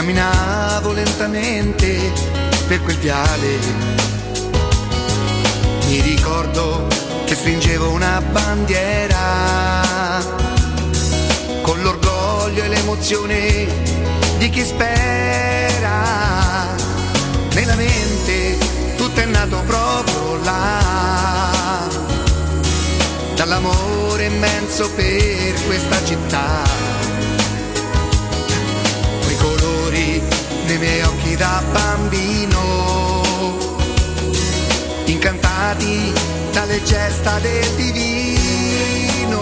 Camminavo lentamente per quel viale, mi ricordo che stringevo una bandiera con l'orgoglio e l'emozione di chi spera. Nella mente tutto è nato proprio là, dall'amore immenso per questa città. Quei colori nei miei occhi da bambino, incantati dalle gesta del divino.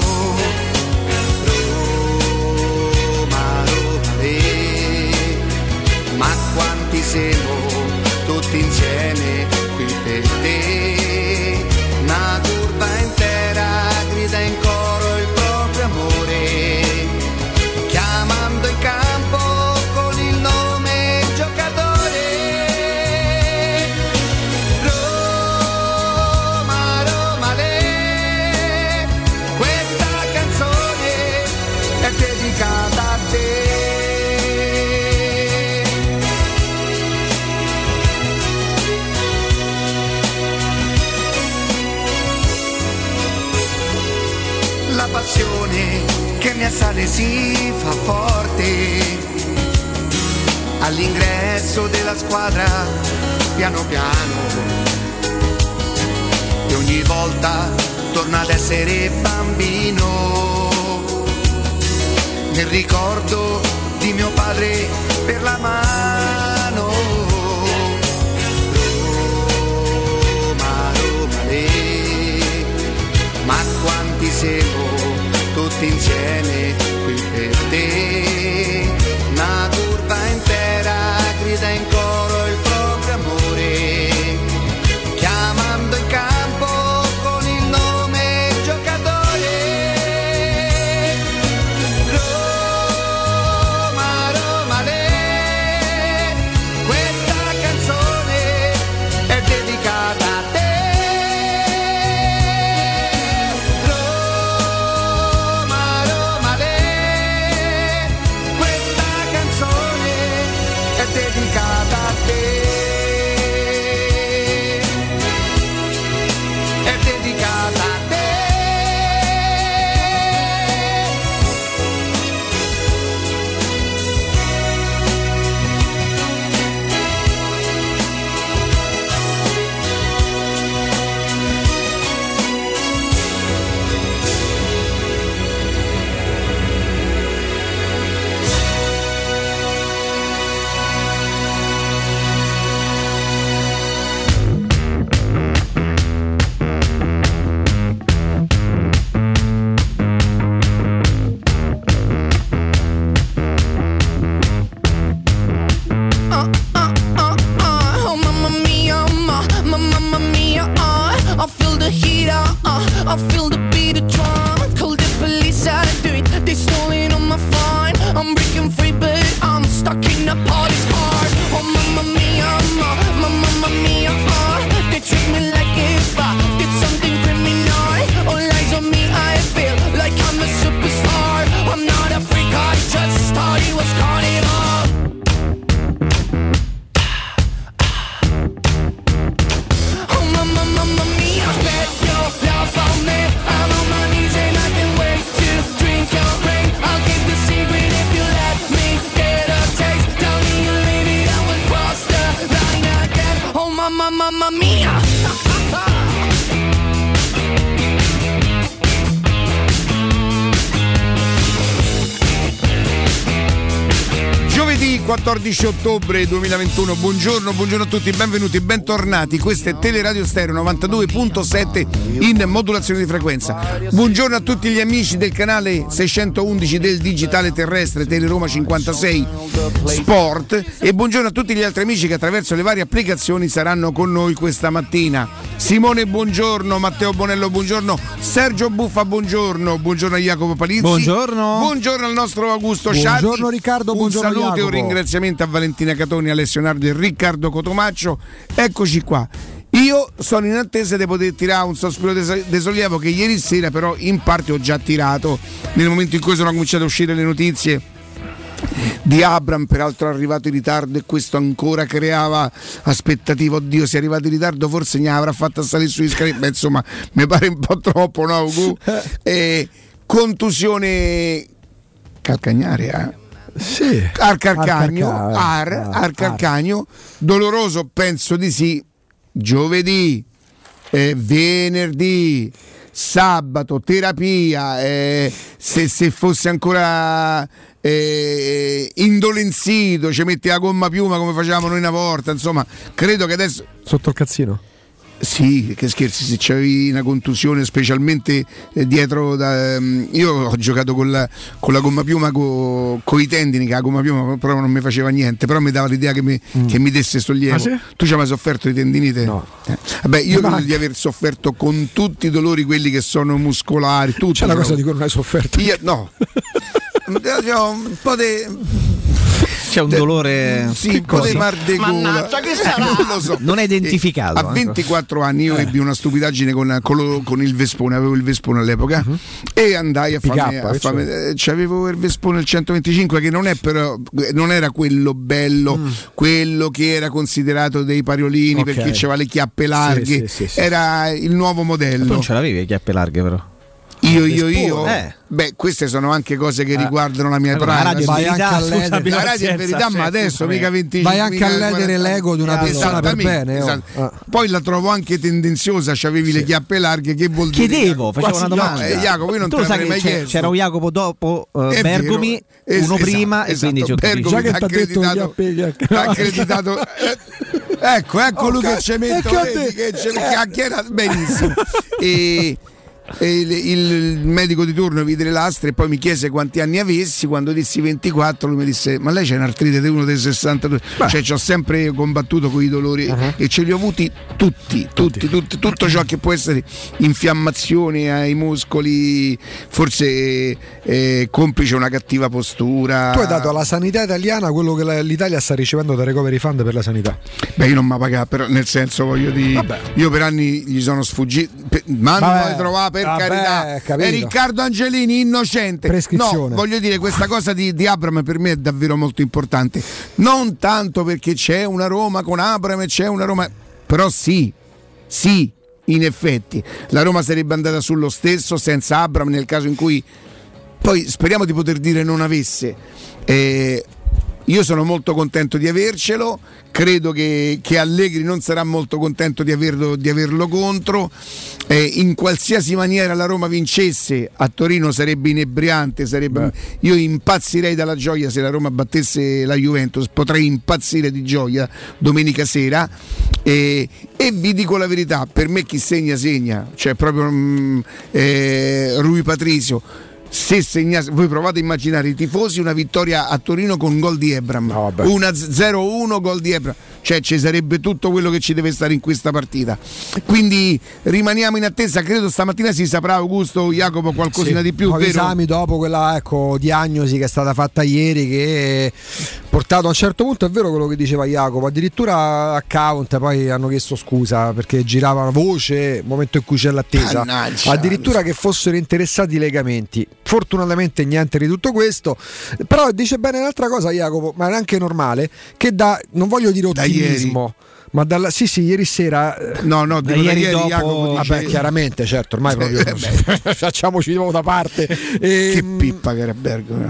Roma, Roma, ma quanti siamo tutti insieme qui per te. Una curva intera grida in coro il proprio amore, chiamando in campo con il nome giocatore. Roma, Roma, questa canzone è dedicata a te. La passione che mi assale si fa forte all'ingresso della squadra, piano piano, e ogni volta torna ad essere bambino nel ricordo di mio padre per la mano. Roma, Roma, ma quanti siamo tutti insieme qui per te. Una curva intera grida in coro il proprio amore, chiamando in campo con il nome giocatore. Roma, Roma, questa canzone è dedicata a te. Dedicata a te, è dedicata a te. I feel the beat of drum. Call the police, how to do it. They stolen on my phone. I'm breaking free, but I'm stuck in a party's heart. Oh mamma mia, mamma mia. They treat me like if I did something criminal. All eyes on me, I feel like I'm a superstar. I'm not a freak, I just thought it was carnival. Oh mamma mia, bet your love on me. I'm on my knees and I can't wait to drink your rain. I'll keep the secret if you let me get a taste. Tell me you leave it, I will cross the line again. Oh mamma mia. Giovedì 14 ottobre 2021, buongiorno a tutti, benvenuti, bentornati. Questo è Teleradio Stereo 92.7 in modulazione di frequenza. Buongiorno a tutti gli amici del canale 611 del digitale terrestre Teleroma 56 Sport e buongiorno a tutti gli altri amici che attraverso le varie applicazioni saranno con noi questa mattina. Simone, buongiorno. Matteo Bonello, buongiorno. Sergio Buffa, buongiorno a Jacopo Palizzi. Buongiorno al nostro Augusto Sciatti. Buongiorno Riccardo, buongiorno Jacopo. E un Jacopo. ringraziamento a Valentina Catoni, Alessio Nardi e Riccardo Cotomaccio. Eccoci qua. Io sono in attesa di poter tirare un sospiro di sollievo che ieri sera però in parte ho già tirato nel momento in cui sono cominciate a uscire le notizie di Abram, peraltro arrivato in ritardo, e questo ancora creava aspettativa. Oddio, se è arrivato in ritardo forse ne avrà fatta salire sugli scali. Beh, insomma, mi pare un po' troppo, no? Contusione calcagnaria. Sì. Al calcagno, doloroso, penso di sì. Giovedì, venerdì, sabato, terapia, se fosse ancora indolenzito ci mette la gomma piuma come facevamo noi una volta, insomma, credo che adesso sotto il cazzino. Sì, che scherzi, se c'avevi una contusione, specialmente dietro io ho giocato con la gomma piuma, con i tendini, che la gomma piuma però non mi faceva niente, però mi dava l'idea che mi desse sollievo. Ah, sì? Tu ci hai mai sofferto di tendinite? No. Vabbè, io credo di aver sofferto con tutti i dolori, quelli che sono muscolari, tutti. C'è una cosa di cui non hai sofferto? No. Un po' c'è un dolore, sì, un po' di mar de gola. Mannaggia, che sarà? Non lo so. Non è identificato. A 24 anni io ebbi una stupidaggine con il Vespone, avevo il Vespone all'epoca, e andai a farmi c'avevo il Vespone il 125, che non era quello bello, quello che era considerato dei pariolini, perché c'aveva le chiappe larghe, sì. Era il nuovo modello. Tu non ce l'avevi le chiappe larghe, però? Io? Beh, queste sono anche cose che riguardano la mia pratica. La radio è verità, ma adesso mica 25. Vai anche a ledere l'ego di una persona per bene. Esatto. Poi la trovo anche tendenziosa, c'avevi le chiappe larghe, che vuol dire? Chiedevo, facevo una domanda. Jacopo, io non te l'avrei mai chiesto. C'era un Jacopo dopo Bergomi, uno prima, e quindi Bergomi già che ti ha accreditato. Ecco lui che ci mette, che chiacchiera benissimo. Il medico di turno vide le lastre e poi mi chiese quanti anni avessi. Quando dissi 24, lui mi disse: ma lei c'è un'artrite di uno dei 62? Cioè, ci ho sempre combattuto con i dolori e ce li ho avuti tutti, tutto ciò che può essere infiammazione ai muscoli, forse complice una cattiva postura. Tu hai dato alla sanità italiana quello che l'Italia sta ricevendo da Recovery Fund per la sanità. Beh, io non mi ha pagato, però, nel senso, voglio dire, io per anni gli sono sfuggito, ma non l'ho trovato, per carità. È Riccardo Angelini, innocente. No, voglio dire, questa cosa di Abram per me è davvero molto importante, non tanto perché c'è una Roma con Abram e c'è una Roma, però sì, in effetti la Roma sarebbe andata sullo stesso senza Abram, nel caso in cui, poi speriamo di poter dire, non avesse. Io sono molto contento di avercelo, credo che Allegri non sarà molto contento di averlo contro. In qualsiasi maniera la Roma vincesse a Torino sarebbe inebriante, io impazzirei dalla gioia se la Roma battesse la Juventus, potrei impazzire di gioia domenica sera, e vi dico la verità, per me chi segna, cioè proprio Rui Patricio. Se segnasse, voi provate a immaginare i tifosi una vittoria a Torino con gol di Ebram, 1-0-1 gol di Ebram, cioè ci sarebbe tutto quello che ci deve stare in questa partita, quindi rimaniamo in attesa. Credo stamattina si saprà, Augusto, Jacopo, qualcosina di più, vero? Esami dopo quella diagnosi che è stata fatta ieri, che portato a un certo punto, è vero quello che diceva Jacopo, addirittura account poi hanno chiesto scusa perché giravano voce momento in cui c'è l'attesa, addirittura che fossero interessati i legamenti. Fortunatamente niente di tutto questo, però dice bene un'altra cosa Jacopo, ma è anche normale, che non voglio dire ottimismo, ma sì, ieri sera da ieri dopo, Jacopo dice, vabbè, chiaramente, certo, ormai proprio facciamoci da parte. Che pippa che era Bergomi,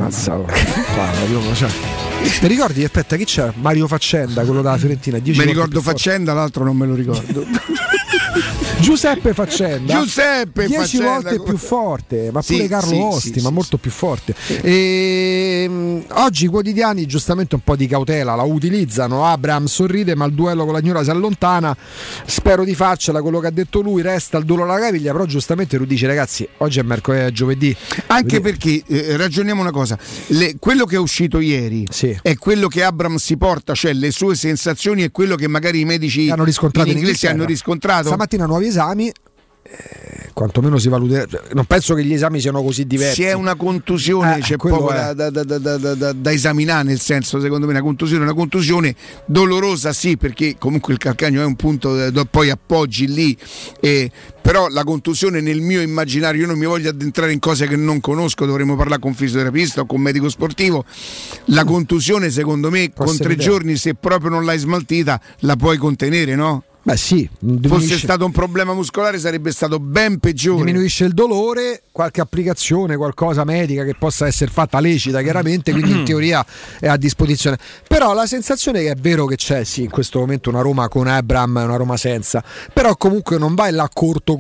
ti ricordi? Aspetta, chi c'è? Mario Faccenda, quello della Fiorentina. Mi ricordo Faccenda, l'altro non me lo ricordo. Giuseppe Faccenda 10 volte più forte, ma pure Carlo Osti, ma molto più forte. Oggi i quotidiani giustamente un po' di cautela la utilizzano. Abraham sorride ma il duello con la Gnora si allontana, spero di farcela, quello che ha detto lui, resta il dolore alla caviglia, però giustamente lui dice ragazzi oggi è mercoledì, è giovedì, anche perché ragioniamo una cosa, quello che è uscito ieri è quello che Abraham si porta, cioè le sue sensazioni e quello che magari i medici hanno riscontrato in inglese hanno riscontrato stamattina. Nuovi esami, quantomeno si valuta. Non penso che gli esami siano così diversi. Se è una contusione c'è poco da esaminare, nel senso, secondo me una contusione dolorosa sì, perché comunque il calcagno è un punto, poi appoggi lì, però la contusione nel mio immaginario, io non mi voglio addentrare in cose che non conosco, dovremmo parlare con fisioterapista o con medico sportivo. La contusione secondo me con 3 giorni, se proprio non l'hai smaltita, la puoi contenere, no? Beh sì, fosse stato un problema muscolare sarebbe stato ben peggiore. Diminuisce il dolore, qualche applicazione, qualcosa medica che possa essere fatta lecita chiaramente, quindi in teoria è a disposizione. Però la sensazione che è vero che c'è sì in questo momento una Roma con Abraham e una Roma senza, però comunque non vai là corto.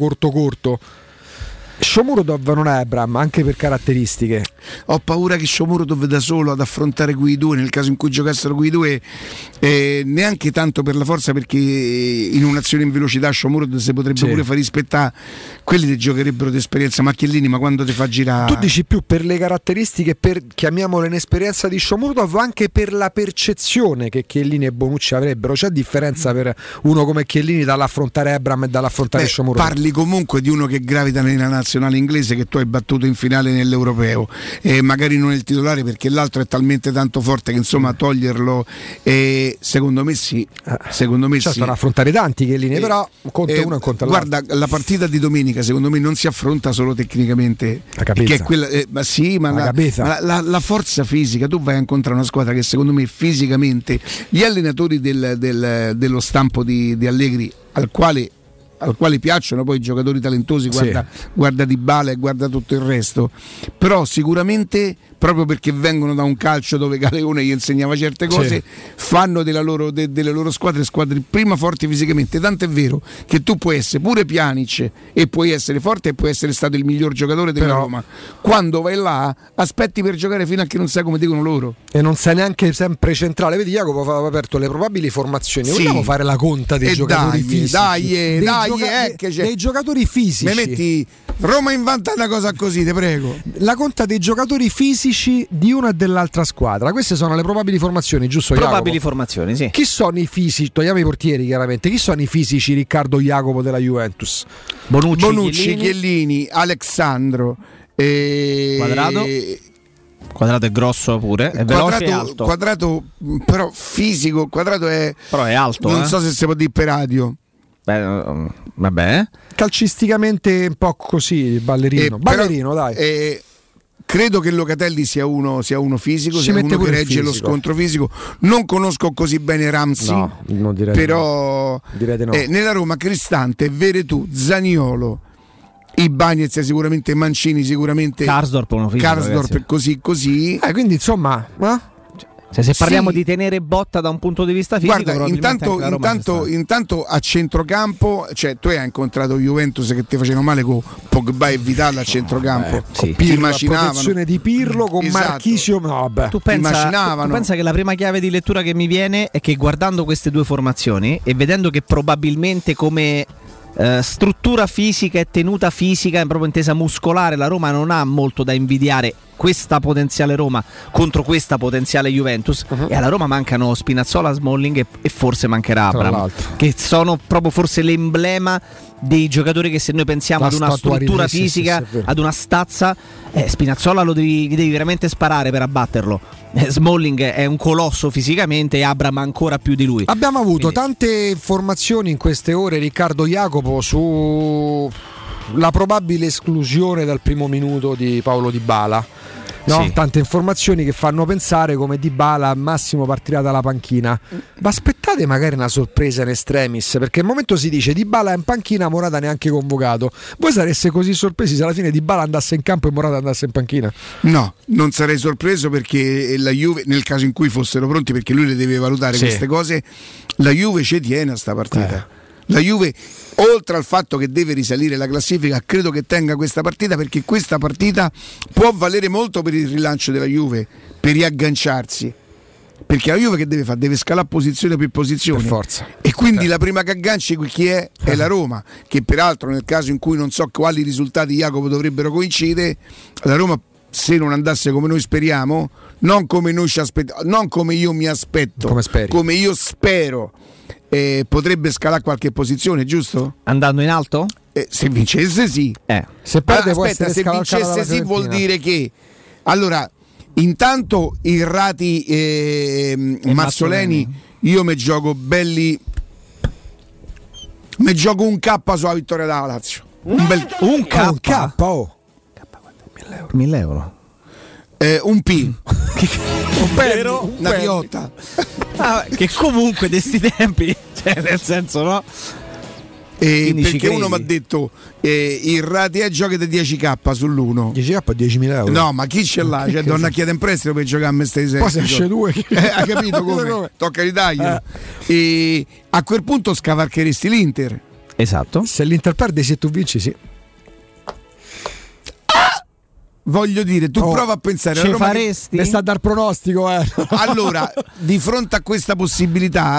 Shomurodov non è Abraham, anche per caratteristiche. Ho paura che Shomurodov da solo ad affrontare quei due, nel caso in cui giocassero quei due, neanche tanto per la forza, perché in un'azione in velocità Shomurodov si potrebbe pure far rispettare, quelli ti giocherebbero d'esperienza. Ma Chiellini, ma quando ti fa girare? Tu dici più per le caratteristiche, per, chiamiamole, inesperienza di Shomurodov, o anche per la percezione che Chiellini e Bonucci avrebbero? C'è differenza per uno come Chiellini dall'affrontare Abraham e dall'affrontare Shomurodov? Parli comunque di uno che gravita nella nazionale inglese, che tu hai battuto in finale nell'Europeo, magari non il titolare perché l'altro è talmente tanto forte che insomma toglierlo, secondo me sì, stanno affrontare tanti Chiellini, però conta uno e conta l'altro. Guarda, la partita di domenica secondo me non si affronta solo tecnicamente, perché è quella, la forza fisica. Tu vai a incontrare una squadra che secondo me fisicamente, gli allenatori dello stampo di Allegri, al quale piacciono poi i giocatori talentosi, guarda Dybala e guarda tutto il resto, però sicuramente proprio perché vengono da un calcio dove Galeone gli insegnava certe cose, fanno delle loro squadre prima forti fisicamente. Tanto è vero che tu puoi essere pure Pjanic e puoi essere forte e puoi essere stato il miglior giocatore della Roma, quando vai là aspetti per giocare fino a che non sai come dicono loro, e non sei neanche sempre centrale. Vedi, Jacopo aveva aperto le probabili formazioni. Vogliamo fare la conta dei giocatori fisici? Dei giocatori fisici. Mi metti Roma in vantaggio, una cosa così, te prego. La conta dei giocatori fisici di una e dell'altra squadra. Queste sono le probabili formazioni, giusto? Probabili formazioni, sì. Chi sono i fisici? Togliamo i portieri chiaramente. Chi sono i fisici, Riccardo Jacopo, della Juventus? Bonucci, Chiellini, Alexandro, Quadrato è grosso pure, è veloce e alto. Quadrato però fisico, Quadrato però è alto. Non so se si può dire per radio. Vabbè. Calcisticamente un po' così, ballerino, dai. Credo che Locatelli sia uno fisico, sia uno che regge lo scontro fisico. Non conosco così bene Ramsey, no, non direi, però direi no. Nella Roma Cristante, Veretù, Zaniolo, Ibañez sicuramente, Mancini sicuramente, Karsdorp uno fisico, così. Quindi insomma, se parliamo di tenere botta da un punto di vista fisico, guarda, intanto a centrocampo, cioè tu hai incontrato Juventus che ti facevano male con Pogba e Vidal a centrocampo, Pirlo, la protezione di Pirlo con Marchisio, tu pensa che la prima chiave di lettura che mi viene è che guardando queste due formazioni e vedendo che probabilmente come struttura fisica e tenuta fisica, proprio intesa muscolare, la Roma non ha molto da invidiare questa potenziale Roma contro questa potenziale Juventus, e alla Roma mancano Spinazzola, Smalling e forse mancherà Abraham, che sono proprio forse l'emblema dei giocatori che, se noi pensiamo ad una struttura fisica, ad una stazza, Spinazzola gli devi veramente sparare per abbatterlo. Smalling è un colosso fisicamente e Abraham ancora più di lui. Abbiamo avuto tante informazioni in queste ore, Riccardo Jacopo, su la probabile esclusione dal primo minuto di Paulo Dybala. Tante informazioni che fanno pensare come Dybala al massimo partirà dalla panchina. Ma aspettate magari una sorpresa in extremis, perché al momento si dice Dybala è in panchina, Morata neanche convocato. Voi sareste così sorpresi se alla fine Dybala andasse in campo e Morata andasse in panchina? No, non sarei sorpreso, perché la Juve, nel caso in cui fossero pronti, perché lui le deve valutare queste cose, la Juve ci tiene a sta partita. La Juve, oltre al fatto che deve risalire la classifica, credo che tenga questa partita, perché questa partita può valere molto per il rilancio della Juve, per riagganciarsi, perché la Juve che deve fare? Deve scalare posizione per posizione, per forza. E quindi la prima che agganci chi è? È la Roma, che peraltro, nel caso in cui non so quali risultati, Jacopo, dovrebbero coincidere, la Roma, se non andasse come noi speriamo, non come noi ci aspettiamo, non come io mi aspetto, come io spero, potrebbe scalare qualche posizione, giusto? Andando in alto? Se vincesse sì. Se perde può aspetta, essere se scavalcata vincesse dalla sì vuol Fiorentina. dire che allora intanto Irrati e Mazzoleni io mi gioco belli, mi gioco un K sulla vittoria della Lazio. Un K? Oh. 1.000 euro. Un P. Una penny. piotta. Che comunque di sti tempi, cioè nel senso, no? Quindi ci Perché credi? uno mi ha detto Irrati è giochi da 10k sull'1. 10k a 10.000 euro. No, ma chi ce l'ha? Cioè, donna chiede in prestito per giocare a me stessi. Poi se esce due. Hai capito come? Tocca ritaglielo. E a quel punto scavalcheresti l'Inter. Esatto. Se l'Inter perde, se tu vinci, sì. Voglio dire, tu prova a pensare Ce a Roma faresti? Ne sta a dar pronostico, Allora, di fronte a questa possibilità,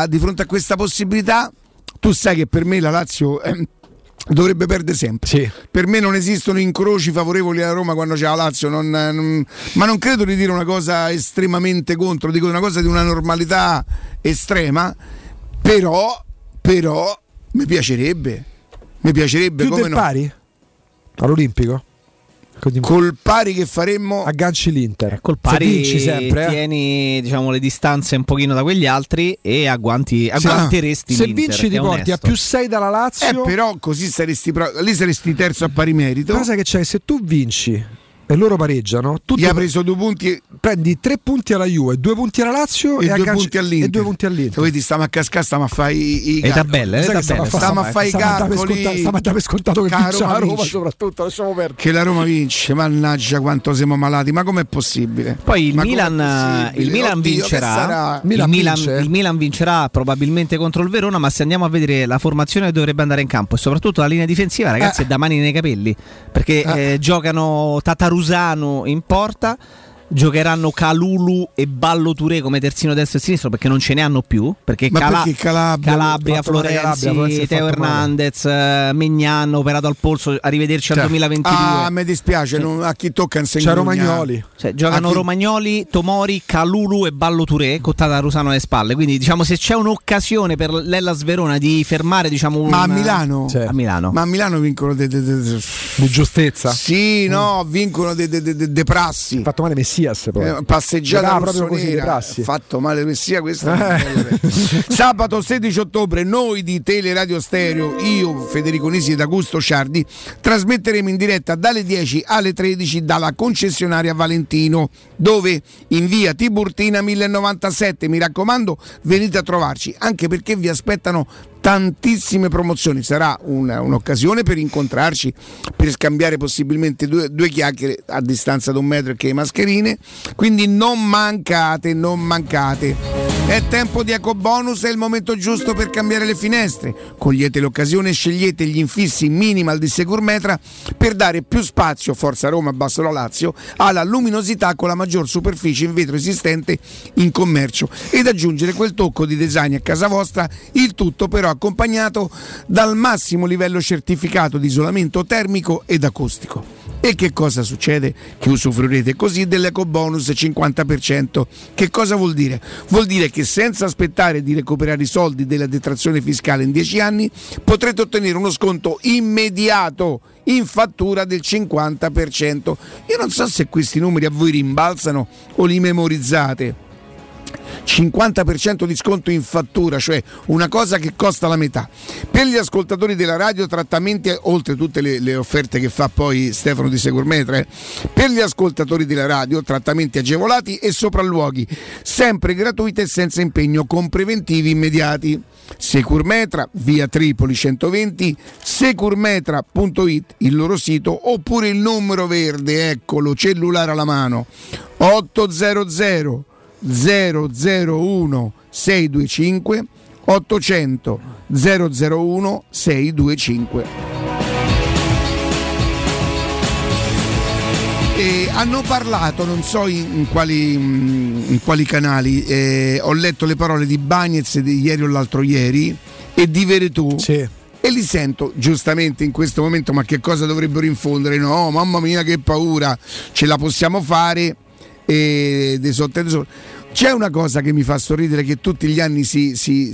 tu sai che per me la Lazio dovrebbe perdere sempre. Sì. Per me non esistono incroci favorevoli alla Roma quando c'è la Lazio, ma non credo di dire una cosa estremamente contro, dico una cosa di una normalità estrema, però mi piacerebbe Più come del no. pari? All'Olimpico? Col pari che faremmo agganci l'Inter. Col Se pari vinci sempre, tieni diciamo le distanze un pochino da quegli altri e agguanteresti se l'Inter, vinci che ti è porti a onesto. +6 dalla Lazio. però così lì saresti terzo a pari merito. La cosa che c'è, se tu vinci e loro pareggiano, tu Gli ha preso 2 punti, prendi 3 punti alla Juve, 2 punti alla Lazio e 2 agganci- punti all'Inter. e 2 punti all'Inter. Vedi, stiamo a cascare, stiamo a fare i Le tabelle, Sai che stiamo stiamo a fare i calcoli. Stiamo a dare per scontato che Che la vince la Roma Roma, vince. soprattutto lasciamo perdere. Che la Roma vince, mannaggia quanto siamo malati, ma com'è possibile? Poi il Ma com'è Milan possibile? Oddio, vincerà. che sarà? Il Milan vincerà probabilmente contro il Verona, ma se andiamo a vedere la formazione che dovrebbe andare in campo e soprattutto la linea difensiva, ragazzi, è da mani nei capelli, perché giocano Tatarusano in porta, giocheranno Kalulu e Ballo Touré come terzino destro e sinistro perché non ce ne hanno più, perché perché Calabria, fatto male Florenzi, Calabria, Teo fatto Hernandez, Megnan operato al polso, arrivederci al 2022. Mi dispiace, a chi tocca insegna. C'è Romagnoli. Cioè, giocano Romagnoli, Tomori, Kalulu e Ballo Touré con Tatarusano alle spalle. Quindi diciamo se c'è un'occasione per l'Hellas Verona di fermare Ma a Milano? Sì. A Milano. Ma a Milano vincono Di giustezza. Sì, no, vincono de prassi. Fatto male Messias poi. Passeggiata Giocava proprio così, rossonera. di prassi. Fatto male Messia questa. Sabato 16 ottobre noi di Teleradio Stereo, io Federico Nisi ed Augusto Ciardi trasmetteremo in diretta dalle 10 alle 13 dalla concessionaria Valentino, dove in via Tiburtina 1097. Mi raccomando, venite a trovarci, anche perché vi aspettano tantissime promozioni. Sarà un'occasione per incontrarci, per scambiare possibilmente due chiacchiere a distanza di 1 metro che mascherine, quindi non mancate. È tempo di ecobonus, è il momento giusto per cambiare le finestre. Cogliete l'occasione e scegliete gli infissi minimal di Securmetra per dare più spazio, Forza Roma basso la Lazio, alla luminosità con la maggior superficie in vetro esistente in commercio ed aggiungere quel tocco di design a casa vostra, il tutto però accompagnato dal massimo livello certificato di isolamento termico ed acustico. E che cosa succede? Che usufruirete così dell'ecobonus 50%. Che cosa vuol dire? Vuol dire che senza aspettare di recuperare i soldi della detrazione fiscale in 10 anni potrete ottenere uno sconto immediato in fattura del 50%. Io non so se questi numeri a voi rimbalzano o li memorizzate. 50% di sconto in fattura, cioè una cosa che costa la metà. Per gli ascoltatori della radio, trattamenti, oltre tutte le offerte che fa poi Stefano di Securmetra, per gli ascoltatori della radio, trattamenti agevolati e sopralluoghi, sempre gratuiti e senza impegno, con preventivi immediati. Securmetra, via Tripoli 120, securmetra.it, il loro sito, oppure il numero verde, eccolo, cellulare alla mano, 800 001 625 800 001 625. E hanno parlato, non so in quali canali, ho letto le parole di Bagnez di ieri o l'altro ieri e di Veretù. Sì. E li sento giustamente in questo momento, ma che cosa dovrebbero infondere? No, mamma mia che paura, ce la possiamo fare. E C'è una cosa che mi fa sorridere, che tutti gli anni si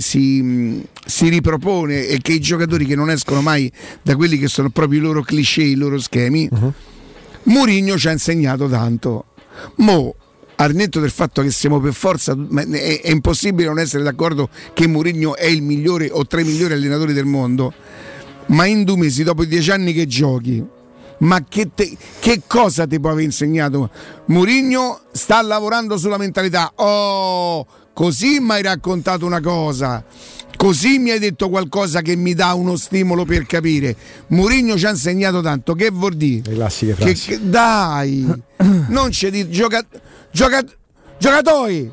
ripropone, e che i giocatori che non escono mai da quelli che sono proprio i loro cliché, i loro schemi. Mourinho ci ha insegnato tanto. Al netto del fatto che siamo per forza, è impossibile non essere d'accordo che Mourinho è il migliore o tra i migliori allenatori del mondo, ma in 2 mesi, dopo 10 anni che giochi, ma che cosa ti può aver insegnato? Mourinho sta lavorando sulla mentalità. Così mi hai raccontato una cosa, così mi hai detto qualcosa che mi dà uno stimolo per capire. Mourinho ci ha insegnato tanto. Che vuol dire? Le classiche frasi. Dai, non c'è di giocatori.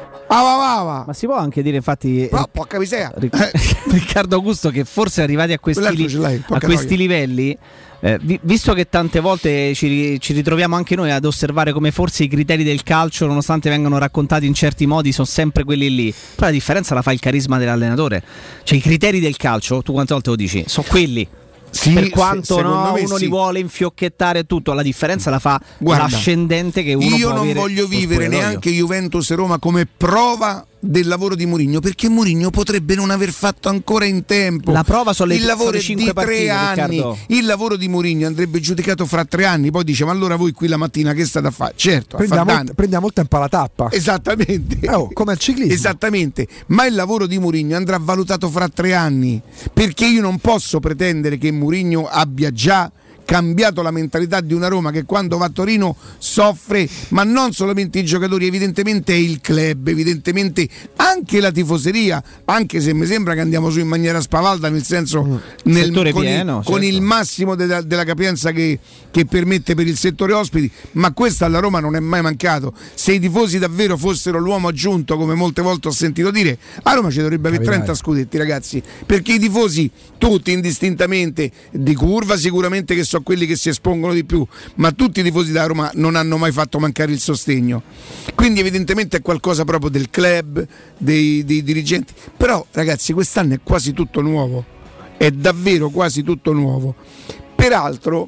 Ma si può anche dire, infatti, porca miseria. Riccardo Augusto, che forse arrivati a questi livelli, visto che tante volte ci ritroviamo anche noi ad osservare come forse i criteri del calcio, nonostante vengano raccontati in certi modi, sono sempre quelli lì, però la differenza la fa il carisma dell'allenatore. Cioè, i criteri del calcio, tu quante volte lo dici, sono quelli. Sì, per quanto uno li vuole infiocchettare tutto, la differenza la fa l'ascendente che uno io può non avere. Voglio vivere neanche Juventus e Roma come prova del lavoro di Mourinho, perché Mourinho potrebbe non aver fatto ancora in tempo. La prova sono il lavoro sono di 3 anni. Riccardo. Il lavoro di Mourinho andrebbe giudicato fra 3 anni. Poi dice: ma allora voi qui la mattina che state a fare? Certo, prendiamo il tempo alla tappa. Esattamente. Come al ciclismo. Esattamente. Ma il lavoro di Mourinho andrà valutato fra 3 anni, perché io non posso pretendere che Mourinho abbia già cambiato la mentalità di una Roma che quando va a Torino soffre, ma non solamente i giocatori, evidentemente è il club, evidentemente anche la tifoseria, anche se mi sembra che andiamo su in maniera spavalda, nel senso con il massimo della capienza che permette per il settore ospiti, ma questo alla Roma non è mai mancato. Se i tifosi davvero fossero l'uomo aggiunto, come molte volte ho sentito dire, a Roma ci dovrebbe avere 30 scudetti, ragazzi, perché i tifosi tutti indistintamente, di curva sicuramente, che sono quelli che si espongono di più, ma tutti i tifosi da Roma non hanno mai fatto mancare il sostegno, quindi evidentemente è qualcosa proprio del club, dei dirigenti. Però ragazzi, quest'anno è quasi tutto nuovo, è davvero quasi tutto nuovo. Peraltro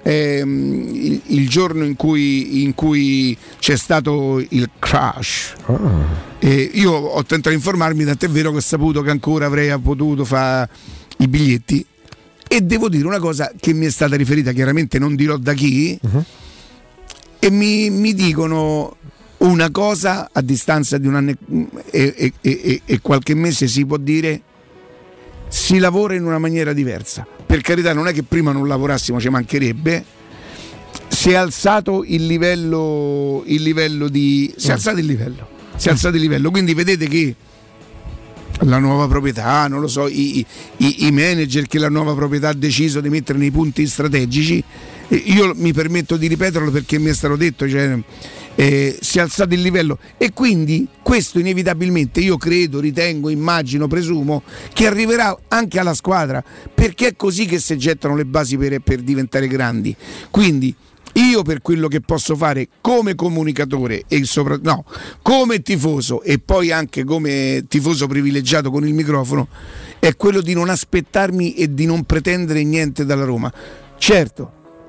il giorno in cui c'è stato il crash, io ho tentato di informarmi, tant'è vero che ho saputo che ancora avrei potuto fare i biglietti. E devo dire una cosa che mi è stata riferita, chiaramente non dirò da chi, e mi dicono una cosa a distanza di un anno e qualche mese, si può dire, si lavora in una maniera diversa. Per carità, non è che prima non lavorassimo, ci mancherebbe. Si è alzato il livello di... Si è alzato il livello, quindi vedete che la nuova proprietà, non lo so, i manager che la nuova proprietà ha deciso di mettere nei punti strategici, io mi permetto di ripeterlo perché mi è stato detto, cioè, si è alzato il livello, e quindi questo inevitabilmente, io credo, ritengo, immagino, presumo che arriverà anche alla squadra, perché è così che si gettano le basi per diventare grandi. Quindi io, per quello che posso fare come comunicatore e come tifoso, e poi anche come tifoso privilegiato con il microfono, è quello di non aspettarmi e di non pretendere niente dalla Roma. Certo,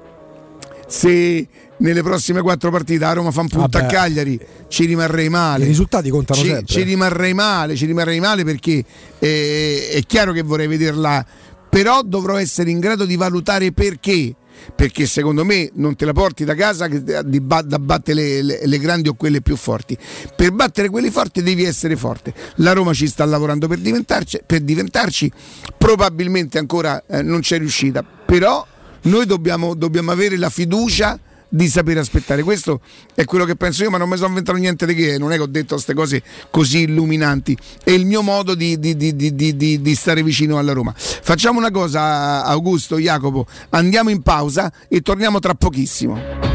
se nelle prossime 4 partite a Roma fa un punto a Cagliari, ci rimarrei male. I risultati contano sempre. Ci rimarrei male perché è chiaro che vorrei vederla, però dovrò essere in grado di valutare perché secondo me non te la porti da casa da battere le grandi o quelle più forti. Per battere quelli forti devi essere forte. La Roma ci sta lavorando per diventarci, probabilmente ancora non c'è riuscita, però noi dobbiamo avere la fiducia di saper aspettare. Questo è quello che penso io, ma non mi sono inventato niente di che, non è che ho detto queste cose così illuminanti, è il mio modo di stare vicino alla Roma. Facciamo una cosa, Augusto, Jacopo, andiamo in pausa e torniamo tra pochissimo.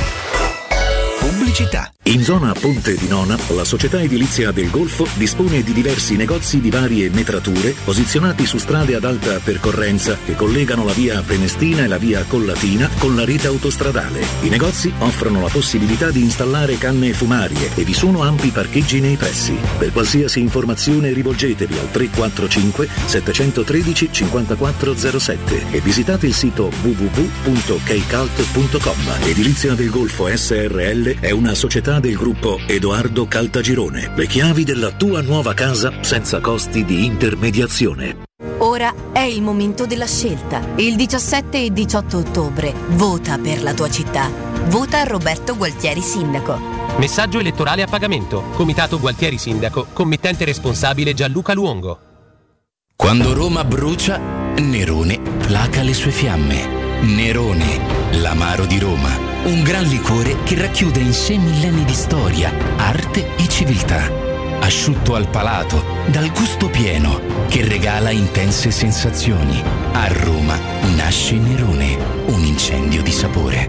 Pubblicità. In zona Ponte di Nona, la società edilizia del Golfo dispone di diversi negozi di varie metrature posizionati su strade ad alta percorrenza che collegano la via Prenestina e la via Collatina con la rete autostradale. I negozi offrono la possibilità di installare canne fumarie e vi sono ampi parcheggi nei pressi. Per qualsiasi informazione rivolgetevi al 345 713 5407 e visitate il sito www.kcalt.com. Edilizia del Golfo SRL è una società del gruppo Edoardo Caltagirone. Le chiavi della tua nuova casa senza costi di intermediazione. Ora è il momento della scelta. Il 17 e 18 ottobre vota per la tua città. Vota Roberto Gualtieri Sindaco. Messaggio elettorale a pagamento. Comitato Gualtieri Sindaco. Committente responsabile Gianluca Luongo. Quando Roma brucia, Nerone placa le sue fiamme. Nerone, l'amaro di Roma. Un gran liquore che racchiude in sé millenni di storia, arte e civiltà. Asciutto al palato, dal gusto pieno, che regala intense sensazioni. A Roma nasce Nerone, un incendio di sapore.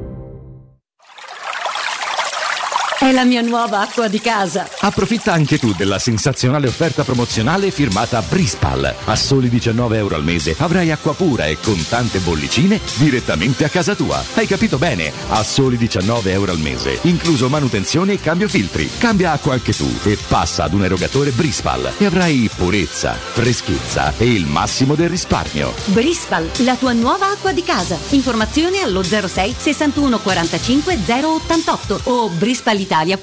È la mia nuova acqua di casa. Approfitta anche tu della sensazionale offerta promozionale firmata Brispal. A soli €19 al mese avrai acqua pura e con tante bollicine direttamente a casa tua. Hai capito bene? A soli €19 al mese, incluso manutenzione e cambio filtri. Cambia acqua anche tu e passa ad un erogatore Brispal e avrai purezza, freschezza e il massimo del risparmio. Brispal, la tua nuova acqua di casa. Informazioni allo 06 61 45 088 o brispalitalia.it.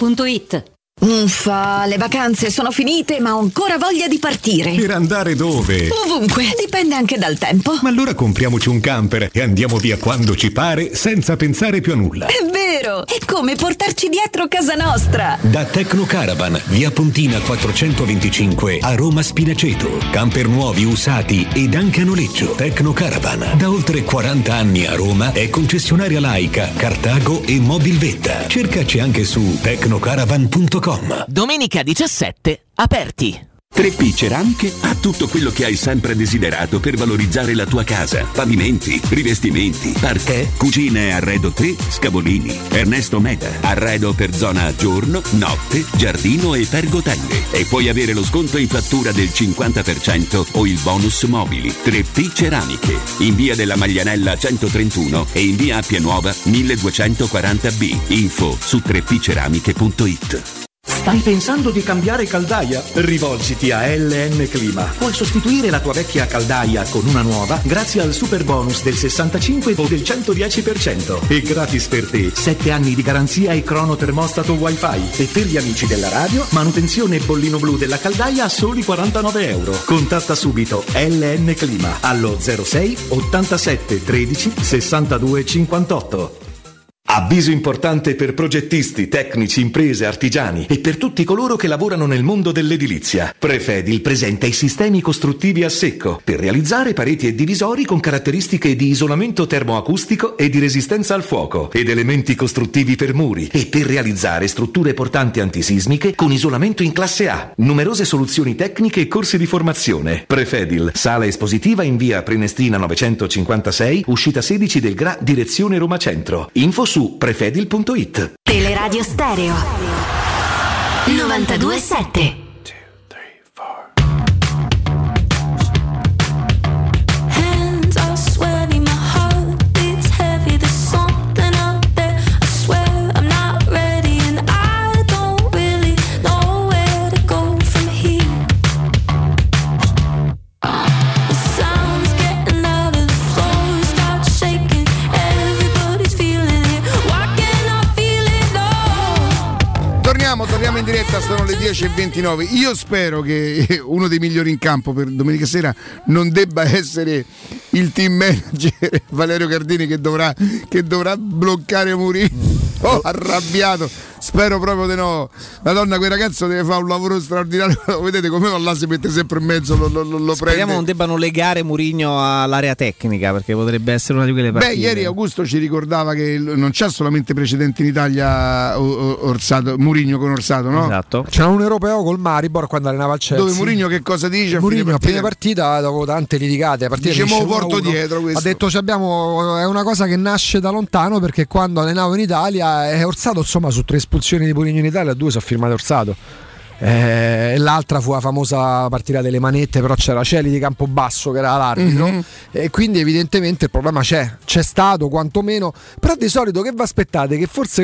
Uffa, le vacanze sono finite, ma ho ancora voglia di partire. Per andare dove? Ovunque, dipende anche dal tempo. Ma allora compriamoci un camper e andiamo via quando ci pare, senza pensare più a nulla. È vero, è come portarci dietro casa nostra. Da Tecnocaravan, via Pontina 425 a Roma Spinaceto. Camper nuovi, usati ed anche a noleggio. Tecnocaravan, da oltre 40 anni a Roma, è concessionaria Laica, Cartago e Mobilvetta. Cercaci anche su tecnocaravan.com. Domenica 17, aperti. 3P Ceramiche ha tutto quello che hai sempre desiderato per valorizzare la tua casa. Pavimenti, rivestimenti, parquet, cucina e arredo 3, Scavolini, Ernesto Meda. Arredo per zona giorno, notte, giardino e pergotende. E puoi avere lo sconto in fattura del 50% o il bonus mobili. 3P Ceramiche, in via della Maglianella 131 e in via Appia Nuova 1240B. Info su 3pceramiche.it. Stai pensando di cambiare caldaia? Rivolgiti a LN Clima. Puoi sostituire la tua vecchia caldaia con una nuova grazie al super bonus del 65 o del 110%. E gratis per te 7 anni di garanzia e crono termostato wifi. E per gli amici della radio, manutenzione bollino blu della caldaia a soli €49. Contatta subito LN Clima allo 06 87 13 62 58. Avviso importante per progettisti, tecnici, imprese, artigiani e per tutti coloro che lavorano nel mondo dell'edilizia. Prefedil presenta i sistemi costruttivi a secco per realizzare pareti e divisori con caratteristiche di isolamento termoacustico e di resistenza al fuoco ed elementi costruttivi per muri e per realizzare strutture portanti antisismiche con isolamento in classe A. Numerose soluzioni tecniche e corsi di formazione. Prefedil, sala espositiva in via Prenestina 956, uscita 16 del GRA, direzione Roma Centro. Info su prefedil.it. Teleradio Stereo 92.7. Torniamo in diretta, sono le 10:29. Io spero che uno dei migliori in campo per domenica sera non debba essere il team manager Valerio Cardini che dovrà bloccare Mourinho. Oh, arrabbiato, spero proprio di no. Madonna, quel ragazzo deve fare un lavoro straordinario. Vedete come va là, si mette sempre in mezzo, lo Speriamo prende. non debbano legare Mourinho all'area tecnica, perché potrebbe essere una di quelle partite. Beh, ieri Augusto ci ricordava che non c'ha solamente precedenti in Italia Orsato, Mourinho con Orsato, no? Esatto. C'era un europeo col Maribor quando allenava il Chelsea. Dove Mourinho che cosa dice? Mourinho a fine partita, dopo tante litigate, diciamo porto dietro questo. Ha detto è una cosa che nasce da lontano, perché quando allenavo in Italia Orsato, insomma, su 3 espulsioni di Mourinho in Italia 2 sono firmate Orsato. E l'altra fu la famosa partita delle manette, però c'era Celi di Campobasso che era l'arbitro, e quindi evidentemente il problema c'è stato quantomeno. Però di solito che vi aspettate? Che forse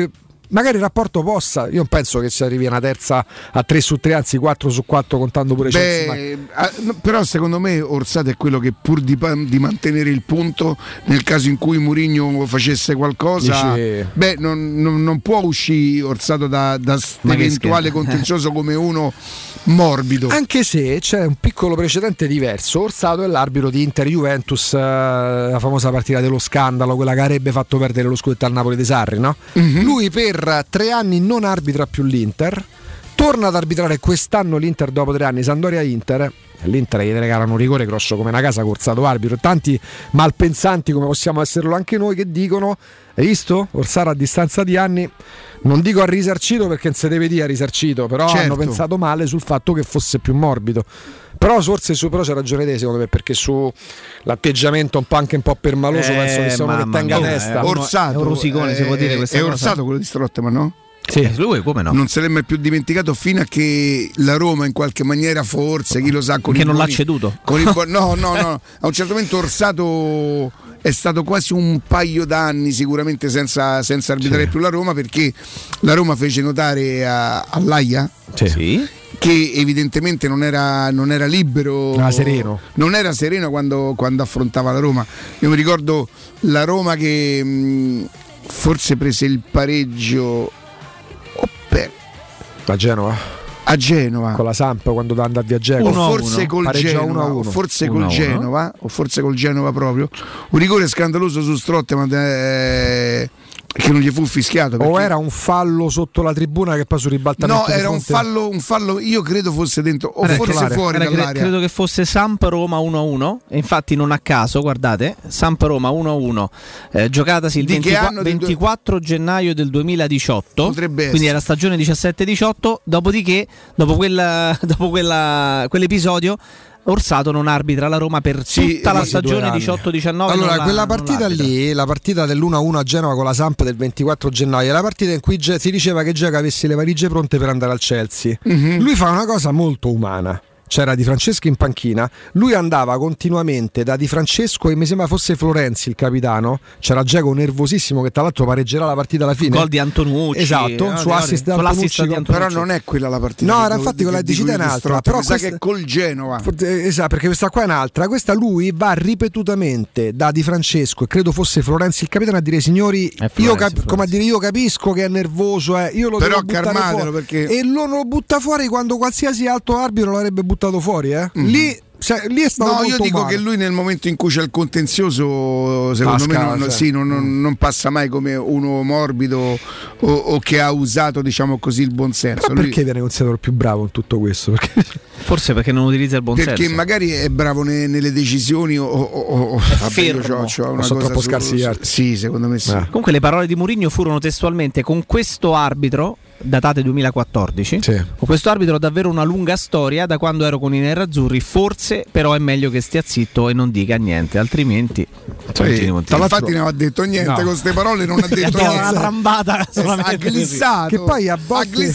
magari il rapporto possa, io non penso che si arrivi a una terza a 3-3, anzi 4-4 contando pure Chelsea. Però secondo me Orsato è quello che pur di mantenere il punto nel caso in cui Mourinho facesse qualcosa, non può uscire Orsato da eventuale contenzioso come uno morbido. Anche se c'è un piccolo precedente diverso. Orsato è l'arbitro di Inter-Juventus, la famosa partita dello scandalo, quella che avrebbe fatto perdere lo scudetto al Napoli di Sarri, no? Lui per 3 anni non arbitra più l'Inter, torna ad arbitrare quest'anno l'Inter dopo 3 anni, Sampdoria-Inter. L'Inter gli regalano un rigore grosso come una casa, Orsato arbitro. Tanti malpensanti come possiamo esserlo anche noi che dicono: hai visto? Orsato a distanza di anni, non dico ha risarcito perché non si deve dire ha risarcito, però hanno pensato male sul fatto che fosse più morbido. Però forse però c'è ragione te, secondo me, perché su l'atteggiamento un po' anche un po' permaloso penso che sia uno che tenga testa. Orsato è un rosicone, si può dire questa cosa. È Orsato quello di Strootman, no? Sì, lui come no? Non se l'è mai più dimenticato fino a che la Roma in qualche maniera, forse, chi lo sa, che non l'ha ceduto. No, a un certo momento Orsato è stato quasi un paio d'anni sicuramente senza arbitrare più la Roma, perché la Roma fece notare all'Aia che evidentemente non era libero, non era sereno quando affrontava la Roma. Io mi ricordo la Roma che forse prese il pareggio a Genova con la Samp quando doveva andare via Genova, o forse col Genova, o forse col Genova proprio, un rigore scandaloso su Strootman che non gli fu fischiato, o era un fallo sotto la tribuna che poi su ribaltamento era un fallo, io credo fosse dentro o forse fuori dall'area. Credo che fosse Samp Roma 1-1, e infatti non a caso, guardate, Samp Roma 1-1, giocatasi il 24 gennaio del 2018, quindi era stagione 17-18, dopodiché dopo quell'episodio Orsato non arbitra la Roma per tutta la stagione 18-19. Allora, quella partita lì, la partita dell'1-1 a Genova con la Samp del 24 gennaio, è la partita in cui si diceva che Dzeko avesse le valigie pronte per andare al Chelsea. Lui fa una cosa molto umana. C'era Di Francesco in panchina, lui andava continuamente da Di Francesco e mi sembra fosse Florenzi il capitano, c'era Dzeko nervosissimo che tra l'altro pareggerà la partita alla fine, gol di Antonucci, esatto, su assist di Antonucci, però non è quella la partita, no, era infatti quella di Gita è un'altra, però sa che è col Genova, esatto, perché questa qua è un'altra, questa lui va ripetutamente da Di Francesco e credo fosse Florenzi il capitano a dire: signori, come a dire, io capisco che è nervoso, io lo però devo buttare fuori, perché... e lo butta fuori quando qualsiasi altro arbitro l'avrebbe buttato fuori, Lì è stato molto io dico umano. Che lui nel momento in cui c'è il contenzioso, secondo me non passa mai come uno morbido o che ha usato, diciamo così, il buonsenso. Ma perché viene considerato il più bravo in tutto questo? Perché... Forse perché non utilizza il buonsenso. Perché magari è bravo nelle decisioni o fermo. C'ho una sono cosa troppo scarsi gli altri. Sì, secondo me sì. Comunque le parole di Mourinho furono testualmente: con questo arbitro, datate 2014, con questo arbitro ho davvero una lunga storia da quando ero con i nerazzurri, forse però è meglio che stia zitto e non dica niente, altrimenti infatti non ha detto niente, con queste parole non ha detto niente, una trambata ha glissato, che poi a volte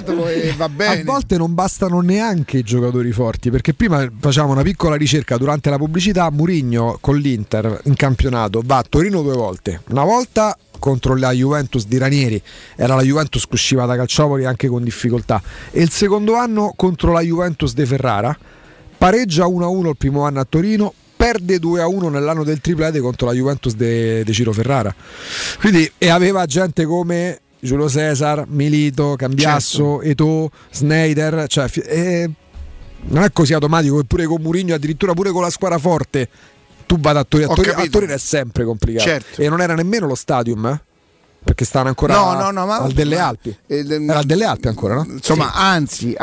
e va bene. A volte non bastano neanche i giocatori forti, perché prima facciamo una piccola ricerca durante la pubblicità. Mourinho con l'Inter in campionato va a Torino 2 volte, una volta contro la Juventus di Ranieri, era la Juventus che usciva da Calciopoli anche con difficoltà, e il secondo anno contro la Juventus de Ferrara, pareggia 1-1 il primo anno a Torino, perde 2-1 nell'anno del triplete contro la Juventus de Ciro Ferrara, quindi, e aveva gente come Giulio Cesar, Milito, Cambiasso, Eto'o, Sneijder, cioè non è così automatico che pure con Mourinho, addirittura pure con la squadra forte, tu vada a Torino. A Torino è sempre complicato, e non era nemmeno lo Stadium, perché stavano ancora al Delle Alpi, era al Delle Alpi ancora, no? Insomma, anzi,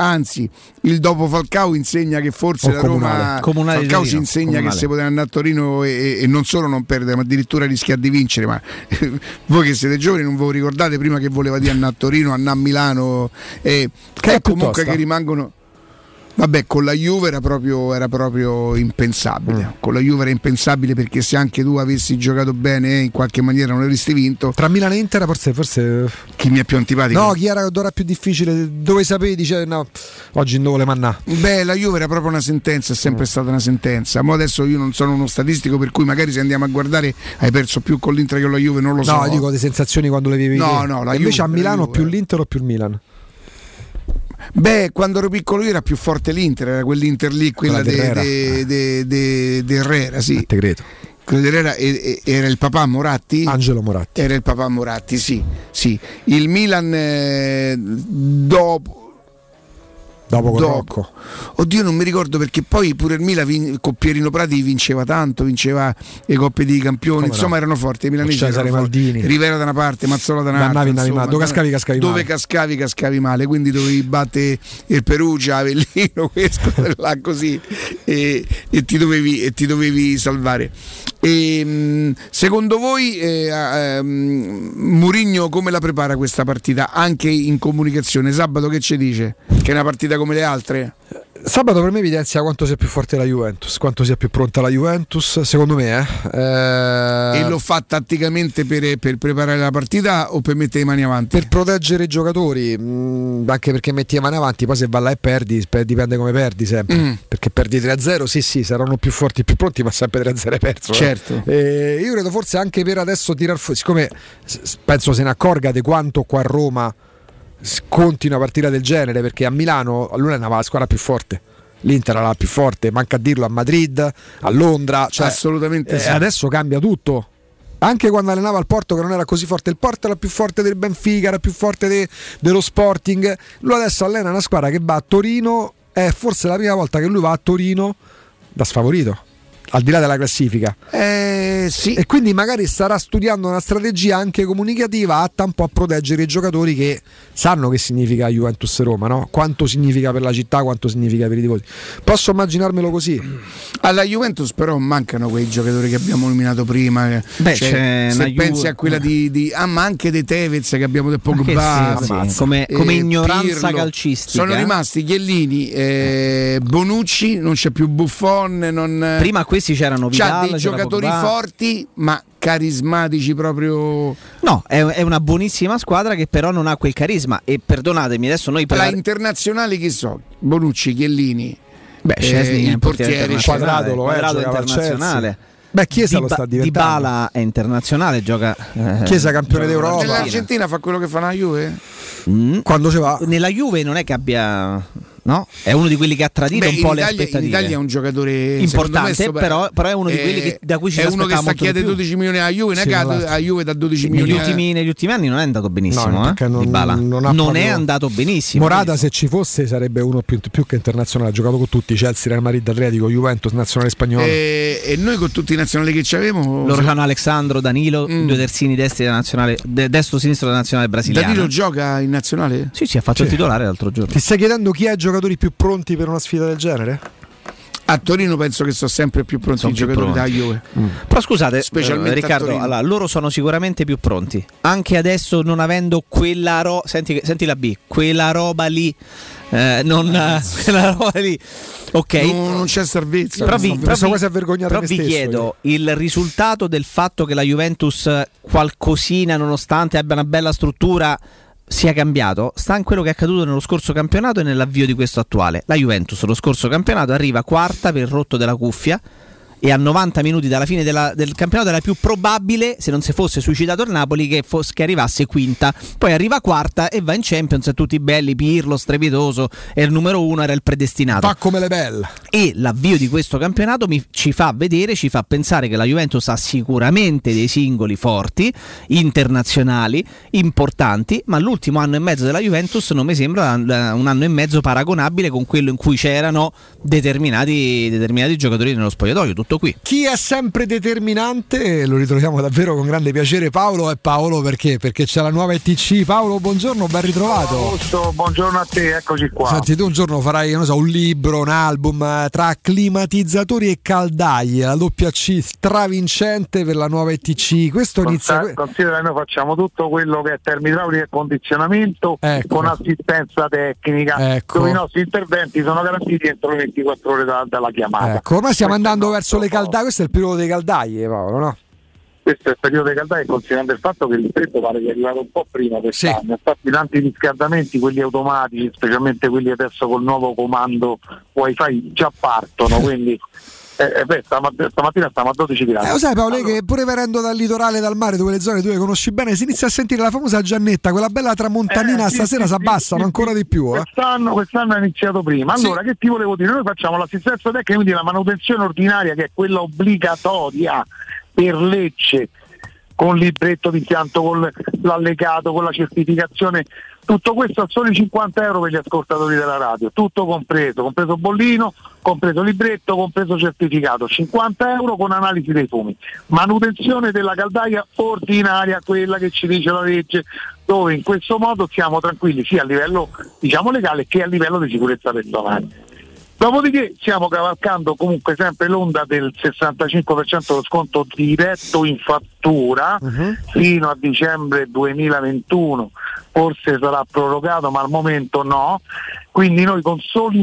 il dopo Falcao insegna che forse la Roma Falcao ci insegna che si poteva andare a Torino e non solo non perdere, ma addirittura rischiare di vincere. Ma voi che siete giovani non ve lo ricordate prima che voleva dire andare a Torino, andare a Milano, che comunque che rimangono. Vabbè, con la Juve era proprio impensabile. Con la Juve era impensabile, perché se anche tu avessi giocato bene in qualche maniera non avresti vinto. Tra Milano e Inter forse chi mi è più antipatico? No, chi era d'ora più difficile, dove sapevi, dice no, oggi non vuole mannà. Beh, la Juve era proprio una sentenza, è sempre stata una sentenza. Ma adesso io non sono uno statistico, per cui magari se andiamo a guardare hai perso più con l'Inter che con la Juve, non lo so. No, dico le sensazioni quando le vivi. No, la invece Juve, a Milano più l'Inter o più il Milan? Beh, quando ero piccolo io era più forte l'Inter, era quell'Inter lì, quella di Herrera, sì. Te credo. Era il papà Moratti? Angelo Moratti. Era il papà Moratti, sì. Il Milan dopo con Rocco. Oddio, non mi ricordo, perché poi pure il Milan con Pierino Prati vinceva tanto, vinceva le coppe dei campioni. Come insomma, erano forti i milanesi. Cesare Maldini, Rivera da una parte, Mazzola da un'altra. Dove cascavi male, quindi dovevi battere il Perugia, Avellino, questo là così, e ti dovevi salvare. Secondo voi Mourinho come la prepara questa partita, anche in comunicazione? Sabato che ci dice? Che è una partita come le altre? Sabato per me evidenzia quanto sia più forte la Juventus, quanto sia più pronta la Juventus, secondo me. E lo fa tatticamente per preparare la partita o per mettere le mani avanti? Per proteggere i giocatori, anche perché metti le mani avanti, poi se va là e perdi, dipende come perdi sempre. Perché perdi 3-0, sì, saranno più forti, più pronti, ma sempre 3-0 è perso. Certo. Io credo forse anche per adesso tirar fuori, siccome penso se ne accorga di quanto qua a Roma conti una partita del genere, perché a Milano lui era la squadra più forte, l'Inter era la più forte, manca a dirlo, a Madrid, a Londra, cioè, assolutamente sì. Adesso cambia tutto. Anche quando allenava il Porto, che non era così forte, il Porto era più forte del Benfica, era più forte dello Sporting. Lui adesso allena una squadra che va a Torino, è forse la prima volta che lui va a Torino da sfavorito, al di là della classifica. Sì. E quindi magari starà studiando una strategia anche comunicativa atta un po' a proteggere i giocatori che sanno che significa Juventus Roma, no? Quanto significa per la città, quanto significa per i tifosi. Posso immaginarmelo così. Alla Juventus però mancano quei giocatori che abbiamo nominato prima. Beh, c'è se pensi a quella ma anche dei Tevez che abbiamo del Pogba, sì. Come ignoranza Pirlo. calcistica. Sono rimasti Chiellini, Bonucci, non c'è più Buffon, prima questi c'erano Vidal, c'ha dei giocatori forti ma carismatici proprio. No, è una buonissima squadra che però non ha quel carisma. E perdonatemi, adesso noi la internazionali chi so? Bonucci, Chiellini, Szczęsny, il portiere Quadrato internazionale. Beh, Chiesa lo sta diventando. Dybala è internazionale, gioca Chiesa campione d'Europa. Nell'Argentina fa quello che fa la Juve? Quando ci va? Nella Juve non è che abbia, no? È uno di quelli che ha tradito un po' le aspettative. In Italia è un giocatore importante, però è uno di quelli da cui ci si aspetta molto. È uno che sta chiedendo 12 milioni alla Juve, a Juve da 12 milioni. Negli ultimi anni non è andato benissimo, Dybala. Non è andato benissimo. Morata, se ci fosse, sarebbe uno più che internazionale. Ha giocato con tutti: Chelsea, Real Madrid, Atletico, Juventus, nazionale spagnolo. E noi con tutti i nazionali che ci avevamo. Loro hanno Alexandro, Danilo, due terzini destri della nazionale, destro-sinistro della nazionale brasiliana. Danilo gioca in nazionale? Sì, ha fatto il titolare l'altro giorno. Ti stai chiedendo chi ha i giocatori più pronti per una sfida del genere? A Torino penso che sono sempre più pronti i giocatori da Juve. Però scusate, specialmente Riccardo, allora, loro sono sicuramente più pronti. Anche adesso non avendo quella senti la B, quella roba lì. Quella roba lì. Ok. Non c'è servizio. Però quasi a vergognare però vi chiedo il risultato del fatto che la Juventus qualcosina, nonostante abbia una bella struttura, sia cambiato, sta in quello che è accaduto nello scorso campionato e nell'avvio di questo attuale. La Juventus lo scorso campionato arriva quarta per il rotto della cuffia e a 90 minuti dalla fine del campionato era più probabile, se non si fosse suicidato il Napoli, che arrivasse quinta. Poi arriva quarta e va in Champions e tutti belli, Pirlo, strepitoso, è il numero uno, era il predestinato. Fa come le belle. E l'avvio di questo campionato ci fa pensare che la Juventus ha sicuramente dei singoli forti, internazionali, importanti, ma l'ultimo anno e mezzo della Juventus non mi sembra un anno e mezzo paragonabile con quello in cui c'erano determinati giocatori nello spogliatoio. tutto qui. Chi è sempre determinante, lo ritroviamo davvero con grande piacere, Paolo. E Paolo perché c'è la nuova ETC. Paolo, buongiorno, ben ritrovato. Augusto, buongiorno a te, eccoci qua. Senti, tu un giorno farai, non so, un libro, un album tra climatizzatori e caldaie, la doppia C stravincente per la nuova ETC. Questo inizia. Considera, noi facciamo tutto quello che è termoidraulica e condizionamento, con assistenza tecnica, dove i nostri interventi sono garantiti entro le 24 ore dalla chiamata. Ecco, ormai stiamo andando verso le caldaie, questo è il periodo dei caldaie, Paolo, no? Questo è il periodo dei caldaie, considerando il fatto che il freddo pare che è arrivato un po' prima quest'anno. Sì. Infatti tanti riscaldamenti, quelli automatici, specialmente quelli adesso col nuovo comando Wi-Fi, già partono, quindi stamattina stiamo a 12 gradi. Lo sai Paolo, che pure venendo dal litorale, dal mare, dove le zone tu le conosci bene, si inizia a sentire la famosa Giannetta, quella bella tramontanina, stasera si abbassano ancora di più. Quest'anno è iniziato prima. Allora, che ti volevo dire? Noi facciamo l'assistenza tecnica, quindi la manutenzione ordinaria, che è quella obbligatoria per legge, con il libretto di impianto, con l'allegato, con la certificazione. Tutto questo a soli 50 euro per gli ascoltatori della radio, tutto compreso bollino, compreso libretto, compreso certificato, 50 euro con analisi dei fumi. Manutenzione della caldaia ordinaria, quella che ci dice la legge, dove in questo modo siamo tranquilli sia a livello legale che a livello di sicurezza personale. Dopodiché stiamo cavalcando comunque sempre l'onda del 65% dello sconto diretto in fattura fino a dicembre 2021, forse sarà prorogato ma al momento no, quindi noi con soli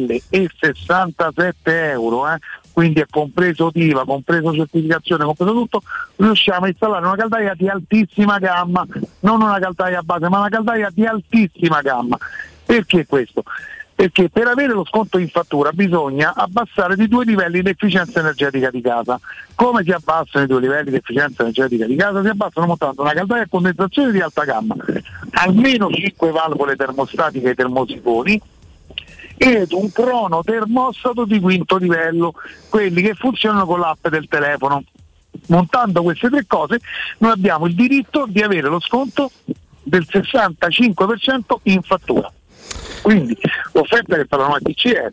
1.067 euro, quindi è compreso l'IVA, compreso certificazione, compreso tutto, riusciamo a installare una caldaia di altissima gamma, non una caldaia base ma una caldaia di altissima gamma. Perché questo? Perché per avere lo sconto in fattura bisogna abbassare di 2 livelli l'efficienza energetica di casa. Come si abbassano i 2 livelli di efficienza energetica di casa? Si abbassano montando una caldaia a condensazione di alta gamma, almeno 5 valvole termostatiche ai termosifoni ed un crono termostato di quinto livello, quelli che funzionano con l'app del telefono. Montando queste 3 cose noi abbiamo il diritto di avere lo sconto del 65% in fattura. Quindi l'offerta che fa la nuova ETC è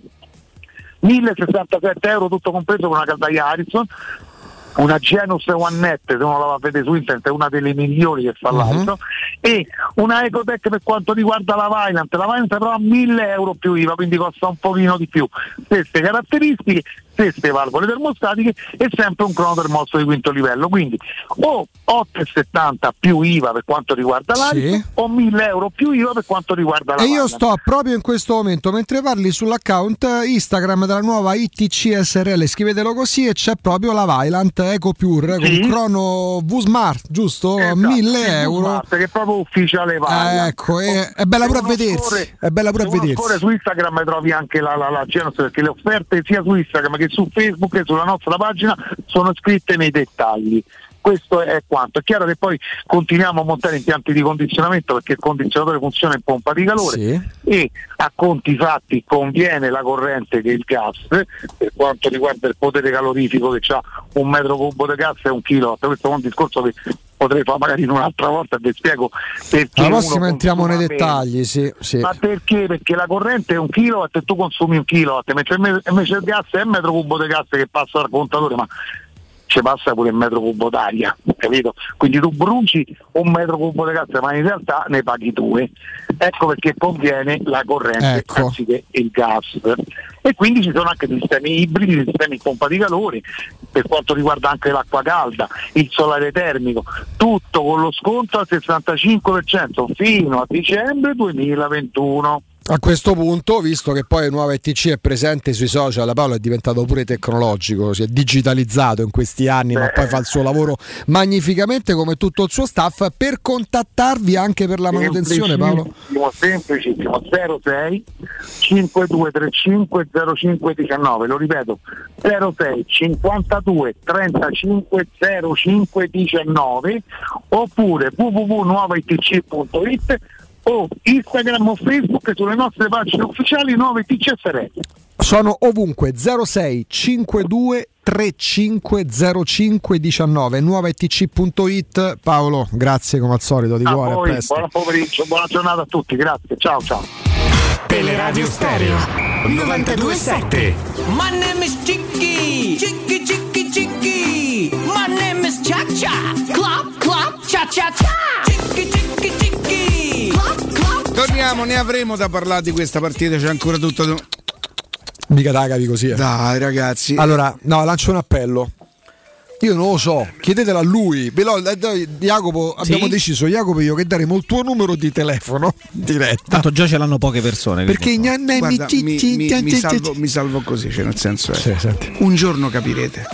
1.067 euro tutto compreso con una caldaia Ariston, una Genus One Net, se uno la va a vedere su internet è una delle migliori che fa l'Ariston, e una Ecotech per quanto riguarda la Vaillant però ha 1.000 euro più IVA, quindi costa un pochino di più. Stesse caratteristiche, stesse valvole termostatiche e sempre un crono termostato di quinto livello, quindi o 8,70 più IVA per quanto riguarda l'Ariston o 1.000 euro più IVA per quanto riguarda la Vaillant. Io sto proprio in questo momento, mentre parli, sull'account Instagram della nuova ITC SRL, scrivetelo così, e c'è proprio la Vaillant EcoPure con crono V-Smart, giusto? Esatto, 1.000 euro. V-Smart, che è proprio ufficiale Vaillant. Ecco, è bella pure a vedersi. È bella pure a vedersi. Su Instagram trovi anche la Genus, perché le offerte sia su Instagram che su Facebook e sulla nostra pagina sono scritte nei dettagli. Questo è quanto. È chiaro che poi continuiamo a montare impianti di condizionamento, perché il condizionatore funziona in pompa di calore e a conti fatti conviene la corrente che il gas, per quanto riguarda il potere calorifico, che ha 1 metro cubo di gas e 1 kilowatt. Questo è un discorso che potrei fare magari in un'altra volta e vi spiego perché. La prossima entriamo nei dettagli, sì. Ma perché? Perché la corrente è 1 kilowatt e tu consumi 1 kilowatt, invece il gas è 1 metro cubo di gas che passa dal contatore, ma ci passa pure il metro cubo d'aria, capito? Quindi tu bruci 1 metro cubo di gas, ma in realtà ne paghi 2. Ecco perché conviene la corrente anziché il gas. E quindi ci sono anche sistemi ibridi, sistemi in pompa di calore, per quanto riguarda anche l'acqua calda, il solare termico, tutto con lo sconto al 65% fino a dicembre 2021. A questo punto, visto che poi Nuova ETC è presente sui social, Paolo è diventato pure tecnologico, si è digitalizzato in questi anni, ma poi fa il suo lavoro magnificamente come tutto il suo staff. Per contattarvi anche per la manutenzione, Paolo? Semplicissimo, 06 5235 0519, lo ripeto, 06 52 35 05 19, oppure www.nuovaitc.it o Instagram o Facebook sulle nostre pagine ufficiali Nuove ETC SRL. Sono ovunque. 06 52 35 05 19, nuovaetc.it. Paolo, grazie come al solito, di cuore. Buon pomeriggio, buona giornata a tutti, grazie, ciao. Teleradio Stereo 92.7. My name is Chicky, Chicky, Chicky, Chicky. My name is Cha-Cha, clap, clap, cha-cha-cha. Chicky, Chicky, Chicky, clap, clap. Torniamo, ne avremo da parlare di questa partita, c'è ancora tutto. Mica da capi così. Dai ragazzi. Allora, no, lancio un appello. Io non lo so, chiedetelo a lui. Jacopo, abbiamo deciso, Jacopo e io, che daremo il tuo numero di telefono diretta. Tanto già ce l'hanno poche persone. Perché guarda, mi salvo così, cioè nel senso un giorno capirete.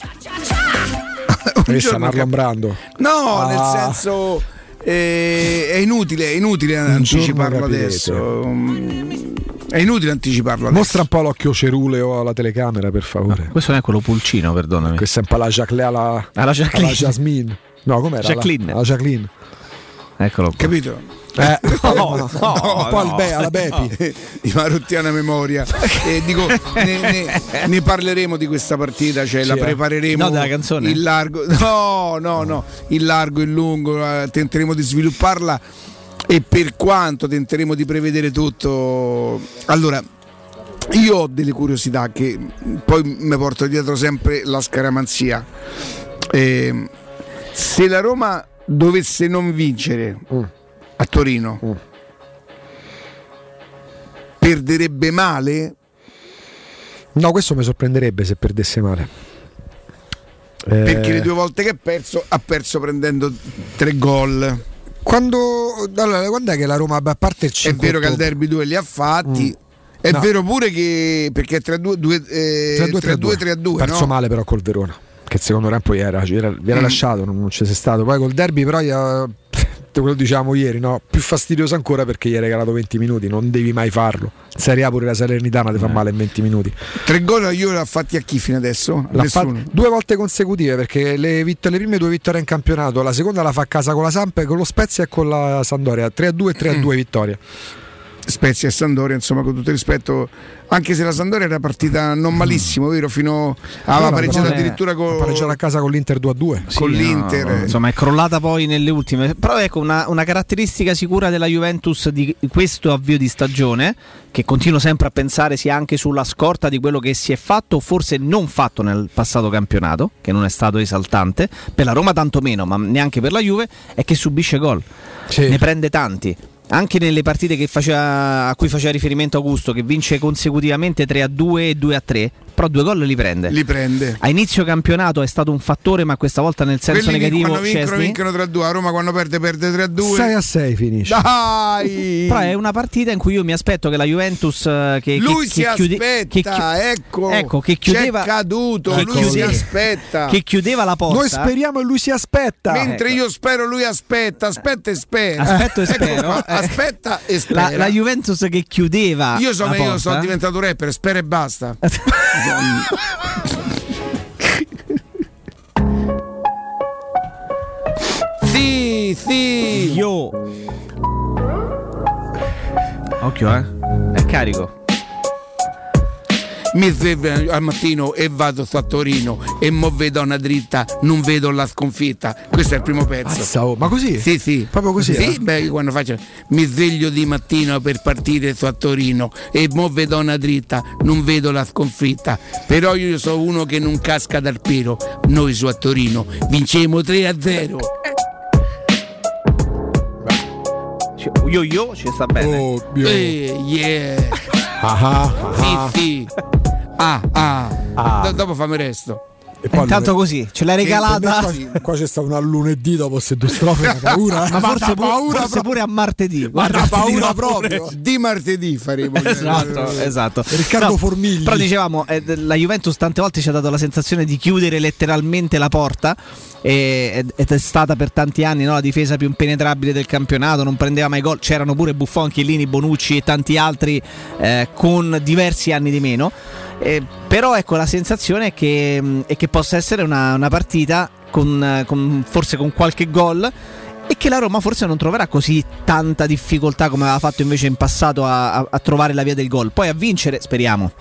Questa Marlon Brando. No, nel senso è inutile anticiparlo adesso. È inutile anticiparlo adesso. Mostra un po' l'occhio ceruleo alla telecamera, per favore. No, questo non è quello pulcino, perdonami. Questa è un po' la Jacqueline. Alla Jasmine. No, com'era? Jacqueline. La Jacqueline. Eccolo qua. Capito? No, poi alla Bepi di marottiana memoria. Dico, ne parleremo di questa partita, cioè la prepareremo. No, della canzone. Il largo. No. Il largo, il lungo, tenteremo di svilupparla. E per quanto tenteremo di prevedere tutto, allora io ho delle curiosità che poi mi porto dietro sempre la scaramanzia. Se la Roma dovesse non vincere a Torino, perderebbe male? No, questo mi sorprenderebbe se perdesse male. Perché le due volte che ha perso prendendo 3 gol. Quando è che la Roma, a parte il 5 è vero che al derby 2 li ha fatti, è vero pure che perché è 3-2 perso male però col Verona, che il secondo tempo vi era lasciato, non ci sei stato. Poi col derby però quello diciamo ieri, no? Più fastidioso ancora perché gli hai regalato 20 minuti, non devi mai farlo. In Serie A pure la Salernitana ti fa male in 20 minuti. 3 gol io l'ho fatti a chi fino adesso? Nessuno. 2 volte consecutive, perché le prime 2 vittorie in campionato, la seconda la fa a casa con la Samp, con lo Spezia e con la Sampdoria, 3-2 e 3-2 vittorie. Spezia e Sampdoria, insomma, con tutto il rispetto, anche se la Sampdoria era partita non malissimo, vero? Aveva pareggiato addirittura pareggiato a casa con l'Inter 2-2. Con l'Inter. No, insomma, è crollata poi nelle ultime. Però ecco una caratteristica sicura della Juventus di questo avvio di stagione, che continuo sempre a pensare sia anche sulla scorta di quello che si è fatto o forse non fatto nel passato campionato, che non è stato esaltante, per la Roma tanto meno, ma neanche per la Juve, è che subisce gol. Ne prende tanti. Anche nelle partite a cui faceva riferimento Augusto, che vince consecutivamente 3-2 e 2-3, però 2 gol li prende. A inizio campionato è stato un fattore, ma questa volta nel senso negativo. Quando vincono 3-2, a Roma quando perde 3-2. 6-6 finisce. Dai! Però è una partita in cui io mi aspetto che la Juventus che chiudeva, c'è caduto, lui si aspetta. Che chiudeva la porta. Noi speriamo e lui si aspetta. Mentre io spero lui aspetta e spera. Aspetto e spero. Aspetta e spera. La Juventus che chiudeva. Io sono diventato rapper, spera e basta. Sì. Io. Occhio, è carico. Mi sveglio al mattino e vado a Torino e mo vedo una dritta, non vedo la sconfitta. Questo è il primo pezzo. Ma così? Sì. Proprio così? Sì, quando faccio mi sveglio di mattina per partire su a Torino e mo vedo una dritta, non vedo la sconfitta. Però io sono uno che non casca dal pelo. Noi su a Torino vincemo 3-0. Io ci sta bene. Yeah. Sì. Dopo fammi resto. E poi intanto così ce l'hai regalata. Qua c'è stato una lunedì dopo queste 2 strofe, una paura. Ma forse pure a martedì. Guarda, paura proprio. Di martedì faremo. Esatto. Riccardo Formigli. Però dicevamo, la Juventus tante volte ci ha dato la sensazione di chiudere letteralmente la porta. Ed è stata per tanti anni, no, la difesa più impenetrabile del campionato, non prendeva mai gol. C'erano pure Buffon, Chiellini, Bonucci e tanti altri con diversi anni di meno. Però ecco, la sensazione è che possa essere una partita forse con qualche gol, e che la Roma forse non troverà così tanta difficoltà come aveva fatto invece in passato a trovare la via del gol. Poi a vincere speriamo.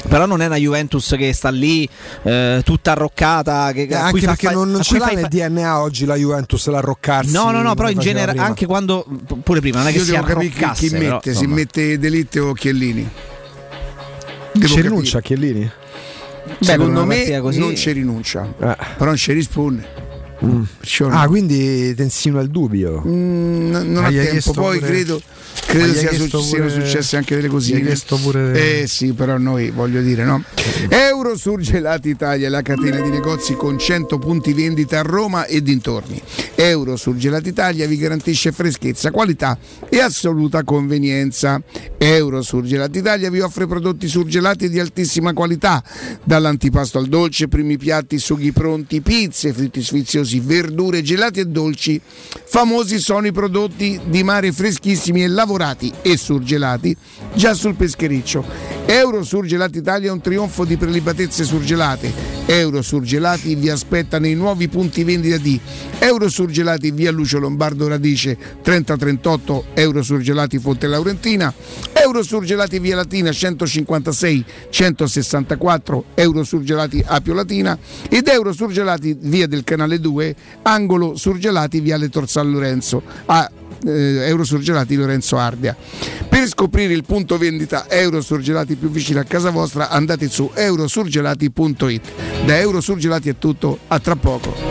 Però non è una Juventus che sta lì tutta arroccata, anche perché non ce l'ha nel DNA oggi la Juventus l'arroccarsi. No, però in genere anche quando pure prima non è che si arroccasse. Chi mette, si mette De Ligt o Chiellini? Ci rinuncia a Chiellini? Secondo me non ci rinuncia, però non ci risponde. Quindi ti insinua il dubbio. Non ha tempo, poi credo siano successe anche delle cosine. Sì, però noi voglio dire, no? Eurosurgelati Italia, la catena di negozi con 100 punti vendita a Roma e dintorni. Eurosurgelati Italia vi garantisce freschezza, qualità e assoluta convenienza. Eurosurgelati Italia vi offre prodotti surgelati di altissima qualità, dall'antipasto al dolce, primi piatti, sughi pronti, pizze, fritti sfiziosi, verdure, gelati e dolci. Famosi sono i prodotti di mare freschissimi e lavorati e surgelati già sul peschereccio. Eurosurgelati Italia è un trionfo di prelibatezze surgelate. Eurosurgelati vi aspetta nei nuovi punti vendita di Eurosurgelati via Lucio Lombardo Radice 3038, Eurosurgelati Fonte Laurentina, Eurosurgelati via Latina 156 164, Eurosurgelati Apio Latina ed Eurosurgelati via del Canale 2, angolo Surgelati viale Tor San Lorenzo a Eurosurgelati Lorenzo Ardea. Per scoprire il punto vendita Eurosurgelati più vicino a casa vostra andate su eurosurgelati.it. Da Eurosurgelati è tutto, a tra poco.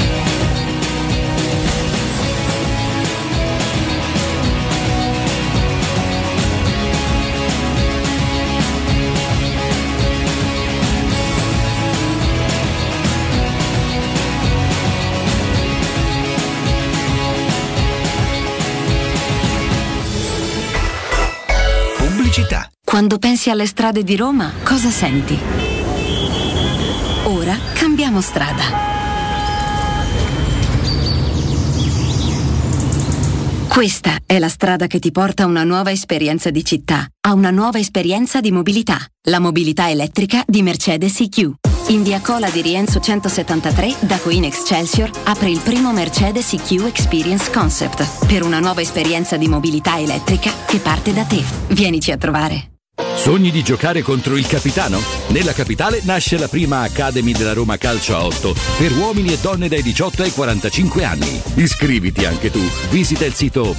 Quando pensi alle strade di Roma, cosa senti? Ora cambiamo strada. Questa è la strada che ti porta a una nuova esperienza di città, a una nuova esperienza di mobilità. La mobilità elettrica di Mercedes EQ. In via Cola di Rienzo 173, da Queen Excelsior, apre il primo Mercedes EQ Experience Concept per una nuova esperienza di mobilità elettrica che parte da te. Vienici a trovare. Sogni di giocare contro il capitano? Nella capitale nasce la prima Academy della Roma Calcio a 8 per uomini e donne dai 18 ai 45 anni. Iscriviti anche tu. Visita il sito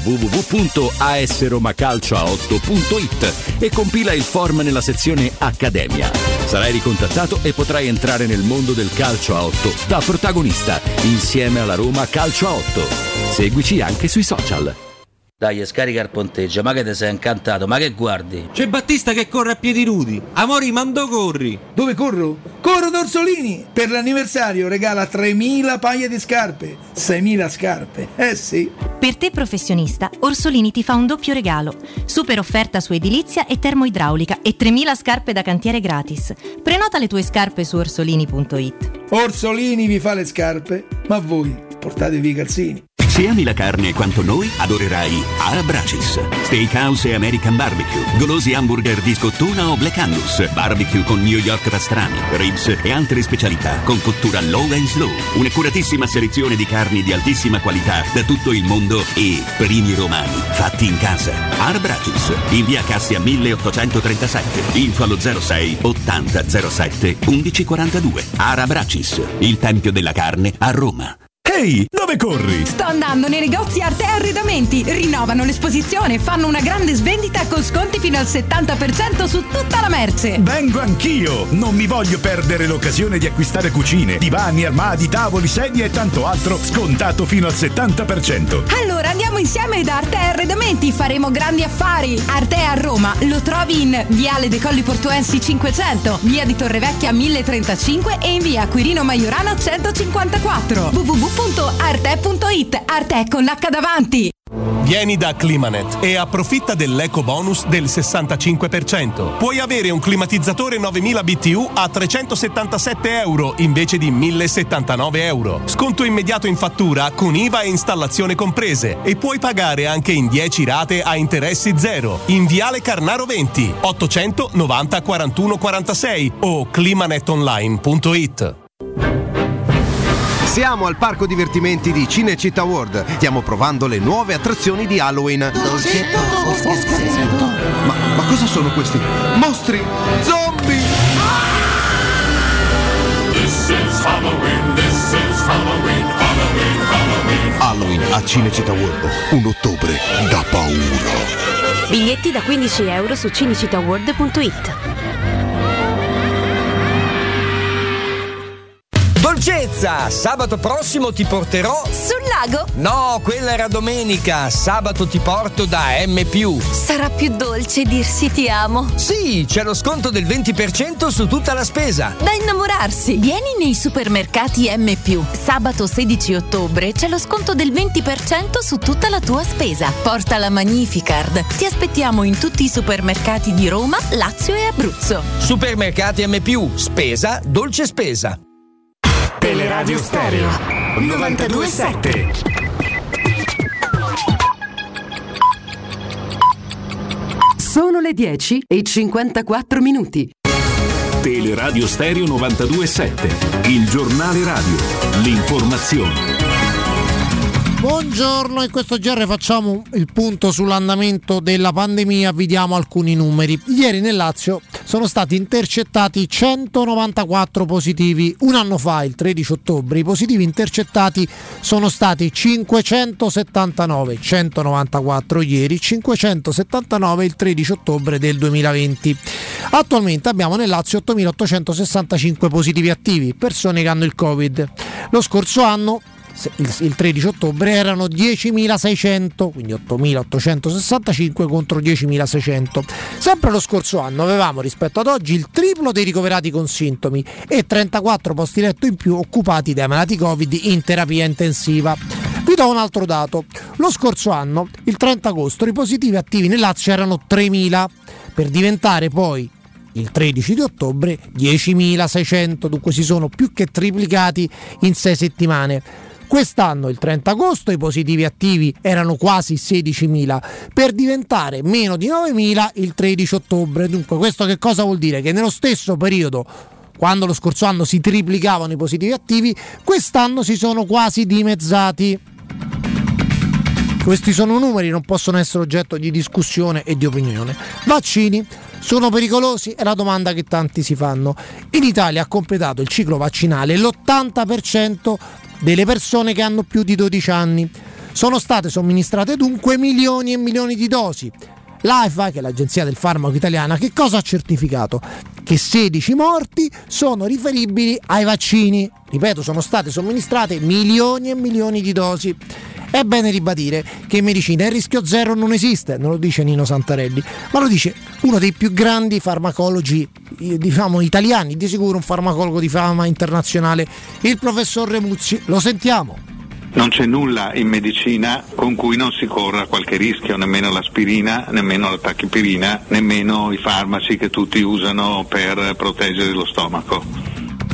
www.asromacalcioa8.it e compila il form nella sezione Accademia. Sarai ricontattato e potrai entrare nel mondo del calcio a 8 da protagonista insieme alla Roma Calcio a 8. Seguici anche sui social. Dai, scarica il ponteggio, ma che ti sei incantato, ma che guardi? C'è Battista che corre a piedi nudi. Amori, mando corri. Dove corro? Corro da Orsolini. Per l'anniversario regala 3.000 paia di scarpe. 6.000 scarpe. Sì. Per te professionista, Orsolini ti fa un doppio regalo. Super offerta su edilizia e termoidraulica e 3.000 scarpe da cantiere gratis. Prenota le tue scarpe su orsolini.it. Orsolini vi fa le scarpe, ma voi portatevi i calzini. Se ami la carne quanto noi, adorerai Arabracis. Steakhouse e American Barbecue, golosi hamburger di scottuna o Black Angus, barbecue con New York pastrami, ribs e altre specialità con cottura low and slow. Un'accuratissima selezione di carni di altissima qualità da tutto il mondo e primi romani fatti in casa. Arabracis, in via Cassia 1837, info allo 06 80 07 1142. Arabracis, il tempio della carne a Roma. Ehi, dove corri? Sto andando nei negozi Arte Arredamenti. Rinnovano l'esposizione, fanno una grande svendita con sconti fino al 70% su tutta la merce. Vengo anch'io. Non mi voglio perdere l'occasione di acquistare cucine, divani, armadi, tavoli, sedie e tanto altro scontato fino al 70%. Allora andiamo insieme da Arte Arredamenti, faremo grandi affari. Arte a Roma lo trovi in Viale dei Colli Portuensi 500, Via di Torrevecchia 1035 e in Via Quirino Maiorana 154. www.arte.it. Arte con l'H davanti. Vieni da Climanet e approfitta dell'eco bonus del 65%. Puoi avere un climatizzatore 9000 BTU a 377 euro invece di 1079 euro. Sconto immediato in fattura con IVA e installazione comprese e puoi pagare anche in 10 rate a interessi zero. In Viale Carnaro 20 890 41 46 o climanetonline.it. Siamo al parco divertimenti di Cinecittà World. Stiamo provando le nuove attrazioni di Halloween. Ma cosa sono questi? Mostri? Zombie! A Cinecittà World, un ottobre da paura. Biglietti da €15 su cinecittàworld.it. Dolcezza, sabato prossimo ti porterò sul lago? No, quella era domenica. Sabato ti porto da M+. Sarà più dolce dirsi ti amo. Sì, c'è lo sconto del 20% su tutta la spesa. Da innamorarsi. Vieni nei supermercati M+. Sabato 16 ottobre c'è lo sconto del 20% su tutta la tua spesa. Porta la Magnificard. Ti aspettiamo in tutti i supermercati di Roma, Lazio e Abruzzo. Supermercati M+, spesa, dolce spesa. Teleradio Stereo 92.7. Sono le 10:54. Teleradio Stereo 92.7, il giornale radio, l'informazione. Buongiorno, in questo GR facciamo il punto sull'andamento della pandemia, vi diamo alcuni numeri. Ieri nel Lazio sono stati intercettati 194 positivi. Un anno fa, il 13 ottobre, i positivi intercettati sono stati 579, 194 ieri, 579 il 13 ottobre del 2020. Attualmente abbiamo nel Lazio 8.865 positivi attivi, persone che hanno il Covid. Lo scorso anno, il 13 ottobre, erano 10.600, quindi 8.865 contro 10.600. Sempre lo scorso anno avevamo rispetto ad oggi il triplo dei ricoverati con sintomi e 34 posti letto in più occupati dai malati Covid in terapia intensiva. Vi do un altro dato. Lo scorso anno, il 30 agosto, i positivi attivi nel Lazio erano 3.000, per diventare poi il 13 di ottobre 10.600, dunque si sono più che triplicati in 6 settimane. Quest'anno, il 30 agosto, i positivi attivi erano quasi 16.000, per diventare meno di 9.000 il 13 ottobre. Dunque questo che cosa vuol dire? Che nello stesso periodo, quando lo scorso anno si triplicavano i positivi attivi, quest'anno si sono quasi dimezzati. Questi sono numeri, non possono essere oggetto di discussione e di opinione. Vaccini sono pericolosi? È la domanda che tanti si fanno. In Italia ha completato il ciclo vaccinale l'80% delle persone che hanno più di 12 anni. Sono state somministrate dunque milioni e milioni di dosi. L'AIFA, che è l'agenzia del farmaco italiana, che cosa ha certificato? Che 16 morti sono riferibili ai vaccini. Ripeto, sono state somministrate milioni e milioni di dosi. È bene ribadire che in medicina il rischio zero non esiste, non lo dice Nino Santarelli, ma lo dice uno dei più grandi farmacologi, diciamo, italiani, di sicuro un farmacologo di fama internazionale, il professor Remuzzi. Lo sentiamo. Non c'è nulla in medicina con cui non si corra qualche rischio, nemmeno l'aspirina, nemmeno la tachipirina, nemmeno i farmaci che tutti usano per proteggere lo stomaco.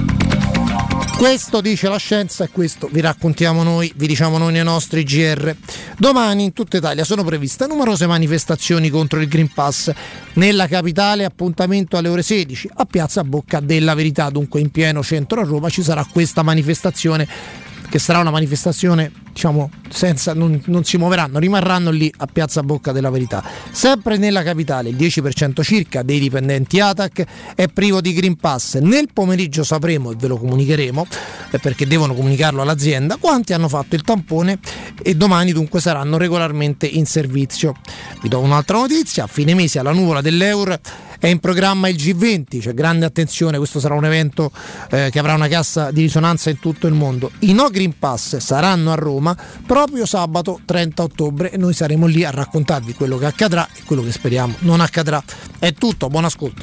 Questo dice la scienza e questo vi raccontiamo noi, vi diciamo noi nei nostri GR. Domani in tutta Italia sono previste numerose manifestazioni contro il Green Pass. Nella capitale appuntamento alle ore 16 a Piazza Bocca della Verità, dunque in pieno centro a Roma ci sarà questa manifestazione, che sarà una manifestazione, diciamo, senza, non si muoveranno, rimarranno lì a Piazza Bocca della Verità. Sempre nella capitale il 10% circa dei dipendenti ATAC è privo di Green Pass. Nel pomeriggio sapremo, e ve lo comunicheremo, perché devono comunicarlo all'azienda, quanti hanno fatto il tampone e domani dunque saranno regolarmente in servizio. Vi do un'altra notizia: a fine mese alla nuvola dell'Eur è in programma il G20, c'è grande attenzione, questo sarà un evento che avrà una cassa di risonanza in tutto il mondo. I no Green Pass saranno a Roma proprio sabato 30 ottobre e noi saremo lì a raccontarvi quello che accadrà e quello che speriamo non accadrà. È tutto, buon ascolto.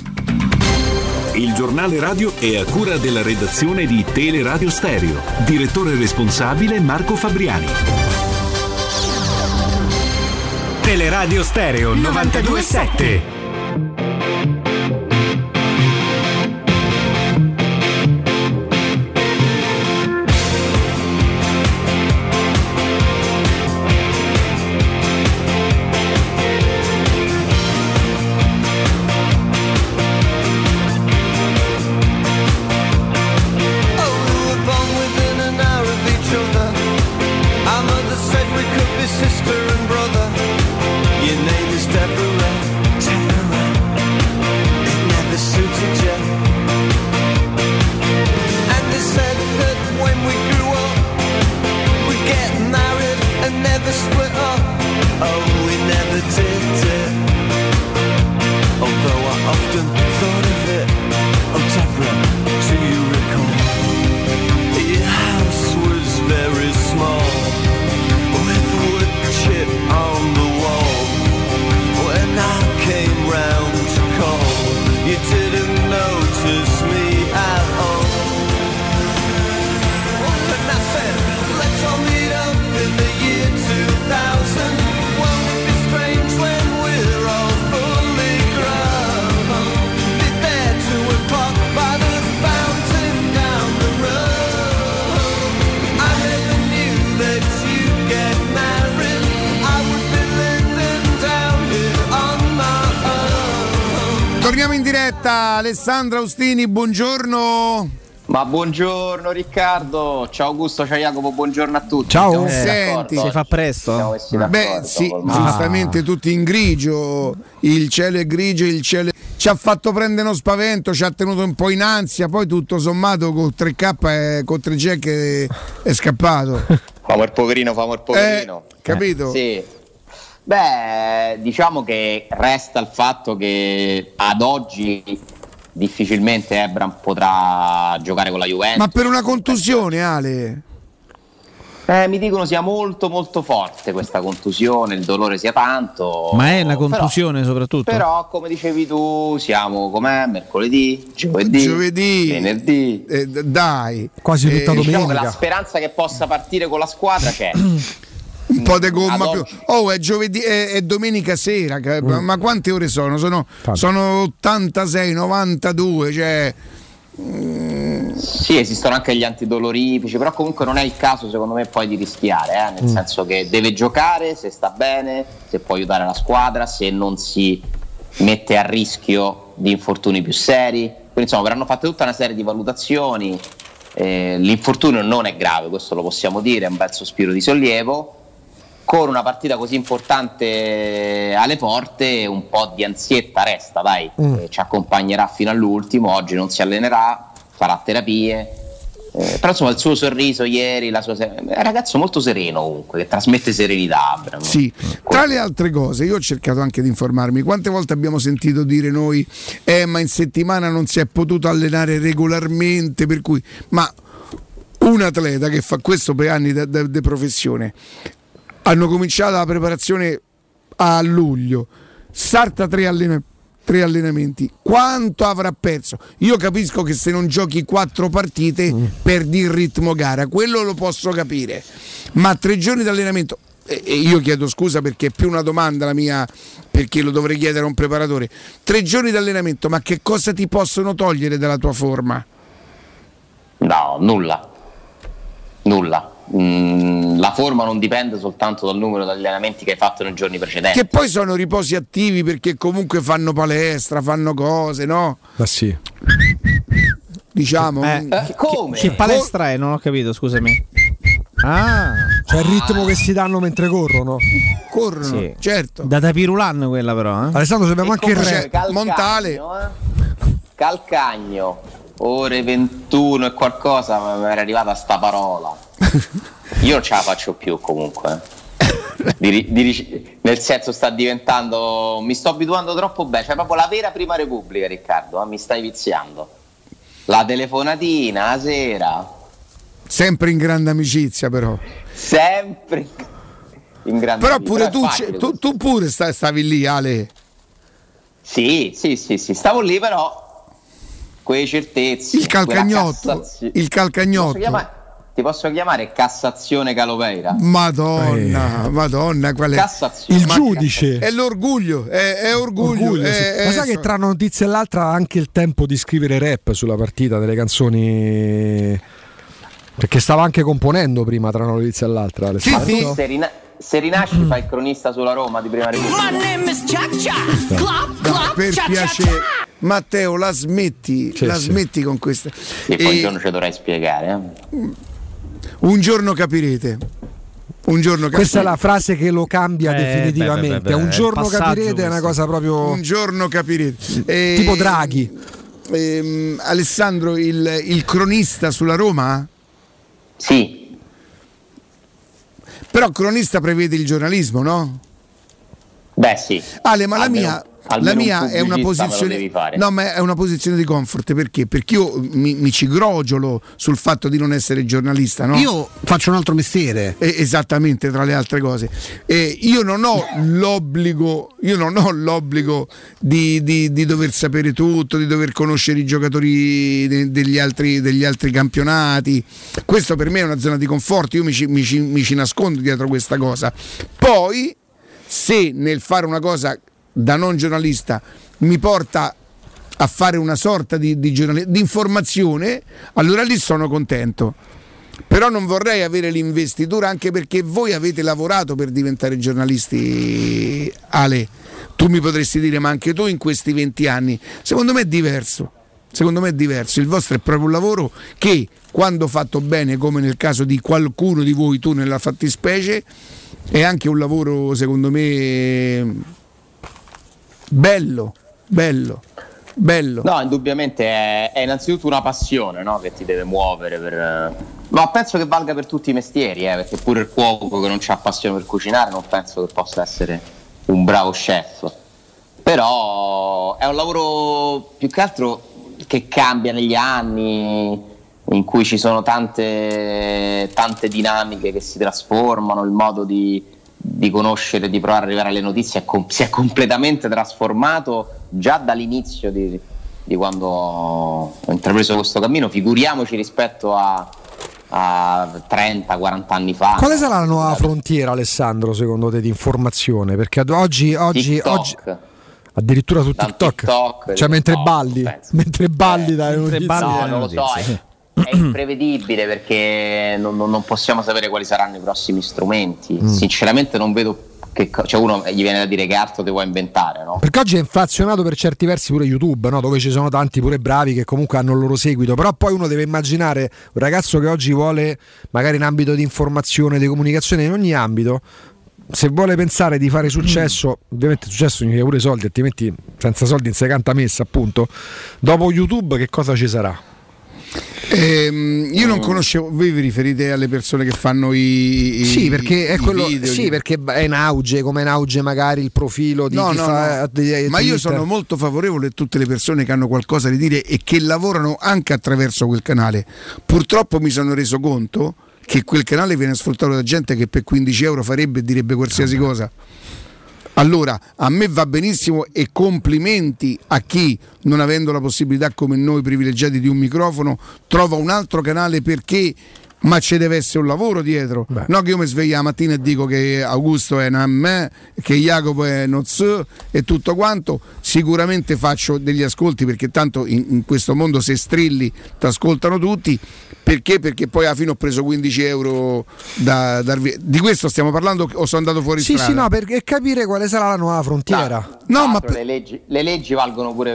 Il giornale radio è a cura della redazione di Teleradio Stereo. Direttore responsabile Marco Fabriani. Teleradio Stereo 92.7. Sister and brother, your name is Deborah. diretta Alessandro Austini, buongiorno. Ma buongiorno Riccardo, ciao Augusto, ciao Jacopo, buongiorno a tutti. Ciao, senti, si fa presto? Beh, sì, giustamente tutti in grigio, il cielo è grigio, il cielo ci ha fatto prendere uno spavento, ci ha tenuto un po' in ansia, poi tutto sommato con 3K e con 3G è scappato. Famo il poverino. Capito? Sì. Beh, diciamo che resta il fatto che ad oggi difficilmente Ebram potrà giocare con la Juventus. Ma per una contusione, Ale? Mi dicono sia molto molto forte questa contusione, il dolore sia tanto. Ma è una contusione soprattutto? Però come dicevi tu, siamo com'è? Mercoledì, giovedì, venerdì. Dai. Quasi tutta domenica. Diciamo che la speranza che possa partire con la squadra c'è. Un po' di gomma più. È giovedì, è domenica sera. Ma quante ore sono? Sono 86, 92, cioè. Sì, esistono anche gli antidolorifici, però comunque non è il caso secondo me poi di rischiare, nel senso che deve giocare se sta bene, se può aiutare la squadra, se non si mette a rischio di infortuni più seri. Quindi insomma verranno fatte tutta una serie di valutazioni. L'infortunio non è grave, questo lo possiamo dire, è un bel sospiro di sollievo. Con una partita così importante alle porte un po' di ansietta resta, dai, ci accompagnerà fino all'ultimo, oggi non si allenerà, farà terapie, però insomma il suo sorriso ieri, è un ragazzo molto sereno comunque, che trasmette serenità. Abram. Sì, tra le altre cose io ho cercato anche di informarmi, quante volte abbiamo sentito dire noi ma in settimana non si è potuto allenare regolarmente, per cui, ma un atleta che fa questo per anni di professione, hanno cominciato la preparazione a luglio, salta 3 allenamenti, quanto avrà perso? Io capisco che se non giochi 4 partite perdi il ritmo gara, quello lo posso capire, ma 3 giorni di allenamento, e io chiedo scusa perché è più una domanda la mia, perché lo dovrei chiedere a un preparatore, 3 giorni di allenamento, ma che cosa ti possono togliere dalla tua forma? No, nulla. La forma non dipende soltanto dal numero di allenamenti che hai fatto nei giorni precedenti, che poi sono riposi attivi perché comunque fanno palestra, fanno cose, no? Ma sì, diciamo come? Che palestra è? Non ho capito, scusami. C'è il ritmo che si danno mentre corrono, sì. Certo, da tapirulan quella però, Alessandro, abbiamo anche il re Montale, Calcagno, ore 21 e qualcosa, ma mi era arrivata sta parola. Io non ce la faccio più comunque. Nel senso sta diventando, mi sto abituando troppo bene, cioè proprio la vera prima Repubblica, Riccardo, mi stai viziando. La telefonatina la sera. Sempre in grande amicizia però. Sempre in grande però amicizia. Pure tu pure stavi lì, Ale. Sì, stavo lì però quei certezze. Il calcagnotto. Ti posso chiamare Cassazione Calopeira? Madonna, qual è? Cassazione. Il giudice. È l'orgoglio, è orgoglio. Ma sai che tra una notizia e l'altra ha anche il tempo di scrivere rap sulla partita, delle canzoni, perché stava anche componendo prima tra una notizia e l'altra. Sì. Se rinasci fai il cronista sulla Roma di Prima Repubblica. Per piacere, Matteo, la smetti con questa. E poi un giorno ci dovrai spiegare. Un giorno capirete. Questa è la frase che lo cambia definitivamente. Un giorno capirete, è una cosa proprio. Un giorno capirete. Tipo Draghi. Alessandro, il cronista sulla Roma? Sì. Però cronista prevede il giornalismo, no? Beh sì. Ale, ma la mia è una posizione, no, ma è una posizione di comfort, perché io mi ci grogiolo sul fatto di non essere giornalista, no? Io faccio un altro mestiere. Esattamente, tra le altre cose. Io non ho l'obbligo di dover sapere tutto, di dover conoscere i giocatori degli altri campionati. Questo per me è una zona di conforto, io mi ci nascondo dietro questa cosa. Poi, se nel fare una cosa da non giornalista mi porta a fare una sorta di informazione, allora lì sono contento. Però non vorrei avere l'investitura, anche perché voi avete lavorato per diventare giornalisti, Ale. Tu mi potresti dire, ma anche tu in questi 20 anni. Secondo me è diverso. Il vostro è proprio un lavoro che, quando fatto bene, come nel caso di qualcuno di voi, tu nella fattispecie, è anche un lavoro, secondo me, bello. No, indubbiamente è innanzitutto una passione, no? Che ti deve muovere ma penso che valga per tutti i mestieri, perché pure il cuoco che non c'ha passione per cucinare non penso che possa essere un bravo chef. Però è un lavoro più che altro che cambia negli anni, in cui ci sono tante dinamiche che si trasformano, il modo di conoscere, di provare ad arrivare alle notizie si è completamente trasformato già dall'inizio di quando ho intrapreso questo cammino, figuriamoci rispetto a 30-40 anni fa. Quale sarà la nuova frontiera, Alessandro, secondo te, di informazione? Perché oggi addirittura su TikTok, cioè mentre balli dai notizie. No, non lo so, è imprevedibile, perché non possiamo sapere quali saranno i prossimi strumenti. Sinceramente non vedo che uno gli viene da dire che altro ti vuoi inventare, no? Perché oggi è inflazionato per certi versi pure YouTube, no? Dove ci sono tanti pure bravi che comunque hanno il loro seguito, però poi uno deve immaginare un ragazzo che oggi vuole, magari in ambito di informazione, di comunicazione, in ogni ambito, se vuole pensare di fare successo, ovviamente successo significa pure soldi, altrimenti senza soldi non si canta messa, appunto. Dopo YouTube che cosa ci sarà? Io non conoscevo. Voi vi riferite alle persone che fanno sì, perché è quello, video, sì, perché è in auge, come in auge magari il profilo di chi fa. Ma io sono molto favorevole a tutte le persone che hanno qualcosa da dire e che lavorano anche attraverso quel canale. Purtroppo mi sono reso conto che quel canale viene sfruttato da gente che per 15 euro farebbe e direbbe qualsiasi cosa. Allora, a me va benissimo e complimenti a chi, non avendo la possibilità come noi privilegiati di un microfono, trova un altro canale, perché ma ci deve essere un lavoro dietro. No, che io mi sveglio la mattina e dico che Augusto è una me, che Jacopo è non so e tutto quanto. Sicuramente faccio degli ascolti, perché tanto in questo mondo se strilli ti ascoltano tutti. Perché? Perché poi alla fine ho preso 15 euro da darvi. Di questo stiamo parlando o sono andato fuori strada? Sì, no, per capire quale sarà la nuova frontiera. No, ma le leggi valgono pure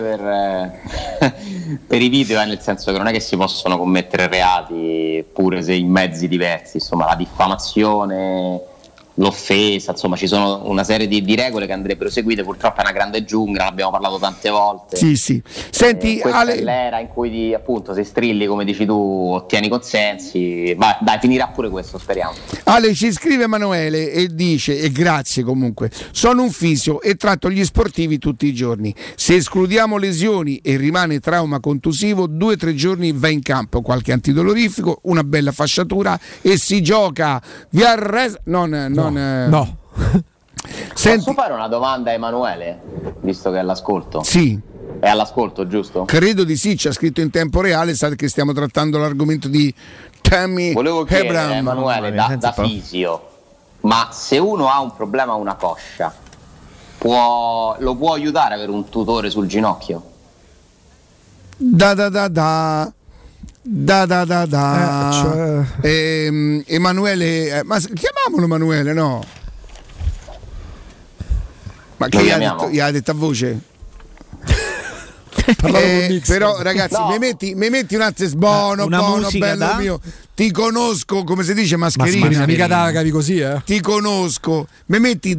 per i video, nel senso che non è che si possono commettere reati pure se in mezzi diversi, insomma, la diffamazione, l'offesa, insomma ci sono una serie di regole che andrebbero seguite. Purtroppo è una grande giungla, l'abbiamo parlato tante volte. Sì. Senti, questa Ale, è l'era in cui appunto se strilli, come dici tu, ottieni consensi. Ma dai, finirà pure questo, speriamo. Ale, ci scrive Emanuele e dice, e grazie comunque, sono un fisio e tratto gli sportivi tutti i giorni. Se escludiamo lesioni e rimane trauma contusivo, 2-3 giorni va in campo, qualche antidolorifico, una bella fasciatura e si gioca. Vi arresta. No. Posso fare una domanda a Emanuele, visto che è all'ascolto? Sì. È all'ascolto, giusto? Credo di sì, ci ha scritto in tempo reale, sa che stiamo trattando l'argomento di Tammy Volevo chiedere a Abraham. Emanuele, da fisio, ma se uno ha un problema a una coscia, lo può aiutare ad avere un tutore sul ginocchio? Emanuele, ma chiamiamolo Emanuele, no? Ma che gli ha detto a voce? Però ragazzi, No. mi metti un attimo buono, bello mio. Ti conosco, come si dice, mascherina. Mica da capi così, Ti conosco. Mi metti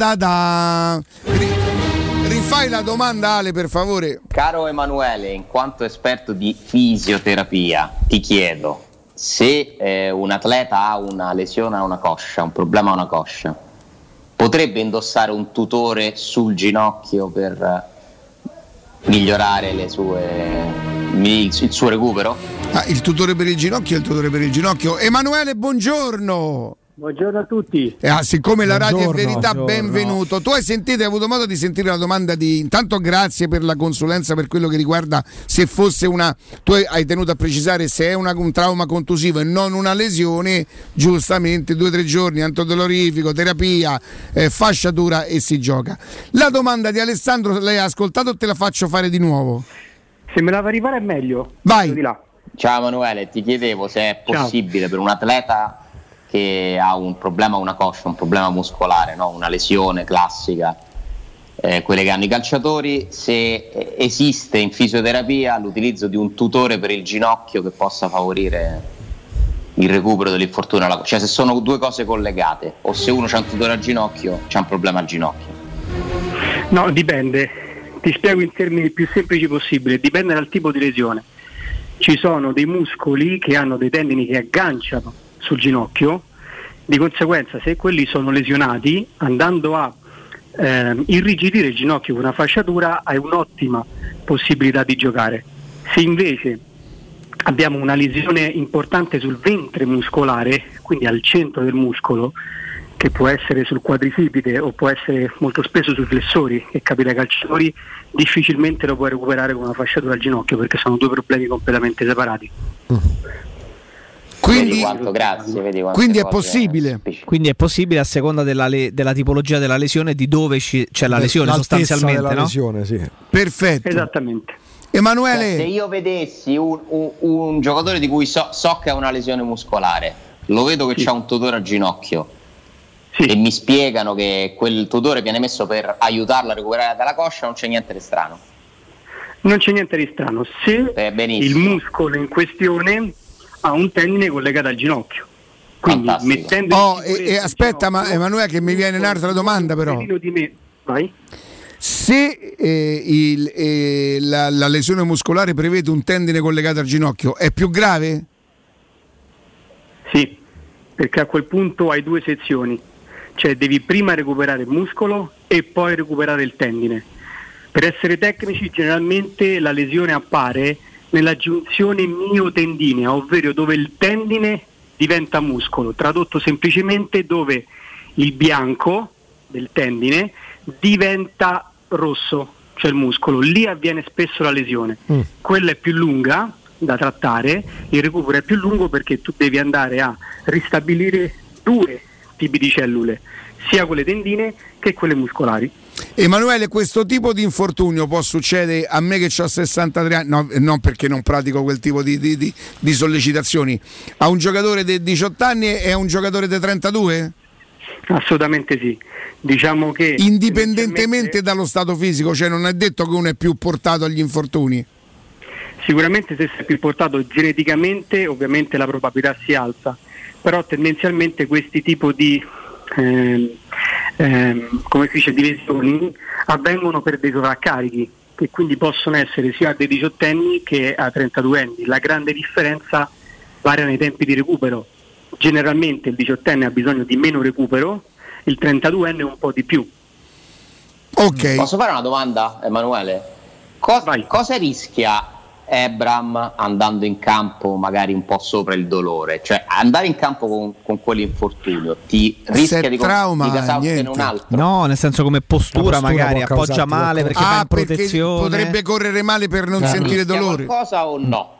Rifai la domanda, Ale, per favore. Caro Emanuele, in quanto esperto di fisioterapia, ti chiedo, se un atleta ha una lesione a una coscia, un problema a una coscia, potrebbe indossare un tutore sul ginocchio per migliorare il suo recupero? Il tutore per il ginocchio. Emanuele, buongiorno. Buongiorno a tutti. Siccome la radio è verità, benvenuto. Tu hai avuto modo di sentire la domanda intanto grazie per la consulenza per quello che riguarda se fosse tu hai tenuto a precisare se è un trauma contusivo e non una lesione, giustamente 2-3 giorni, antidolorifico, terapia, fasciatura e si gioca. La domanda di Alessandro lei ha ascoltato o te la faccio fare di nuovo? Se me la fa rifare è meglio. Vai. Di là. Ciao Emanuele, ti chiedevo se è possibile per un atleta che ha un problema a una coscia, un problema muscolare, no? Una lesione classica, quelle che hanno i calciatori, se esiste in fisioterapia l'utilizzo di un tutore per il ginocchio che possa favorire il recupero dell'infortunio alla coscia, cioè se sono due cose collegate o se uno c'ha un tutore al ginocchio c'ha un problema al ginocchio. No, dipende, ti spiego in termini più semplici possibili, dipende dal tipo di lesione. Ci sono dei muscoli che hanno dei tendini che agganciano sul ginocchio, di conseguenza se quelli sono lesionati, andando a irrigidire il ginocchio con una fasciatura hai un'ottima possibilità di giocare. Se invece abbiamo una lesione importante sul ventre muscolare, quindi al centro del muscolo, che può essere sul quadricipite o può essere molto spesso sui flessori, che capita ai calciatori, difficilmente lo puoi recuperare con una fasciatura al ginocchio perché sono due problemi completamente separati. Quindi è possibile. Quindi è possibile a seconda della tipologia della lesione, di dove c'è la lesione sostanzialmente, della no? lesione, sì. Perfetto. Esattamente. Emanuele, se io vedessi un giocatore di cui so che ha una lesione muscolare, lo vedo che c'ha un tutore al ginocchio e mi spiegano che quel tutore viene messo per aiutarlo a recuperare dalla coscia, non c'è niente di strano. Non c'è niente di strano se il muscolo in questione ha un tendine collegato al ginocchio. Quindi mettendo aspetta, ma Emanuele, che mi viene un'altra domanda però. Vai. Se la lesione muscolare prevede un tendine collegato al ginocchio, è più grave? Sì, perché a quel punto hai due sezioni, cioè devi prima recuperare il muscolo e poi recuperare il tendine. Per essere tecnici, generalmente la lesione appare nella giunzione miotendinea, ovvero dove il tendine diventa muscolo, tradotto semplicemente dove il bianco del tendine diventa rosso, cioè il muscolo, lì avviene spesso la lesione. Quella è più lunga da trattare, il recupero è più lungo perché tu devi andare a ristabilire due tipi di cellule, sia quelle tendine che quelle muscolari. Emanuele, questo tipo di infortunio può succedere a me che ho 63 anni, no, non perché non pratico quel tipo di sollecitazioni, a un giocatore di 18 anni e a un giocatore di 32? Assolutamente sì. Diciamo che indipendentemente dallo stato fisico, cioè non è detto che uno è più portato agli infortuni. Sicuramente se sei più portato geneticamente ovviamente la probabilità si alza, però tendenzialmente questi tipi di come si dice, di lesioni avvengono per dei sovraccarichi che quindi possono essere sia a dei 18enni che a 32enni. La grande differenza varia nei tempi di recupero. Generalmente il 18enne ha bisogno di meno recupero, il 32enne un po' di più. Ok. Posso fare una domanda, Emanuele? Cosa rischia Ebram andando in campo magari un po' sopra il dolore? Cioè andare in campo con quell'infortunio ti rischia di casarsene un altro? No, nel senso come postura magari appoggia male perché va in protezione, potrebbe correre male per non sentire dolore. Qualcosa o no?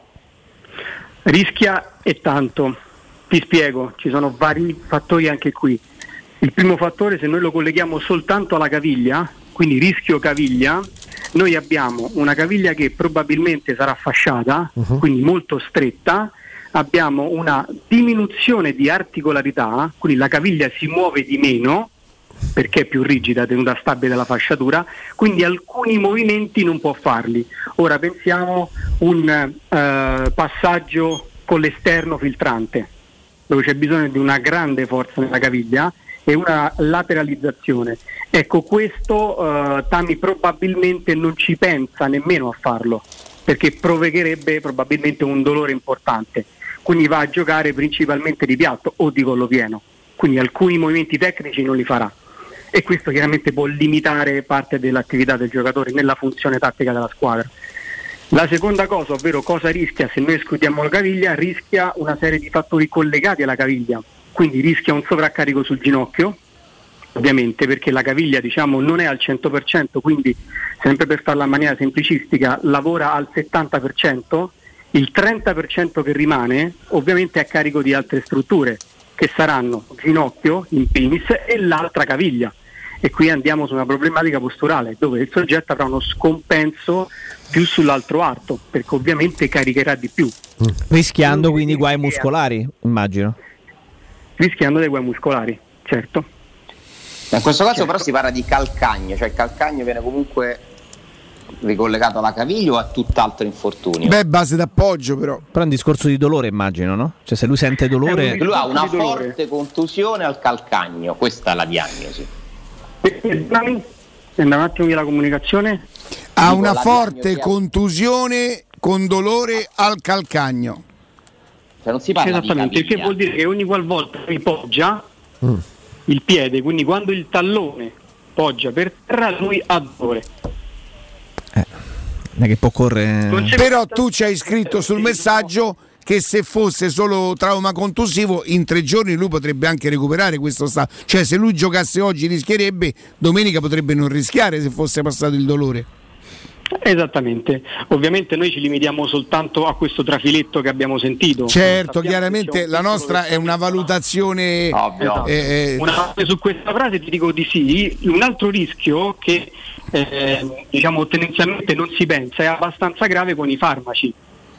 Rischia e tanto. Ti spiego, ci sono vari fattori anche qui. Il primo fattore, se noi lo colleghiamo soltanto alla caviglia, quindi rischio caviglia, noi abbiamo una caviglia che probabilmente sarà fasciata, quindi molto stretta, abbiamo una diminuzione di articolarità, quindi la caviglia si muove di meno perché è più rigida, tenuta stabile dalla fasciatura, quindi alcuni movimenti non può farli. Ora pensiamo un passaggio con l'esterno filtrante, dove c'è bisogno di una grande forza nella caviglia e una lateralizzazione. Ecco, questo Tammy probabilmente non ci pensa nemmeno a farlo, perché provocherebbe probabilmente un dolore importante, quindi va a giocare principalmente di piatto o di collo pieno, quindi alcuni movimenti tecnici non li farà e questo chiaramente può limitare parte dell'attività del giocatore nella funzione tattica della squadra. La seconda cosa, ovvero cosa rischia se noi escludiamo la caviglia, rischia una serie di fattori collegati alla caviglia, quindi rischia un sovraccarico sul ginocchio, ovviamente perché la caviglia non è al 100%, quindi sempre per farla in maniera semplicistica lavora al 70%, il 30% che rimane ovviamente è a carico di altre strutture che saranno ginocchio in primis e l'altra caviglia, e qui andiamo su una problematica posturale dove il soggetto avrà uno scompenso più sull'altro arto, perché ovviamente caricherà di più. Rischiando quindi guai muscolari, immagino. Rischiando dei guai muscolari, certo. In questo caso però si parla di calcagno, cioè il calcagno viene comunque ricollegato alla caviglia o a tutt'altro infortunio? Beh, base d'appoggio però è un discorso di dolore, immagino, no? Cioè se lui sente dolore... Lui ha una forte contusione al calcagno, questa è la diagnosi. Andiamo un attimo via la comunicazione. Ha una forte contusione con dolore al calcagno. Cioè non si parla esattamente, di che vuol dire che ogni qualvolta ripoggia il piede, quindi quando il tallone poggia per terra lui ha dolore. Non è che può correre. Però tu ci hai scritto sul messaggio che se fosse solo trauma contusivo in 3 giorni lui potrebbe anche recuperare questo stato. Cioè se lui giocasse oggi rischierebbe, domenica potrebbe non rischiare se fosse passato il dolore. Esattamente, ovviamente noi ci limitiamo soltanto a questo trafiletto che abbiamo sentito. Certo, chiaramente la nostra è una valutazione. Esatto. Su questa frase ti dico di sì. Un altro rischio che diciamo tendenzialmente non si pensa è abbastanza grave con i farmaci,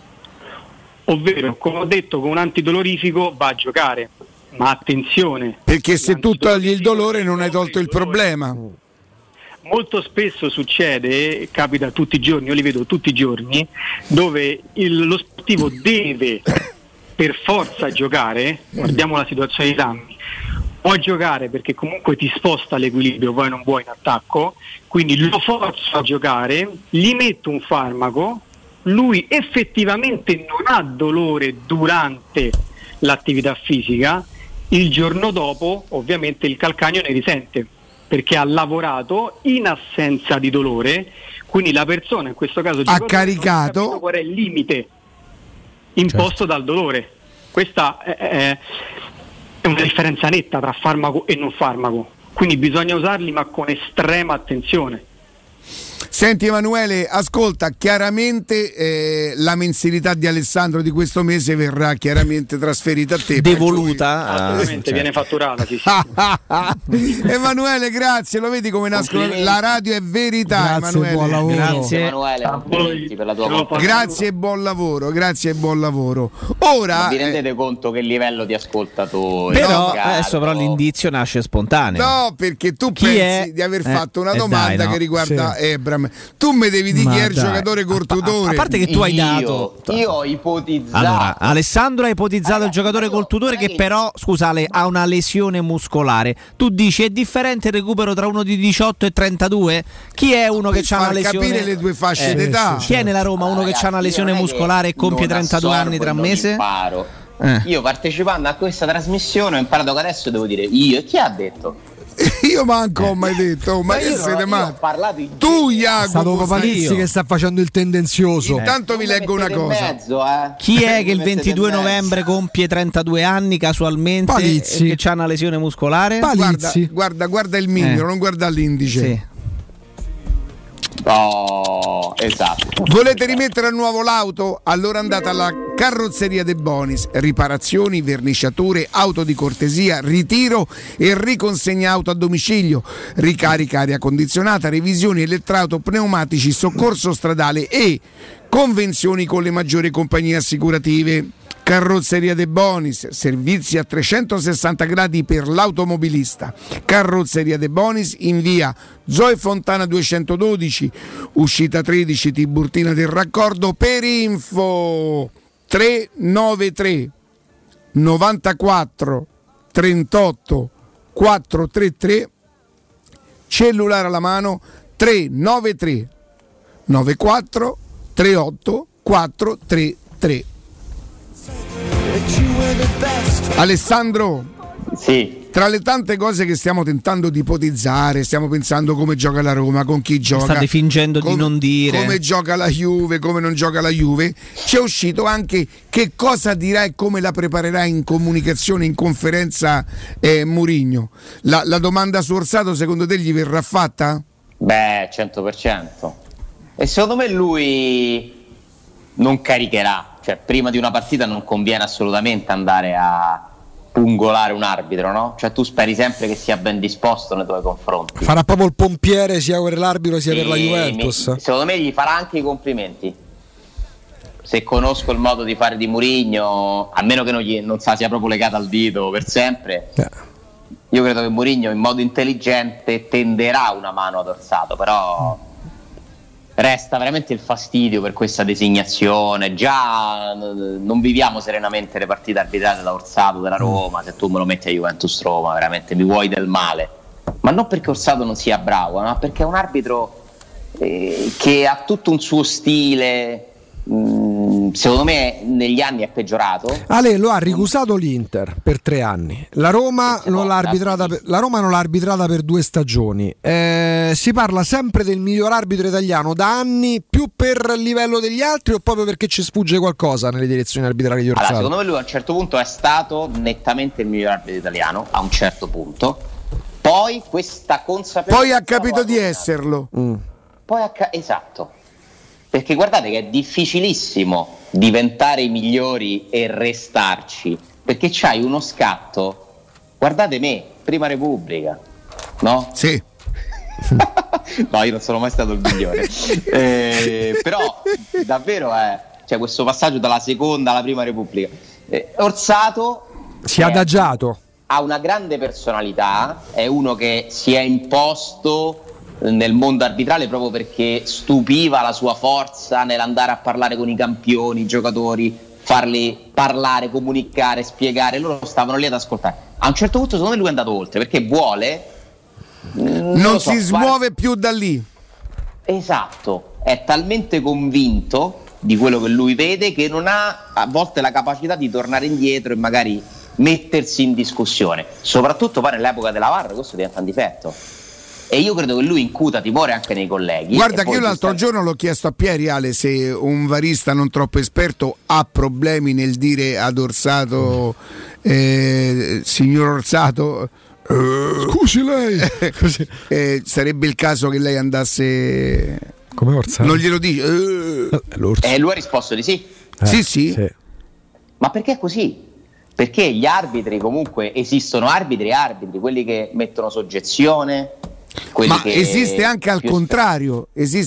ovvero, come ho detto, con un antidolorifico va a giocare, ma attenzione, perché se tu togli il dolore non hai tolto il problema. Molto spesso succede, capita tutti i giorni, io li vedo tutti i giorni, dove lo sportivo deve per forza giocare. Guardiamo la situazione di Sammy, può giocare perché comunque ti sposta l'equilibrio, poi non vuoi in attacco, quindi lo forzo a giocare, gli metto un farmaco, lui effettivamente non ha dolore durante l'attività fisica, il giorno dopo ovviamente il calcagno ne risente, perché ha lavorato in assenza di dolore, quindi la persona in questo caso ha caricato qual è il limite imposto dal dolore. Questa è una differenza netta tra farmaco e non farmaco, quindi bisogna usarli ma con estrema attenzione. Senti Emanuele, ascolta, chiaramente la mensilità di Alessandro di questo mese verrà chiaramente trasferita a te. Devoluta. Ovviamente viene fatturata, sì. Emanuele, grazie, lo vedi come nascono? La radio è verità, grazie, Emanuele. buon lavoro. Grazie Emanuele, complimenti per la tua compagnia. Grazie e buon lavoro, grazie e buon lavoro. Ora vi rendete conto che livello di ascoltatori? Però adesso però l'indizio nasce spontaneo. No, perché tu pensi di aver fatto una domanda che riguarda Ebram. Tu mi devi dire chi è il giocatore col-tutore. A parte che tu hai dato. Io ho ipotizzato. Allora, Alessandro ha ipotizzato il giocatore col-tutore che però, scusale, ha una lesione muscolare. Tu dici è differente il recupero tra uno di 18 e 32? Chi è uno che ha una lesione? Capire le due fasce d'età. Chi è nella Roma uno che ha una lesione muscolare e compie 32 anni tra un mese? Io partecipando a questa trasmissione ho imparato che adesso devo dire io, e chi ha detto? Io manco ho mai detto, ma che siete matti? Tu Jacopo, è stato Palizzi che sta facendo il tendenzioso. Intanto vi leggo una cosa. Mezzo, Chi è che il 22 novembre compie 32 anni casualmente Palizzi. e che ha una lesione muscolare? Palizzi. Guarda il mignolo, non guarda l'indice. Sì. Oh, esatto. Volete rimettere a nuovo l'auto? Allora andate alla Carrozzeria De Bonis. Riparazioni, verniciature, auto di cortesia, ritiro e riconsegna auto a domicilio, ricarica aria condizionata, revisioni elettrauto, pneumatici, soccorso stradale e convenzioni con le maggiori compagnie assicurative. Carrozzeria De Bonis, servizi a 360 gradi per l'automobilista. Carrozzeria De Bonis in via Zoe Fontana 212, uscita 13 Tiburtina del Raccordo. Per info 393 94 38 433, cellulare alla mano 393 94 38 433. Alessandro, sì. Tra le tante cose che stiamo tentando di ipotizzare, stiamo pensando come gioca la Roma, con chi gioca, state fingendo di non dire come gioca la Juve, come non gioca la Juve. C'è uscito anche che cosa dirà e come la preparerà in comunicazione, in conferenza Mourinho. La domanda su Orsato secondo te gli verrà fatta? Beh, 100%. E secondo me lui non caricherà. Cioè, prima di una partita non conviene assolutamente andare a pungolare un arbitro, no? Cioè tu speri sempre che sia ben disposto nei tuoi confronti. Farà proprio il pompiere sia per l'arbitro sia per la Juventus. Secondo me gli farà anche i complimenti. Se conosco il modo di fare di Mourinho, a meno che non sia proprio legato al dito per sempre, io credo che Mourinho in modo intelligente tenderà una mano ad Orsato, però resta veramente il fastidio per questa designazione. Già non viviamo serenamente le partite arbitrate da Orsato della Roma. Se tu me lo metti a Juventus Roma, veramente mi vuoi del male, ma non perché Orsato non sia bravo, ma perché è un arbitro che ha tutto un suo stile. Secondo me negli anni è peggiorato. Ale lo ha ricusato l'Inter per 3 anni. La Roma non l'ha arbitrata per 2 stagioni. Si parla sempre del miglior arbitro italiano da anni, più per il livello degli altri o proprio perché ci sfugge qualcosa nelle direzioni arbitrali di Orsato? Allora, secondo me lui a un certo punto è stato nettamente il miglior arbitro italiano, a un certo punto. Poi questa consapevolezza, poi ha capito di esserlo. Esatto. Perché guardate che è difficilissimo diventare i migliori e restarci, perché c'hai uno scatto. Guardate me, Prima Repubblica, no? Sì. No, io non sono mai stato il migliore. Però davvero c'è questo passaggio dalla seconda alla Prima Repubblica. Orsato si è adagiato. Ha una grande personalità, è uno che si è imposto nel mondo arbitrale proprio perché stupiva la sua forza nell'andare a parlare con i campioni, i giocatori, farli parlare, comunicare, spiegare. Loro stavano lì ad ascoltare. A un certo punto secondo me lui è andato oltre perché vuole, non si smuove più da lì. Esatto, è talmente convinto di quello che lui vede che non ha a volte la capacità di tornare indietro e magari mettersi in discussione, soprattutto poi nell'epoca della VAR. Questo diventa un difetto. E io credo che lui incuta timore anche nei colleghi. Guarda che io l'altro giorno l'ho chiesto a Pieri, Ale, se un varista non troppo esperto ha problemi nel dire ad Orsato, signor Orsato, scusi lei, sarebbe il caso che lei andasse come Orsato. Non glielo dice. Lui ha risposto di sì. Sì. Ma perché è così? Perché gli arbitri, comunque esistono arbitri e arbitri, quelli che mettono soggezione. Ma esiste anche al contrario,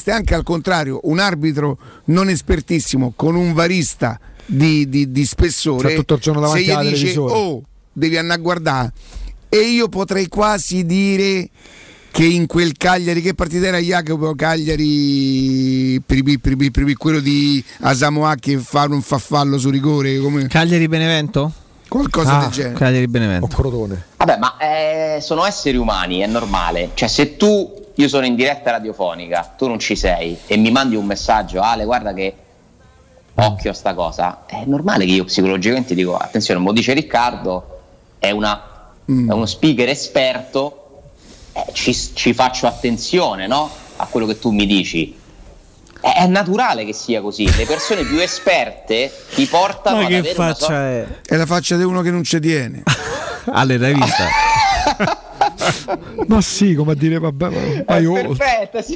un arbitro non espertissimo con un varista di spessore, tutto il giorno davanti se gli dice devi andare a guardare, e io potrei quasi dire che in quel Cagliari, che partita era Jacopo? Cagliari quello di Asamoah che fa un fallo su rigore, come Cagliari Benevento? Qualcosa del genere. Cagliari Benevento. O Crotone. Vabbè, ma sono esseri umani, è normale. Cioè, se io sono in diretta radiofonica, tu non ci sei e mi mandi un messaggio, Ale, guarda che occhio a sta cosa, è normale che io psicologicamente dico, attenzione, mo dice Riccardo, è uno speaker esperto, ci faccio attenzione, no? A quello che tu mi dici. È naturale che sia così. Le persone più esperte ti portano ad avere una sorta... È la faccia di uno che non ci tiene. Ale, l'hai vista? Ma sì, come a dire, vabbè, vai oltre. Perfetta, sì.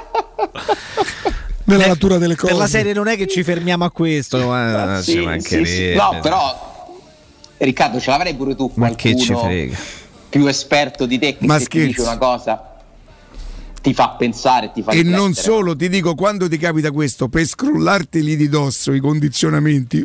Nella natura delle cose. Per la serie non è che ci fermiamo a questo, sì. No, però Riccardo, ce l'avrei pure tu qualcuno ma che ci frega, più esperto di te, che se ti dice una cosa ti fa pensare, ti fa riflettere. Non solo, ti dico, quando ti capita questo, per scrollarti lì di dosso i condizionamenti,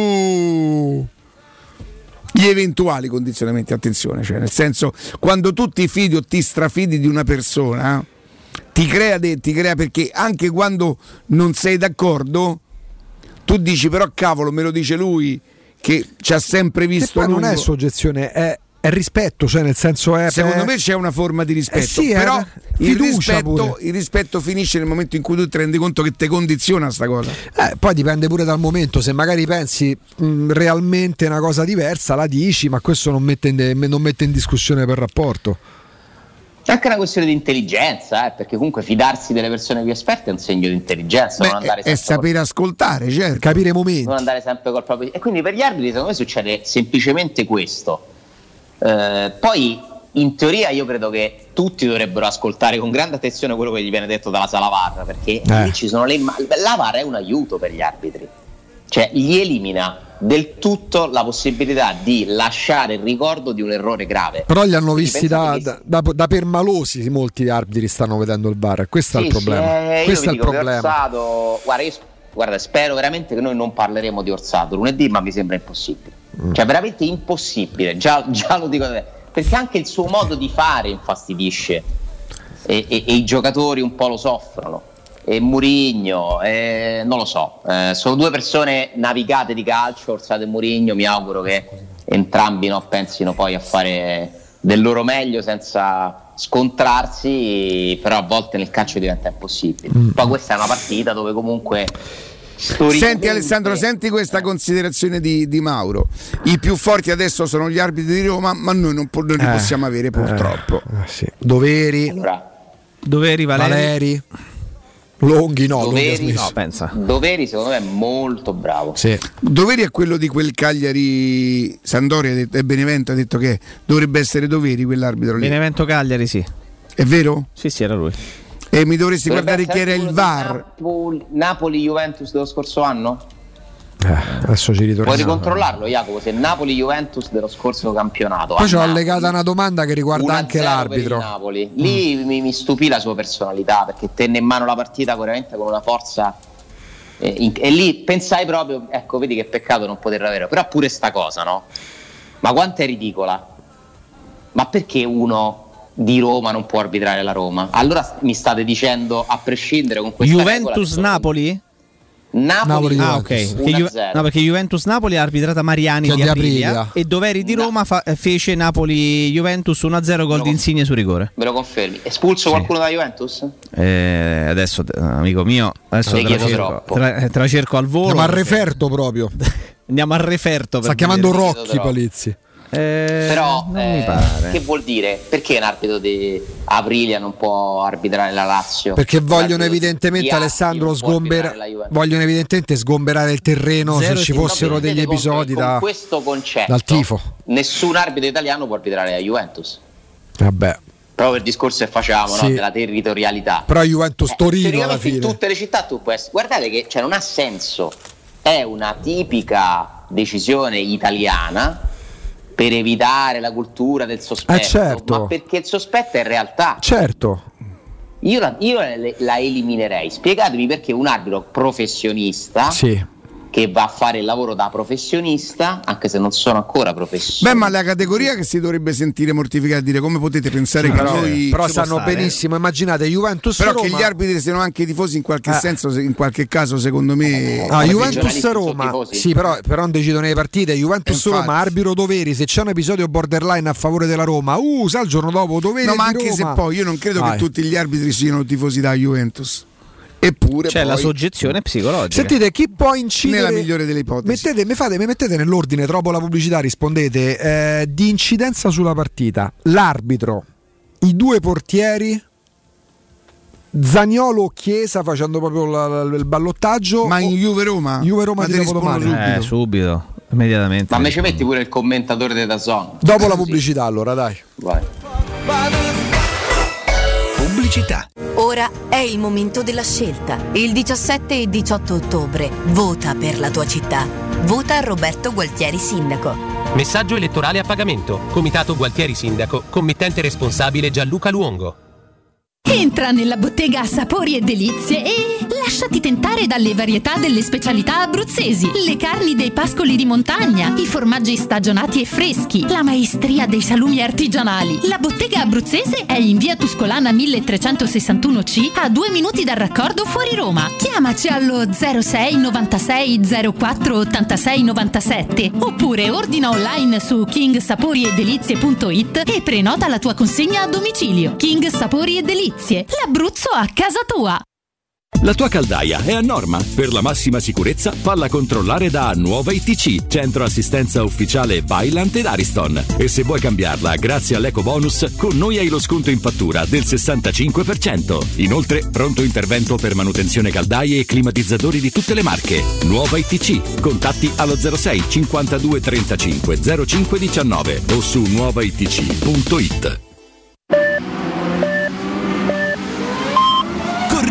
gli eventuali condizionamenti, attenzione, cioè nel senso, quando tu ti fidi o ti strafidi di una persona, ti crea perché anche quando non sei d'accordo tu dici, però cavolo, me lo dice lui che ci ha sempre visto. Non è soggezione, è rispetto, cioè nel senso secondo me c'è una forma di rispetto, però il rispetto finisce nel momento in cui tu ti rendi conto che ti condiziona sta cosa. Poi dipende pure dal momento, se magari pensi realmente una cosa diversa la dici, ma questo non mette in discussione per rapporto. È anche una questione di intelligenza, perché comunque fidarsi delle persone più esperte è un segno di intelligenza. Non andare è sapere ascoltare, certo, capire i momenti, non andare sempre col proprio. E quindi per gli arbitri secondo me succede semplicemente questo. Poi in teoria io credo che tutti dovrebbero ascoltare con grande attenzione quello che gli viene detto dalla sala VAR, perché lì ci sono la VAR è un aiuto per gli arbitri, cioè li elimina del tutto la possibilità di lasciare il ricordo di un errore grave. Però li hanno visti da permalosi, molti arbitri stanno vedendo il VAR, questo è il problema. Questo è il problema. Orsato, guarda, spero veramente che noi non parleremo di Orsato lunedì, ma mi sembra impossibile. Cioè veramente impossibile, già lo dico, perché anche il suo modo di fare infastidisce e i giocatori un po' lo soffrono. E Mourinho, non lo so, sono due persone navigate di calcio, Orsato e Mourinho. Mi auguro che entrambi pensino poi a fare del loro meglio senza scontrarsi, però a volte nel calcio diventa impossibile. Poi questa è una partita dove comunque Senti Alessandro, senti questa considerazione di Mauro: i più forti adesso sono gli arbitri di Roma, ma noi non li possiamo avere purtroppo. Sì. Doveri, Valeri. Longhi pensa. Doveri secondo me è molto bravo. Sì. Doveri è quello di quel Cagliari Sampdoria e Benevento, ha detto che dovrebbe essere Doveri quell'arbitro lì. Benevento Cagliari, sì. È vero? Sì, era lui. E mi dovresti guardare chi era il VAR. Napoli Juventus dello scorso anno? Adesso ci ritorniamo. Puoi ricontrollarlo, Jacopo, se Napoli Juventus dello scorso campionato. Poi ci ho allegata una domanda che riguarda anche l'arbitro. Napoli. Lì mi stupì la sua personalità, perché tenne in mano la partita coerente con una forza e lì pensai proprio, ecco, vedi che peccato non poterla avere. Però pure sta cosa, no? Ma quanto è ridicola? Ma perché uno di Roma non può arbitrare la Roma? Allora mi state dicendo, a prescindere con questa Juventus-Napoli? Napoli ok. Perché Juventus-Napoli ha arbitrata Mariani di Aprilia e Doveri di Roma fece Napoli-Juventus 1-0, gol di Insigne su rigore. Me lo confermi? Espulso qualcuno da Juventus? Adesso, amico mio, adesso te la cerco al volo. Andiamo al referto proprio. Andiamo al referto. Sta chiamando Rocchi Palizzi. Però non mi pare. Che vuol dire? Perché un arbitro di Aprilia non può arbitrare la Lazio? Perché vogliono evidentemente, Alessandro, vogliono evidentemente sgomberare il terreno se ci fossero degli episodi con questo concetto, dal tifo. Nessun arbitro italiano può arbitrare la Juventus. Vabbè. Proprio il discorso che facciamo, sì, no? Della territorialità. Però Juventus Torino alla fine. In tutte le città tu puoi. Guardate che non ha senso. È una tipica decisione italiana per evitare la cultura del sospetto, certo, ma perché il sospetto è realtà. Certo. Io la eliminerei. Spiegatemi perché un arbitro professionista, sì, che va a fare il lavoro da professionista, anche se non sono ancora professionista. Beh, ma la categoria che si dovrebbe sentire mortificata, dire come potete pensare che noi. Però sanno benissimo, immaginate Juventus però Roma. Che gli arbitri siano anche i tifosi in qualche senso, in qualche caso, secondo me. Juventus Roma, sì, però non decidono le partite. Juventus Roma, arbitro Doveri, se c'è un episodio borderline a favore della Roma, sa il giorno dopo Doveri. No, ma anche Roma. Se poi io non credo che tutti gli arbitri siano tifosi da Juventus. Eppure c'è poi la soggezione psicologica. Sentite, chi può incidere nella migliore delle ipotesi? Mi mettete nell'ordine, troppo la pubblicità, rispondete di incidenza sulla partita: l'arbitro, i due portieri, Zaniolo o Chiesa facendo proprio il ballottaggio. Ma in Juve-Roma? Juve-Roma di dopodomani. Subito, immediatamente. Ma me ci metti pure il commentatore di DAZN? Dopo la pubblicità, allora dai. Vai. Pubblicità. Ora è il momento della scelta. Il 17 e 18 ottobre vota per la tua città. Vota Roberto Gualtieri Sindaco. Messaggio elettorale a pagamento. Comitato Gualtieri Sindaco. Committente responsabile Gianluca Luongo. Entra nella bottega Sapori e Delizie e lasciati tentare dalle varietà delle specialità abruzzesi, le carni dei pascoli di montagna, i formaggi stagionati e freschi, la maestria dei salumi artigianali. La bottega abruzzese è in via Tuscolana 1361C, a 2 minuti dal raccordo fuori Roma. Chiamaci allo 06 96 04 86 97 oppure ordina online su kingsaporiedelizie.it e prenota la tua consegna a domicilio. King Sapori e Delizie, l'Abruzzo a casa tua. La tua caldaia è a norma? Per la massima sicurezza falla controllare da Nuova ITC, centro assistenza ufficiale Vaillant ed Ariston. E se vuoi cambiarla grazie all'eco bonus, con noi hai lo sconto in fattura del 65%. Inoltre pronto intervento per manutenzione caldaie e climatizzatori di tutte le marche. Nuova ITC, contatti allo 06 52 35 05 19 o su nuovaitc.it.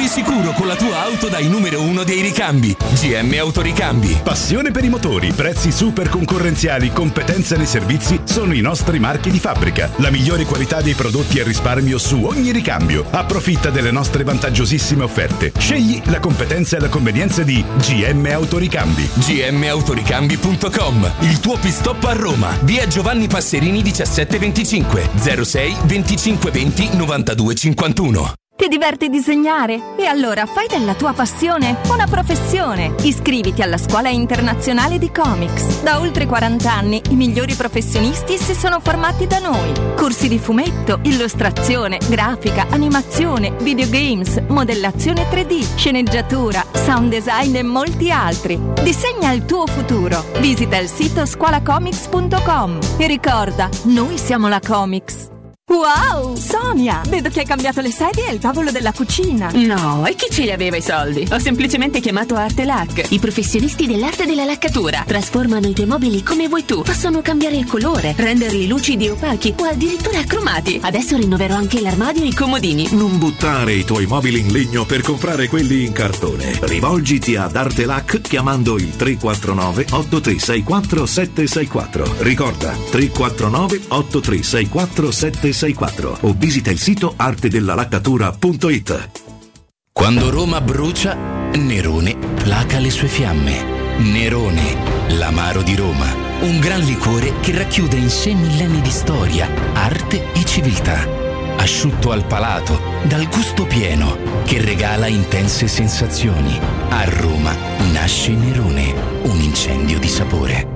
sicuro con la tua auto dai numero 1 dei ricambi. GM Autoricambi. Passione per i motori, prezzi super concorrenziali, competenza nei servizi sono i nostri marchi di fabbrica. La migliore qualità dei prodotti e risparmio su ogni ricambio. Approfitta delle nostre vantaggiosissime offerte. Scegli la competenza e la convenienza di GM Autoricambi. gmautoricambi.com. Il tuo pit-stop a Roma. Via Giovanni Passerini 1725 06 25 20 92 51. Ti diverti a disegnare? E allora fai della tua passione una professione. Iscriviti alla Scuola Internazionale di Comics. Da oltre 40 anni i migliori professionisti si sono formati da noi. Corsi di fumetto, illustrazione, grafica, animazione, videogames, modellazione 3D, sceneggiatura, sound design e molti altri. Disegna il tuo futuro. Visita il sito scuolacomics.com e ricorda, noi siamo la Comics. Wow, Sonia, vedo che hai cambiato le sedie e il tavolo della cucina. No, e chi ce li aveva i soldi? Ho semplicemente chiamato Artelac, i professionisti dell'arte della laccatura. Trasformano i tuoi mobili come vuoi tu. Possono cambiare il colore, renderli lucidi e opachi o addirittura cromati. Adesso rinnoverò anche l'armadio e i comodini. Non buttare i tuoi mobili in legno per comprare quelli in cartone. Rivolgiti ad Artelac chiamando il 349 8364 764. Ricorda, 349 8364 764 o visita il sito artedellalaccatura.it. Quando Roma brucia, Nerone placa le sue fiamme. Nerone, l'amaro di Roma. Un gran liquore che racchiude in sé millenni di storia, arte e civiltà. Asciutto al palato, dal gusto pieno, che regala intense sensazioni. A Roma nasce Nerone, un incendio di sapore.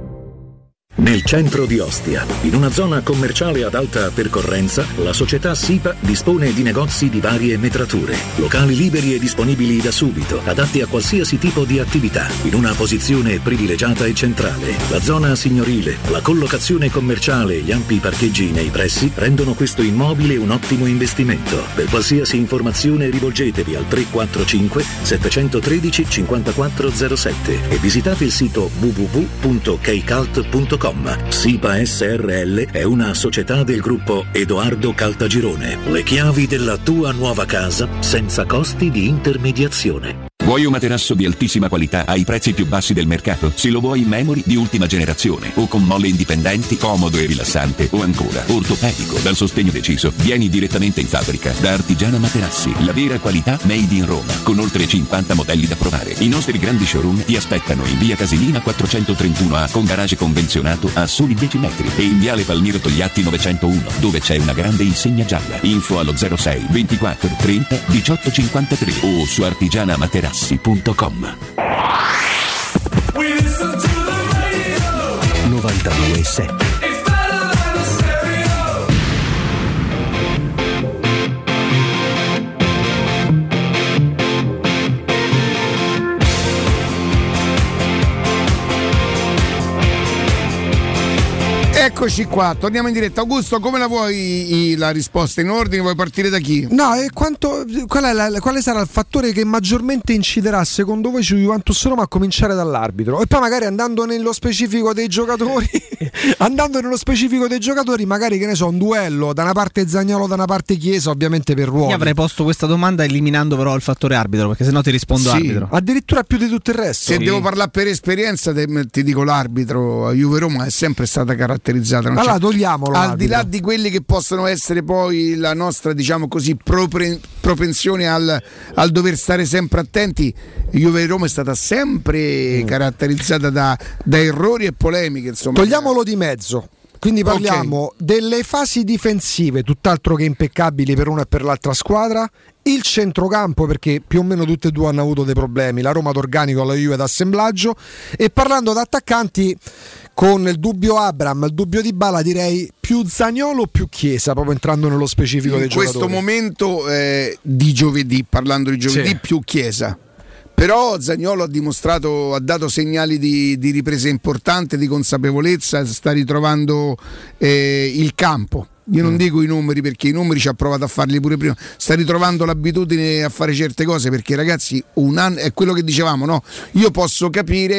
Nel centro di Ostia, in una zona commerciale ad alta percorrenza, la società SIPA dispone di negozi di varie metrature, locali liberi e disponibili da subito, adatti a qualsiasi tipo di attività, in una posizione privilegiata e centrale. La zona signorile, la collocazione commerciale e gli ampi parcheggi nei pressi rendono questo immobile un ottimo investimento. Per qualsiasi informazione rivolgetevi al 345 713 5407 e visitate il sito www.keicalt.com. SIPA SRL è una società del gruppo Edoardo Caltagirone. Le chiavi della tua nuova casa senza costi di intermediazione. Vuoi un materasso di altissima qualità ai prezzi più bassi del mercato? Se lo vuoi in memory di ultima generazione o con molle indipendenti, comodo e rilassante, o ancora ortopedico dal sostegno deciso, vieni direttamente in fabbrica da Artigiana Materassi, la vera qualità made in Roma, con oltre 50 modelli da provare. I nostri grandi showroom ti aspettano in via Casilina 431A con garage convenzionato a soli 10 metri e in viale Palmiro Togliatti 901 dove c'è una grande insegna gialla. Info allo 06 24 30 18 53 o su artigianamaterassi.com. 92.7. Eccoci qua, torniamo in diretta. Augusto, come la vuoi la risposta? In ordine, vuoi partire da chi? No, quale sarà il fattore che maggiormente inciderà secondo voi su Juventus Roma, a cominciare dall'arbitro? E poi magari andando nello specifico dei giocatori magari, che ne so, un duello, da una parte Zaniolo, da una parte Chiesa, ovviamente per ruoli. Io avrei posto questa domanda eliminando però il fattore arbitro, perché sennò ti rispondo arbitro. Addirittura più di tutto il resto. Se devo parlare per esperienza, ti dico l'arbitro a Juve Roma è sempre stata caratterizzata. Allora togliamolo. Al di là di quelli che possono essere poi la nostra, diciamo così, propensione al dover stare sempre attenti, Juve Roma è stata sempre caratterizzata da errori e polemiche. Insomma. Togliamolo di mezzo. Quindi parliamo delle fasi difensive, tutt'altro che impeccabili per una e per l'altra squadra, il centrocampo, perché più o meno tutte e due hanno avuto dei problemi, la Roma d'organico, la Juve d'assemblaggio, e parlando da attaccanti, con il dubbio Abraham, il dubbio Dybala, direi più Zaniolo o più Chiesa, proprio entrando nello specifico dei giocatori. In questo momento di giovedì, parlando di giovedì, più Chiesa. Però Zaniolo ha dato segnali di ripresa importante, di consapevolezza, sta ritrovando il campo. Io non dico i numeri, perché i numeri ci ha provato a farli pure prima. Sta ritrovando l'abitudine a fare certe cose, perché ragazzi, un anno è quello che dicevamo, no? Io posso capire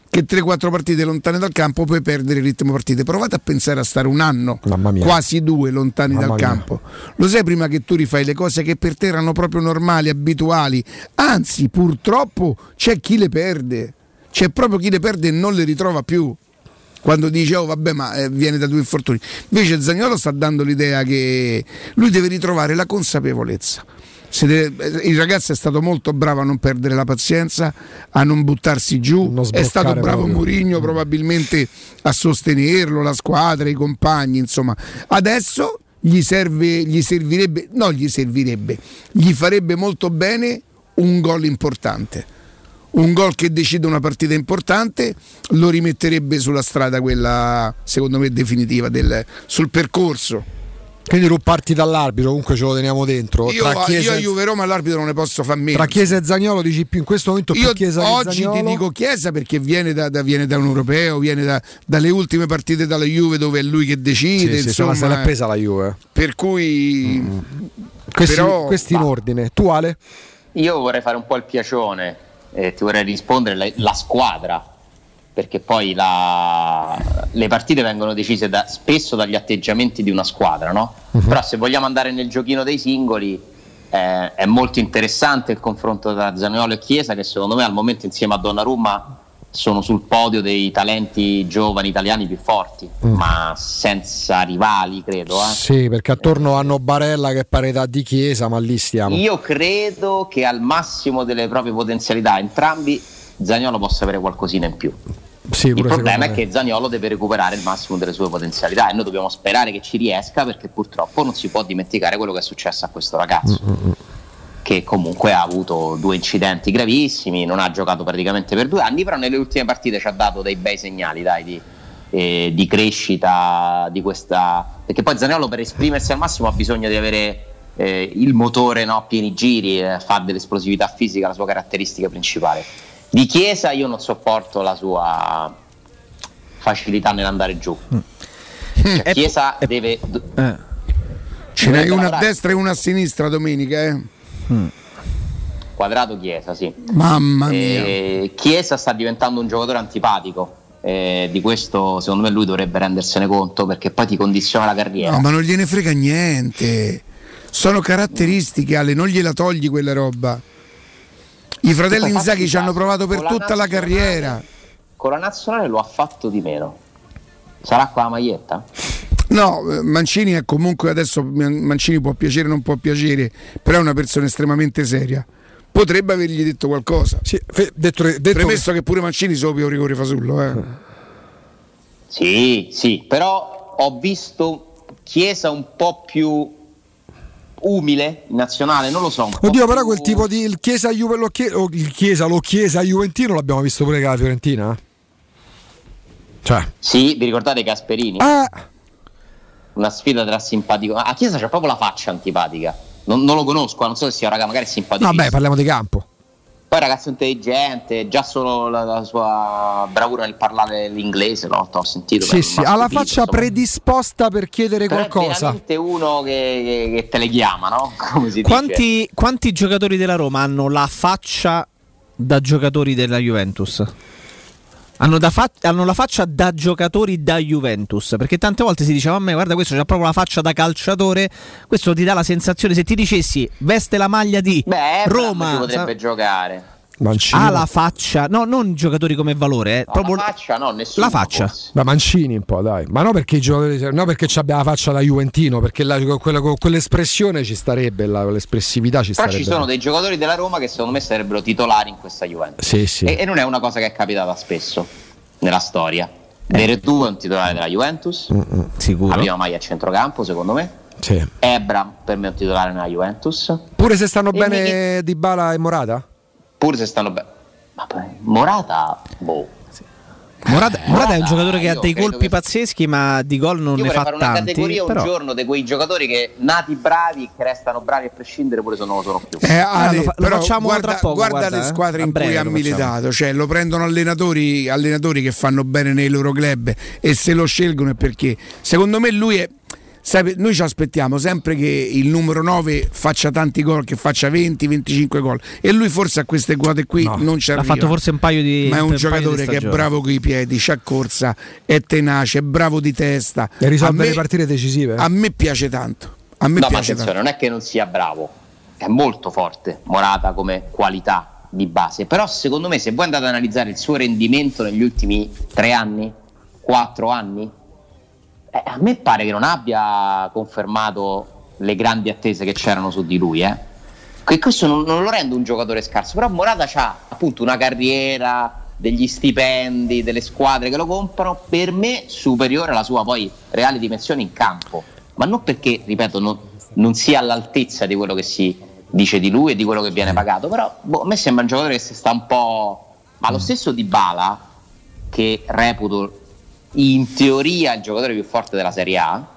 che 3-4 partite lontane dal campo puoi perdere il ritmo partite. Provate a pensare a stare un anno, quasi 2 lontani dal campo. Lo sai prima che tu rifai le cose che per te erano proprio normali, abituali. Anzi, purtroppo c'è chi le perde. C'è proprio chi le perde e non le ritrova più. Quando dice vabbè, ma viene da 2 infortuni. Invece Zaniolo sta dando l'idea che lui deve ritrovare la consapevolezza. Il ragazzo è stato molto bravo a non perdere la pazienza, a non buttarsi giù, è stato bravo Mourinho probabilmente a sostenerlo, la squadra, i compagni, insomma. Adesso gli farebbe molto bene un gol importante. Un gol che decide una partita importante, lo rimetterebbe sulla strada quella, secondo me, definitiva sul percorso. Quindi tu parti dall'arbitro, comunque ce lo teniamo dentro. Io a Juve Roma all'arbitro non ne posso far meno. Tra Chiesa e Zaniolo dici più in questo momento più Chiesa che oggi Zaniolo? Ti dico Chiesa perché viene da un europeo, viene dalle ultime partite dalla Juve dove è lui che decide. Sì, insomma, se l'è presa la Juve. Per cui questi in ordine. Tu Ale? Io vorrei fare un po' il piacione e ti vorrei rispondere la squadra, perché poi le partite vengono decise spesso dagli atteggiamenti di una squadra, no? Però se vogliamo andare nel giochino dei singoli è molto interessante il confronto tra Zaniolo e Chiesa, che secondo me al momento insieme a Donnarumma sono sul podio dei talenti giovani italiani più forti, ma senza rivali, credo. Sì, perché attorno hanno Barella che è parità di Chiesa, ma lì stiamo. Io credo che al massimo delle proprie potenzialità entrambi Zaniolo possa avere qualcosina in più. Sì, il problema è che Zaniolo deve recuperare il massimo delle sue potenzialità e noi dobbiamo sperare che ci riesca, perché purtroppo non si può dimenticare quello che è successo a questo ragazzo, che comunque ha avuto 2 incidenti gravissimi, non ha giocato praticamente per 2 anni, però nelle ultime partite ci ha dato dei bei segnali, di crescita di questa, perché poi Zaniolo per esprimersi al massimo ha bisogno di avere il motore, no, a pieni giri, fa dell'esplosività fisica la sua caratteristica principale. Di Chiesa io non sopporto la sua facilità nell'andare giù. Cioè, Chiesa deve ce n'hai una a destra e una a sinistra domenica, Quadrato Chiesa, sì. Mamma mia. Chiesa sta diventando un giocatore antipatico. Di questo secondo me lui dovrebbe rendersene conto, perché poi ti condiziona la carriera. No, ma non gliene frega niente. Sono caratteristiche, Ale, non gliela togli quella roba. I fratelli Inzaghi ci hanno provato per tutta la carriera. Con la nazionale lo ha fatto di meno. Sarà qua la maglietta? No, Mancini è comunque, adesso Mancini può piacere o non può piacere, però è una persona estremamente seria. Potrebbe avergli detto qualcosa. Sì, premesso che pure Mancini sopra un rigore fasullo. Sì, però ho visto Chiesa un po' più umile in nazionale, non lo so. Oddio, però quel tipo di il Chiesa Juve lo Chiesa Juventino l'abbiamo visto pure con la Fiorentina. Cioè. Sì, vi ricordate Gasperini? Una sfida tra simpatico. A Chiesa c'ha proprio la faccia antipatica. Non lo conosco, non so se sia magari simpatico. Vabbè, parliamo di campo. Poi ragazzo intelligente, già solo la sua bravura nel parlare l'inglese, no? Ho sentito. Sì, ha la faccia predisposta per chiedere qualcosa. È veramente uno che te le chiama, no? Come si dice. Quanti giocatori della Roma hanno la faccia da giocatori della Juventus? Hanno la faccia da giocatori da Juventus, perché tante volte si dice: ma guarda, questo c'ha proprio la faccia da calciatore. Questo ti dà la sensazione, se ti dicessi veste la maglia di Roma, potrebbe giocare. Mancini. Ha la faccia, no, non giocatori come valore, proprio la faccia, no, nessuno. La faccia. Ma Mancini un po', dai. Ma non perché i giocatori, no, perché abbia la faccia da Juventino, perché quell'espressione ci starebbe, l'espressività ci starebbe. Però ci sono dei giocatori della Roma che secondo me sarebbero titolari in questa Juventus. Sì. E non è una cosa che è capitata spesso nella storia. Veretù è un titolare della Juventus, sicuro. La prima maglia a centrocampo, secondo me. Sì. Ebra per me è un titolare nella Juventus. Pure se stanno bene Dybala e Morata? Pure se stanno bene. Ma Morata, Morata è un giocatore che ha dei colpi pazzeschi, ma di gol non ne fa tanti. Io vorrei fare una categoria un giorno di quei giocatori che nati bravi, che restano bravi a prescindere, pure se non lo sono più. Lo facciamo tra poco. Guarda le squadre in cui ha militato, cioè lo prendono allenatori che fanno bene nei loro club, e se lo scelgono è perché secondo me lui è. sai, noi ci aspettiamo sempre che il numero 9 faccia tanti gol, che faccia 20-25 gol, e lui forse a queste quote qui non ci arriva. Ha fatto forse un paio di, ma è un giocatore che è bravo coi piedi, c'ha corsa, è tenace, è bravo di testa e risolve le partite decisive. A me piace tanto. A me no, piace ma attenzione, tanto. non è che non sia bravo, è molto forte Morata come qualità di base, però secondo me se voi andate ad analizzare il suo rendimento negli ultimi 3 anni, 4 anni, a me pare che non abbia confermato le grandi attese che c'erano su di lui, che questo non lo rende un giocatore scarso, però Morata c'ha appunto una carriera, degli stipendi, delle squadre che lo comprano, per me superiore alla sua poi reale dimensione in campo, ma non perché, ripeto, non sia all'altezza di quello che si dice di lui e di quello che viene pagato, però a me sembra un giocatore che si sta un po', ma lo stesso Dybala, che reputo in teoria il giocatore più forte della Serie A,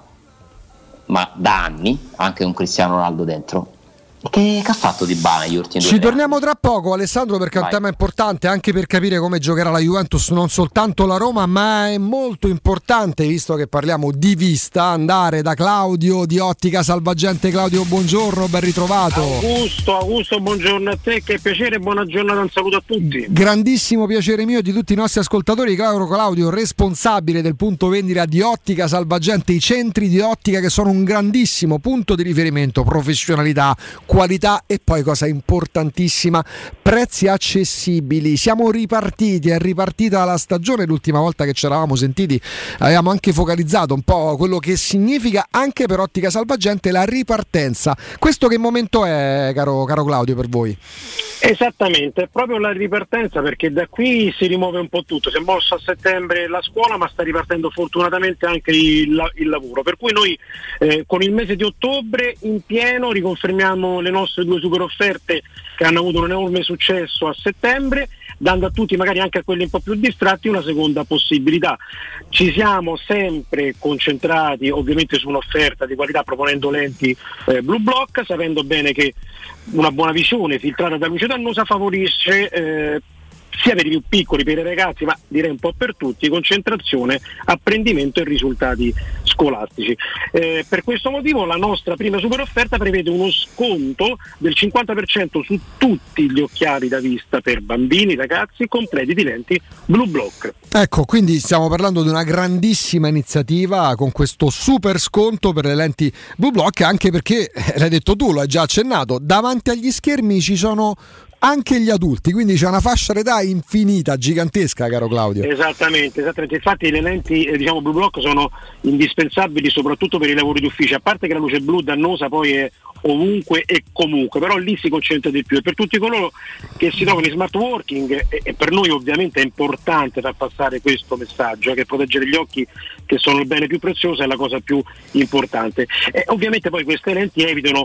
ma da anni, anche con Cristiano Ronaldo dentro. Che ha fatto Dybala negli ultimi 2 Ci torniamo tra poco, Alessandro, perché è un tema importante anche per capire come giocherà la Juventus, non soltanto la Roma, ma è molto importante, visto che parliamo di vista, andare da Claudio di Ottica Salvagente. Claudio, buongiorno, ben ritrovato. Augusto, buongiorno a te, che piacere, buona giornata, un saluto a tutti. Grandissimo piacere mio, di tutti i nostri ascoltatori. Claudio, responsabile del punto vendita di Ottica Salvagente, i centri di ottica che sono un grandissimo punto di riferimento, professionalità, qualità e poi, cosa importantissima, prezzi accessibili. Siamo ripartiti, è ripartita la stagione. L'ultima volta che ci eravamo sentiti avevamo anche focalizzato un po' quello che significa anche per Ottica Salvagente la ripartenza. Questo che momento è, caro Claudio, per voi? Esattamente, è proprio la ripartenza, perché da qui si rimuove un po' tutto. Si è mosso a settembre la scuola, ma sta ripartendo fortunatamente anche il lavoro, per cui noi con il mese di ottobre in pieno riconfermiamo le nostre 2 super offerte che hanno avuto un enorme successo a settembre, dando a tutti, magari anche a quelli un po' più distratti, una seconda possibilità. Ci siamo sempre concentrati ovviamente su un'offerta di qualità, proponendo lenti Blue Block, sapendo bene che una buona visione filtrata da luce dannosa favorisce sia per i più piccoli, per i ragazzi, ma direi un po' per tutti, concentrazione, apprendimento e risultati scolastici. Per questo motivo la nostra prima super offerta prevede uno sconto del 50% su tutti gli occhiali da vista per bambini, ragazzi, completi di lenti Blue Block. Ecco, quindi stiamo parlando di una grandissima iniziativa con questo super sconto per le lenti Blue Block, anche perché, l'hai detto tu, lo hai già accennato, davanti agli schermi ci sono anche gli adulti, quindi c'è una fascia d'età infinita, gigantesca, caro Claudio. Esattamente. Infatti le lenti Blue Block sono indispensabili soprattutto per i lavori d'ufficio, a parte che la luce blu dannosa poi è ovunque e comunque, però lì si concentra di più, e per tutti coloro che si trovano in smart working, e per noi ovviamente è importante far passare questo messaggio, che proteggere gli occhi, che sono il bene più prezioso, è la cosa più importante. E ovviamente poi queste lenti evitano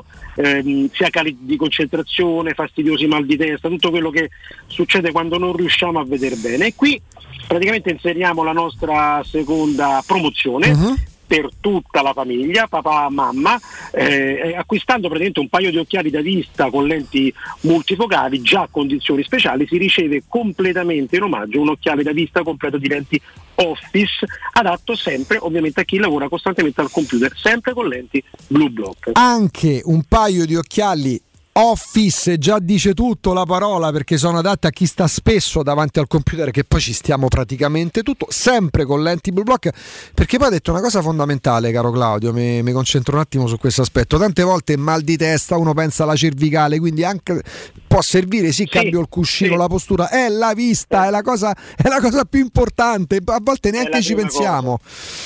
sia cali di concentrazione, fastidiosi mal di testa, tutto quello che succede quando non riusciamo a vedere bene. E qui praticamente inseriamo la nostra seconda promozione per tutta la famiglia, papà, mamma, acquistando praticamente un paio di occhiali da vista con lenti multifocali già a condizioni speciali, si riceve completamente in omaggio un occhiale da vista completo di lenti Office, adatto sempre ovviamente a chi lavora costantemente al computer, sempre con lenti Blue Block. Anche un paio di occhiali Office, già dice tutto la parola, perché sono adatte a chi sta spesso davanti al computer, che poi ci stiamo praticamente tutto, sempre con lenti Blue Block, perché poi ha detto una cosa fondamentale, caro Claudio, mi concentro un attimo su questo aspetto. Tante volte mal di testa, uno pensa alla cervicale, quindi anche può servire, cambio il cuscino, la postura, è la vista, è la cosa più importante, a volte neanche ci pensiamo.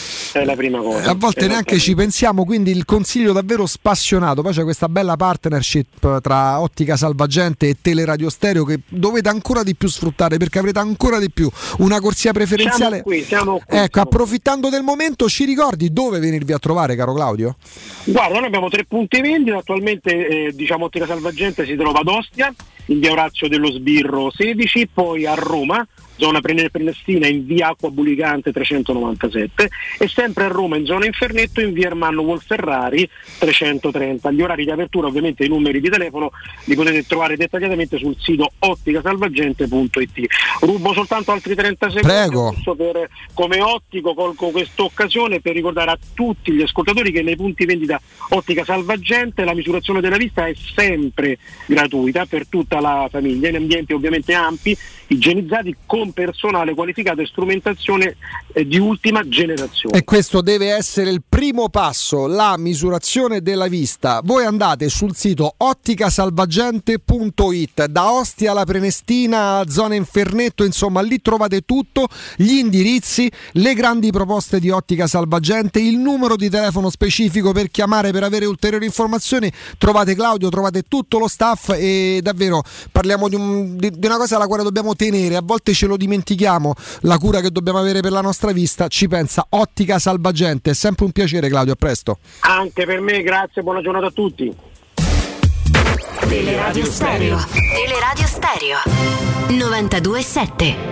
È la prima cosa. A volte neanche ci pensiamo, quindi il consiglio davvero spassionato. Poi c'è questa bella partnership tra Ottica Salvagente e Teleradio Stereo che dovete ancora di più sfruttare, perché avrete ancora di più una corsia preferenziale. Siamo qui. Ecco, approfittando del momento, ci ricordi dove venirvi a trovare, caro Claudio? Guarda, noi abbiamo 3 punti vendita attualmente, Ottica Salvagente si trova ad Ostia, in via Orazio dello Sbirro 16, poi a Roma zona Prenestina in via Acqua Bulicante 397 e sempre a Roma in zona Infernetto in via Ermanno Wolferrari 330. Gli orari di apertura, ovviamente i numeri di telefono li potete trovare dettagliatamente sul sito otticasalvagente.it. Rubo soltanto altri 30 secondi. Prego. Come ottico colgo questa occasione per ricordare a tutti gli ascoltatori che nei punti vendita Ottica Salvagente la misurazione della vista è sempre gratuita per tutta la famiglia in ambienti ovviamente ampi, igienizzati, con personale qualificato e strumentazione di ultima generazione. E questo deve essere il primo passo, la misurazione della vista. Voi andate sul sito otticasalvagente.it, da Ostia alla Prenestina, zona Infernetto, insomma lì trovate tutto, gli indirizzi, le grandi proposte di Ottica Salvagente, il numero di telefono specifico per chiamare per avere ulteriori informazioni. Trovate Claudio, trovate tutto lo staff e davvero parliamo di una cosa alla quale dobbiamo tenere, a volte ce lo dimentichiamo, la cura che dobbiamo avere per la nostra vista, ci pensa Ottica Salvagente. È sempre un piacere, Claudio, a presto. Anche per me, grazie, buona giornata a tutti. Teleradio Stereo. Teleradio Stereo 92.7.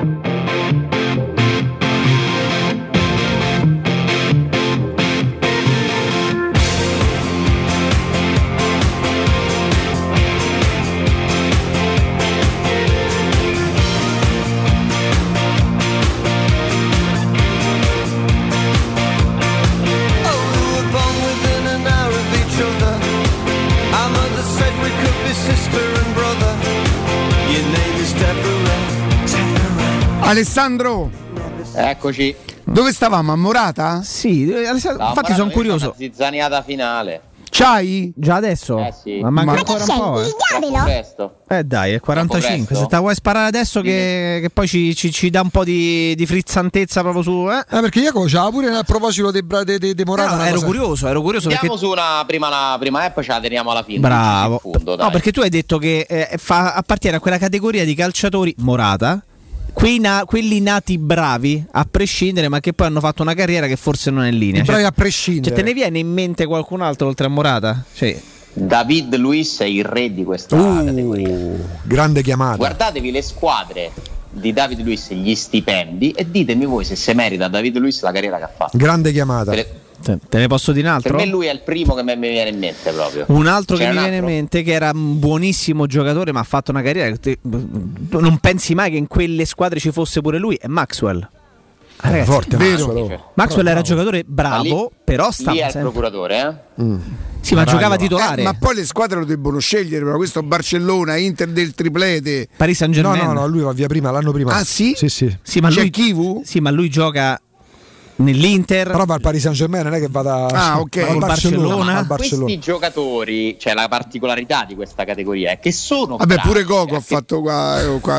Alessandro, eccoci. Dove stavamo? A Morata? Sì, infatti sono curioso. Una zizzaniata finale. C'hai? Già adesso? Sì. Ma manca ancora un po'. Troppo presto. Dai, è 45. Se te la vuoi sparare adesso che poi ci dà un po' di frizzantezza proprio su. Perché Jacopo c'ha pure a proposito di Morata. Ero curioso Andiamo perché su la prima app, ce la teniamo alla fine. bravo. Fondo, No, perché tu hai detto che appartiene a quella categoria di calciatori Morata. Quelli nati bravi a prescindere, ma che poi hanno fatto una carriera che forse non è in linea. Bravi a prescindere. Cioè, te ne viene in mente qualcun altro oltre a Morata? Sì. David Luiz è il re di questa categoria. Grande chiamata. Guardatevi le squadre di David Luiz, gli stipendi, e ditemi voi se merita David Luiz la carriera che ha fatto. Grande chiamata. Te ne posso dire un altro? Per me lui è il primo che mi viene in mente proprio. Un altro che mi viene in mente, che era un buonissimo giocatore ma ha fatto una carriera che non pensi mai che in quelle squadre ci fosse pure lui, è Maxwell. Ragazzi, forte, vero. Maxwell era giocatore bravo, però stava lì è il sempre... procuratore, Sì, ma giocava titolare. Ma poi le squadre lo debbono scegliere, però questo Barcellona, Inter del triplete. Paris Saint-Germain. No, lui va via prima, l'anno prima. Ah sì? Sì. Ma c'è lui, Kivu? Sì, ma lui gioca nell'Inter. Però va al Paris Saint-Germain, non è che vada al Barcellona. Questi giocatori, cioè la particolarità di questa categoria è che sono vabbè, bravi, pure Coco ha fatto qua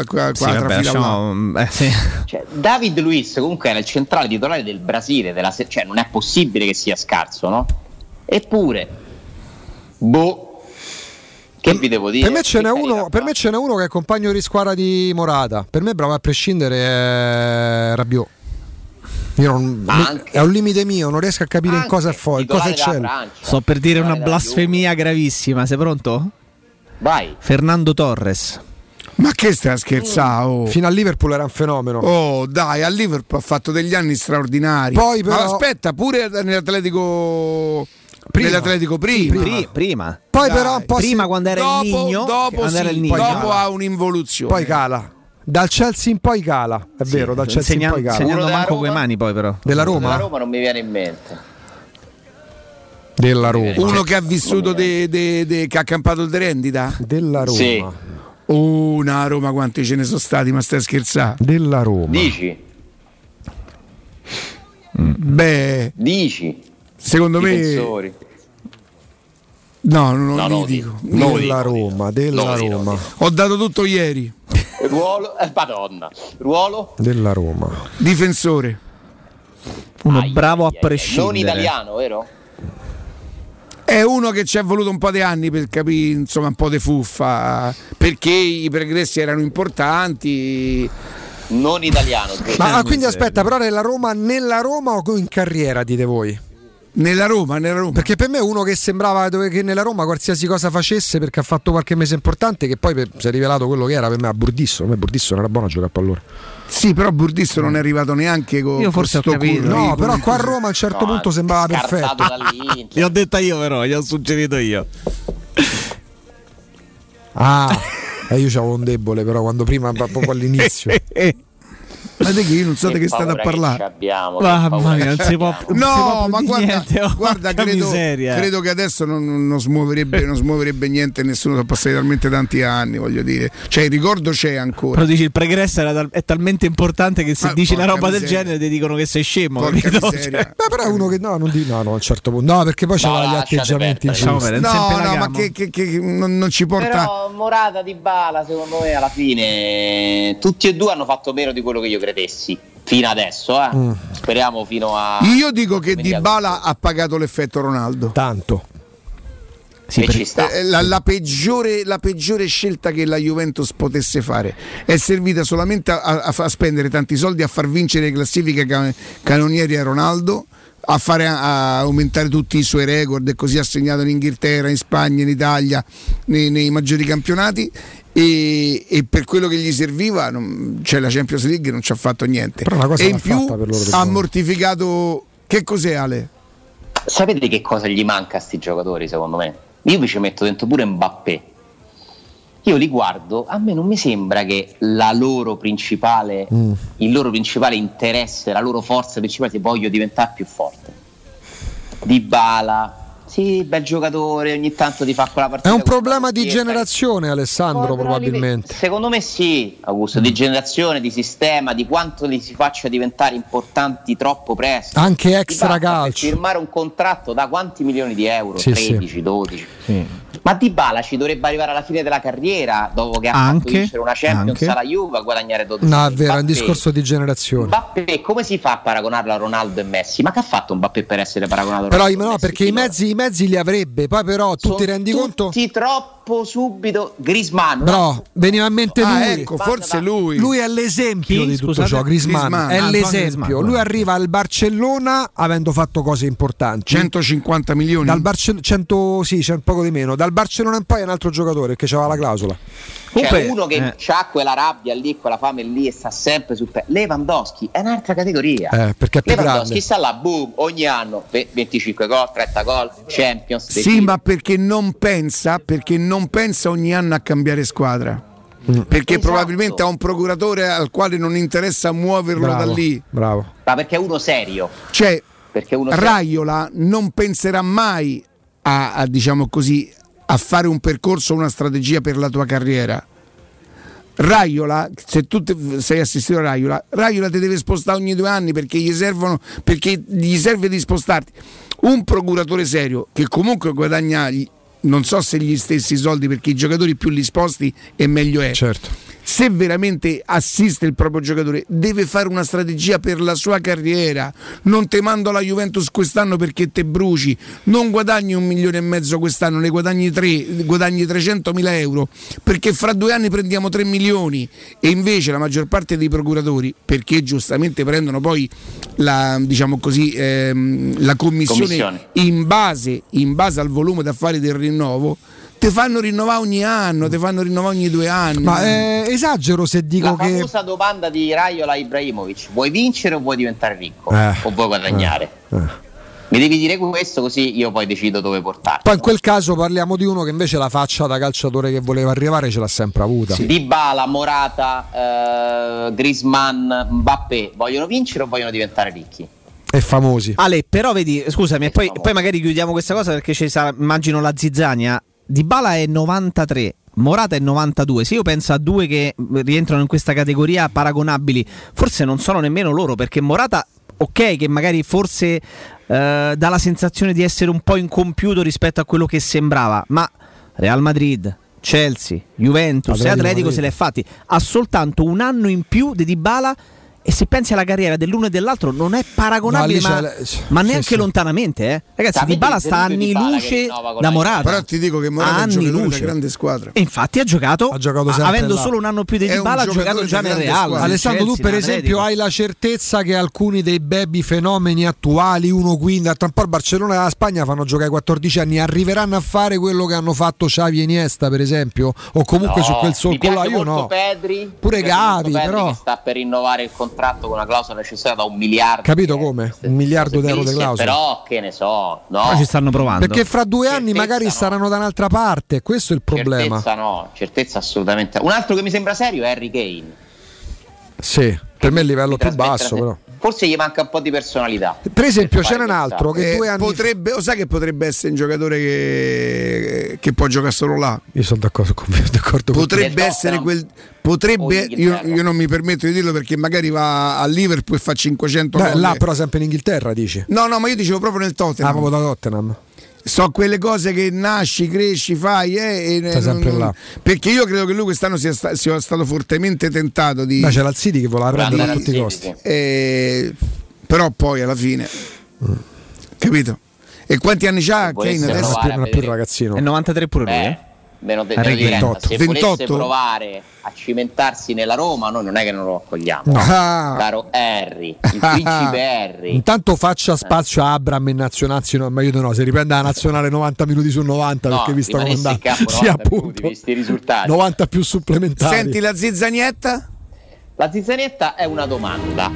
sì. Cioè, David Luiz comunque era il centrale titolare del Brasile, cioè non è possibile che sia scarso, no? Eppure che vi devo dire? Per me ce n'è uno che è compagno di squadra di Morata. Per me bravo a prescindere è Rabiot. È un limite mio, non riesco a capire in cosa c'è. Sto per dire una blasfemia gravissima. Sei pronto? Vai. Fernando Torres. Ma che stai a scherzare? Oh. Fino a Liverpool era un fenomeno. Oh, dai, a Liverpool ha fatto degli anni straordinari. Poi però... Ma aspetta, pure nell'Atletico prima. Poi però un po' prima quando era il Nigno, dopo ha un'involuzione. Poi cala. Dal Chelsea in poi cala, è vero, dal Chelsea in poi cala. Segnando manco quei mani poi però. Della Roma? Della Roma non mi viene in mente. Della Roma. Uno che ha vissuto che ha campato il de rendita? Della Roma. Sì. Una Roma quanti ce ne sono stati, ma stai scherzando? Della Roma. Dici? Dici? Secondo difensori. me non li dico. Della Roma. Ho dato tutto ieri. Ruolo, Madonna. Ruolo della Roma. Difensore. Uno bravo a prescindere. Non italiano, vero? È uno che ci è voluto un po' di anni per capire, insomma, un po' di fuffa, perché i progressi erano importanti. Non italiano. Ma quindi aspetta, però nella Roma o in carriera, dite voi? Nella Roma. Perché per me è uno che sembrava che nella Roma qualsiasi cosa facesse, perché ha fatto qualche mese importante, che poi si è rivelato quello che era. Per me a Burdisso non era buono a giocare a pallone. Sì, però Burdisso non è arrivato neanche con Io forse ho sto capito. curriculum. No, però qua a Roma a un certo punto sembrava perfetto. Gli ho detta io, però, gli ho suggerito io. Io c'avevo un debole, però quando prima proprio all'inizio. Ma che io non so di che state a parlare. Mamma mia, non si può. No, ma niente, guarda credo che adesso non smuoverebbe niente nessuno, sono passati talmente tanti anni, voglio dire. Cioè il ricordo c'è ancora. Però dici il pregresso è talmente importante che se dici una roba del genere ti dicono che sei scemo. Capito? Beh, però è uno che no, a un certo punto. No, perché poi c'aveva gli atteggiamenti giusti. Ma che non ci porta. Però Morata, Dybala, secondo me alla fine tutti e due hanno fatto meno di quello che io credessi fino adesso, speriamo fino a. Io dico che Dybala ha pagato l'effetto Ronaldo. Tanto. Sì, ci sta. La peggiore scelta che la Juventus potesse fare è servita solamente a spendere tanti soldi, a far vincere le classifiche canonieri a Ronaldo, a aumentare tutti i suoi record, e così ha segnato in Inghilterra, in Spagna, in Italia, nei maggiori campionati. E per quello che gli serviva, cioè la Champions League non ci ha fatto niente. E in più ha mortificato. Che cos'è, Ale? Sapete che cosa gli manca a sti giocatori, secondo me? Io vi ci metto dentro pure Mbappé. Io li guardo, a me non mi sembra che il loro principale interesse, la loro forza principale sia voglio diventare più forte. Dybala, sì, bel giocatore, ogni tanto ti fa quella partita. È un problema di generazione, Alessandro, probabilmente. Secondo me sì, Augusto, di generazione, di sistema, di quanto li si faccia diventare importanti troppo presto. Anche extra calcio. Firmare un contratto da quanti milioni di euro? Sì, 13, 12. Sì. Ma Dybala ci dovrebbe arrivare alla fine della carriera, dopo che ha fatto vincere una Champions alla Juve, a guadagnare 12. No, è vero, è un discorso di generazione. Mbappé, come si fa a paragonarlo a Ronaldo e Messi? Ma che ha fatto Mbappé per essere paragonato a Ronaldo? Però no, perché i mezzi li avrebbe, poi però tu ti rendi conto? Troppo subito. Griezmann. No, veniva in mente lui. Ecco, forse lui. Lui è l'esempio di tutto ciò. Griezmann è l'esempio. Lui arriva al Barcellona avendo fatto cose importanti. 150 milioni. Dal c'è poco di meno. Dal Barcellona in poi è un altro giocatore che aveva la clausola. C'è uno che ha quella rabbia lì, quella fame lì e sta sempre sul Lewandowski è un'altra categoria. Perché è più Lewandowski grande. sta là, boom, ogni anno 25 gol, 30 gol, Champions. Sì, ma perché non pensa ogni anno a cambiare squadra. Perché probabilmente ha un procuratore al quale non interessa muoverlo da lì. Bravo. Ma perché è uno serio. Cioè, Raiola non penserà mai a diciamo così, a fare un percorso, una strategia per la tua carriera. Raiola, se tu sei assistito a Raiola ti deve spostare ogni 2 anni perché gli serve di spostarti. Un procuratore serio che comunque guadagna, non so se gli stessi soldi, perché i giocatori più li sposti e meglio è. Certo. Se veramente assiste il proprio giocatore deve fare una strategia per la sua carriera. Non te mando alla Juventus quest'anno perché te bruci, non guadagni 1,5 milioni quest'anno, ne guadagni 3, guadagni 300.000 euro perché fra 2 anni prendiamo 3 milioni. E invece la maggior parte dei procuratori, perché giustamente prendono poi la, diciamo così, la commissione in base al volume d'affari del rinnovo, te fanno rinnovare ogni anno, te fanno rinnovare ogni 2 anni. Ma esagero se dico la famosa domanda di Raiola a Ibrahimovic: vuoi vincere o vuoi diventare ricco? O vuoi guadagnare? Mi devi dire questo, così io poi decido dove portarti. Poi in quel caso parliamo di uno che invece la faccia da calciatore che voleva arrivare ce l'ha sempre avuta. Sì. Dybala, Morata, Griezmann, Mbappé vogliono vincere o vogliono diventare ricchi? E famosi. Ale, però vedi, scusami, poi magari chiudiamo questa cosa perché ci sarà, immagino, la zizzania. Dybala è 93, Morata è 92. Se io penso a due che rientrano in questa categoria paragonabili, forse non sono nemmeno loro, perché Morata, ok, che magari forse dà la sensazione di essere un po' incompiuto rispetto a quello che sembrava, ma Real Madrid, Chelsea, Juventus e Atletico se l'è fatti. Ha soltanto 1 anno in più di Dybala E se pensi alla carriera dell'uno e dell'altro non è paragonabile, ma neanche lontanamente. Ragazzi, Dybala sta anni luce da Morata. Però ti dico che Morata è un giocatore da grande squadra. E infatti ha giocato avendo là. solo un anno più di Dybala, ha giocato già nel Real. Alessandro, tu per esempio hai la certezza che alcuni dei baby fenomeni attuali, 1-15, tra un po' il Barcellona e la Spagna fanno giocare 14 anni, arriveranno a fare quello che hanno fatto Xavi e Iniesta per esempio, o comunque su quel solco là? Io no. Pedri, pure Gavi, però che sta per rinnovare il contratto con una clausola necessaria da 1 miliardo. Capito come? 1 miliardo di euro di clausola. Però che ne so, no. Ma ci stanno provando. Perché fra 2 anni magari saranno da un'altra parte, questo è il problema. Certezza assolutamente. Un altro che mi sembra serio è Harry Kane. Sì, per me è il livello più basso però. Forse gli manca un po' di personalità. Per esempio c'era un altro che 2 anni potrebbe, sai che potrebbe essere un giocatore che può giocare solo là. Io sono d'accordo con potrebbe essere quel io non mi permetto di dirlo perché magari va a Liverpool e fa 500 gol. Là però sempre in Inghilterra dici. No, ma io dicevo proprio nel Tottenham. Proprio da Tottenham. So quelle cose che nasci, cresci, fai sempre là. Perché io credo che lui quest'anno sia stato fortemente tentato di. Ma c'è il City che voleva prendere a tutti i costi. Però poi alla fine capito? E quanti anni c'ha Kane adesso? Non è più un ragazzino. È 93 pure lui. Meno di 28. Se volesse provare a cimentarsi nella Roma, noi non è che non lo accogliamo. No. Caro Harry, il principe Harry. Intanto faccia spazio a Abram in nazionale, ma io no, se riprende la nazionale 90 minuti su 90 perché visto come andà. Sì, appunto. Visti i risultati. 90 più supplementari. Senti la zizzanietta? La zizzanietta è una domanda.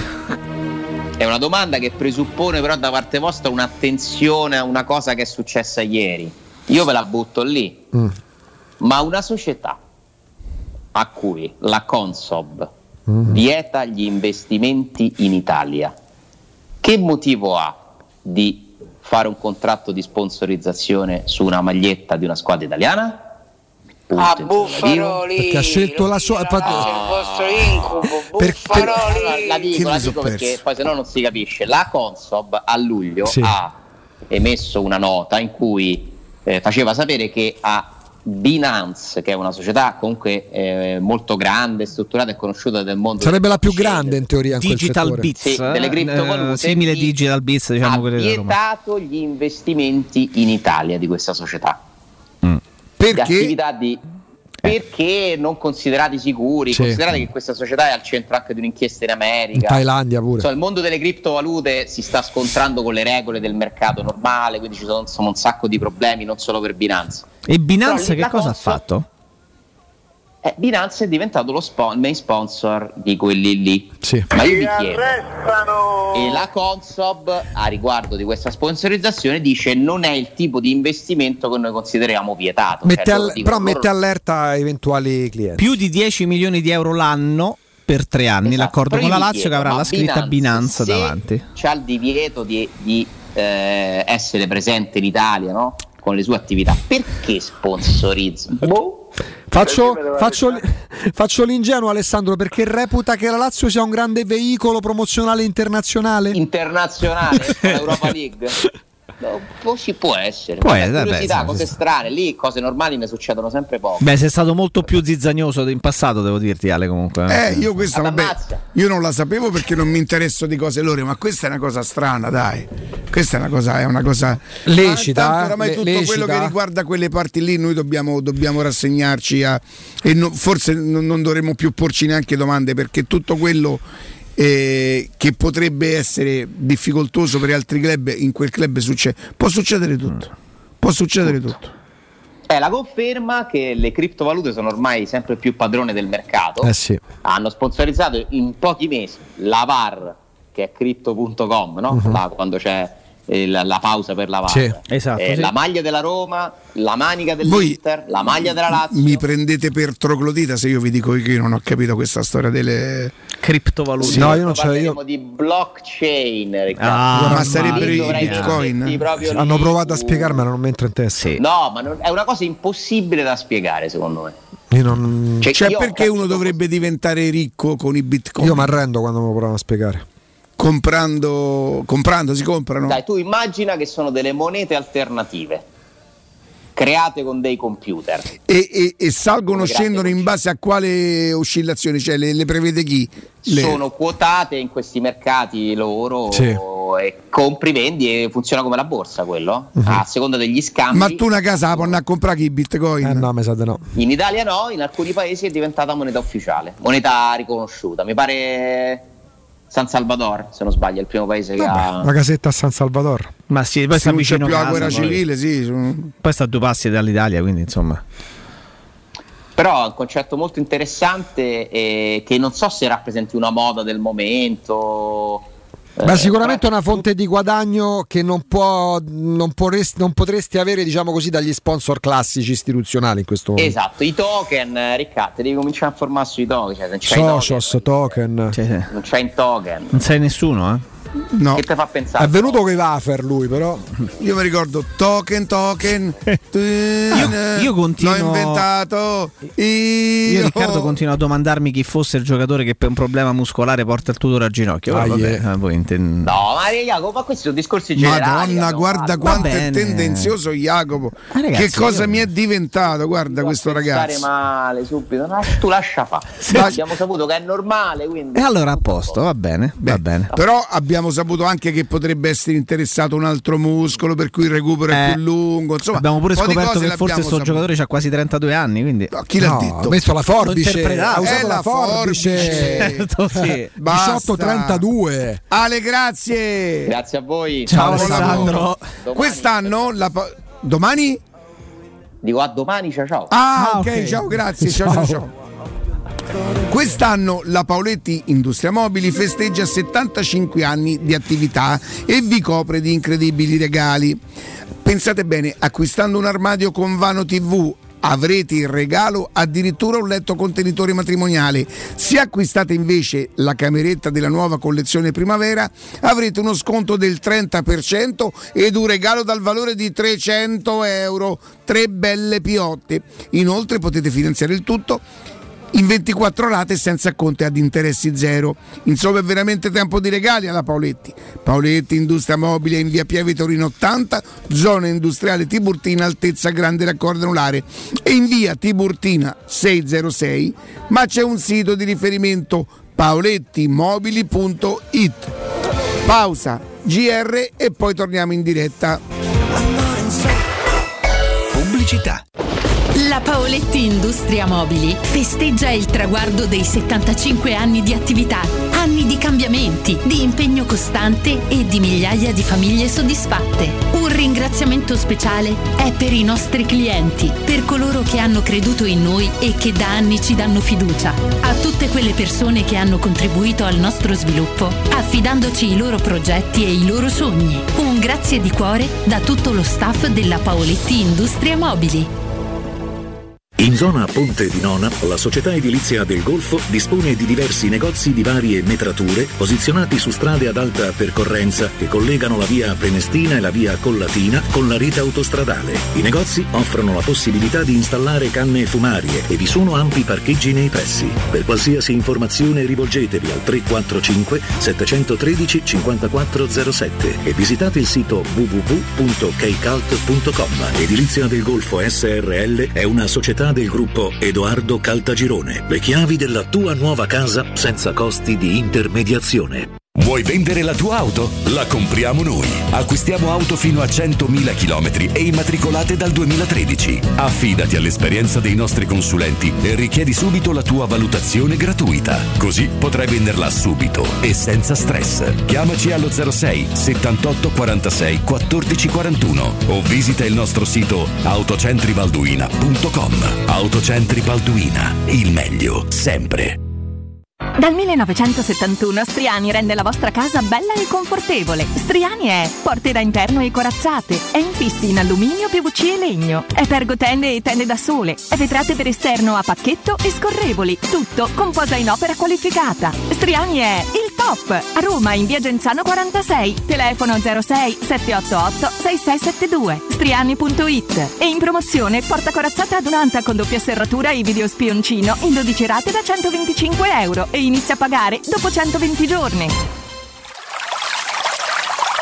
È una domanda che presuppone però da parte vostra un'attenzione a una cosa che è successa ieri. Io ve la butto lì. Ma una società a cui la Consob vieta gli investimenti in Italia, che motivo ha di fare un contratto di sponsorizzazione su una maglietta di una squadra italiana? Buffaroli, perché ha scelto la sua il vostro incubo. Buffaroli. La dico perché poi se no non si capisce. La Consob a luglio ha emesso una nota in cui faceva sapere che a Binance, che è una società comunque molto grande, strutturata e conosciuta del mondo, sarebbe la più grande in teoria in Digital quel Bits, delle criptovalute, simile Digital Bits, diciamo, ha vietato gli investimenti in Italia di questa società. Perché? Perché non considerati sicuri, considerate che questa società è al centro anche di un'inchiesta in America, in Thailandia pure. Il mondo delle criptovalute si sta scontrando con le regole del mercato normale, quindi ci sono un sacco di problemi, non solo per Binance. E Binance che cosa ha fatto? Binance è diventato il main sponsor di quelli lì. Ma io mi chiedo, e la Consob a riguardo di questa sponsorizzazione dice non è il tipo di investimento che noi consideriamo vietato. Mette allerta eventuali clienti. Più di 10 milioni di euro l'anno per 3 anni, l'accordo con la Lazio che avrà la scritta Binance davanti. C'ha il divieto di essere presente in Italia, no? Con le sue attività. Perché sponsorizza? Faccio l'ingenuo, Alessandro, perché reputa che la Lazio sia un grande veicolo promozionale internazionale con l'Europa League. Ci può essere. Curiosità, cose strane, lì cose normali ne succedono sempre poco. Beh, sei stato molto più zizzagnoso in passato, devo dirti, Ale, comunque. Io questa io non la sapevo perché non mi interesso di cose loro, ma questa è una cosa strana, dai. Questa è una cosa lecita. Tanto oramai tutto quello che riguarda quelle parti lì noi dobbiamo rassegnarci forse non dovremmo più porci neanche domande, perché tutto quello che potrebbe essere difficoltoso per altri club, in quel club può succedere tutto. È la conferma che le criptovalute sono ormai sempre più padrone del mercato. Hanno sponsorizzato in pochi mesi la VAR, che è crypto.com, no? Là, quando c'è la pausa per la VAR, la maglia della Roma, la manica dell'Inter, la maglia della Lazio. Mi prendete per troglodita se io vi dico che io non ho capito questa storia delle criptovalute. No, io non parleremo di blockchain, ma sarebbero i bitcoin. Hanno provato a spiegarmelo, non mi entra in testa. No, ma è una cosa impossibile da spiegare, secondo me. Perché uno dovrebbe diventare ricco con i bitcoin? Io mi arrendo quando me lo provano a spiegare. Comprando si comprano. Dai, tu immagina che sono delle monete alternative. create con dei computer. E salgono, scendono in base a quale oscillazione? Cioè le prevede chi? Sono quotate in questi mercati loro, e compri, vendi, e funziona come la borsa quello, a seconda degli scambi. Ma tu una casa la puoi andare a comprare chi Bitcoin? No, mi sa di no. In Italia no, in alcuni paesi è diventata moneta ufficiale, moneta riconosciuta. Mi pare San Salvador, se non sbaglio, è il primo paese che ha la casetta a San Salvador. Ma sì, poi sta vicino più casa, la guerra poi. civile, sì. Poi sta a 2 passi dall'Italia, quindi insomma. Però è un concetto molto interessante che non so se rappresenti una moda del momento. Beh, sicuramente è una fonte di guadagno che non potresti avere, diciamo così, dagli sponsor classici istituzionali in questo momento. Esatto, i token, Riccardo, devi cominciare a informare sui token. Cioè, se non c'hai Socios, token. non c'hai in token. Non sei nessuno, No. Che ti fa pensare? È venuto coi wafer lui, però. Io mi ricordo token. Io continuo. L'ho inventato. Io Riccardo continuo a domandarmi chi fosse il giocatore che per un problema muscolare porta il tutore al ginocchio. Voi No, ma Jacopo, ma questi sono discorsi generali. Madonna, guarda quanto è tendenzioso Jacopo. Ragazzi, che cosa mi è diventato? Guarda questo ragazzo. Stare male subito. No, tu lascia fare. Abbiamo saputo che è normale, quindi. E allora a posto, va bene. Però abbiamo saputo anche che potrebbe essere interessato un altro muscolo, per cui il recupero è più lungo. Insomma, abbiamo pure scoperto che forse sto giocatore ha quasi 32 anni, quindi chi l'ha detto? Ha messo la forbice, ha usato la forbice. Certo, sì. 18-32. Ale, grazie. Grazie a voi. Ciao Alessandro. Quest'anno domani? Dico a domani, ciao. Ok, ciao, grazie. Ciao. Quest'anno la Paoletti Industria Mobili festeggia 75 anni di attività e vi copre di incredibili regali. Pensate bene, acquistando un armadio con vano TV avrete in regalo addirittura un letto contenitore matrimoniale. Se acquistate invece la cameretta della nuova collezione primavera avrete uno sconto del 30% ed un regalo dal valore di 300 euro. 3 belle piotte. Inoltre potete finanziare il tutto in 24 rate senza acconti ad interessi zero. Insomma, è veramente tempo di regali alla Paoletti. Paoletti Industria Mobile in via Pieve Torino 80, zona industriale Tiburtina, altezza grande raccordo anulare, e in via Tiburtina 606, ma c'è un sito di riferimento, paolettimobili.it. Pausa, GR e poi torniamo in diretta. Pubblicità. La Paoletti Industria Mobili festeggia il traguardo dei 75 anni di attività, anni di cambiamenti, di impegno costante e di migliaia di famiglie soddisfatte. Un ringraziamento speciale è per i nostri clienti, per coloro che hanno creduto in noi e che da anni ci danno fiducia, a tutte quelle persone che hanno contribuito al nostro sviluppo, affidandoci i loro progetti e i loro sogni. Un grazie di cuore da tutto lo staff della Paoletti Industria Mobili. In zona Ponte di Nona, la società edilizia del Golfo dispone di diversi negozi di varie metrature posizionati su strade ad alta percorrenza che collegano la via Prenestina e la via Collatina con la rete autostradale. I negozi offrono la possibilità di installare canne fumarie e vi sono ampi parcheggi nei pressi. Per qualsiasi informazione rivolgetevi al 345 713 5407 e visitate il sito www.keicalt.com. Edilizia del Golfo SRL è una società del gruppo Edoardo Caltagirone. Le chiavi della tua nuova casa senza costi di intermediazione. Vuoi vendere la tua auto? La compriamo noi. Acquistiamo auto fino a 100.000 chilometri e immatricolate dal 2013. Affidati all'esperienza dei nostri consulenti e richiedi subito la tua valutazione gratuita. Così potrai venderla subito e senza stress. Chiamaci allo 06 78 46 14 41 o visita il nostro sito autocentribalduina.com. Autocentri Balduina, il meglio sempre. Dal 1971 Striani rende la vostra casa bella e confortevole. Striani è porte da interno e corazzate, è infissi in alluminio, PVC e legno, è pergotende e tende da sole, è vetrate per esterno a pacchetto e scorrevoli, tutto con posa in opera qualificata. Striani è il top! A Roma in via Genzano 46, telefono 06 788 6672, striani.it. E in promozione porta corazzata adunata con doppia serratura e video spioncino in 12 rate da 125 euro e inizia a pagare dopo 120 giorni.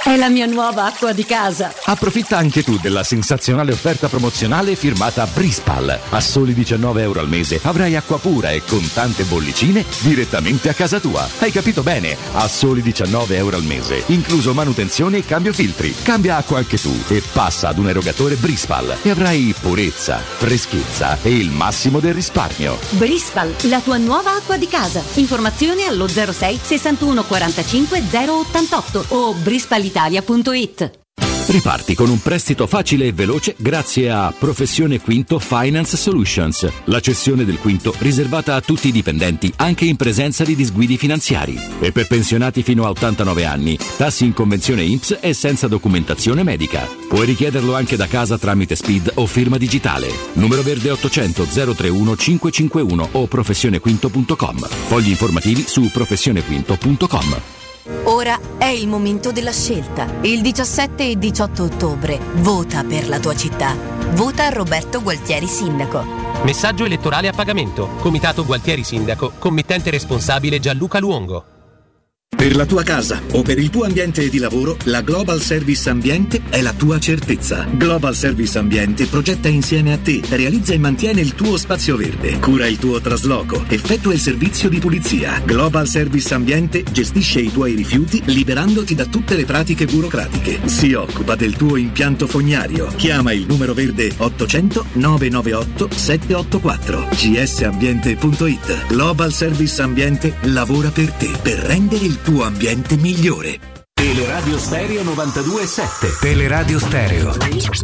È la mia nuova acqua di casa. Approfitta anche tu della sensazionale offerta promozionale firmata Brispal. A soli €19 al mese avrai acqua pura e con tante bollicine direttamente a casa tua. Hai capito bene? A soli €19 al mese, incluso manutenzione e cambio filtri. Cambia acqua anche tu e passa ad un erogatore Brispal e avrai purezza, freschezza e il massimo del risparmio. Brispal, la tua nuova acqua di casa. Informazioni allo 06 61 45 088 o brispalitalia.it. Riparti con un prestito facile e veloce grazie a Professione Quinto Finance Solutions, la cessione del quinto riservata a tutti i dipendenti anche in presenza di disguidi finanziari. E per pensionati fino a 89 anni, tassi in convenzione INPS e senza documentazione medica. Puoi richiederlo anche da casa tramite SPID o firma digitale. Numero verde 800 031 551 o professionequinto.com. Fogli informativi su professionequinto.com. Ora è il momento della scelta. Il 17 e 18 ottobre vota per la tua città. Vota Roberto Gualtieri Sindaco. Messaggio elettorale a pagamento. Comitato Gualtieri Sindaco. Committente responsabile Gianluca Luongo. Per la tua casa o per il tuo ambiente di lavoro, la Global Service Ambiente è la tua certezza. Global Service Ambiente progetta insieme a te, realizza e mantiene il tuo spazio verde, cura il tuo trasloco, effettua il servizio di pulizia. Global Service Ambiente gestisce i tuoi rifiuti liberandoti da tutte le pratiche burocratiche. Si occupa del tuo impianto fognario. Chiama il numero verde 800 998 784. gsambiente.it. Global Service Ambiente lavora per te, per rendere il tuo ambiente migliore. Teleradio Stereo 92.7. Teleradio Stereo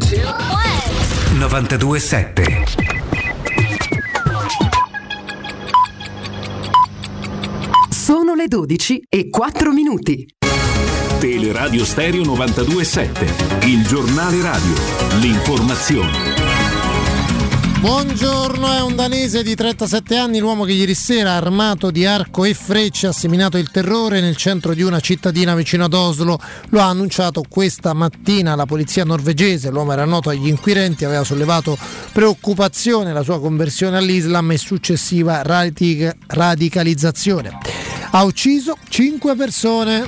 92.7. Sono le 12:04. Teleradio Stereo 92.7. Il giornale radio. L'informazione. Buongiorno, è un danese di 37 anni l'uomo che ieri sera, armato di arco e frecce, ha seminato il terrore nel centro di una cittadina vicino ad Oslo. Lo ha annunciato questa mattina la polizia norvegese. L'uomo era noto agli inquirenti, aveva sollevato preoccupazione la sua conversione all'Islam e successiva radicalizzazione. Ha ucciso 5 persone.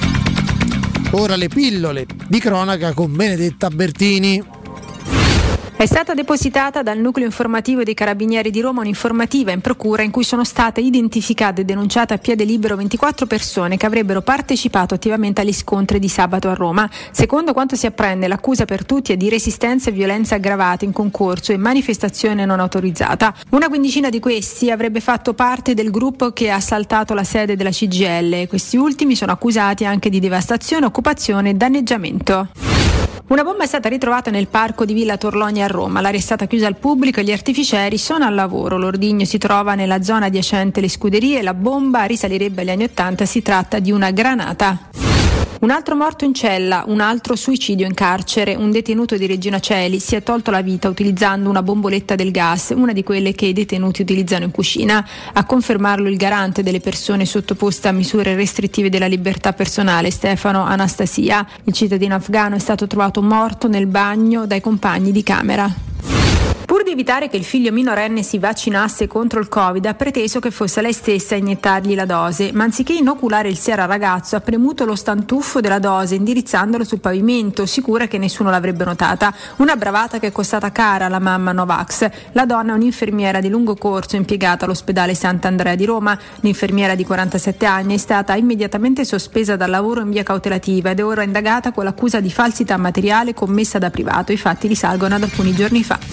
Ora le pillole di cronaca con Benedetta Bertini. È stata depositata dal nucleo informativo dei Carabinieri di Roma un'informativa in procura in cui sono state identificate e denunciate a piede libero 24 persone che avrebbero partecipato attivamente agli scontri di sabato a Roma. Secondo quanto si apprende, l'accusa per tutti è di resistenza e violenza aggravate in concorso e manifestazione non autorizzata. Una quindicina di questi avrebbe fatto parte del gruppo che ha assaltato la sede della CGIL. Questi ultimi sono accusati anche di devastazione, occupazione e danneggiamento. Una bomba è stata ritrovata nel parco di Villa Torlonia a Roma. L'area è stata chiusa al pubblico e gli artificieri sono al lavoro. L'ordigno si trova nella zona adiacente alle scuderie. La bomba risalirebbe agli anni '80. Si tratta di una granata. Un altro morto in cella, un altro suicidio in carcere. Un detenuto di Regina Coeli si è tolto la vita utilizzando una bomboletta del gas, una di quelle che i detenuti utilizzano in cucina. A confermarlo il garante delle persone sottoposte a misure restrittive della libertà personale, Stefano Anastasia. Il cittadino afghano è stato trovato morto nel bagno dai compagni di camera. Pur di evitare che il figlio minorenne si vaccinasse contro il Covid, ha preteso che fosse lei stessa a iniettargli la dose, ma anziché inoculare il siero al ragazzo ha premuto lo stantuffo della dose indirizzandolo sul pavimento, sicura che nessuno l'avrebbe notata. Una bravata che è costata cara alla mamma Novax. La donna è un'infermiera di lungo corso impiegata all'ospedale Sant'Andrea di Roma. L'infermiera di 47 anni è stata immediatamente sospesa dal lavoro in via cautelativa ed è ora indagata con l'accusa di falsità materiale commessa da privato. I fatti risalgono ad alcuni giorni fa.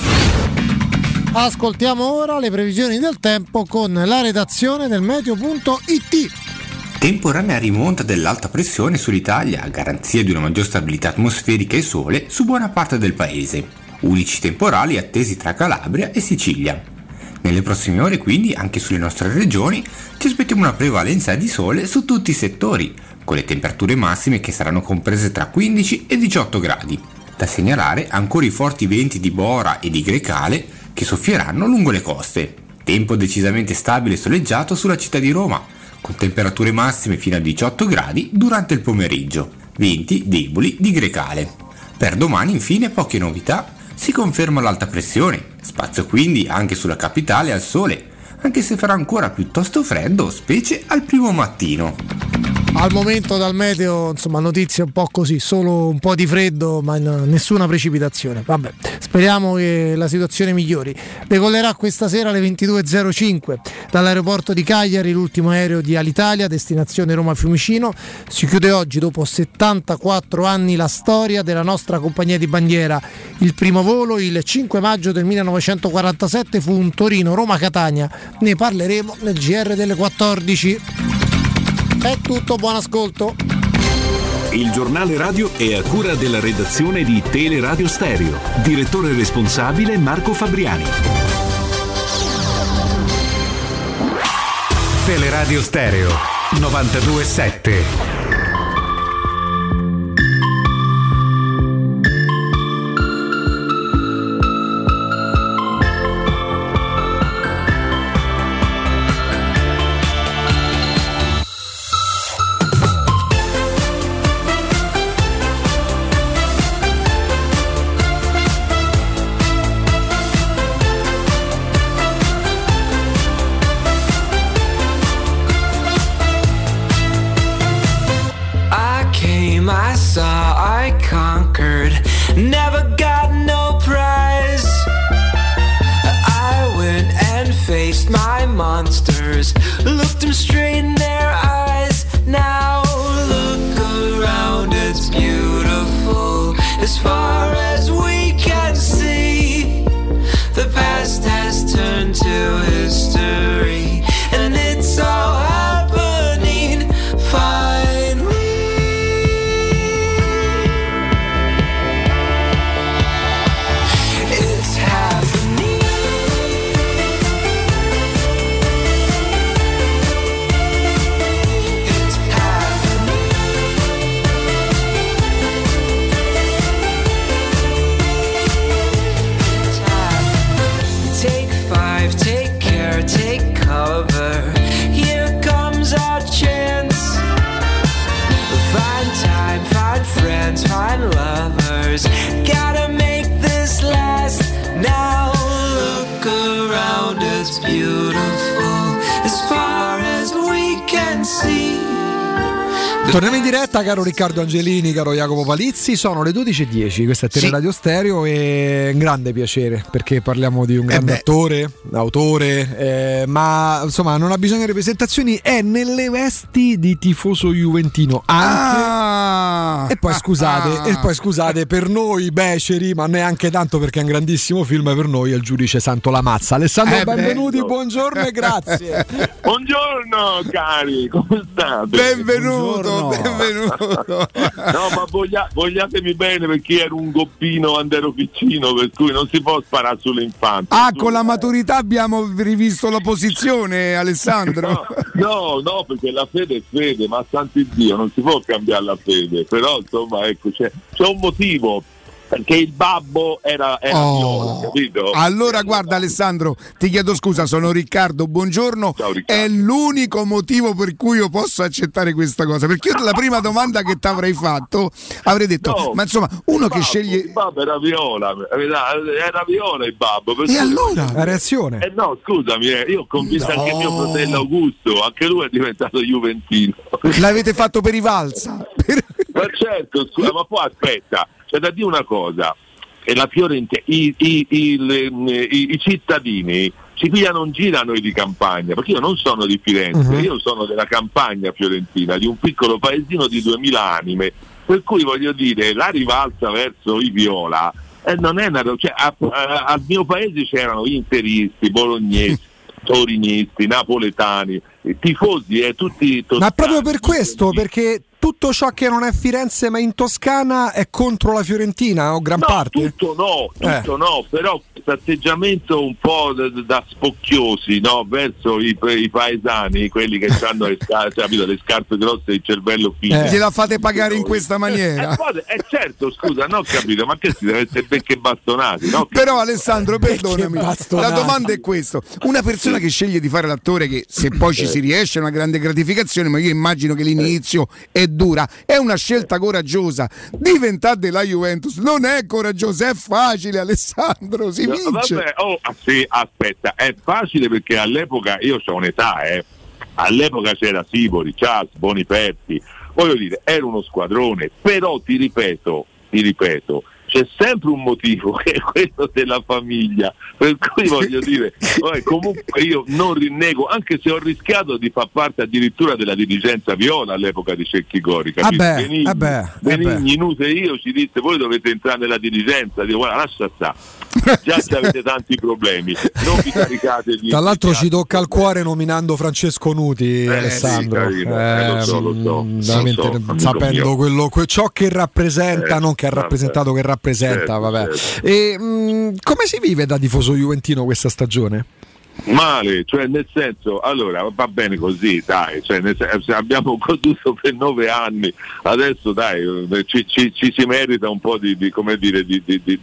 Ascoltiamo ora le previsioni del tempo con la redazione del meteo.it. Temporanea rimonta dell'alta pressione sull'Italia a garanzia di una maggior stabilità atmosferica e sole su buona parte del paese. Unici temporali attesi tra Calabria e Sicilia. Nelle prossime ore quindi anche sulle nostre regioni ci aspettiamo una prevalenza di sole su tutti i settori, con le temperature massime che saranno comprese tra 15 e 18 gradi. Da segnalare ancora i forti venti di Bora e di Grecale che soffieranno lungo le coste. Tempo decisamente stabile e soleggiato sulla città di Roma, con temperature massime fino a 18 gradi durante il pomeriggio, venti deboli di Grecale. Per domani infine poche novità, si conferma l'alta pressione, spazio quindi anche sulla capitale al sole, anche se farà ancora piuttosto freddo, specie al primo mattino. Al momento dal meteo, insomma, notizie un po' così, solo un po' di freddo, ma nessuna precipitazione. Vabbè, speriamo che la situazione migliori. Decollerà questa sera alle 22.05 dall'aeroporto di Cagliari l'ultimo aereo di Alitalia, destinazione Roma Fiumicino. Si chiude oggi, dopo 74 anni, la storia della nostra compagnia di bandiera. Il primo volo, il 5 maggio del 1947, fu un Torino-Roma-Catania. Ne parleremo nel GR delle 14. È tutto, buon ascolto. Il giornale radio è a cura della redazione di Teleradio Stereo. Direttore responsabile Marco Fabriani. Teleradio Stereo 92.7. I conquered, never got no prize. I went and faced my monsters, looked them straight in their eyes. Now look around, it's beautiful as far as we can see. The past has turned to history, and it's all happening finally. Find lovers, gotta make this last. Now look around, it's beautiful as far as we can see. Torniamo in diretta, caro Riccardo Angelini, caro Jacopo Palizzi, sono le 12.10, questa è Teleradio Stereo e un grande piacere perché parliamo di un grande attore, autore, ma insomma non ha bisogno di presentazioni, è nelle vesti di tifoso juventino anche. E poi scusate, per noi beceri, ma neanche tanto perché è un grandissimo film, per noi è il giudice Santo Lamazza. Alessandro, benvenuti, buongiorno e grazie. Buongiorno cari, come state? Benvenuto. No, ma vogliatemi bene perché ero un gobbino quando ero piccino, per cui non si può sparare sull'infanzia. Con la maturità abbiamo rivisto la posizione, Alessandro. No, perché la fede è fede, ma santi Dio, non si può cambiare la fede. Però insomma, ecco, c'è un motivo. Perché il babbo era viola, capito? Allora guarda Alessandro, ti chiedo scusa, sono Riccardo, buongiorno. Ciao, Riccardo. È l'unico motivo per cui io posso accettare questa cosa, perché io la prima domanda che ti avrei fatto avrei detto, ma insomma, uno che sceglie... Il babbo era viola il babbo. E allora? La reazione? No, scusami, io ho convinto anche mio fratello Augusto, anche lui è diventato juventino. L'avete fatto per i Valsa? Ma certo, scusa, ma poi aspetta. C'è da dire una cosa, e la Fiorentina, i cittadini ci pigliano un giro a noi di campagna, perché io non sono di Firenze, io sono della campagna fiorentina, di un piccolo paesino di 2000 anime, per cui voglio dire, la rivalsa verso i viola non è una, cioè, al mio paese c'erano interisti, bolognesi, torinisti, napoletani, tifosi, tutti toscani. Ma proprio per questo, perché tutto ciò che non è Firenze ma in Toscana è contro la Fiorentina o gran parte? Tutto no, però questo atteggiamento un po' da spocchiosi, no? Verso i paesani, quelli che hanno le scarpe grosse e il cervello fino. Gliela fate pagare in questa maniera? Certo, scusa, non ho capito, ma che si deve essere becche bastonati, no? Però Alessandro, perdonami, la domanda è questa: una persona che sceglie di fare l'attore, che se poi ci si riesce è una grande gratificazione, ma io immagino che l'inizio è dura, è una scelta coraggiosa. Diventare della Juventus non è coraggiosa, è facile, Alessandro, si vince. Vabbè, sì, aspetta, è facile perché all'epoca io ho un'età, all'epoca c'era Sivori, Charles, Boniperti, voglio dire, era uno squadrone, però ti ripeto, c'è sempre un motivo che è quello della famiglia, per cui voglio dire, comunque io non rinnego, anche se ho rischiato di far parte addirittura della dirigenza viola all'epoca di Cecchi Gori, Benigni, Nuse e io ci disse voi dovete entrare nella dirigenza, dico guarda lascia stare, già avete tanti problemi, non vi caricate di... Tra l'altro ci tocca al cuore nominando Francesco Nuti, Alessandro, sì, lo so, veramente sapendo ciò che rappresenta, non che ha rappresentato, che rappresenta, vabbè. Certo. E come si vive da tifoso juventino questa stagione? Male, cioè nel senso, allora va bene così, dai, cioè abbiamo goduto per 9 anni, adesso dai ci si merita un po' di come dire di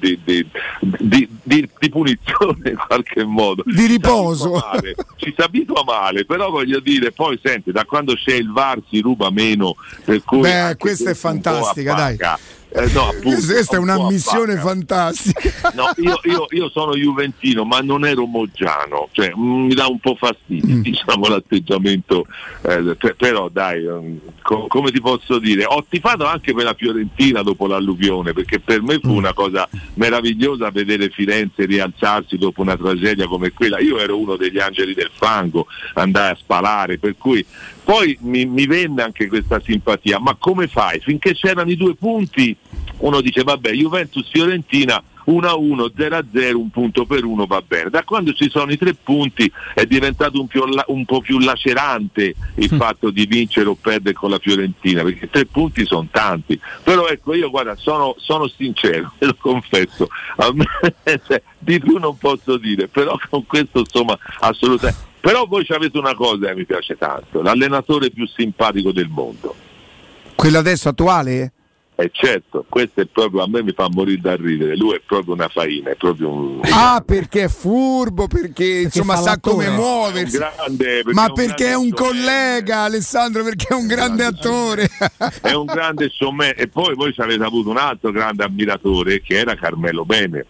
punizione in qualche modo, di riposo, ci si abitua male, però voglio dire, poi senti, da quando c'è il VAR si ruba meno, per cui questa è fantastica, dai. No, appunto, questa è una missione fantastica. No, io sono juventino, ma non ero moggiano, cioè mi dà un po' fastidio, diciamo, l'atteggiamento, però dai, come ti posso dire, ho tifato anche per la Fiorentina dopo l'alluvione, perché per me fu una cosa meravigliosa vedere Firenze rialzarsi dopo una tragedia come quella. Io ero uno degli angeli del fango, andai a spalare, per cui poi mi venne anche questa simpatia. Ma come fai? Finché c'erano i 2 punti uno dice vabbè, Juventus-Fiorentina 1-1, 0-0, un punto per uno va bene. Da quando ci sono i 3 punti è diventato un po' più lacerante il fatto di vincere o perdere con la Fiorentina, perché 3 punti sono tanti. Però ecco, io guarda, sono sincero, te lo confesso, a me, di più non posso dire, però con questo insomma assolutamente. Però voi avete una cosa che mi piace tanto, l'allenatore più simpatico del mondo. Quello adesso attuale? Certo, questo è proprio, a me mi fa morire da ridere, lui è proprio una faina, è proprio un... perché è furbo, perché insomma sa come muoversi, ma perché è un collega, Alessandro, perché è un grande attore, è un grande showman. E poi voi ci avete avuto un altro grande ammiratore che era Carmelo Bene.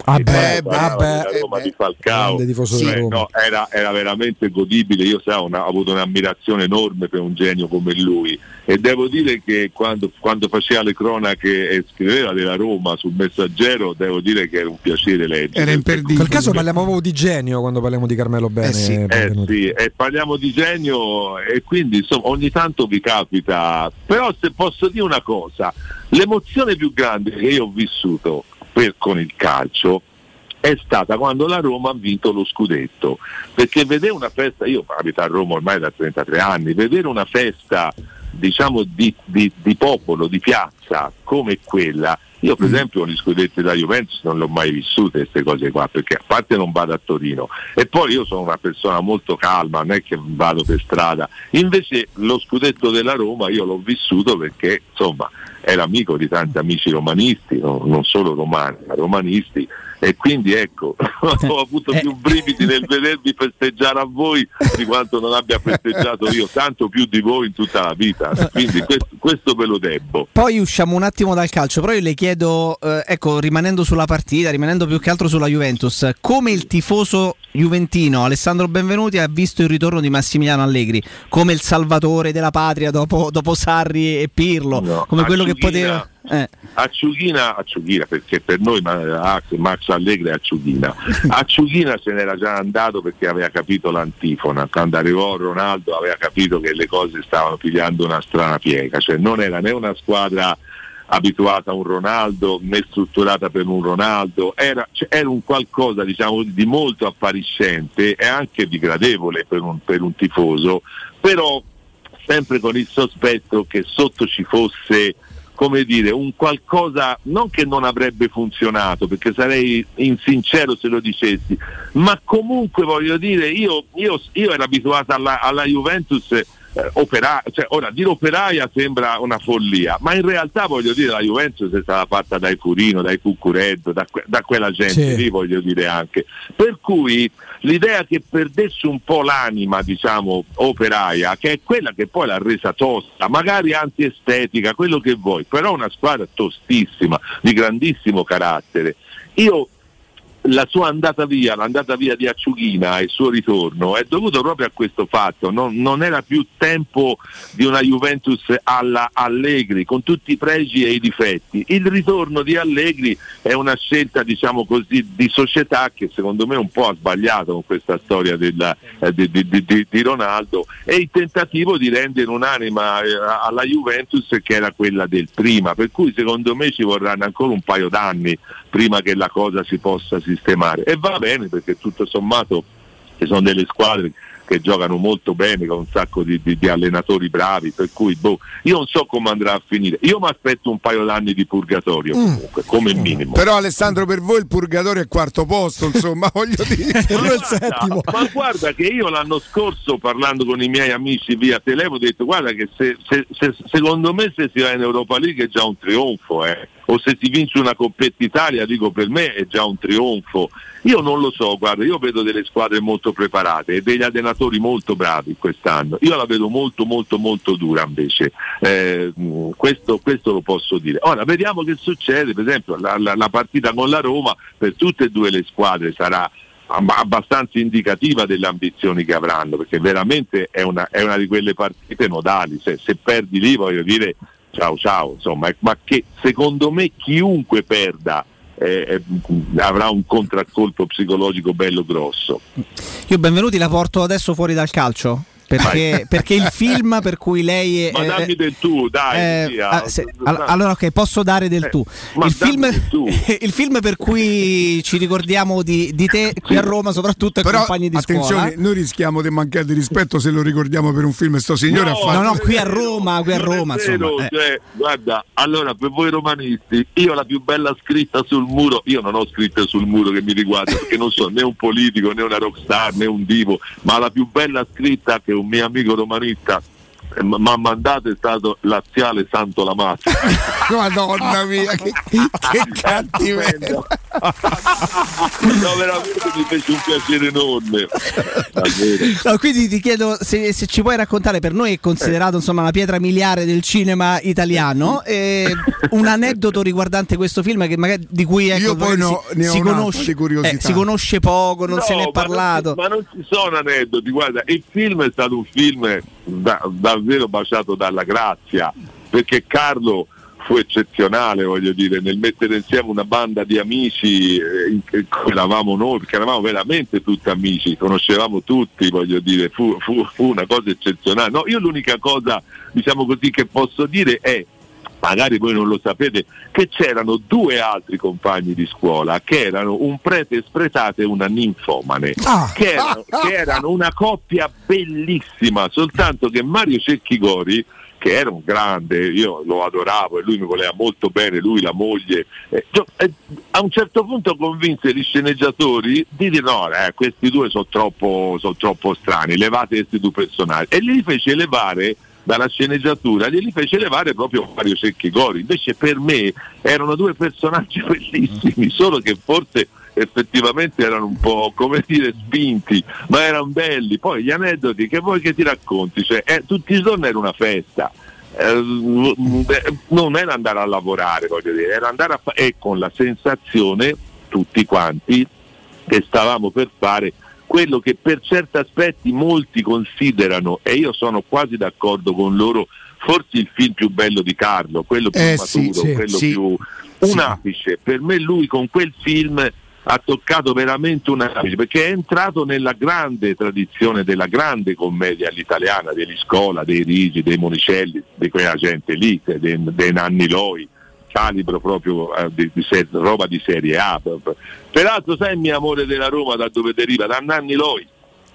Roma di Falcao, no, era veramente godibile. Io ho avuto un'ammirazione enorme per un genio come lui, e devo dire che quando faceva le cronache e scriveva della Roma sul Messaggero, devo dire che era un piacere leggere. Era imperdibile. In quel caso parliamo proprio di genio quando parliamo di Carmelo Bene. Sì, parliamo di genio, e quindi insomma ogni tanto vi capita. Però se posso dire una cosa, l'emozione più grande che io ho vissuto con il calcio è stata quando la Roma ha vinto lo scudetto, perché vedere una festa, io abito a Roma ormai da 33 anni, vedere una festa diciamo di popolo, di piazza come quella, io per esempio gli scudetti da Juventus non l'ho mai vissute queste cose qua, perché a parte non vado a Torino, e poi io sono una persona molto calma, non è che vado per strada, invece lo scudetto della Roma io l'ho vissuto perché insomma era amico di tanti amici romanisti, non solo romani, ma romanisti, e quindi ecco, ho avuto più brividi nel vedervi festeggiare a voi di quanto non abbia festeggiato io, tanto più di voi in tutta la vita, quindi questo ve lo debbo. Poi usciamo un attimo dal calcio, però io le chiedo, ecco, rimanendo sulla partita, rimanendo più che altro sulla Juventus, come il tifoso juventino Alessandro Benvenuti ha visto il ritorno di Massimiliano Allegri come il salvatore della patria dopo Sarri e Pirlo, come quello che poteva... Acciughina, perché per noi Max Allegri è Acciughina. Acciughina se n'era già andato perché aveva capito l'antifona, quando arrivò Ronaldo aveva capito che le cose stavano pigliando una strana piega, cioè non era né una squadra abituata a un Ronaldo né strutturata per un Ronaldo, era un qualcosa diciamo di molto appariscente e anche digradevole per un tifoso, però sempre con il sospetto che sotto ci fosse, come dire, un qualcosa non che non avrebbe funzionato, perché sarei insincero se lo dicessi, ma comunque voglio dire, io ero abituato alla Juventus cioè, ora dire operaia sembra una follia, ma in realtà voglio dire la Juventus è stata fatta dai Furino, dai Cuccureddo, da quella gente lì, voglio dire anche, per cui l'idea che perdesse un po' l'anima diciamo operaia, che è quella che poi l'ha resa tosta, magari antiestetica, quello che vuoi, però una squadra tostissima, di grandissimo carattere. Io la sua l'andata via di Acciughina e il suo ritorno è dovuto proprio a questo fatto. Non era più tempo di una Juventus alla Allegri, con tutti i pregi e i difetti. Il ritorno di Allegri è una scelta, diciamo così, di società che secondo me un po' ha sbagliato con questa storia di Ronaldo, e il tentativo di rendere un'anima alla Juventus che era quella del prima, per cui secondo me ci vorranno ancora un paio d'anni prima che la cosa si possa sistemare, e va bene, perché tutto sommato ci sono delle squadre che giocano molto bene, con un sacco di allenatori bravi, per cui io non so come andrà a finire. Io mi aspetto un paio d'anni di purgatorio comunque, come minimo. Però Alessandro, per voi il purgatorio è quarto posto, insomma, voglio dire, ma, il settimo. Ma guarda che io l'anno scorso, parlando con i miei amici via telefono, ho detto guarda che se secondo me se si va in Europa League è già un trionfo, o se si vince una Coppetta Italia, dico, per me è già un trionfo. Io non lo so, guarda, io vedo delle squadre molto preparate e degli allenatori molto bravi quest'anno. Io la vedo molto molto molto dura invece, questo lo posso dire. Ora vediamo che succede. Per esempio la partita con la Roma per tutte e due le squadre sarà abbastanza indicativa delle ambizioni che avranno, perché veramente è una di quelle partite nodali. Se perdi lì, voglio dire, ciao, insomma, ma che secondo me chiunque perda avrà un contraccolpo psicologico bello grosso. Io benvenuti la porto adesso fuori dal calcio. Perché il film per cui lei è, ma dammi del tu, dai, allora ok, posso dare del tu. Il film per cui ci ricordiamo di te qui a Roma, soprattutto ai compagni di attenzione, scuola. Attenzione, noi rischiamo di mancare di rispetto se lo ricordiamo per un film. Sto signore ha fatto. No, qui a Roma, insomma. Cioè, guarda, allora per voi romanisti, io la più bella scritta sul muro, io non ho scritte sul muro che mi riguardano, perché non sono né un politico né una rockstar né un divo, ma la più bella scritta che un mio amico romanista mi ha mandato è stato Laziale Santo Lamazza. Madonna mia, che cattiveria. No, veramente mi fece un piacere enorme. No, quindi ti chiedo se ci puoi raccontare, per noi è considerato insomma una pietra miliare del cinema italiano, un aneddoto riguardante questo film che magari di cui io poi si conosce, si conosce poco, non se ne è parlato. Ma non ci sono aneddoti, guarda, il film è stato un film davvero baciato dalla grazia, perché Carlo fu eccezionale, voglio dire, nel mettere insieme una banda di amici come eravamo noi, perché eravamo veramente tutti amici, conoscevamo tutti, voglio dire, fu una cosa eccezionale. No, io l'unica cosa, diciamo così, che posso dire è, magari voi non lo sapete, che c'erano due altri compagni di scuola che erano un prete spretato e una ninfomane, che erano una coppia bellissima, soltanto che Mario Cecchigori, che era un grande, io lo adoravo e lui mi voleva molto bene, lui, la moglie, a un certo punto convinse gli sceneggiatori di dire no, questi due sono troppo strani, levate questi due personaggi, e li fece levare dalla sceneggiatura, glieli fece levare proprio Mario Cecchigori. Invece per me erano due personaggi bellissimi, solo che forse effettivamente erano un po', come dire, spinti, ma erano belli. Poi gli aneddoti che vuoi che ti racconti, cioè tutti i giorni era una festa, non era andare a lavorare, voglio dire, era andare e con la sensazione tutti quanti che stavamo per fare quello che per certi aspetti molti considerano, e io sono quasi d'accordo con loro, forse il film più bello di Carlo, quello più maturo, quello più un apice. Per me lui con quel film ha toccato veramente un apice, perché è entrato nella grande tradizione della grande commedia all'italiana, degli Scola, dei Rigi, dei Monicelli, di quella gente lì, dei Nanni Loi, calibro proprio roba di serie A. Peraltro sai il mio amore della Roma da dove deriva? Da Nanni Loi.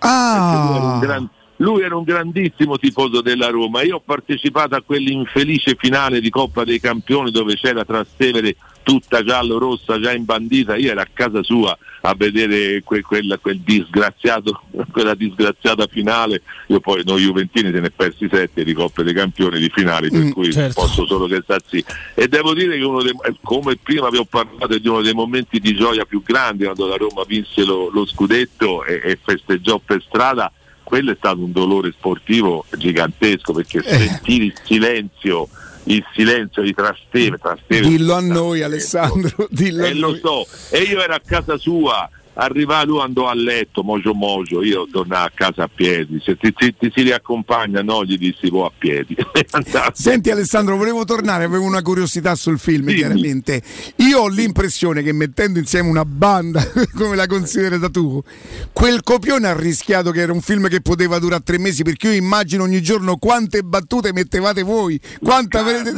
Lui era un grandissimo tifoso della Roma. Io ho partecipato a quell'infelice finale di Coppa dei Campioni dove c'era Trastevere tutta giallo-rossa, già imbandita. Io ero a casa sua a vedere quella disgraziata finale. Io poi noi juventini se ne persi 7 di Coppa dei Campioni di finali, per cui posso solo che stazzi. E devo dire che come prima vi ho parlato, di uno dei momenti di gioia più grandi quando la Roma vinse lo scudetto e festeggiò per strada. Quello è stato un dolore sportivo gigantesco, perché sentire il silenzio il silenzio di Trastevere. Dillo a noi, Alessandro, dillo a noi. Lo so, e io ero a casa sua, arriva lui, andò a letto, mogio, io tornai a casa a piedi, se ti si riaccompagna, no, gli dissi a piedi. Senti Alessandro, volevo tornare, avevo una curiosità sul film. Dimmi. Chiaramente io ho l'impressione che mettendo insieme una banda come la considerata tu, quel copione ha rischiato che era un film che poteva durare 3 mesi, perché io immagino ogni giorno quante battute mettevate voi, quanta avrete.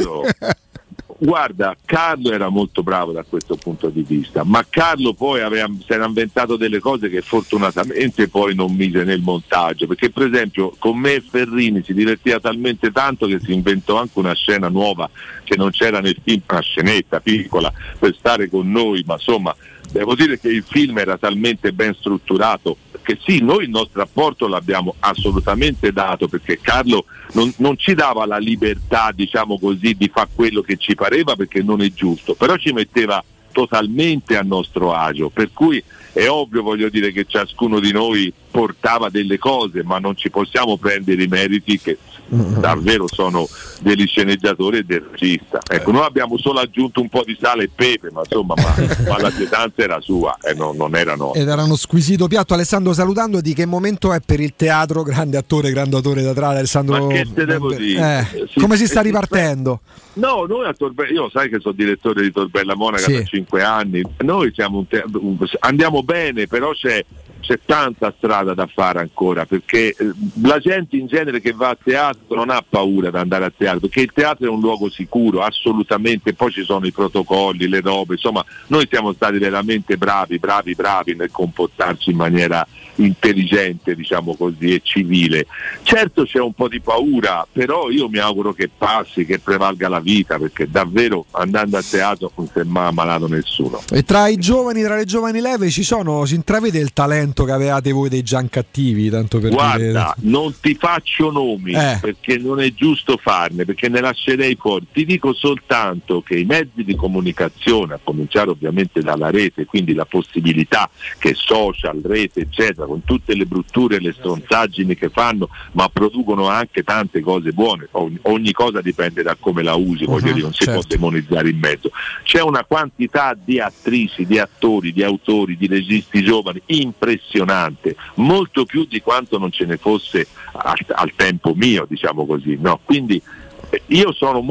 Guarda, Carlo era molto bravo da questo punto di vista, ma Carlo poi si era inventato delle cose che fortunatamente poi non mise nel montaggio, perché per esempio con me e Ferrini si divertiva talmente tanto che si inventò anche una scena nuova che non c'era nel film, una scenetta piccola per stare con noi, ma insomma devo dire che il film era talmente ben strutturato che sì, noi il nostro apporto l'abbiamo assolutamente dato, perché Carlo non ci dava la libertà, diciamo così, di fare quello che ci pareva, perché non è giusto, però ci metteva totalmente a nostro agio, per cui è ovvio, voglio dire, che ciascuno di noi portava delle cose, ma non ci possiamo prendere i meriti che davvero sono degli sceneggiatori e del regista. Ecco, noi abbiamo solo aggiunto un po' di sale e pepe, ma insomma, ma la pietanza era sua, non era nostra. Ed era uno squisito piatto. Alessandro, salutando, di che momento è per il teatro? Grande attore teatrale Alessandro. Ma che te devo dire? Come si sta ripartendo? No, noi a io sai che sono direttore di Torbella Monaca da 5 anni, noi siamo andiamo bene, però c'è tanta strada da fare ancora, perché la gente in genere che va a teatro non ha paura di andare a teatro, perché il teatro è un luogo sicuro, assolutamente, poi ci sono i protocolli, le robe, insomma noi siamo stati veramente bravi nel comportarci in maniera intelligente, diciamo così, e civile. Certo c'è un po' di paura, però io mi auguro che passi, che prevalga la vita, perché davvero andando a teatro non si è mai ammalato nessuno. E tra le giovani leve si intravede il talento che avevate voi dei Giancattivi, tanto per guarda, non ti faccio nomi perché non è giusto farne, perché ne lascerei fuori. Ti dico soltanto che i mezzi di comunicazione, a cominciare ovviamente dalla rete, quindi la possibilità che social, rete eccetera, con tutte le brutture e le stronzaggini che fanno, ma producono anche tante cose buone. Ogni cosa dipende da come la usi, voglio dire, non si può demonizzare in mezzo. C'è una quantità di attrici, di attori, di autori, di registi giovani impressionante, molto più di quanto non ce ne fosse al tempo mio, diciamo così, no? Quindi io sono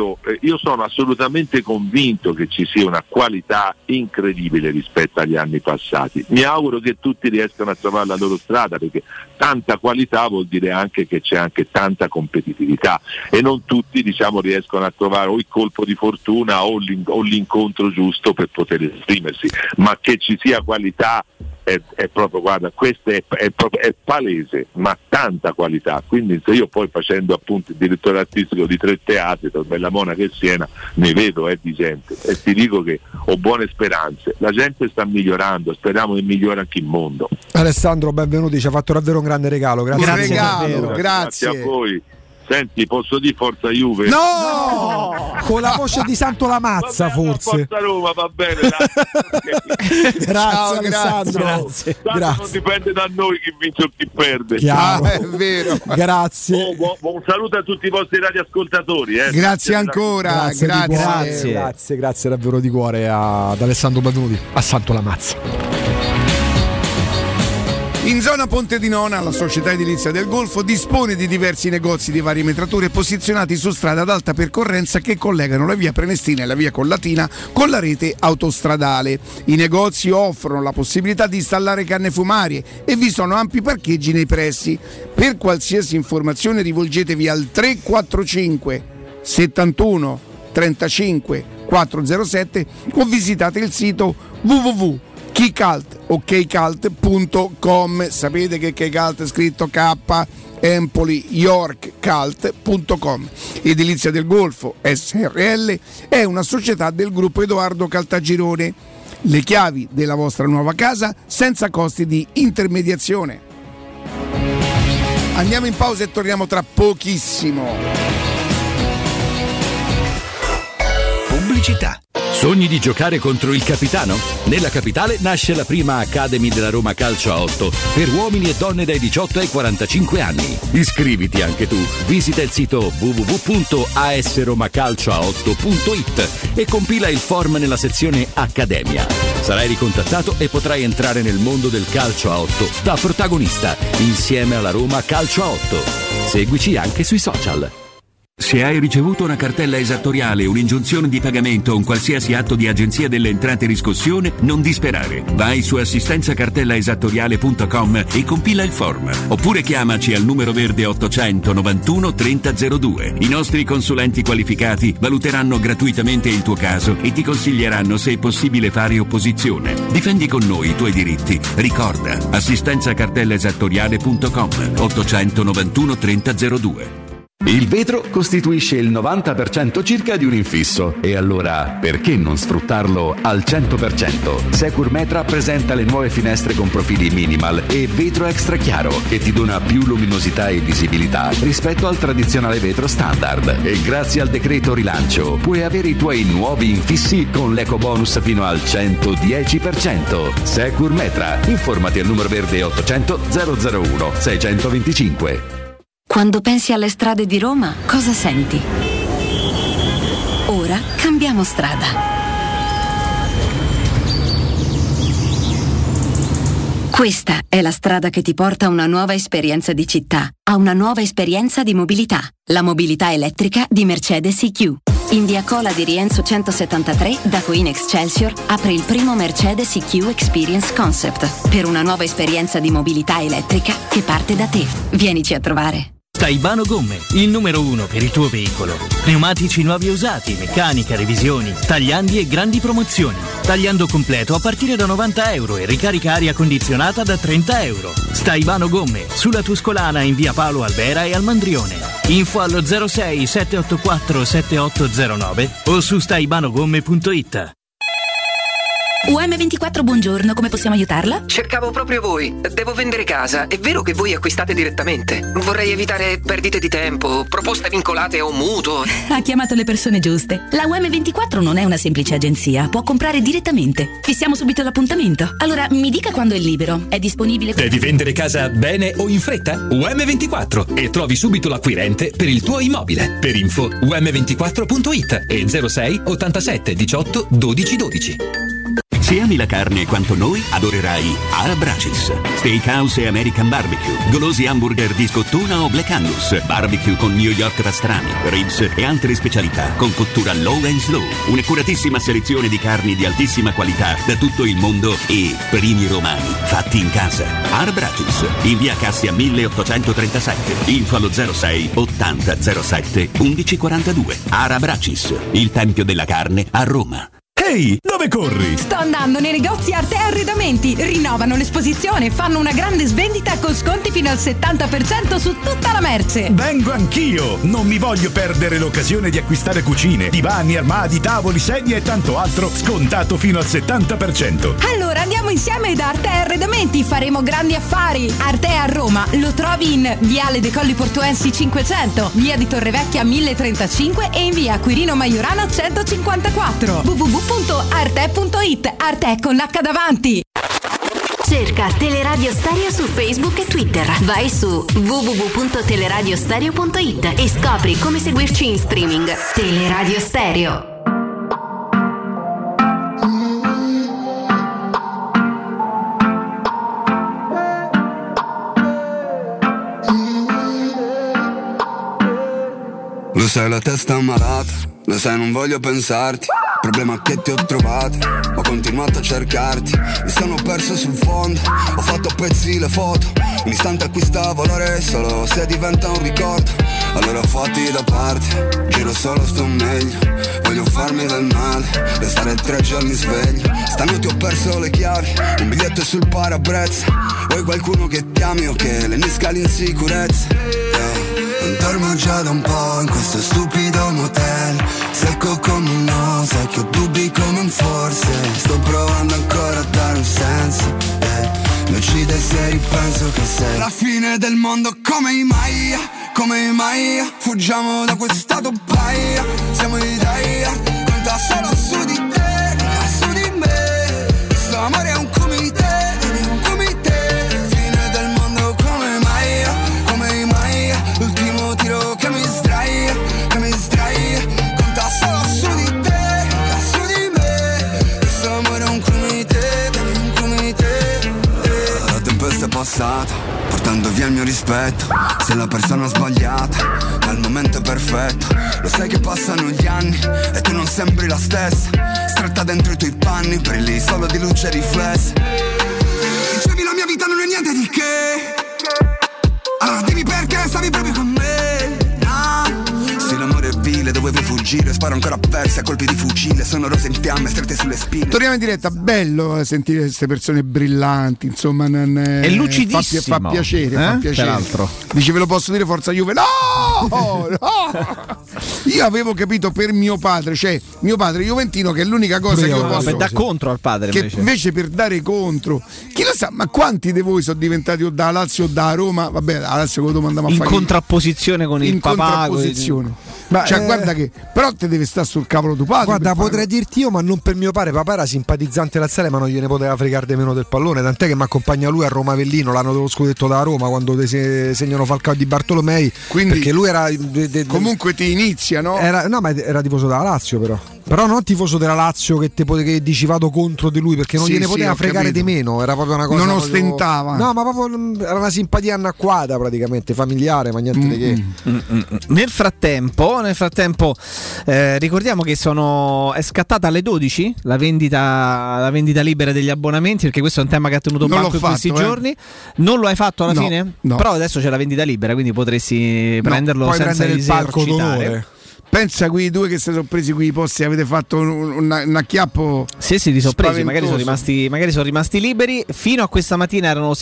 assolutamente convinto che ci sia una qualità incredibile rispetto agli anni passati. Mi auguro che tutti riescano a trovare la loro strada, perché tanta qualità vuol dire anche che c'è anche tanta competitività e non tutti, diciamo, riescono a trovare o il colpo di fortuna o l'incontro giusto per poter esprimersi, ma che ci sia qualità è proprio, guarda, questo è palese, ma tanta qualità. Quindi se io poi, facendo appunto il direttore artistico di 3 teatri, Torbella Monaca e Siena, ne vedo di gente, e ti dico che ho buone speranze, la gente sta migliorando, speriamo che migliori anche il mondo. Alessandro, benvenuti, ci ha fatto davvero un grande regalo, grazie a voi. Senti, posso dire forza Juve? No! Con la voce di Santo Lamazza, forse. Forza Roma, va bene. Grazie Alessandro. Grazie. Non dipende da noi chi vince o chi perde. È vero. Grazie. Buon saluto a tutti i vostri radioascoltatori. Grazie ancora. Grazie davvero di cuore ad Alessandro Benvenuti, a Santo Lamazza. In zona Ponte di Nona, la società edilizia del Golfo dispone di diversi negozi di varie metrature posizionati su strade ad alta percorrenza che collegano la via Prenestina e la via Collatina con la rete autostradale. I negozi offrono la possibilità di installare canne fumarie e vi sono ampi parcheggi nei pressi. Per qualsiasi informazione rivolgetevi al 345 71 35 407 o visitate il sito www.keycult.com. Sapete che Keycult è scritto K Empoli York Cult.com. Edilizia del Golfo SRL è una società del gruppo Edoardo Caltagirone. Le chiavi della vostra nuova casa senza costi di intermediazione. Andiamo in pausa e torniamo tra pochissimo. Pubblicità. Sogni di giocare contro il capitano? Nella capitale nasce la prima Academy della Roma Calcio a 8 per uomini e donne dai 18 ai 45 anni. Iscriviti anche tu. Visita il sito www.asromacalcioa8.it e compila il form nella sezione Accademia. Sarai ricontattato e potrai entrare nel mondo del calcio a 8 da protagonista insieme alla Roma Calcio a 8. Seguici anche sui social. Se hai ricevuto una cartella esattoriale, un'ingiunzione di pagamento o un qualsiasi atto di Agenzia delle Entrate riscossione, non disperare. Vai su assistenzacartellaesattoriale.com e compila il form. Oppure chiamaci al numero verde 800 91 3002. I nostri consulenti qualificati valuteranno gratuitamente il tuo caso e ti consiglieranno se è possibile fare opposizione. Difendi con noi i tuoi diritti. Ricorda, assistenzacartellaesattoriale.com 800 91 3002. Il vetro costituisce il 90% circa di un infisso e allora perché non sfruttarlo al 100%? Securmetra presenta le nuove finestre con profili minimal e vetro extra chiaro che ti dona più luminosità e visibilità rispetto al tradizionale vetro standard e grazie al decreto rilancio puoi avere i tuoi nuovi infissi con l'ecobonus fino al 110%. Securmetra, informati al numero verde 800 001 625. Quando pensi alle strade di Roma, cosa senti? Ora cambiamo strada. Questa è la strada che ti porta a una nuova esperienza di città, a una nuova esperienza di mobilità. La mobilità elettrica di Mercedes EQ. In via Cola di Rienzo 173, da Queen Excelsior, apre il primo Mercedes EQ Experience Concept per una nuova esperienza di mobilità elettrica che parte da te. Vienici a trovare. Staibano Gomme, il numero 1 per il tuo veicolo. Pneumatici nuovi e usati, meccanica, revisioni, tagliandi e grandi promozioni. Tagliando completo a partire da €90 e ricarica aria condizionata da €30. Staibano Gomme, sulla Tuscolana in via Paolo Albera e al Mandrione. Info allo 06 784 7809 o su staibanogomme.it. UM24, buongiorno, come possiamo aiutarla? Cercavo proprio voi. Devo vendere casa. È vero che voi acquistate direttamente? Vorrei evitare perdite di tempo, proposte vincolate o mutuo. Ha chiamato le persone giuste. La UM24 non è una semplice agenzia, può comprare direttamente. Fissiamo subito l'appuntamento. Allora, mi dica quando è libero. È disponibile... Devi vendere casa bene o in fretta? UM24 e trovi subito l'acquirente per il tuo immobile. Per info um24.it e 06 87 18 12 12. Se ami la carne quanto noi, adorerai Arabracis. Steakhouse e American Barbecue, golosi hamburger di scottuna o Black Angus, barbecue con New York pastrami, ribs e altre specialità con cottura low and slow. Un'accuratissima selezione di carni di altissima qualità da tutto il mondo e primi romani fatti in casa. Arabracis, in via Cassia 1837. Info allo 06 80 07 1142. Arabracis, il tempio della carne a Roma. Ehi, dove corri? Sto andando nei negozi Arte Arredamenti. Rinnovano l'esposizione, fanno una grande svendita con sconti fino al 70% su tutta la merce. Vengo anch'io. Non mi voglio perdere l'occasione di acquistare cucine, divani, armadi, tavoli, sedie e tanto altro scontato fino al 70%. Allora andiamo insieme da Arte Arredamenti, faremo grandi affari. Arte a Roma lo trovi in Viale dei Colli Portuensi 500, Via di Torrevecchia 1035 e in Via Quirino Maiorana 154. www.arte.it. Arte con l'H davanti. Cerca Teleradio Stereo su Facebook e Twitter. Vai su www.teleradiostereo.it e scopri come seguirci in streaming. Teleradio Stereo. Lo sai, la testa malata, lo sai, non voglio pensarti. Il problema è che ti ho trovato, ho continuato a cercarti. Mi sono perso sul fondo, ho fatto a pezzi le foto. Un istante acquista valore solo se diventa un ricordo. Allora fatti da parte, giro solo, sto meglio. Voglio farmi del male, restare 3 giorni sveglio. Stanotte ho perso le chiavi, un biglietto sul parabrezza. Vuoi qualcuno che ti ami o che le nisca l'insicurezza? Non dormo già da un po' in questo stupido motel. Secco come un no, sai che ho dubbi come un forse. Sto provando ancora a dare un senso, mi uccide se ripenso che sei la fine del mondo come i Maya, come i Maya. Fuggiamo da questa paia, siamo in Italia, conta solo su di te. al mio rispetto. Sei la persona sbagliata, ma il momento è perfetto. Lo sai che passano gli anni e tu non sembri la stessa. Stretta dentro i tuoi panni, brilli solo di luce riflessa. Dicevi la mia vita non è niente di che, allora dimmi perché stavi proprio con me. Sì, l'amore è vile, dovevo fuggire, sparo ancora persi a colpi di fucile. Sono rose in fiamme, strette sulle spine. Torniamo in diretta, bello sentire queste persone brillanti, insomma, è lucidissimo, fa piacere, fa piacere. Peraltro. Dice, ve lo posso dire, forza Juve? No! Io avevo capito per mio padre, cioè mio padre juventino, che è l'unica cosa che io posso per dare contro al padre, che invece per dare contro, chi lo sa, ma quanti di voi sono diventati o da Lazio o da Roma? Vabbè, a Lazio come andiamo a in fare contrapposizione con il papà, contrapposizione. Ma cioè, guarda che però te deve stare sul cavolo tuo padre. Guarda, potrei dirti io, ma non per mio padre. Papà era simpatizzante laziale, ma non gliene poteva fregare di meno del pallone. Tant'è che mi accompagna lui a Roma Avellino l'anno dello scudetto da Roma, quando segnano Falcao di Bartolomei. Quindi, perché lui era comunque ti inizia, no? Ma era tifoso della Lazio, però non tifoso della Lazio che dici vado contro di lui, perché non gliene poteva fregare di meno. Era proprio una cosa, non proprio, ostentava. No, ma proprio era una simpatia annacquata, praticamente familiare, ma niente di che. Nel frattempo ricordiamo che è scattata alle 12 la vendita libera degli abbonamenti, perché questo è un tema che ha tenuto banco in questi giorni. Non lo hai fatto alla fine? No. Però adesso c'è la vendita libera, quindi potresti prenderlo senza il palco d'onore. Pensa quei due che si sono presi quei posti, avete fatto un acchiappo. Sì, li sono presi, magari sono rimasti liberi. Fino a questa mattina erano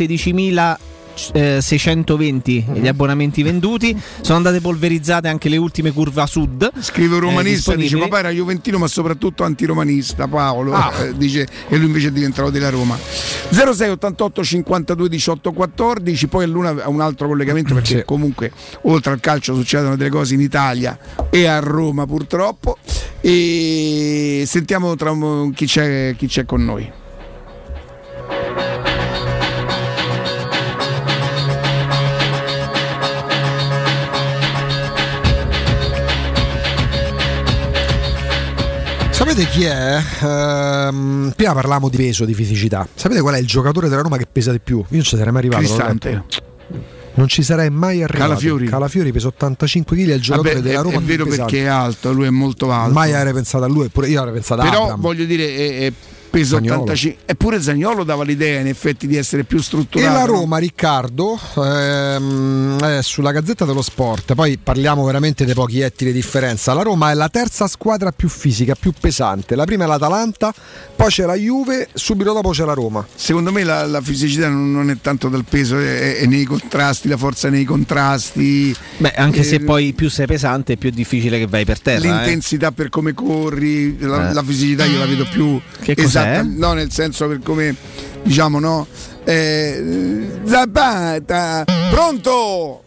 16.620 gli abbonamenti venduti. Sono andate polverizzate anche le ultime curva sud. Scrive un romanista, dice papà era juventino ma soprattutto antiromanista, Paolo. Dice, e lui invece è diventato della Roma. 06 88 52 18 14. Poi a un altro collegamento, perché comunque oltre al calcio succedono delle cose in Italia e a Roma purtroppo. E sentiamo chi c'è con noi. Sapete chi è? Prima parlavamo di peso, di fisicità. Sapete qual è il giocatore della Roma che pesa di più? Io non ci sarei mai arrivato. Cristante. Non ci sarei mai arrivato. Calafiori pesa 85 kg, è il giocatore della Roma. È vero, perché è alto, lui è molto alto. Mai avrei pensato a lui, eppure io avrei pensato a Però Abraham. Voglio dire, peso Zaniolo. 85. Eppure Zaniolo dava l'idea in effetti di essere più strutturato. E la Roma, Riccardo, sulla Gazzetta dello Sport, poi parliamo veramente dei pochi ettari di differenza. La Roma è la terza squadra più fisica, più pesante. La prima è l'Atalanta, poi c'è la Juve, subito dopo c'è la Roma. Secondo me la fisicità non è tanto dal peso, è nei contrasti, la forza nei contrasti. Beh, anche se poi più sei pesante è più difficile che vai per terra. L'intensità per come corri, la fisicità io la vedo più esatta. No, nel senso, per come diciamo, no? Zapata, pronto?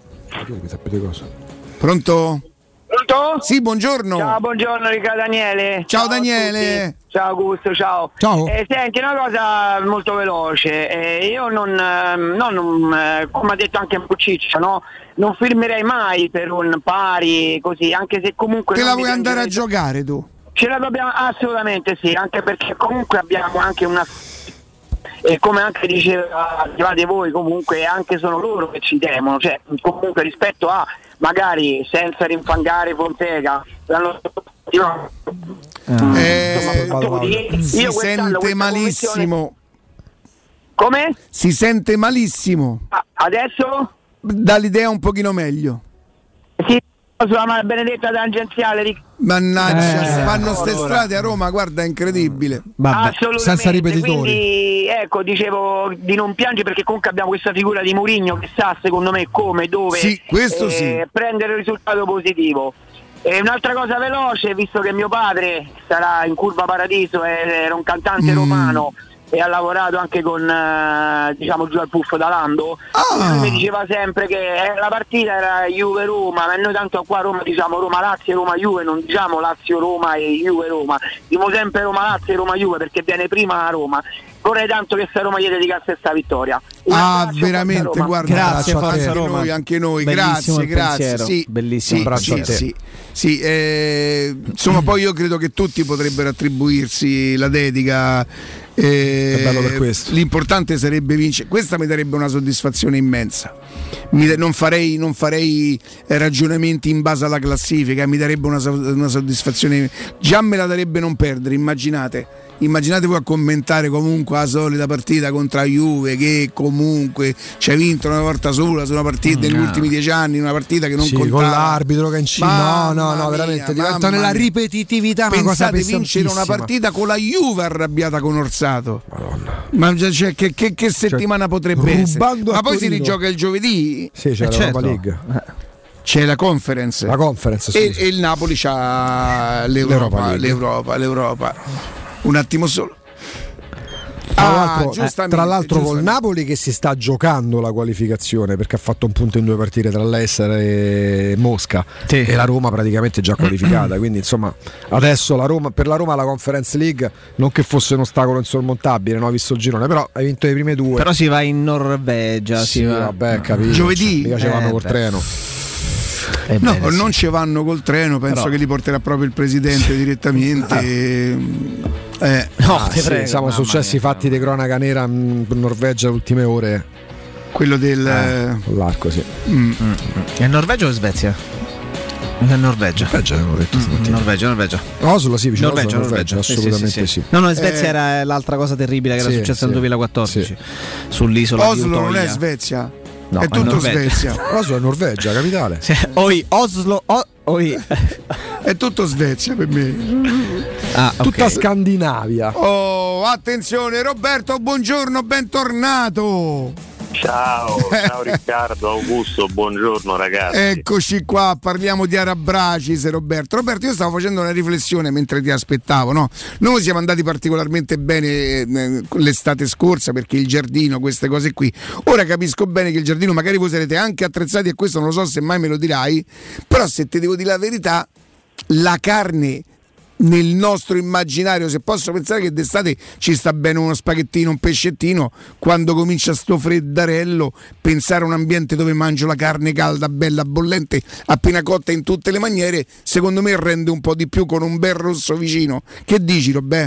Pronto? Pronto? Sì, buongiorno. Ciao, buongiorno Daniele. Ciao Daniele. Ciao Augusto, ciao. Senti, una cosa molto veloce. Io non come ha detto anche Pucciccio, no? Non firmerei mai per un pari così, anche se comunque. Te la vuoi andare a giocare tu? Ce la dobbiamo, assolutamente sì, anche perché comunque abbiamo anche una, e come anche dicevate voi, comunque anche sono loro che ci temono, cioè comunque rispetto a magari senza rinfangare Fonseca si sente malissimo. Come? Si sente malissimo. Adesso? Dall'idea un pochino meglio. Sì, sulla benedetta tangenziale. Mannaggia, fanno ste strade a Roma, guarda, è incredibile. Assolutamente, senza ripetitori. Quindi ecco, dicevo di non piangere, perché comunque abbiamo questa figura di Mourinho che sa secondo me come, dove prendere il risultato positivo. E un'altra cosa veloce, visto che mio padre sarà in Curva Paradiso, era un cantante romano e ha lavorato anche con diciamo giù al Puffo da Lando, lui mi diceva sempre che la partita era Juve-Roma, ma noi tanto qua a Roma diciamo Roma-Lazio e Roma-Juve, non diciamo Lazio-Roma e Juve-Roma, diciamo sempre Roma-Lazio e Roma-Juve perché viene prima a Roma. Vorrei tanto che sta Roma gli dedicasse questa vittoria. Veramente, guarda, grazie, forza Roma. Anche noi, bellissimo grazie. Sì, bellissimo, abbraccio a te. Sì, insomma, poi io credo che tutti potrebbero attribuirsi la dedica. È bello per questo. L'importante sarebbe vincere. Questa mi darebbe una soddisfazione immensa. non farei ragionamenti in base alla classifica, mi darebbe una soddisfazione, già me la darebbe non perdere. Immaginate voi a commentare comunque la solita partita contro la Juve, che comunque ci ha vinto una volta sola su una partita negli ultimi 10 anni, una partita che non contava, con l'arbitro che no, veramente diventa nella ripetitività. Pensate vincere una partita con la Juve arrabbiata con Orsato. Madonna. Ma che settimana potrebbe essere? Ma poi si rigioca il giovedì? Sì, c'è l'Europa League. C'è la Conference. Sì. E il Napoli c'ha l'Europa. Un attimo solo. Tra l'altro col Napoli che si sta giocando la qualificazione, perché ha fatto un punto in 2 partite tra l'Ester e Mosca, e la Roma praticamente già qualificata, quindi insomma adesso per la Roma la Conference League non che fosse un ostacolo insormontabile, no? Visto il girone, però hai vinto le prime 2. Però si va in Norvegia, vabbè, capito. Giovedì mica ci vanno col treno. Non ci vanno col treno, penso che li porterà proprio il presidente direttamente. Siamo successi fatti di cronaca nera in Norvegia le ultime ore. Quello l'arco, sì. È Norvegia o Svezia? È Norvegia. Norvegia. Oslo, sì, vicino Norvegia, assolutamente sì. No, Svezia era l'altra cosa terribile che era successa nel 2014 sull'isola Oslo di Utoya. Non è Svezia. No, è tutto Svezia. Oslo è Norvegia, capitale. Oslo. È tutto Svezia per me. Tutta Scandinavia. Oh, attenzione Roberto, buongiorno, bentornato. Ciao Riccardo, Augusto, buongiorno ragazzi. Eccoci qua, parliamo di Arabracis, Roberto. Roberto, io stavo facendo una riflessione mentre ti aspettavo, no? Noi siamo andati particolarmente bene l'estate scorsa perché il giardino, queste cose qui. Ora capisco bene che il giardino, magari voi sarete anche attrezzati a questo, non lo so se mai me lo dirai, però se ti devo dire la verità, la carne nel nostro immaginario, se posso pensare che d'estate ci sta bene uno spaghettino, un pescettino, quando comincia sto freddarello, pensare a un ambiente dove mangio la carne calda, bella, bollente, appena cotta in tutte le maniere, secondo me rende un po' di più con un bel rosso vicino. Che dici, Robè?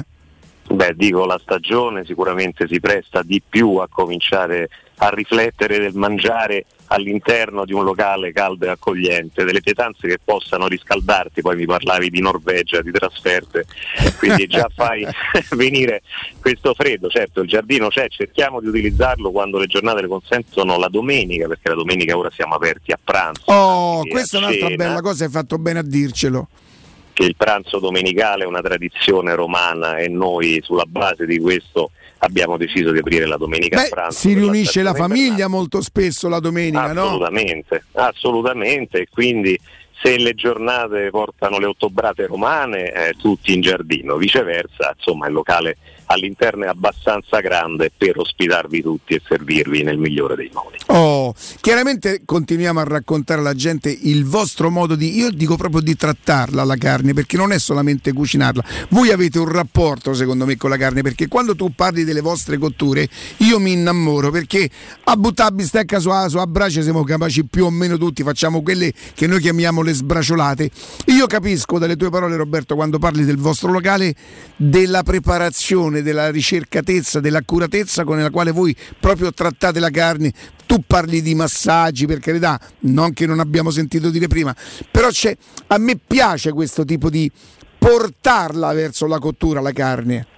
Dico, la stagione sicuramente si presta di più a cominciare a riflettere del mangiare all'interno di un locale caldo e accogliente, delle pietanze che possano riscaldarti. Poi mi parlavi di Norvegia, di trasferte, quindi già fai venire questo freddo. Certo, il giardino c'è, cerchiamo di utilizzarlo quando le giornate le consentono, la domenica, perché la domenica ora siamo aperti a pranzo. Questa è un'altra bella cosa, hai fatto bene a dircelo. Che il pranzo domenicale è una tradizione romana e noi sulla base di questo abbiamo deciso di aprire la domenica a pranzo. Si riunisce la famiglia molto spesso la domenica, assolutamente, e quindi se le giornate portano le ottobrate romane, tutti in giardino, viceversa, insomma il locale all'interno è abbastanza grande per ospitarvi tutti e servirvi nel migliore dei modi. Chiaramente continuiamo a raccontare alla gente il vostro modo io dico proprio di trattarla la carne, perché non è solamente cucinarla. Voi avete un rapporto secondo me con la carne, perché quando tu parli delle vostre cotture io mi innamoro, perché a buttare bistecca su a brace siamo capaci più o meno tutti, facciamo quelle che noi chiamiamo le sbraciolate. Io capisco dalle tue parole, Roberto, quando parli del vostro locale, della preparazione, della ricercatezza, dell'accuratezza con la quale voi proprio trattate la carne. Tu parli di massaggi, per carità, non che non abbiamo sentito dire prima, però a me piace questo tipo di portarla verso la cottura, la carne.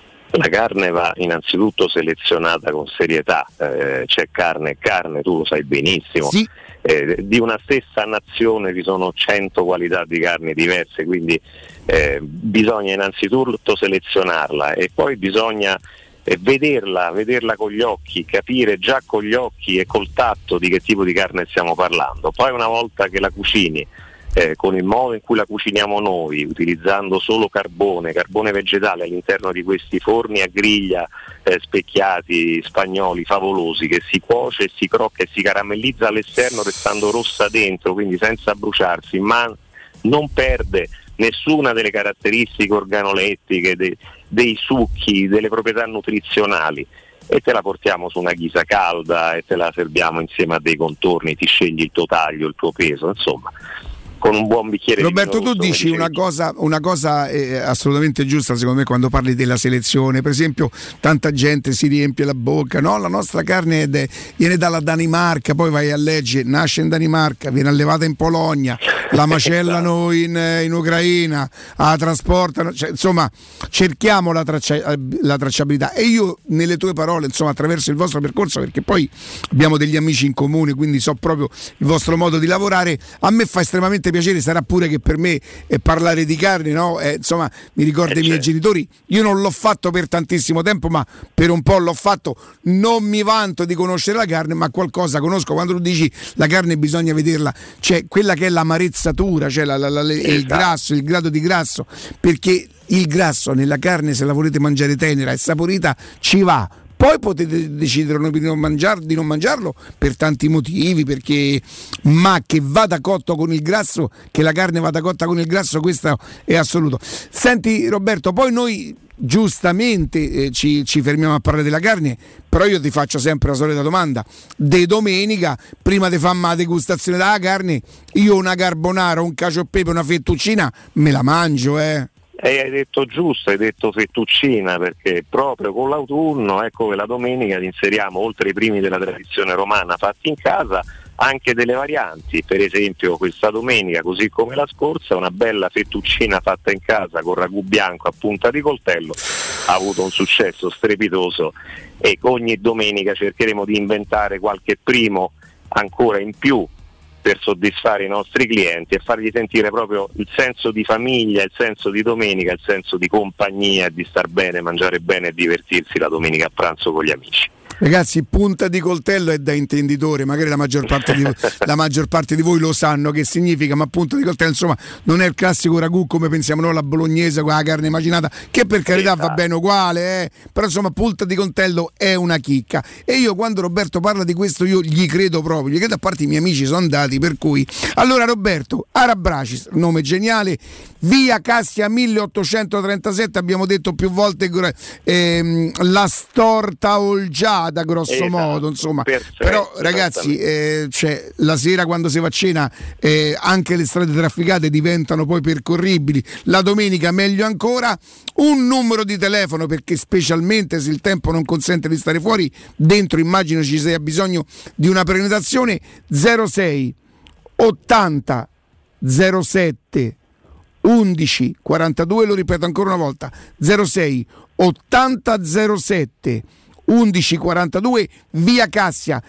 La carne va innanzitutto selezionata con serietà, c'è carne e carne, tu lo sai benissimo. Sì. Di una stessa nazione vi sono 100 qualità di carni diverse, quindi bisogna innanzitutto selezionarla e poi bisogna vederla con gli occhi, capire già con gli occhi e col tatto di che tipo di carne stiamo parlando. Poi una volta che la cucini con il modo in cui la cuciniamo noi, utilizzando solo carbone vegetale all'interno di questi forni a griglia specchiati spagnoli favolosi, che si cuoce e si crocca e si caramellizza all'esterno restando rossa dentro, quindi senza bruciarsi, ma non perde nessuna delle caratteristiche organolettiche, dei succhi, delle proprietà nutrizionali, e te la portiamo su una ghisa calda e te la serviamo insieme a dei contorni, ti scegli il tuo taglio, il tuo peso, insomma con un buon bicchiere Roberto, di vino tu dici una cosa assolutamente giusta secondo me quando parli della selezione. Per esempio, tanta gente si riempie la bocca, no, la nostra carne viene dalla Danimarca, poi vai a leggere, nasce in Danimarca, viene allevata in Polonia, la macellano in Ucraina, la trasportano, cioè, insomma cerchiamo la tracciabilità. E io nelle tue parole, insomma, attraverso il vostro percorso, perché poi abbiamo degli amici in comune, quindi so proprio il vostro modo di lavorare, a me fa estremamente piacere. Sarà pure che per me parlare di carne, no? Insomma, mi ricorda i miei genitori. Io non l'ho fatto per tantissimo tempo, ma per un po' l'ho fatto. Non mi vanto di conoscere la carne, ma qualcosa conosco. Quando tu dici la carne bisogna vederla, cioè quella che è l'amarezzatura, cioè il grasso, il grado di grasso, perché il grasso nella carne, se la volete mangiare tenera e saporita, ci va. Poi potete decidere di non mangiarlo per tanti motivi, ma che vada cotto con il grasso, che la carne vada cotta con il grasso, questo è assoluto. Senti Roberto, poi noi giustamente ci fermiamo a parlare della carne, però io ti faccio sempre la solita domanda. De domenica, prima di fare la degustazione della carne, io una carbonara, un cacio e pepe, una fettuccina me la mangio, hai detto giusto, hai detto fettuccina, perché proprio con l'autunno, ecco che la domenica inseriamo, oltre ai primi della tradizione romana fatti in casa, anche delle varianti. Per esempio questa domenica, così come la scorsa, una bella fettuccina fatta in casa con ragù bianco a punta di coltello ha avuto un successo strepitoso, e ogni domenica cercheremo di inventare qualche primo ancora in più per soddisfare i nostri clienti e fargli sentire proprio il senso di famiglia, il senso di domenica, il senso di compagnia, di star bene, mangiare bene e divertirsi la domenica a pranzo con gli amici. Ragazzi, punta di coltello è da intenditore, magari la maggior parte di voi lo sanno che significa, ma punta di coltello insomma non è il classico ragù come pensiamo noi, la bolognese con la carne macinata, che per carità va bene uguale, però insomma punta di coltello è una chicca. E io quando Roberto parla di questo io gli credo proprio, a parte i miei amici sono andati, per cui allora Roberto, Arabracis, nome geniale, via Cassia 1837, abbiamo detto più volte, la storta olgiata grosso modo, insomma. Perfetto, però ragazzi, cioè, la sera quando si va a cena anche le strade trafficate diventano poi percorribili, la domenica meglio ancora. Un numero di telefono, perché specialmente se il tempo non consente di stare fuori, dentro immagino ci sia bisogno di una prenotazione: 06 80 07 11 42, lo ripeto ancora una volta, 06 80 07 1142, via Cassia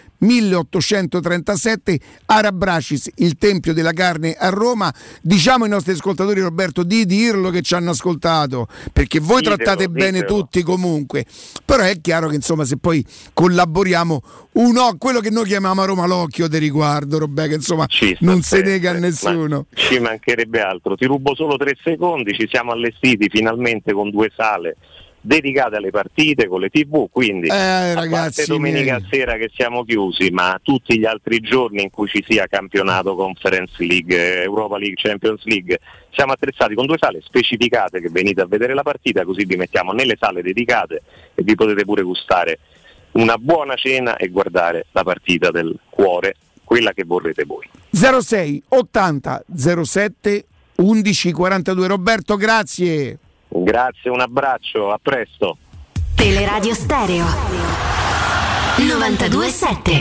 1837, Arabracis, il tempio della carne a Roma. Diciamo ai nostri ascoltatori, Roberto, di dirlo che ci hanno ascoltato, perché voi trattate bene tutti comunque, però è chiaro che insomma se poi collaboriamo quello che noi chiamiamo a Roma l'occhio di riguardo, Roberto, insomma non si nega a nessuno. Ci mancherebbe altro, ti rubo solo 3 secondi, ci siamo allestiti finalmente con 2 sale dedicate alle partite con le TV, quindi ragazzi, a parte domenica sera che siamo chiusi, ma tutti gli altri giorni in cui ci sia campionato, Conference League, Europa League, Champions League, siamo attrezzati con 2 sale specificate che venite a vedere la partita, così vi mettiamo nelle sale dedicate e vi potete pure gustare una buona cena e guardare la partita del cuore, quella che vorrete voi. 06 80 07 11 42. Roberto, grazie. Grazie, un abbraccio, a presto. Teleradio Stereo 92.7.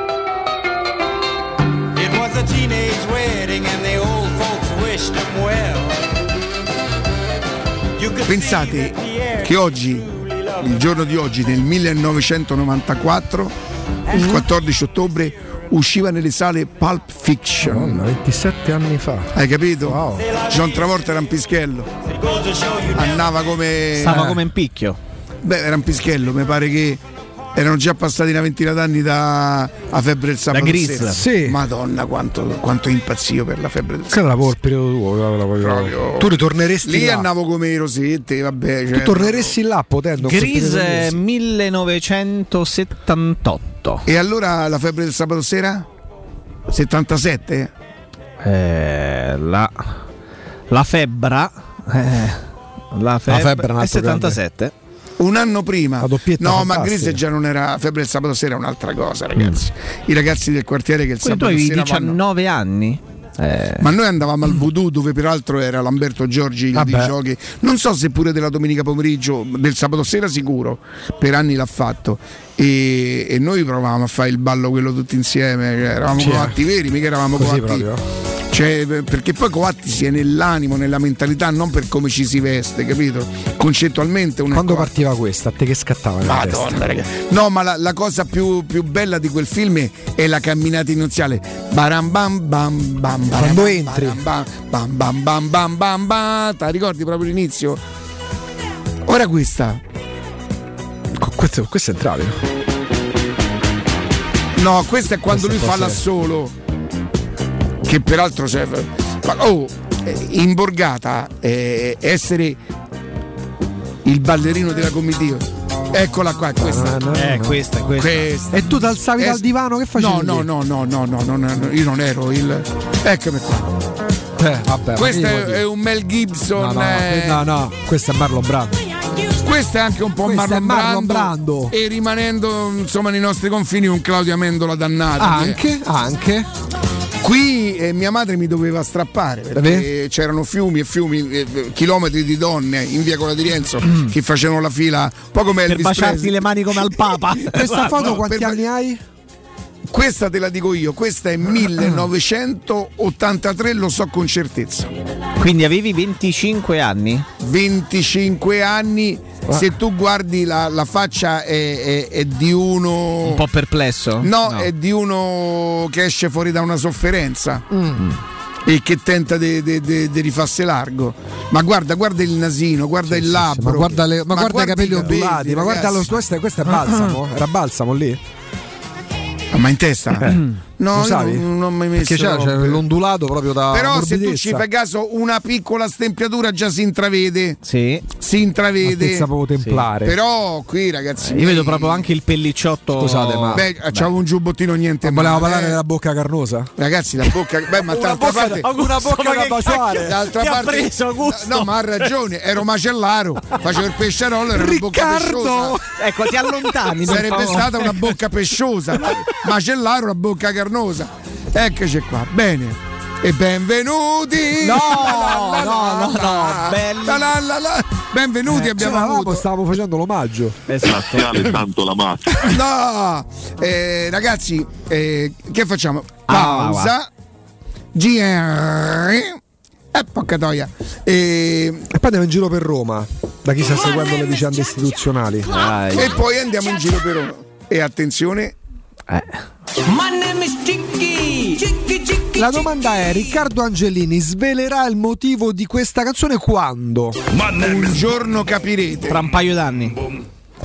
It was a teenage wedding and the old folks wished them well. Pensate che oggi, il giorno di oggi, nel 1994, il 14 ottobre, usciva nelle sale Pulp Fiction. 27 anni fa. Hai capito? Wow. John Travolta era un pischello. Andava come. Stava come in picchio. Beh, era un pischello, mi pare che erano già passati una ventina d'anni da A Febbre del Sabato sera. Sì. Madonna, quanto impazzio per La Febbre del Sabato. Era il periodo tuo. Tu ritorneresti lì là. Andavo come Rosette, vabbè. Tu torneresti là potendo. Grease 1978. E allora La Febbre del Sabato sera? 77? La Febbra. La Febbra è 77. Un anno prima. No, fantastica. Ma Grease già non era. Febbre del Sabato sera è un'altra cosa, ragazzi. I ragazzi del quartiere che il quindi sabato tu avevi sera 19 anni? Ma noi andavamo al Voodoo, dove peraltro era Lamberto Giorgi di giochi, non so se pure della domenica pomeriggio, del sabato sera sicuro, per anni l'ha fatto, e noi provavamo a fare il ballo quello tutti insieme, eravamo coatti veri, mica eravamo coatti proprio. Cioè, perché poi coatti si è nell'animo, nella mentalità, non per come ci si veste, capito? Concettualmente quando partiva questa, a te che scattava? Madonna, ragazzi. No, ma la cosa più bella di quel film è la camminata iniziale. Baram bam bam bam. Quando entri. Bam bam bam bam bam bam bam. Ti ricordi proprio l'inizio? Ora questa. Questo è entrato. No, questo è quando lui fa l'assolo. Che peraltro c'è. In borgata essere il ballerino della comitiva. Eccola qua, questa. Questa. E tu t'alzavi dal divano, che facevi? No, io non ero il. Eccomi qua. Vabbè, questo è un Mel Gibson. No, questo è Marlon Brando. Questo è anche un po' Marlon Brando. E rimanendo insomma nei nostri confini un Claudio Amendola dannato. Anche. Qui mia madre mi doveva strappare perché c'erano fiumi e fiumi, chilometri di donne in via Cola di Rienzo che facevano la fila, un po' come Elvis per baciarti Presley. Le mani come al Papa. Questa foto quanti anni hai? Questa te la dico io, questa è 1983, lo so con certezza. Quindi avevi 25 anni? 25 anni. Se tu guardi la faccia è di uno un po' perplesso? No, è di uno che esce fuori da una sofferenza e che tenta di rifarsi largo. Ma guarda il nasino, guarda il labbro, ma guarda i capelli ondulati, ma guarda questo è balsamo, era balsamo lì. Ma in testa? No, non ho mai messo. Perché c'è l'ondulato proprio da. Però morbidezza. se tu ci fai caso, una piccola stempiatura già si intravede. Sì. Si intravede. Altezza proprio templare. Sì. Però qui, ragazzi. Io vedo proprio anche il pellicciotto. Scusate, ma. C'avevo un giubbottino niente. Volevamo parlare della bocca carnosa? Ragazzi, la bocca. Ma d'altra parte. Una bocca da baciare. D'altra parte. Preso, Augusto. No, ma ha ragione. Ero macellaro. Facevo il pesciarolo. Era una bocca pesciosa. Ecco, ti allontani. Sarebbe stata una bocca pesciosa. Macellaro, una bocca carnosa. Eccoci qua, bene. E benvenuti! No, benvenuti, abbiamo avuto. Stavamo facendo l'omaggio. Esatto. Tanto la mazza. No! Ragazzi, che facciamo? Pausa. GR. Porca toia. E poi andiamo in giro per Roma. Da chi sta seguendo le vicende istituzionali. E poi andiamo in giro per Roma. E attenzione. La domanda è: Riccardo Angelini svelerà il motivo di questa canzone quando? Un giorno capirete. Tra un paio d'anni.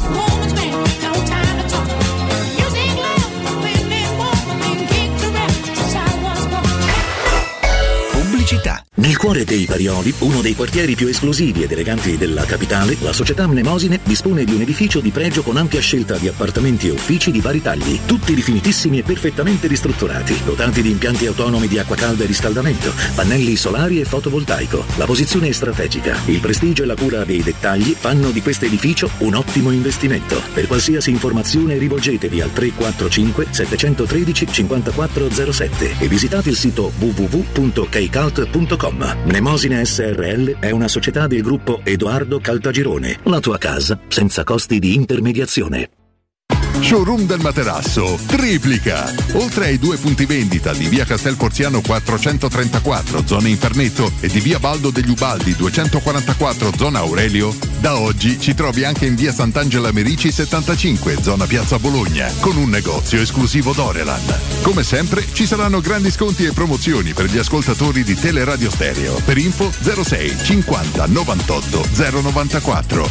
Pubblicità. Nel cuore dei Parioli, uno dei quartieri più esclusivi ed eleganti della capitale, la società Mnemosine dispone di un edificio di pregio con ampia scelta di appartamenti e uffici di vari tagli, tutti rifinitissimi e perfettamente ristrutturati, dotati di impianti autonomi di acqua calda e riscaldamento, pannelli solari e fotovoltaico. La posizione è strategica, il prestigio e la cura dei dettagli fanno di questo edificio un ottimo investimento. Per qualsiasi informazione rivolgetevi al 345 713 5407 e visitate il sito www.kcult.com. Mnemosine SRL è una società del gruppo Edoardo Caltagirone. La tua casa senza costi di intermediazione. Showroom del Materasso triplica. Oltre ai 2 punti vendita di via Castel Porziano 434 zona Infernetto e di via Baldo degli Ubaldi 244 zona Aurelio, da oggi ci trovi anche in via Sant'Angela Merici 75 zona Piazza Bologna con un negozio esclusivo Dorelan. Come sempre ci saranno grandi sconti e promozioni per gli ascoltatori di Teleradio Stereo. Per info 06 50 98 094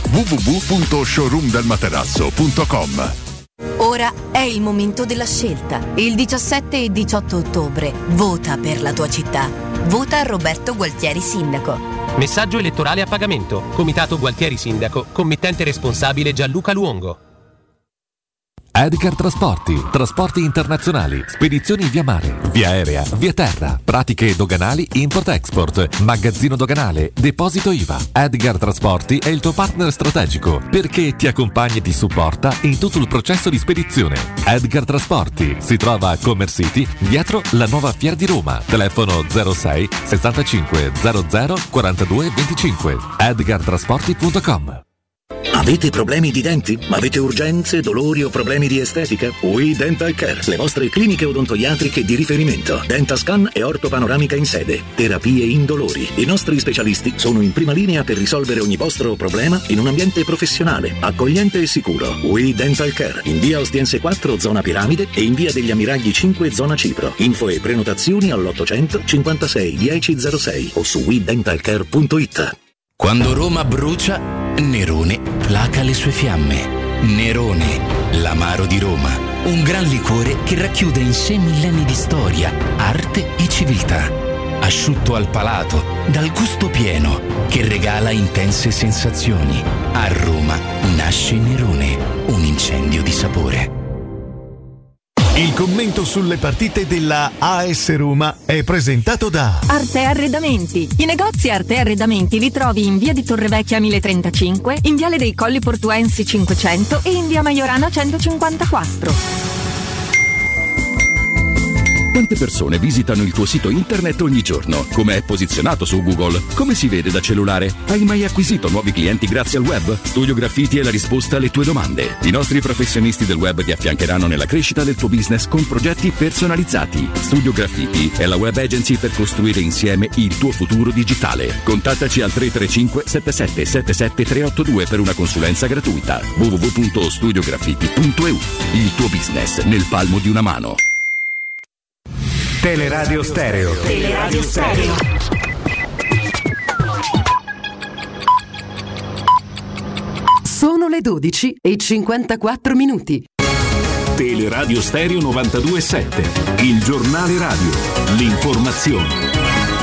www.showroomdelmaterasso.com. Ora è il momento della scelta. Il 17 e 18 ottobre vota per la tua città. Vota Roberto Gualtieri Sindaco. Messaggio elettorale a pagamento. Comitato Gualtieri Sindaco. Committente responsabile Gianluca Luongo. Edgar Trasporti, trasporti internazionali, spedizioni via mare, via aerea, via terra, pratiche doganali import-export, magazzino doganale, deposito IVA. Edgar Trasporti è il tuo partner strategico perché ti accompagna e ti supporta in tutto il processo di spedizione. Edgar Trasporti si trova a Commerce City, dietro la nuova Fiera di Roma. Telefono 06 65 00 42 25. edgartrasporti.com. Avete problemi di denti? Avete urgenze, dolori o problemi di estetica? We Dental Care, le vostre cliniche odontoiatriche di riferimento. Dentascan e ortopanoramica in sede. Terapie indolori. I nostri specialisti sono in prima linea per risolvere ogni vostro problema in un ambiente professionale, accogliente e sicuro. We Dental Care, in via Ostiense 4, zona Piramide, e in via degli Ammiragli 5, zona Cipro. Info e prenotazioni all'800 56 1006 o su wedentalcare.it. Quando Roma brucia, Nerone placa le sue fiamme. Nerone, l'amaro di Roma. Un gran liquore che racchiude in sé millenni di storia, arte e civiltà. Asciutto al palato, dal gusto pieno, che regala intense sensazioni. A Roma nasce Nerone, un incendio di sapore. Il commento sulle partite della AS Roma è presentato da Arte Arredamenti. I negozi Arte Arredamenti li trovi in via di Torrevecchia 1035, in viale dei Colli Portuensi 500 e in via Maiorana 154. Quante persone visitano il tuo sito internet ogni giorno? Come è posizionato su Google? Come si vede da cellulare? Hai mai acquisito nuovi clienti grazie al web? Studio Graffiti è la risposta alle tue domande. I nostri professionisti del web ti affiancheranno nella crescita del tuo business con progetti personalizzati. Studio Graffiti è la web agency per costruire insieme il tuo futuro digitale. Contattaci al 335 77 77 382 per una consulenza gratuita. www.studiograffiti.eu. Il tuo business nel palmo di una mano. Teleradio Stereo. Teleradio Stereo. Sono le 12:54. Teleradio Stereo 92.7, il giornale radio, l'informazione.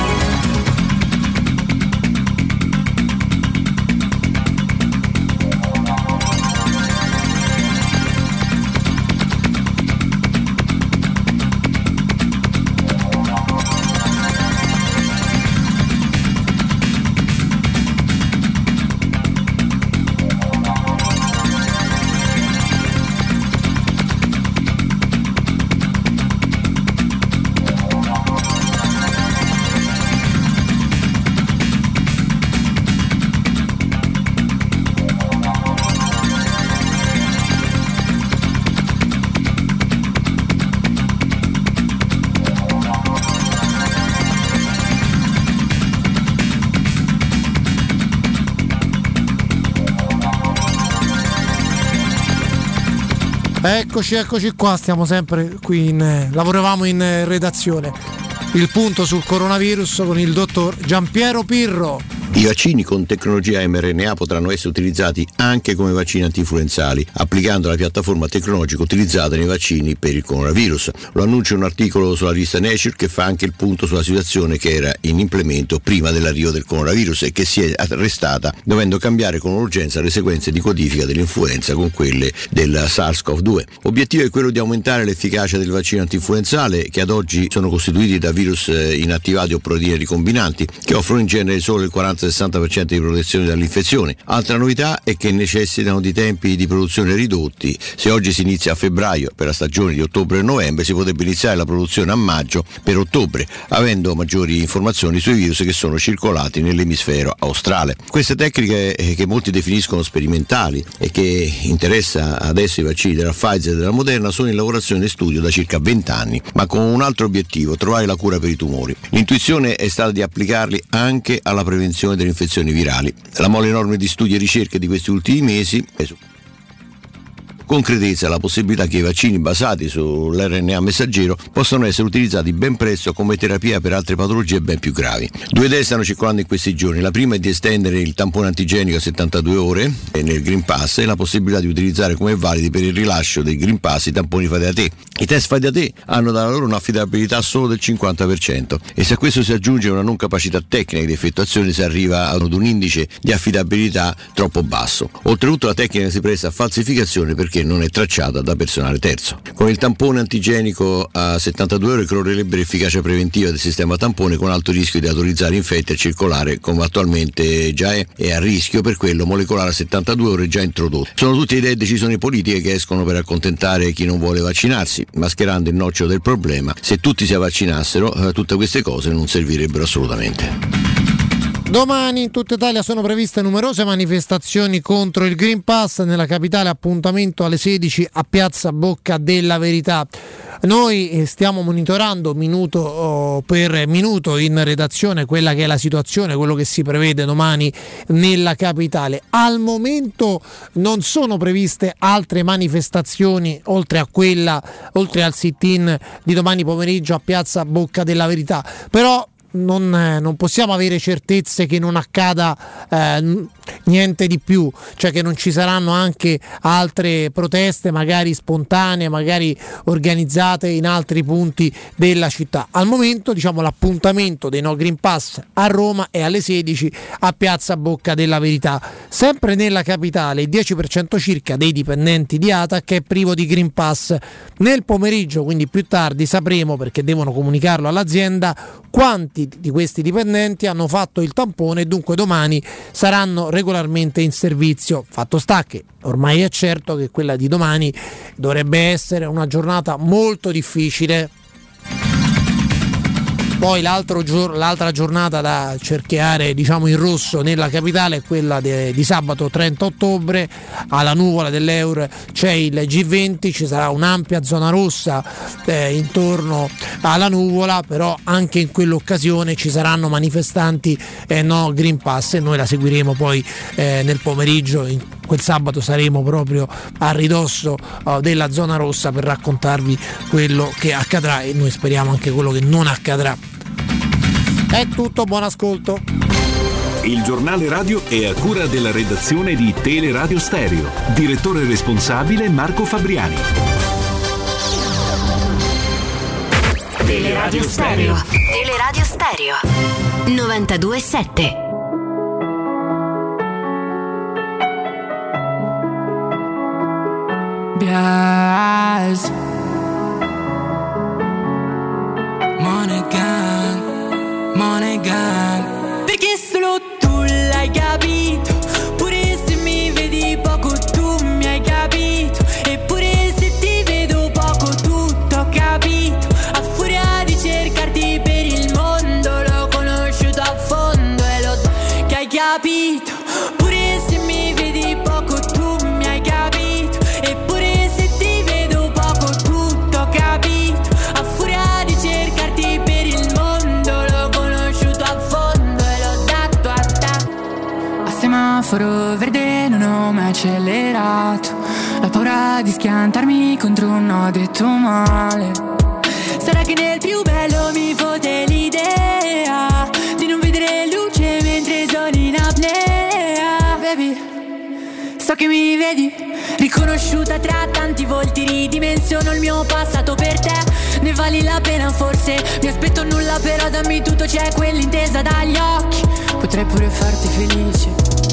Eccoci qua, stiamo sempre qui lavoravamo in redazione. Il punto sul coronavirus con il dottor Giampiero Pirro. I vaccini con tecnologia mRNA potranno essere utilizzati anche come vaccini antinfluenzali, applicando la piattaforma tecnologica utilizzata nei vaccini per il coronavirus. Lo annuncia un articolo sulla rivista Nature che fa anche il punto sulla situazione che era in implemento prima dell'arrivo del coronavirus e che si è arrestata dovendo cambiare con urgenza le sequenze di codifica dell'influenza con quelle del SARS-CoV-2. L'obiettivo è quello di aumentare l'efficacia del vaccino antinfluenzale, che ad oggi sono costituiti da virus inattivati o proteine ricombinanti, che offrono in genere solo il 40-60% di protezione dall'infezione. Altra novità è che necessitano di tempi di produzione ridotti. Se oggi si inizia a febbraio per la stagione di ottobre e novembre, si potrebbe iniziare la produzione a maggio per ottobre, avendo maggiori informazioni sui virus che sono circolati nell'emisfero australe. Queste tecniche che molti definiscono sperimentali e che interessa adesso i vaccini della Pfizer e della Moderna sono in lavorazione e studio da circa 20 anni, ma con un altro obiettivo: trovare la cura per i tumori. L'intuizione è stata di applicarli anche alla prevenzione delle infezioni virali. La mole enorme di studi e ricerche di questi ultimi mesi concretezza la possibilità che i vaccini basati sull'RNA messaggero possano essere utilizzati ben presto come terapia per altre patologie ben più gravi. Due idee stanno circolando in questi giorni. La prima è di estendere il tampone antigenico a 72 ore nel Green Pass e la possibilità di utilizzare come validi per il rilascio del Green Pass i tamponi fatti da te. I test fatti da te hanno dalla loro un'affidabilità solo del 50% e se a questo si aggiunge una non capacità tecnica di effettuazione si arriva ad un indice di affidabilità troppo basso. Oltretutto la tecnica si presta a falsificazione perché perché non è tracciata da personale terzo. Con il tampone antigenico a 72 ore crollerebbe l'efficacia preventiva del sistema tampone, con alto rischio di autorizzare infetti a circolare, come attualmente già è a rischio per quello molecolare a 72 ore già introdotto. Sono tutte idee e decisioni politiche che escono per accontentare chi non vuole vaccinarsi, mascherando il nocciolo del problema. Se tutti si vaccinassero, tutte queste cose non servirebbero assolutamente. Domani in tutta Italia sono previste numerose manifestazioni contro il Green Pass. Nella capitale appuntamento alle 16 a Piazza Bocca della Verità. Noi stiamo monitorando minuto per minuto in redazione quella che è la situazione, quello che si prevede domani nella capitale. Al momento non sono previste altre manifestazioni oltre al sit-in di domani pomeriggio a Piazza Bocca della Verità, però non possiamo avere certezze che non accada niente di più, cioè che non ci saranno anche altre proteste magari spontanee, magari organizzate in altri punti della città. Al momento, diciamo, l'appuntamento dei No Green Pass a Roma è alle 16 a Piazza Bocca della Verità. Sempre nella capitale il 10% circa dei dipendenti di ATAC è privo di Green Pass. Nel pomeriggio, quindi più tardi, sapremo, perché devono comunicarlo all'azienda, quanti di questi dipendenti hanno fatto il tampone e dunque domani saranno regolarmente in servizio. Fatto sta che ormai è certo che quella di domani dovrebbe essere una giornata molto difficile. Poi l'altra giornata da cerchiare, diciamo, in rosso nella capitale è quella di sabato 30 ottobre. Alla nuvola dell'Eur c'è il G20, ci sarà un'ampia zona rossa intorno alla nuvola, però anche in quell'occasione ci saranno manifestanti no Green Pass e noi la seguiremo poi nel pomeriggio. Quel sabato saremo proprio a ridosso della zona rossa per raccontarvi quello che accadrà e noi speriamo anche quello che non accadrà. È tutto, buon ascolto. Il giornale radio è a cura della redazione di Teleradio Stereo. Direttore responsabile Marco Fabriani. Teleradio Stereo. Teleradio Stereo 92.7. Bias Money Gang, perché solo tu l'hai capito, pure se mi vedi poco tu mi hai capito, eppure se ti vedo poco tutto ho capito, a furia di cercarti per il mondo l'ho conosciuto a fondo e l'ho che hai capito, pure se mi vedi poco tu mi hai capito, eppure se ti vedo poco tutto ho capito, a furia di cercarti per il mondo l'ho conosciuto a fondo e l'ho dato a te. A semaforo verde non ho mai accelerato, la paura di schiantarmi contro un no detto male. Sarà che nel più bello mi fotte l'idea di non vedere luce mentre sono in apnea. Baby, so che mi vedi, riconosciuta tra tanti volti, ridimensiono il mio passato per te. Ne vali la pena forse, mi aspetto nulla però dammi tutto, c'è quell'intesa dagli occhi, potrei pure farti felice,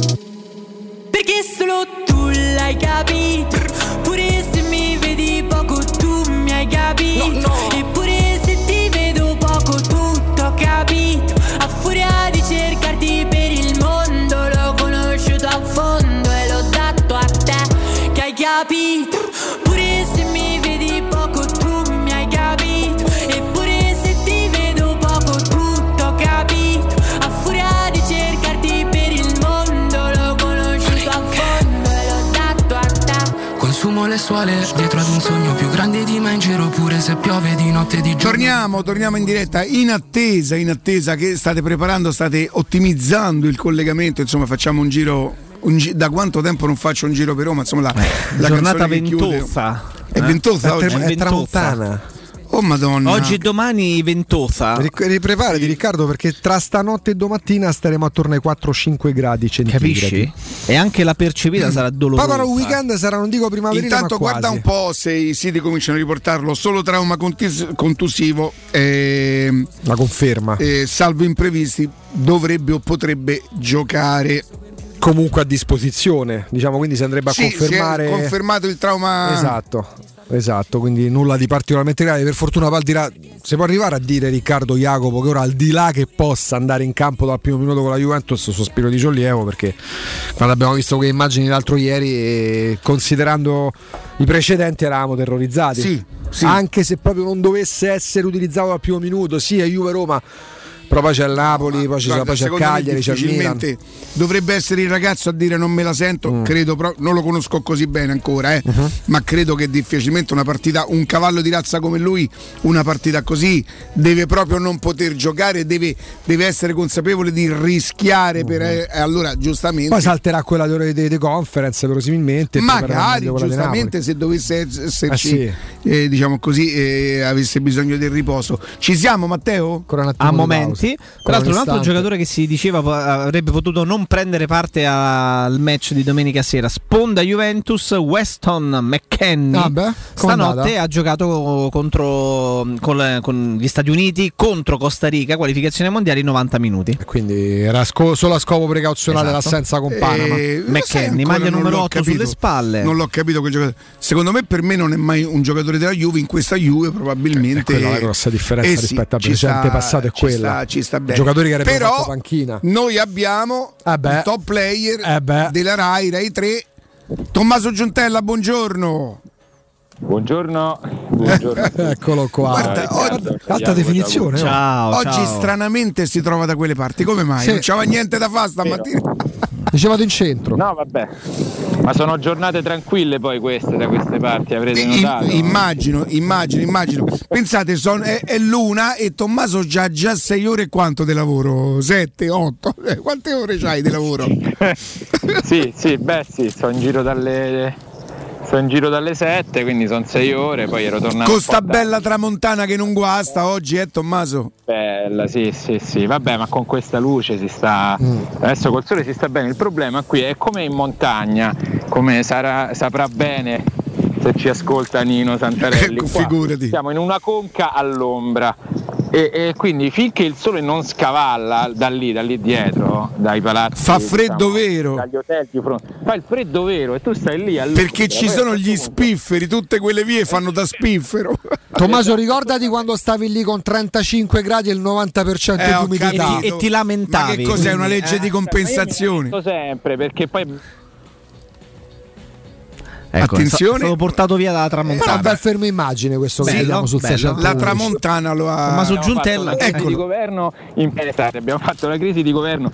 perché solo tu l'hai capito, pure se mi vedi poco tu mi hai capito, eppure se ti vedo poco tutto ho capito, a furia di cercarti per il mondo l'ho conosciuto a fondo e l'ho dato a te, che hai capito, pure se mi vedi poco tu mi hai capito, eppure se ti vedo poco tutto ho capito, a furia di cercarti per il mondo l'ho conosciuto a fondo e l'ho dato a te. Consumo le suole dietro ad un sogno più grande di me, in giro pure se piove di notte e di giorno. Torniamo in diretta in attesa che state preparando, state ottimizzando il collegamento, insomma facciamo un giro. Da quanto tempo non faccio un giro per Roma? Insomma, la giornata ventosa. È ventosa oggi? È tramontana. Oh madonna. Oggi e domani ventosa. Ripreparati Riccardo, perché tra stanotte e domattina staremo attorno ai 4-5 gradi centigradi. Capisci? E anche la percepita sarà dolorosa. Poi però il weekend sarà, non dico primaverile, intanto ma guarda quasi. un po' se i siti cominciano a riportarlo solo trauma contusivo, la conferma, salvo imprevisti, dovrebbe o potrebbe giocare. comunque a disposizione, diciamo, quindi si andrebbe a confermare. Si è confermato il trauma. Esatto, quindi nulla di particolarmente grave. Per fortuna Valdirà si può arrivare a dire, Riccardo Jacopo, che ora, al di là che possa andare in campo dal primo minuto con la Juventus, sospiro di sollievo, perché quando abbiamo visto quelle immagini l'altro ieri, considerando i precedenti, eravamo terrorizzati. Sì. Anche se proprio non dovesse essere utilizzato dal primo minuto, sia Juve-Roma, però poi c'è il Napoli, poi c'è il Cagliari, c'è il Milan. Dovrebbe essere il ragazzo a dire non me la sento, credo, non lo conosco così bene ancora, ma credo che difficilmente una partita, un cavallo di razza come lui, una partita così deve proprio non poter giocare, deve essere consapevole di rischiare allora giustamente poi salterà quella di conference verosimilmente, magari giustamente, se dovesse esserci diciamo così, avesse bisogno del riposo. Ci siamo, Matteo? A momenti. Tra l'altro un altro giocatore che si diceva avrebbe potuto non prendere parte al match di domenica sera, sponda Juventus, Weston McKennie, stanotte ha giocato con gli Stati Uniti contro Costa Rica, qualificazione mondiale in 90 minuti. Quindi era solo a scopo precauzionale l'assenza con Panama. McKennie, maglia numero 8 sulle spalle. Non l'ho capito quel giocatore. Secondo me, per me non è mai un giocatore della Juve, in questa Juve probabilmente quella è la grossa differenza rispetto al precedente passato, è quella. Ci sta bene. Giocatori che avrebbero però fatto panchina. Noi abbiamo il top player della Rai 3, Tommaso Giuntella, buongiorno. Buongiorno. Eccolo qua. Guarda, alta definizione. Ciao. Oggi stranamente si trova da quelle parti. Come mai? Non c'aveva niente da fare stamattina. Dicevate in centro. No, vabbè. Ma sono giornate tranquille poi queste da queste parti, avrete notato. Immagino. Pensate, è l'una e Tommaso già 6 ore e quanto di lavoro? 7, 8? Quante ore c'hai di lavoro? sì, sto in giro dalle 7, quindi sono 6 ore, poi ero tornato. Con sta bella tramontana che non guasta oggi, Tommaso? Bella, sì, vabbè, ma con questa luce si sta. Adesso col sole si sta bene. Il problema qui è come in montagna, come saprà bene se ci ascolta Nino Santarelli. Ecco, figurati. Siamo in una conca all'ombra. E quindi finché il sole non scavalla da lì dietro, dai palazzi, fa freddo, vero, dagli hotel più pronti, fa il freddo vero e tu stai lì perché ci sono gli spifferi, tutte quelle vie fanno da spiffero. Tommaso, ricordati quando stavi lì con 35 gradi e il 90% di umidità e ti lamentavi. Ma che cos'è, una legge di compensazione? Sempre, perché poi attenzione, sono portato via dalla tramontana. Un bel fermo immagine questo che vediamo sul 600. La tramontana lo ha. Ma su Giuntella, di governo in estate, abbiamo fatto la crisi di governo.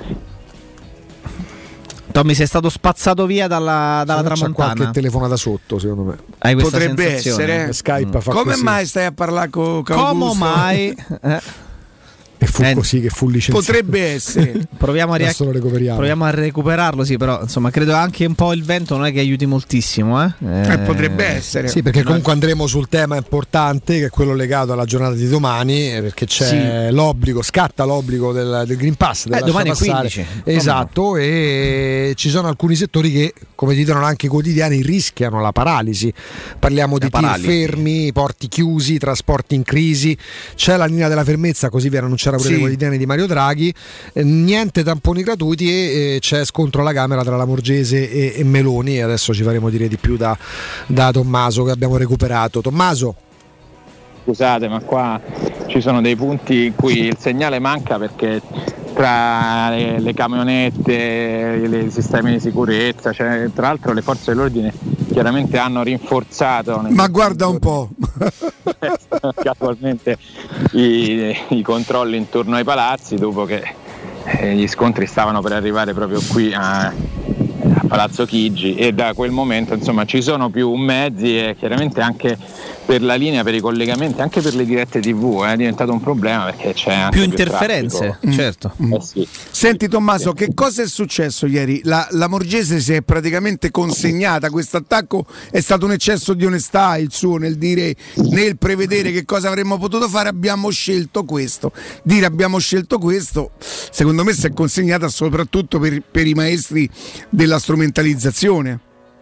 Tommy, sei stato spazzato via dalla tramontana. C'è qualche telefonata sotto, secondo me. Hai questa potrebbe sensazione? essere. Skype fa come così. mai stai a parlare con Come mai? E fu così che fu licenziato. Potrebbe essere. Proviamo a recuperarlo, sì, però insomma credo anche un po' il vento non è che aiuti moltissimo. Potrebbe essere. Sì, perché comunque andremo sul tema importante, che è quello legato alla giornata di domani, perché c'è l'obbligo, scatta l'obbligo del Green Pass. Domani è 15. Esatto, e ci sono alcuni settori che, come dicono anche i quotidiani, rischiano la paralisi. Parliamo di tir fermi, porti chiusi, trasporti in crisi. C'è la linea della fermezza, così vi annunciare pure le quotidiane di Mario Draghi, niente tamponi gratuiti e c'è scontro alla Camera tra la Morgese e Meloni, e adesso ci faremo dire di più da Tommaso, che abbiamo recuperato. Tommaso, scusate, ma qua ci sono dei punti in cui il segnale manca, perché tra le camionette, i sistemi di sicurezza, cioè, tra l'altro le forze dell'ordine chiaramente hanno rinforzato. Ma guarda un po'. Casualmente i controlli intorno ai palazzi, dopo che gli scontri stavano per arrivare proprio qui a Palazzo Chigi, e da quel momento insomma ci sono più mezzi, e chiaramente anche per la linea, per i collegamenti, anche per le dirette TV è diventato un problema, perché c'è anche più interferenze, certo. Sì. Senti Tommaso, che cosa è successo ieri? La Morgese si è praticamente consegnata, questo attacco è stato un eccesso di onestà il suo nel nel prevedere che cosa avremmo potuto fare. Abbiamo scelto questo, secondo me si è consegnata soprattutto per i maestri della strumentalizzazione.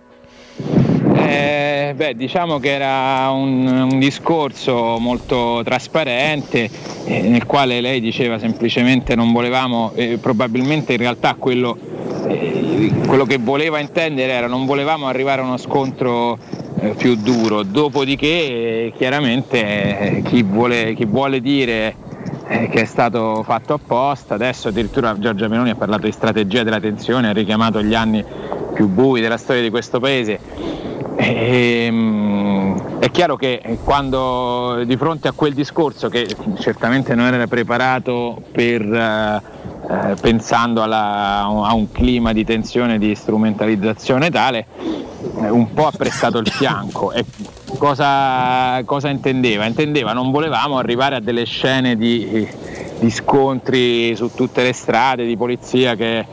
Diciamo che era un discorso molto trasparente, nel quale lei diceva semplicemente non volevamo, probabilmente in realtà quello quello che voleva intendere era non volevamo arrivare a uno scontro più duro, dopodiché chiaramente chi vuole dire che è stato fatto apposta, adesso addirittura Giorgia Meloni ha parlato di strategia della tensione, ha richiamato gli anni più bui della storia di questo paese. È chiaro che quando di fronte a quel discorso, che certamente non era preparato pensando a un clima di tensione, di strumentalizzazione tale, un po' ha prestato il fianco. E cosa intendeva? Intendeva non volevamo arrivare a delle scene di scontri su tutte le strade, di polizia che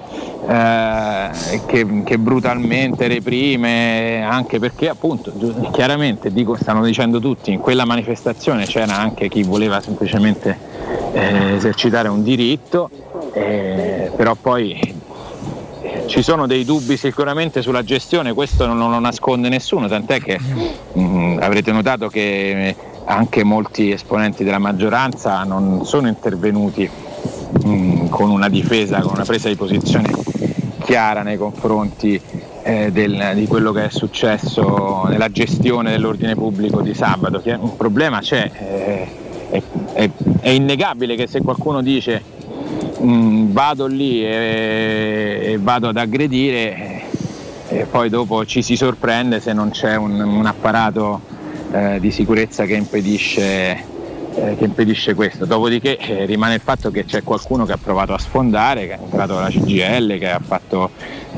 brutalmente reprime, anche perché appunto chiaramente stanno dicendo tutti, in quella manifestazione c'era anche chi voleva semplicemente esercitare un diritto, però poi ci sono dei dubbi sicuramente sulla gestione, questo non lo nasconde nessuno, tant'è che avrete notato che anche molti esponenti della maggioranza non sono intervenuti con una difesa, con una presa di posizione chiara nei confronti di quello che è successo nella gestione dell'ordine pubblico di sabato. Che un problema c'è, è innegabile che se qualcuno dice vado lì e vado ad aggredire, e poi dopo ci si sorprende se non c'è un apparato di sicurezza che impedisce questo. Dopodiché rimane il fatto che c'è qualcuno che ha provato a sfondare, che è entrato dalla CGIL, che ha fatto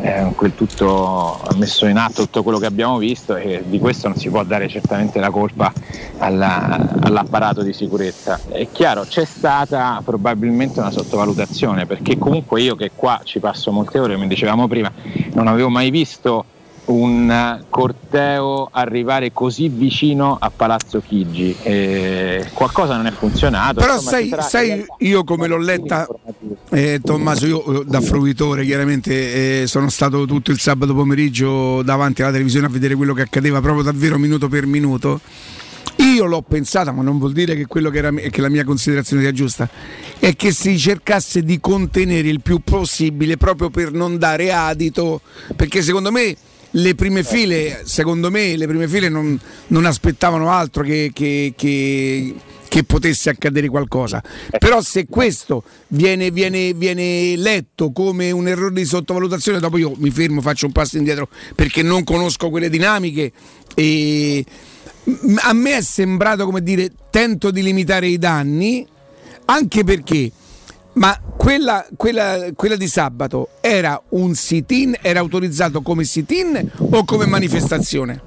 ha messo in atto tutto quello che abbiamo visto, e di questo non si può dare certamente la colpa all'apparato di sicurezza. È chiaro, c'è stata probabilmente una sottovalutazione, perché comunque io, che qua ci passo molte ore, come dicevamo prima, non avevo mai visto un corteo arrivare così vicino a Palazzo Chigi, qualcosa non è funzionato. Però sai io come l'ho letta, Tommaso, io da fruitore chiaramente sono stato tutto il sabato pomeriggio davanti alla televisione a vedere quello che accadeva proprio davvero minuto per minuto. Io l'ho pensata, ma non vuol dire che quello che la mia considerazione sia giusta, è che si cercasse di contenere il più possibile, proprio per non dare adito, perché secondo me le prime file non aspettavano altro che potesse accadere qualcosa. Però se questo viene letto come un errore di sottovalutazione, dopo io mi fermo, faccio un passo indietro perché non conosco quelle dinamiche, e a me è sembrato, come dire, tento di limitare i danni, anche perché quella di sabato era un sit-in, era autorizzato come sit-in o come manifestazione?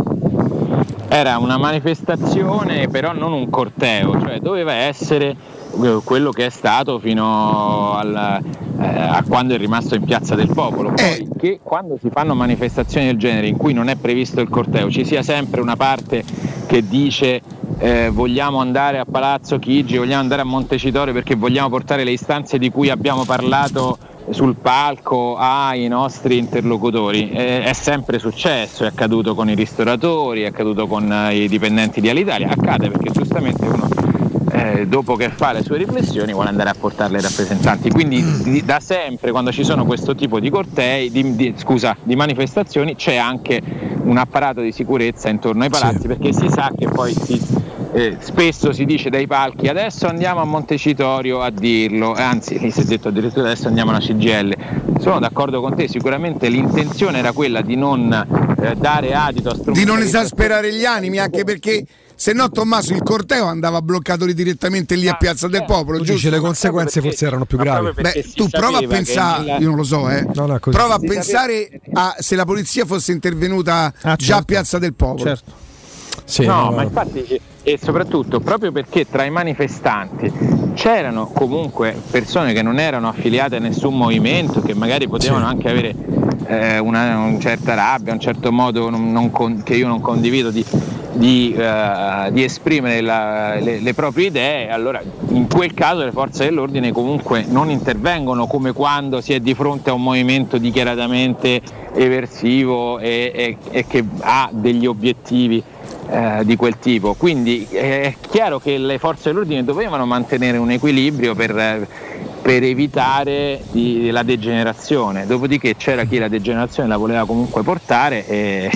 Era una manifestazione, però non un corteo, cioè doveva essere quello che è stato fino a quando è rimasto in Piazza del Popolo. Poi che quando si fanno manifestazioni del genere in cui non è previsto il corteo ci sia sempre una parte che dice vogliamo andare a Palazzo Chigi, vogliamo andare a Montecitorio perché vogliamo portare le istanze di cui abbiamo parlato sul palco ai nostri interlocutori. È sempre successo, è accaduto con i ristoratori, è accaduto con i dipendenti di Alitalia, accade perché giustamente uno dopo che fa le sue riflessioni vuole andare a portarle ai rappresentanti. Quindi da sempre, quando ci sono questo tipo di cortei, di manifestazioni, c'è anche un apparato di sicurezza intorno ai palazzi, sì, perché si sa che poi spesso si dice dai palchi adesso andiamo a Montecitorio a dirlo, anzi lì si è detto addirittura adesso andiamo alla CGIL. Sono d'accordo con te, sicuramente l'intenzione era quella di non dare adito a di non esasperare gli animi, anche perché se no, Tommaso, il corteo andava bloccato direttamente lì a Piazza del Popolo, giusto? Le conseguenze forse erano più gravi. Beh, tu prova a pensare, io non lo so, prova a pensare se la polizia fosse intervenuta già a Piazza del Popolo. Certo. Sì, ma infatti, e soprattutto proprio perché tra i manifestanti c'erano comunque persone che non erano affiliate a nessun movimento, che magari potevano anche avere una certa rabbia, un certo modo che io non condivido di esprimere le proprie idee, allora in quel caso le forze dell'ordine comunque non intervengono come quando si è di fronte a un movimento dichiaratamente eversivo e che ha degli obiettivi di quel tipo. Quindi è chiaro che le forze dell'ordine dovevano mantenere un equilibrio per per evitare la degenerazione. Dopodiché c'era chi la degenerazione la voleva comunque portare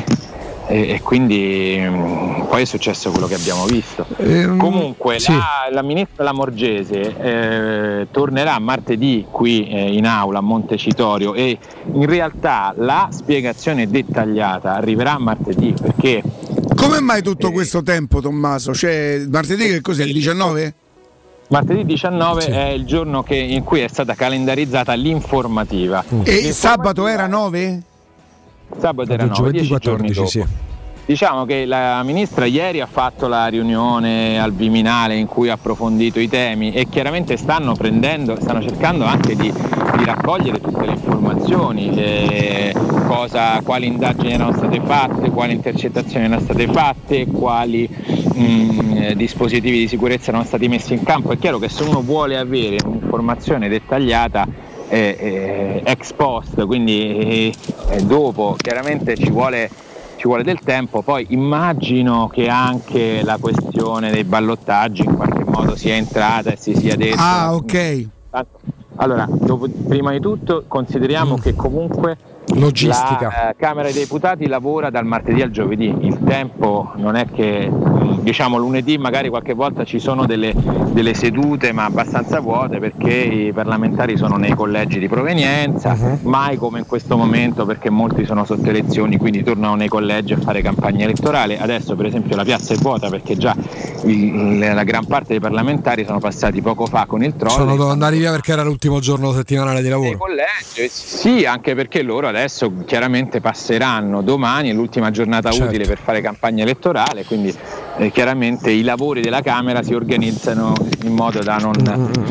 e quindi poi è successo quello che abbiamo visto. Comunque sì. la ministra Lamorgese tornerà martedì qui in aula a Montecitorio e in realtà la spiegazione dettagliata arriverà martedì, perché come mai tutto questo tempo, Tommaso? Cioè, martedì che cos'è, il 19? Martedì 19 è il giorno in cui è stata calendarizzata l'informativa. E sabato era 9? Sabato era 9, giovedì 10 giorni 14, dopo. sì. Diciamo che la ministra ieri ha fatto la riunione al Viminale in cui ha approfondito i temi e chiaramente stanno cercando anche di raccogliere tutte le informazioni, quali indagini erano state fatte, quali intercettazioni erano state fatte, quali dispositivi di sicurezza erano stati messi in campo. È chiaro che se uno vuole avere un'informazione dettagliata ex post, quindi dopo, chiaramente ci vuole del tempo. Poi immagino che anche la questione dei ballottaggi in qualche modo sia entrata e si sia detto. Ah, ok. Allora, prima di tutto consideriamo che comunque logistica. La Camera dei Deputati lavora dal martedì al giovedì, il tempo non è che, diciamo, lunedì magari qualche volta ci sono delle sedute ma abbastanza vuote perché i parlamentari sono nei collegi di provenienza, mai come in questo momento perché molti sono sotto elezioni, quindi tornano nei collegi a fare campagna elettorale. Adesso per esempio la piazza è vuota perché già la gran parte dei parlamentari sono passati poco fa con il trolley. Sono dovuto andare via perché era l'ultimo giorno settimanale di lavoro. Collegi, sì, anche perché loro adesso chiaramente passeranno domani, è l'ultima giornata utile per fare campagna elettorale, quindi chiaramente i lavori della Camera si organizzano in modo da non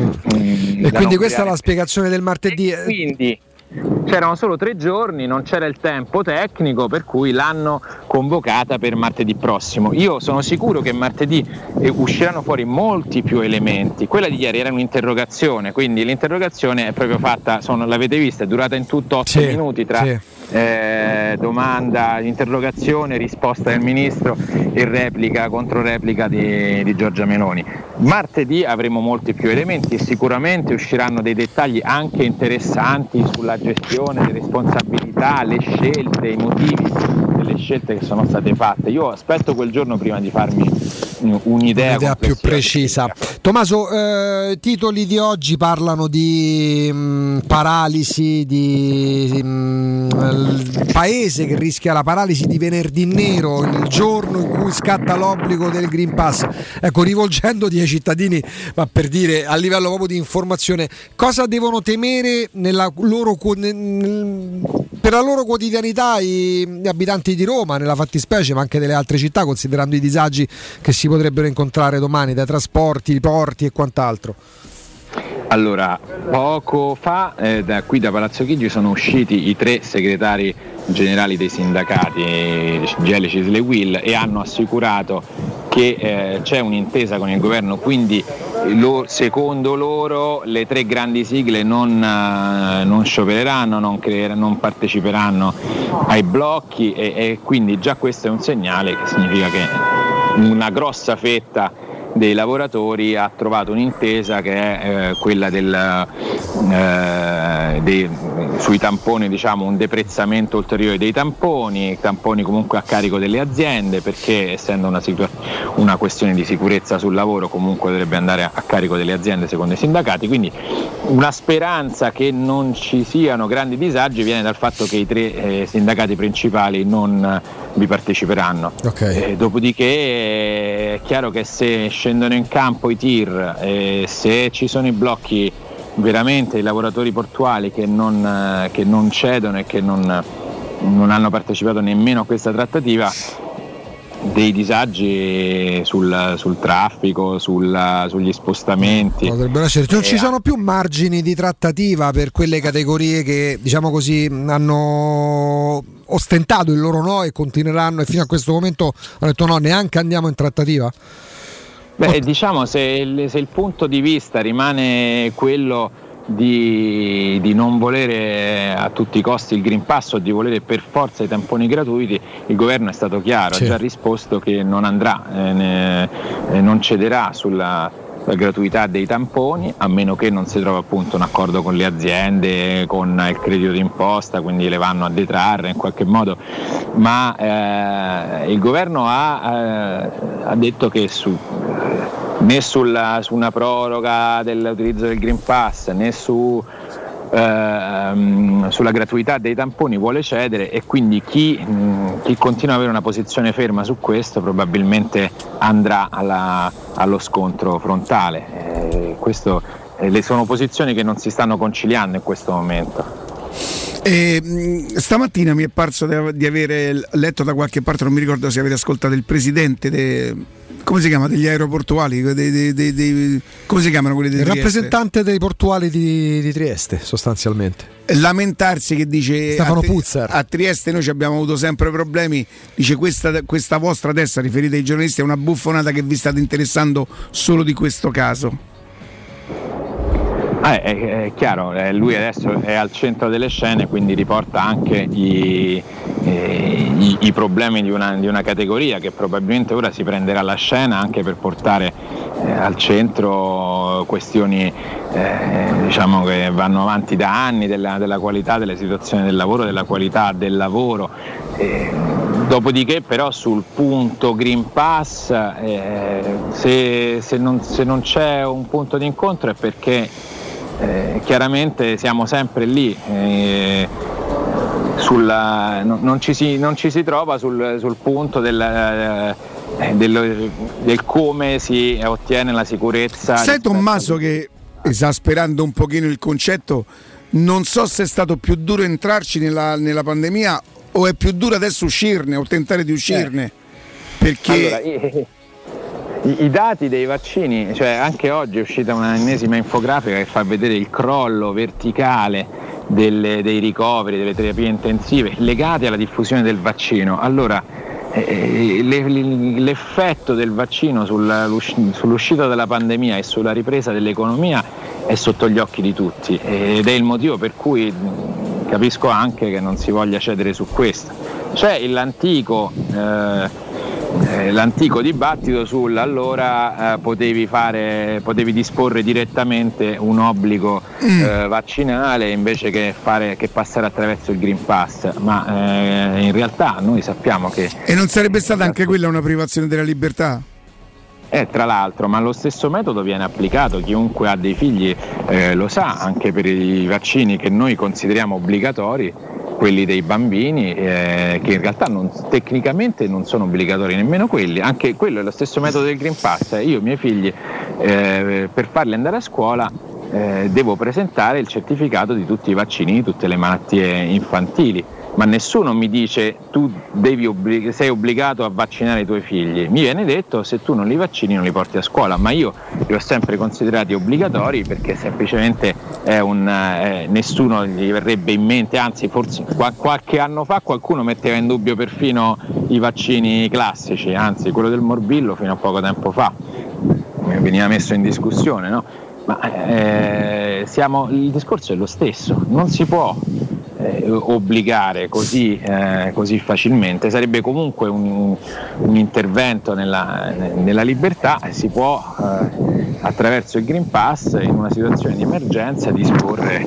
e quindi questa è la spiegazione del martedì. Quindi c'erano solo 3 giorni, non c'era il tempo tecnico, per cui l'hanno convocata per martedì prossimo. Io sono sicuro che martedì usciranno fuori molti più elementi. Quella di ieri era un'interrogazione, quindi l'interrogazione è proprio fatta, l'avete vista, è durata in tutto 8 minuti tra domanda, interrogazione, risposta del ministro e replica, controreplica di Giorgia Meloni. Martedì avremo molti più elementi e sicuramente usciranno dei dettagli anche interessanti sulla gestione, le responsabilità, le scelte, i motivi delle scelte che sono state fatte. Io aspetto quel giorno prima di farmi un'idea più precisa. Tommaso, titoli di oggi parlano di paralisi, di paese che rischia la paralisi di venerdì nero, il giorno in cui scatta l'obbligo del Green Pass. Ecco, rivolgendoti ai cittadini, ma per dire a livello proprio di informazione, cosa devono temere per la loro quotidianità gli abitanti di Roma, nella fattispecie, ma anche delle altre città, considerando i disagi che si potrebbero incontrare domani dai trasporti, porti e quant'altro? Allora, poco fa da Palazzo Chigi sono usciti i 3 segretari generali dei sindacati GL, CISL e UIL e hanno assicurato che c'è un'intesa con il governo, quindi secondo loro le 3 grandi sigle non sciopereranno, non parteciperanno ai blocchi e quindi già questo è un segnale che significa che una grossa fetta dei lavoratori ha trovato un'intesa che è quella sui tamponi, diciamo un deprezzamento ulteriore dei tamponi comunque a carico delle aziende, perché essendo una questione di sicurezza sul lavoro comunque dovrebbe andare a carico delle aziende secondo i sindacati, quindi una speranza che non ci siano grandi disagi viene dal fatto che i 3 sindacati principali non vi parteciperanno. Dopodiché è chiaro che se scendono in campo i tir, se ci sono i blocchi veramente i lavoratori portuali che non cedono e che non hanno partecipato nemmeno a questa trattativa, dei disagi sul traffico, sugli spostamenti. Potrebbero essere. Non ci sono più margini di trattativa per quelle categorie che, diciamo così, hanno ostentato il loro no e continueranno, e fino a questo momento hanno detto no, neanche andiamo in trattativa? Beh, diciamo se il punto di vista rimane quello di non volere a tutti i costi il Green Pass o di volere per forza i tamponi gratuiti, il governo è stato chiaro, ha già risposto che non andrà, non cederà gratuità dei tamponi, a meno che non si trova appunto un accordo con le aziende, con il credito d'imposta, quindi le vanno a detrarre in qualche modo, ma il governo ha detto che né su una proroga dell'utilizzo del Green Pass né sulla gratuità dei tamponi vuole cedere, e quindi chi continua ad avere una posizione ferma su questo probabilmente andrà allo scontro frontale. Sono posizioni che non si stanno conciliando in questo momento. Stamattina mi è parso di avere letto da qualche parte, non mi ricordo se avete ascoltato, il presidente come si chiama, degli aeroportuali, come si chiamano quelli di Trieste? Il rappresentante dei portuali di Trieste, sostanzialmente. Lamentarsi, che dice Stefano Puzzer: a Trieste noi ci abbiamo avuto sempre problemi, dice questa vostra testa, riferita ai giornalisti, è una buffonata che vi state interessando solo di questo caso. È chiaro, lui adesso è al centro delle scene, quindi riporta anche i problemi di una categoria che probabilmente ora si prenderà la scena anche per portare al centro questioni diciamo che vanno avanti da anni, della qualità delle situazioni del lavoro, della qualità del lavoro. Dopodiché però sul punto Green Pass se non c'è un punto di incontro è perché chiaramente siamo sempre lì, non ci si trova sul punto del come si ottiene la sicurezza. Sai Tommaso che, esasperando un pochino il concetto, non so se è stato più duro entrarci nella pandemia o è più duro adesso uscirne o tentare di uscirne, perché allora, i dati dei vaccini, cioè anche oggi è uscita una ennesima infografica che fa vedere il crollo verticale dei ricoveri, delle terapie intensive legate alla diffusione del vaccino. Allora l'effetto del vaccino sull'uscita dalla pandemia e sulla ripresa dell'economia è sotto gli occhi di tutti, ed è il motivo per cui capisco anche che non si voglia cedere su questo. C'è l'antico dibattito allora potevi disporre direttamente un obbligo vaccinale invece che passare attraverso il Green Pass, ma in realtà noi sappiamo che... E non sarebbe stata anche quella una privazione della libertà? Tra l'altro, ma lo stesso metodo viene applicato, chiunque ha dei figli lo sa, anche per i vaccini che noi consideriamo obbligatori, quelli dei bambini, che in realtà tecnicamente non sono obbligatori nemmeno quelli. Anche quello è lo stesso metodo del Green Pass. Io i miei figli per farli andare a scuola devo presentare il certificato di tutti i vaccini, di tutte le malattie infantili, ma nessuno mi dice tu sei obbligato a vaccinare i tuoi figli. Mi viene detto se tu non li vaccini non li porti a scuola, ma io li ho sempre considerati obbligatori perché semplicemente nessuno gli verrebbe in mente, anzi forse qualche anno fa qualcuno metteva in dubbio perfino i vaccini classici, anzi quello del morbillo fino a poco tempo fa veniva messo in discussione, no? Ma il discorso è lo stesso, non si può obbligare così facilmente, sarebbe comunque un intervento nella libertà, e si può attraverso il Green Pass in una situazione di emergenza disporre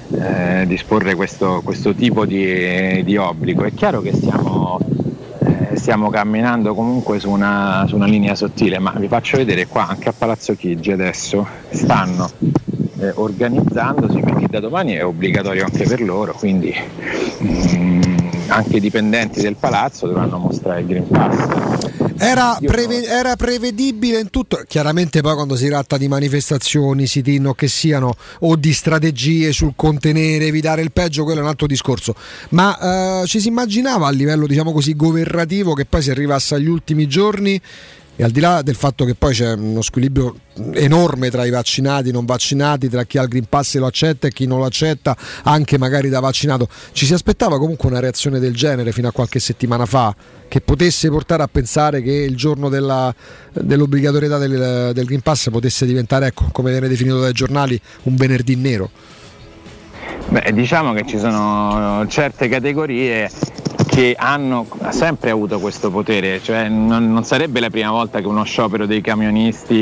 questo tipo di obbligo. È chiaro che stiamo camminando comunque su una linea sottile, ma vi faccio vedere qua anche a Palazzo Chigi adesso stanno organizzandosi, perché da domani è obbligatorio anche per loro, quindi anche i dipendenti del palazzo dovranno mostrare il Green Pass. Era prevedibile in tutto, chiaramente poi quando si tratta di manifestazioni, sit-in o che siano, o di strategie sul contenere, evitare il peggio, quello è un altro discorso, ma ci si immaginava a livello, diciamo così, governativo che poi si arrivasse agli ultimi giorni, e al di là del fatto che poi c'è uno squilibrio enorme tra i vaccinati e i non vaccinati, tra chi ha il Green Pass e lo accetta e chi non lo accetta, anche magari da vaccinato, ci si aspettava comunque una reazione del genere fino a qualche settimana fa, che potesse portare a pensare che il giorno dell'obbligatorietà del Green Pass potesse diventare, ecco, come viene definito dai giornali, un venerdì nero? Beh, diciamo che ci sono certe categorie che hanno sempre avuto questo potere, cioè non sarebbe la prima volta che uno sciopero dei camionisti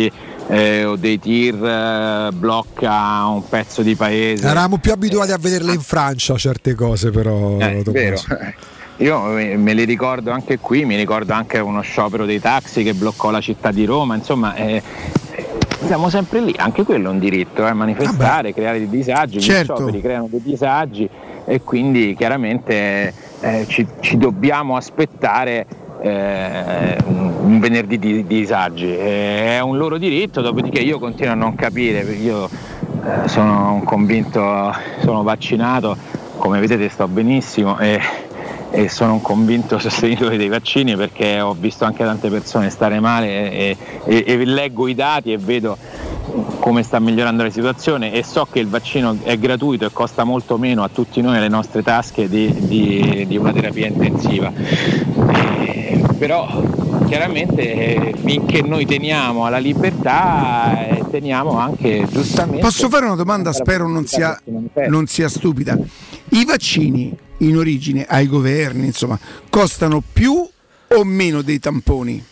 o dei tir blocca un pezzo di paese. Eravamo più abituati a vederle in Francia certe cose, però vero. Io me li ricordo anche qui, mi ricordo anche uno sciopero dei taxi che bloccò la città di Roma, insomma siamo sempre lì, anche quello è un diritto, manifestare, creare dei disagi, certo. Gli scioperi creano dei disagi e quindi chiaramente ci dobbiamo aspettare un venerdì di disagi, è un loro diritto, dopodiché io continuo a non capire, io sono un convinto, sono vaccinato, come vedete sto benissimo e sono un convinto sostenitore dei vaccini perché ho visto anche tante persone stare male e leggo i dati e vedo come sta migliorando la situazione e so che il vaccino è gratuito e costa molto meno a tutti noi alle nostre tasche di una terapia intensiva. Però chiaramente finché noi teniamo alla libertà teniamo anche giustamente. Posso fare una domanda? Spero non sia stupida. I vaccini in origine ai governi, insomma, costano più o meno dei tamponi?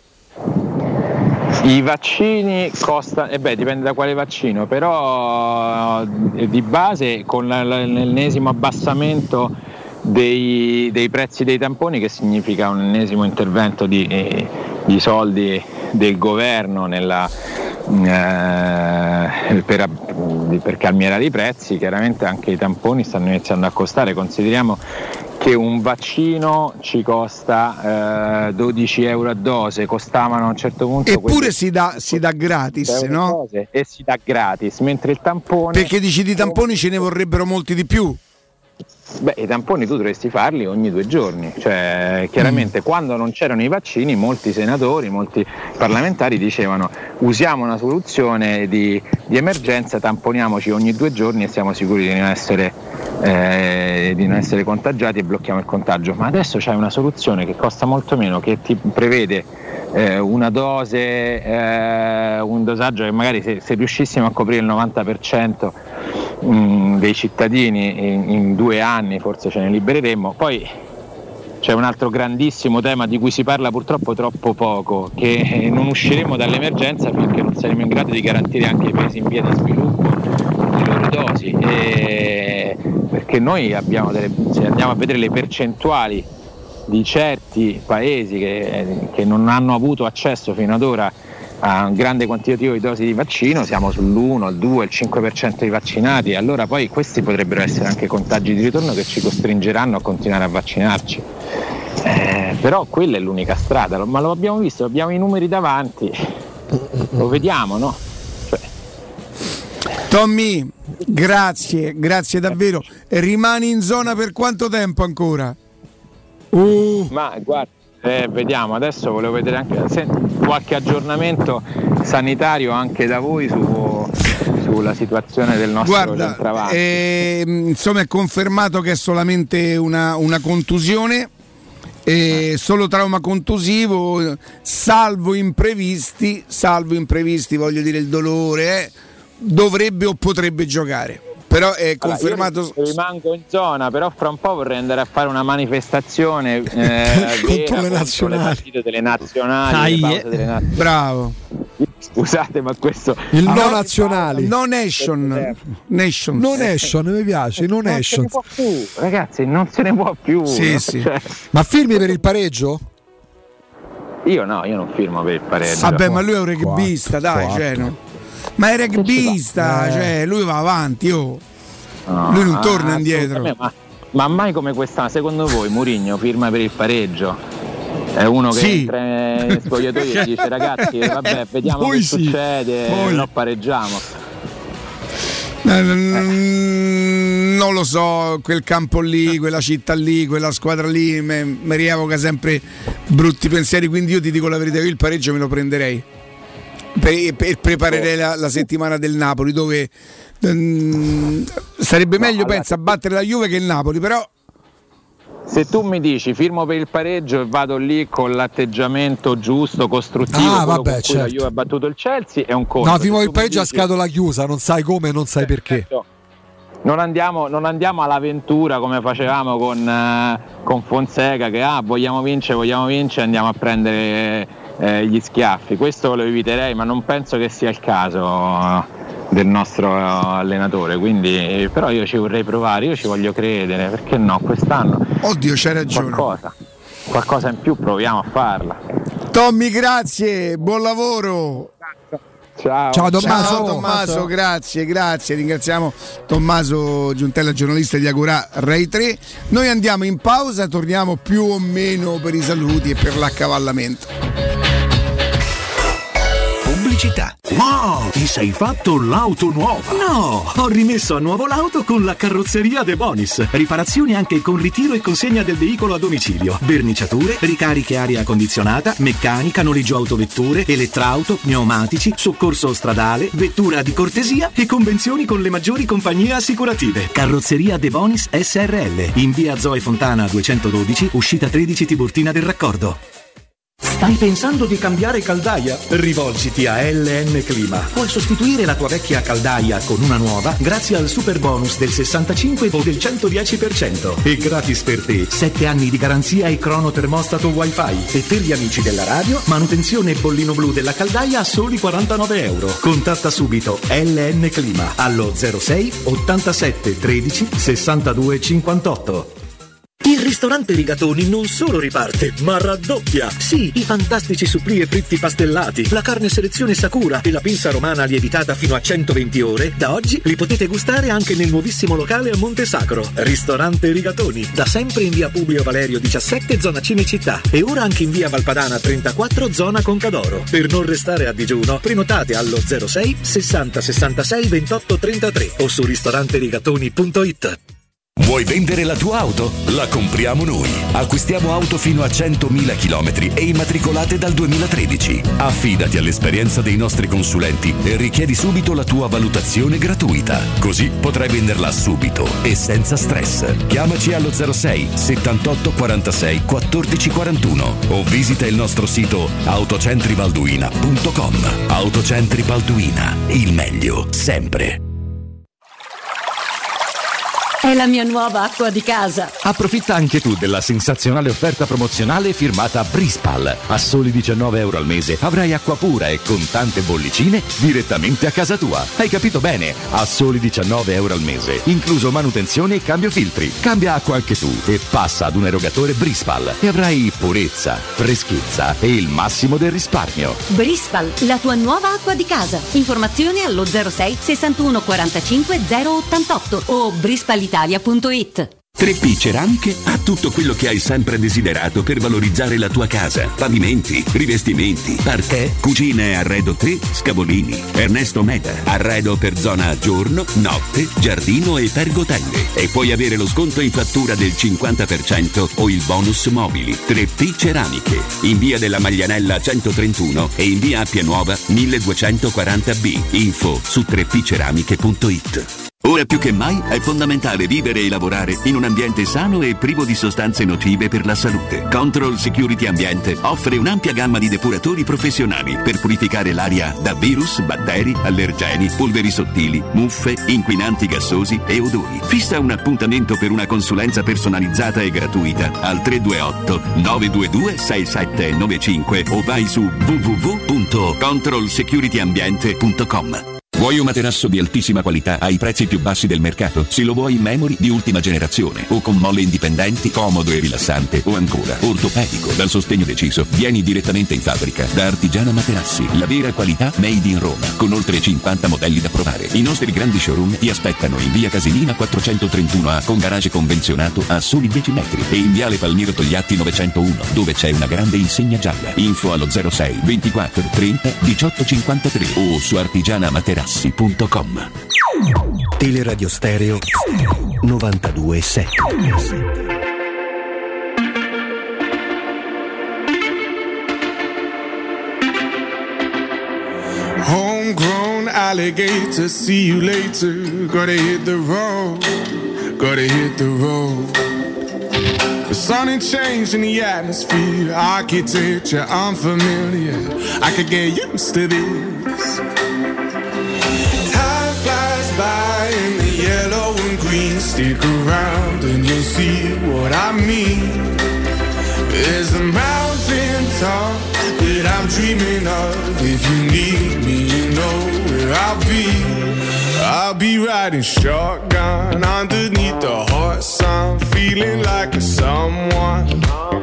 I vaccini costano, dipende da quale vaccino, però di base con l'ennesimo abbassamento dei prezzi dei tamponi, che significa un ennesimo intervento di soldi del governo per calmierare i prezzi, chiaramente anche i tamponi stanno iniziando a costare. Consideriamo che un vaccino ci costa 12 euro a dose, costavano a un certo punto. Eppure si dà gratis, no? E si dà gratis, mentre il tampone. Perché dici di tamponi ce ne vorrebbero molti di più? Beh, i tamponi tu dovresti farli ogni 2 giorni, cioè chiaramente quando non c'erano i vaccini molti senatori, molti parlamentari dicevano usiamo una soluzione di emergenza, tamponiamoci ogni 2 giorni e siamo sicuri di non essere contagiati e blocchiamo il contagio. Ma adesso c'è una soluzione che costa molto meno, che ti prevede una dose, un dosaggio che magari se riuscissimo a coprire il 90% dei cittadini in 2 anni forse ce ne libereremmo. Poi c'è un altro grandissimo tema di cui si parla purtroppo troppo poco, che non usciremo dall'emergenza finché non saremo in grado di garantire anche ai paesi in via di sviluppo le loro dosi, perché noi se andiamo a vedere le percentuali di certi paesi che non hanno avuto accesso fino ad ora a un grande quantitativo di dosi di vaccino, siamo sull'1, il 2, il 5% dei vaccinati, allora poi questi potrebbero essere anche contagi di ritorno che ci costringeranno a continuare a vaccinarci. Però quella è l'unica strada, ma lo abbiamo visto, abbiamo i numeri davanti, lo vediamo, no? Tommy, grazie davvero. Rimani in zona per quanto tempo ancora? Ma guarda, vediamo, adesso volevo vedere anche qualche aggiornamento sanitario anche da voi sulla situazione del nostro centravanti. Insomma è confermato che è solamente una contusione, solo trauma contusivo, salvo imprevisti, voglio dire il dolore, dovrebbe o potrebbe giocare. Però è confermato. Io rimango in zona, però fra un po' vorrei andare a fare una manifestazione contro le nazionali. Delle nazionali, delle nazionali. Bravo. Scusate, ma questo il no nazionali. No nation. No nation, mi piace. No nation. Non se ne può più, ragazzi, non se ne può più. Sì, sì. Cioè... Ma firmi per il pareggio? Io non firmo per il pareggio. Vabbè, ma lui è un rugbista, dai, cioè, no? Ma è rugbista, cioè lui va avanti, lui non torna indietro. Ma mai come questa, secondo voi Mourinho firma per il pareggio? È uno che entra in spogliatoio e dice ragazzi vabbè vediamo che succede, no, pareggiamo. Non lo so, quel campo lì, quella città lì, quella squadra lì mi rievoca sempre brutti pensieri, quindi io ti dico la verità, io il pareggio me lo prenderei. Preparerei la settimana del Napoli, dove sarebbe meglio pensa battere la Juve che il Napoli, però se tu mi dici firmo per il pareggio e vado lì con l'atteggiamento giusto, costruttivo, con cui la Juve ha battuto il Chelsea, è un conto. No, firmo per il pareggio a scatola chiusa, non sai come, non sai perché. Non andiamo all'avventura come facevamo con Fonseca, che vogliamo vincere, andiamo a prendere gli schiaffi. Questo lo eviterei, ma non penso che sia il caso del nostro allenatore, quindi però io ci vorrei provare, io ci voglio credere, perché no, quest'anno oddio c'hai ragione, qualcosa in più proviamo a farla. Tommy, grazie, buon lavoro. Ciao Tommaso. Ciao Tommaso, grazie, ringraziamo Tommaso Giuntella, giornalista di Agorà Rai 3. Noi andiamo in pausa, torniamo più o meno per i saluti e per l'accavallamento. Pubblicità. Wow, ti sei fatto l'auto nuova? No, ho rimesso a nuovo l'auto con la carrozzeria De Bonis. Riparazioni anche con ritiro e consegna del veicolo a domicilio. Verniciature, ricariche aria condizionata, meccanica, noleggio autovetture, elettrauto, pneumatici, soccorso stradale, vettura di cortesia e convenzioni con le maggiori compagnie assicurative. Carrozzeria De Bonis SRL, in via Zoe Fontana 212, uscita 13 Tiburtina del Raccordo. Stai pensando di cambiare caldaia? Rivolgiti a LN Clima. Puoi sostituire la tua vecchia caldaia con una nuova grazie al super bonus del 65 o del 110% e gratis per te 7 anni di garanzia e cronotermostato wifi, e per gli amici della radio manutenzione bollino blu della caldaia a soli €49. Contatta subito LN Clima allo 06 87 13 62 58. Il ristorante Rigatoni non solo riparte, ma raddoppia! Sì, i fantastici supplì e fritti pastellati, la carne selezione Sakura e la pinza romana lievitata fino a 120 ore, da oggi li potete gustare anche nel nuovissimo locale a Monte Sacro. Ristorante Rigatoni, da sempre in via Publio Valerio 17, zona Cinecittà, e ora anche in via Valpadana 34, zona Concadoro. Per non restare a digiuno, prenotate allo 06 60 66 28 33 o su ristoranterigatoni.it. Vuoi vendere la tua auto? La compriamo noi. Acquistiamo auto fino a 100.000 chilometri e immatricolate dal 2013. Affidati all'esperienza dei nostri consulenti e richiedi subito la tua valutazione gratuita. Così potrai venderla subito e senza stress. Chiamaci allo 06 78 46 14 41 o visita il nostro sito autocentribalduina.com. Autocentri Balduina, il meglio sempre. È la mia nuova acqua di casa. Approfitta anche tu della sensazionale offerta promozionale firmata Brispal. A soli €19 al mese avrai acqua pura e con tante bollicine direttamente a casa tua. Hai capito bene? A soli €19 al mese, incluso manutenzione e cambio filtri. Cambia acqua anche tu e passa ad un erogatore Brispal e avrai purezza, freschezza e il massimo del risparmio. Brispal, la tua nuova acqua di casa. Informazioni allo 06 61 45 088 o brispalitalia.it. 3P Ceramiche ha tutto quello che hai sempre desiderato per valorizzare la tua casa. Pavimenti, rivestimenti, parquet, cucine e arredo 3, Scavolini, Ernesto Meda. Arredo per zona giorno, notte, giardino e pergotelle. E puoi avere lo sconto in fattura del 50% o il bonus mobili. 3P Ceramiche, in via della Maglianella 131 e in via Appia Nuova 1240B. Info su 3pceramiche.it. Ora più che mai è fondamentale vivere e lavorare in un ambiente sano e privo di sostanze nocive per la salute. Control Security Ambiente offre un'ampia gamma di depuratori professionali per purificare l'aria da virus, batteri, allergeni, polveri sottili, muffe, inquinanti gassosi e odori. Fissa un appuntamento per una consulenza personalizzata e gratuita al 328 922 6795 o vai su www.controlsecurityambiente.com. Vuoi un materasso di altissima qualità ai prezzi più bassi del mercato? Se lo vuoi in memory di ultima generazione o con molle indipendenti, comodo e rilassante, o ancora ortopedico dal sostegno deciso, vieni direttamente in fabbrica da Artigiana Materassi, la vera qualità made in Roma, con oltre 50 modelli da provare. I nostri grandi showroom ti aspettano in via Casilina 431A con garage convenzionato a soli 10 metri e in viale Palmiro Togliatti 901 dove c'è una grande insegna gialla. Info allo 06 24 30 18 53 o su artigianamaterassi.com. Teleradio Stereo 92.7. Homegrown alligator, see you later. Gotta hit the road, gotta hit the road. The sun ain't changed in the atmosphere, architecture unfamiliar. I could get used to this. Time flies by in the yellow and green. Stick around and you'll see what I mean. There's a mountain top that I'm dreaming of. If you need me, you know where I'll be. I'll be riding shotgun underneath the hot sun, feeling like a someone.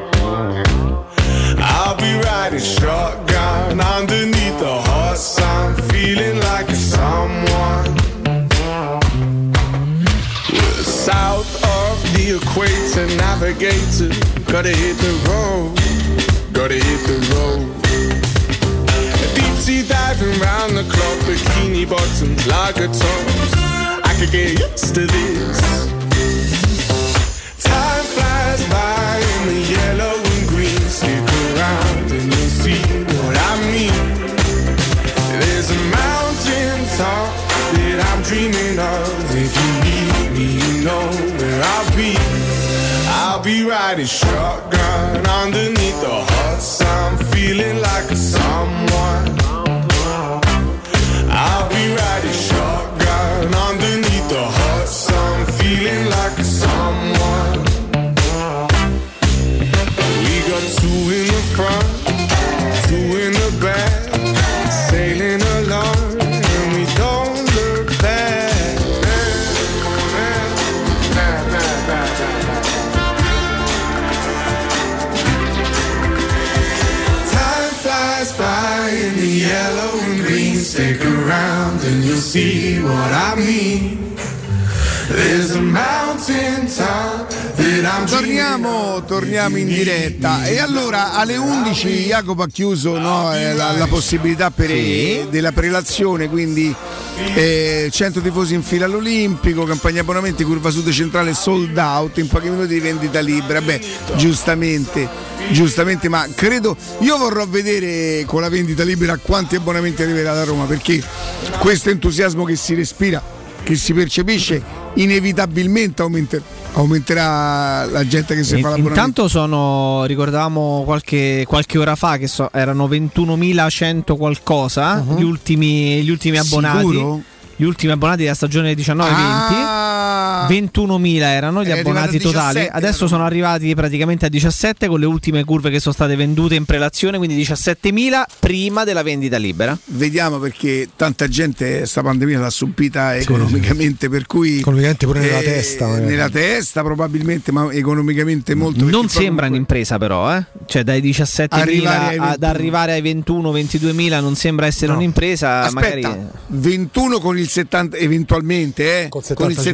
I'll be riding shotgun underneath the hot sun, feeling like a someone. We're south of the equator, navigator. Gotta hit the road, gotta hit the road. Deep sea diving round the clock, bikini bottoms, lager tops. I could get used to this. Time flies by in the yellow and green. Stick around and you'll see what I mean. There's a mountain top that I'm dreaming of. If you need me, you know where I'll be. I'll be riding shotgun underneath the hot sun, feeling like a someone. I'll be riding shotgun underneath the hot sun, feeling like a someone. We got two in the front, two in the back, sailing along, and we don't look back. By in the yellow and green, stick around and you'll see what I mean. There's a mountain top that I'm torniamo in diretta e allora alle 11 Jacopo ha chiuso la possibilità della prelazione, quindi 100 tifosi in fila all'Olimpico, campagna abbonamenti, curva sud centrale sold out, in pochi minuti di vendita libera. Beh, giustamente, ma credo, io vorrò vedere con la vendita libera quanti abbonamenti arriverà da Roma, perché questo entusiasmo che si respira, che si percepisce, inevitabilmente aumenterà la gente che si fa l'abbonamento. Intanto ricordavamo qualche ora fa che erano 21.100 qualcosa, gli ultimi abbonati. Sicuro? Gli ultimi abbonati della stagione 19-20. 21.000 erano gli abbonati totali. 17, adesso sono arrivati praticamente a 17 con le ultime curve che sono state vendute in prelazione, quindi 17.000 prima della vendita libera. Vediamo, perché tanta gente sta pandemia l'ha subita economicamente, per cui economicamente pure nella testa probabilmente, ma economicamente molto. Non sembra un'impresa però, cioè dai 17.000 ad arrivare ai 21-22.000 non sembra essere un'impresa. Aspetta, magari 21 con il 70 eventualmente con il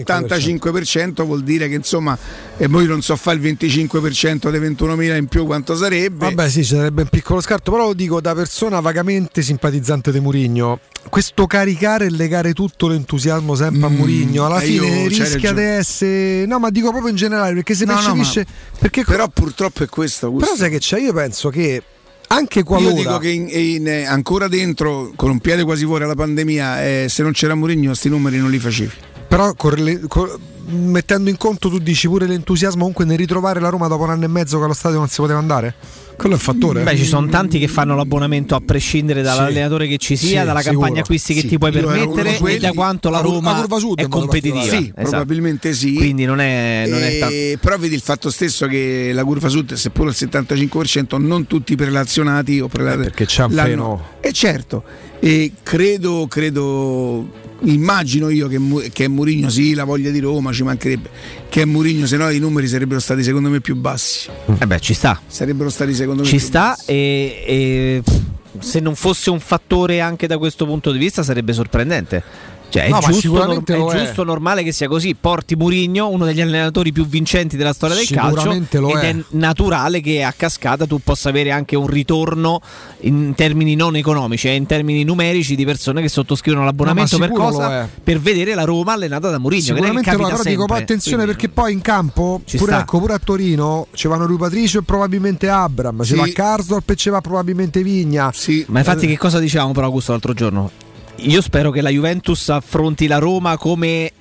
75% vuol dire che insomma, e poi non so fare il 25% dei 21.000 in più quanto sarebbe. Vabbè, sì, ci sarebbe un piccolo scarto, però lo dico da persona vagamente simpatizzante di Mourinho. Questo caricare e legare tutto l'entusiasmo sempre a Mourinho alla fine rischia di essere, no, ma dico proprio in generale, perché se percepisce, perché però purtroppo è questo. Però sai che c'è, io penso che anche qualora, io dico che ancora dentro, con un piede quasi fuori alla pandemia, se non c'era Mourinho sti numeri non li facevi. Però mettendo in conto, tu dici pure l'entusiasmo comunque nel ritrovare la Roma dopo un anno e mezzo che allo stadio non si poteva andare? Quello è il fattore. Beh, ci sono tanti che fanno l'abbonamento a prescindere dall'allenatore che ci sia, dalla campagna acquisti che ti puoi permettere e da quanto la Roma è competitiva. Sì, esatto. Probabilmente sì. Quindi non è tanto. Però vedi il fatto stesso che la curva sud, seppure il 75%, non tutti prelazionati o perché c'è un freno. Certo. E credo, immagino io che Mourinho, sì, la voglia di Roma, ci mancherebbe, che Mourinho, se no i numeri sarebbero stati secondo me più bassi. Ci sta. Sarebbero stati secondo me ci più sta bassi. E se non fosse un fattore anche da questo punto di vista sarebbe sorprendente. Cioè, è giusto, normale che sia così. Porti Mourinho, uno degli allenatori più vincenti della storia del calcio, ed è naturale che a cascata tu possa avere anche un ritorno in termini non economici, in termini numerici, di persone che sottoscrivono l'abbonamento per cosa? Per vedere la Roma allenata da Mourinho. Sicuramente però dico attenzione, perché poi in campo pure a Torino ci vanno Rui Patricio e probabilmente Abram, ci va Karsdorp e ci va probabilmente Vigna. Ma infatti che cosa dicevamo però, Augusto, l'altro giorno? Io spero che la Juventus affronti la Roma come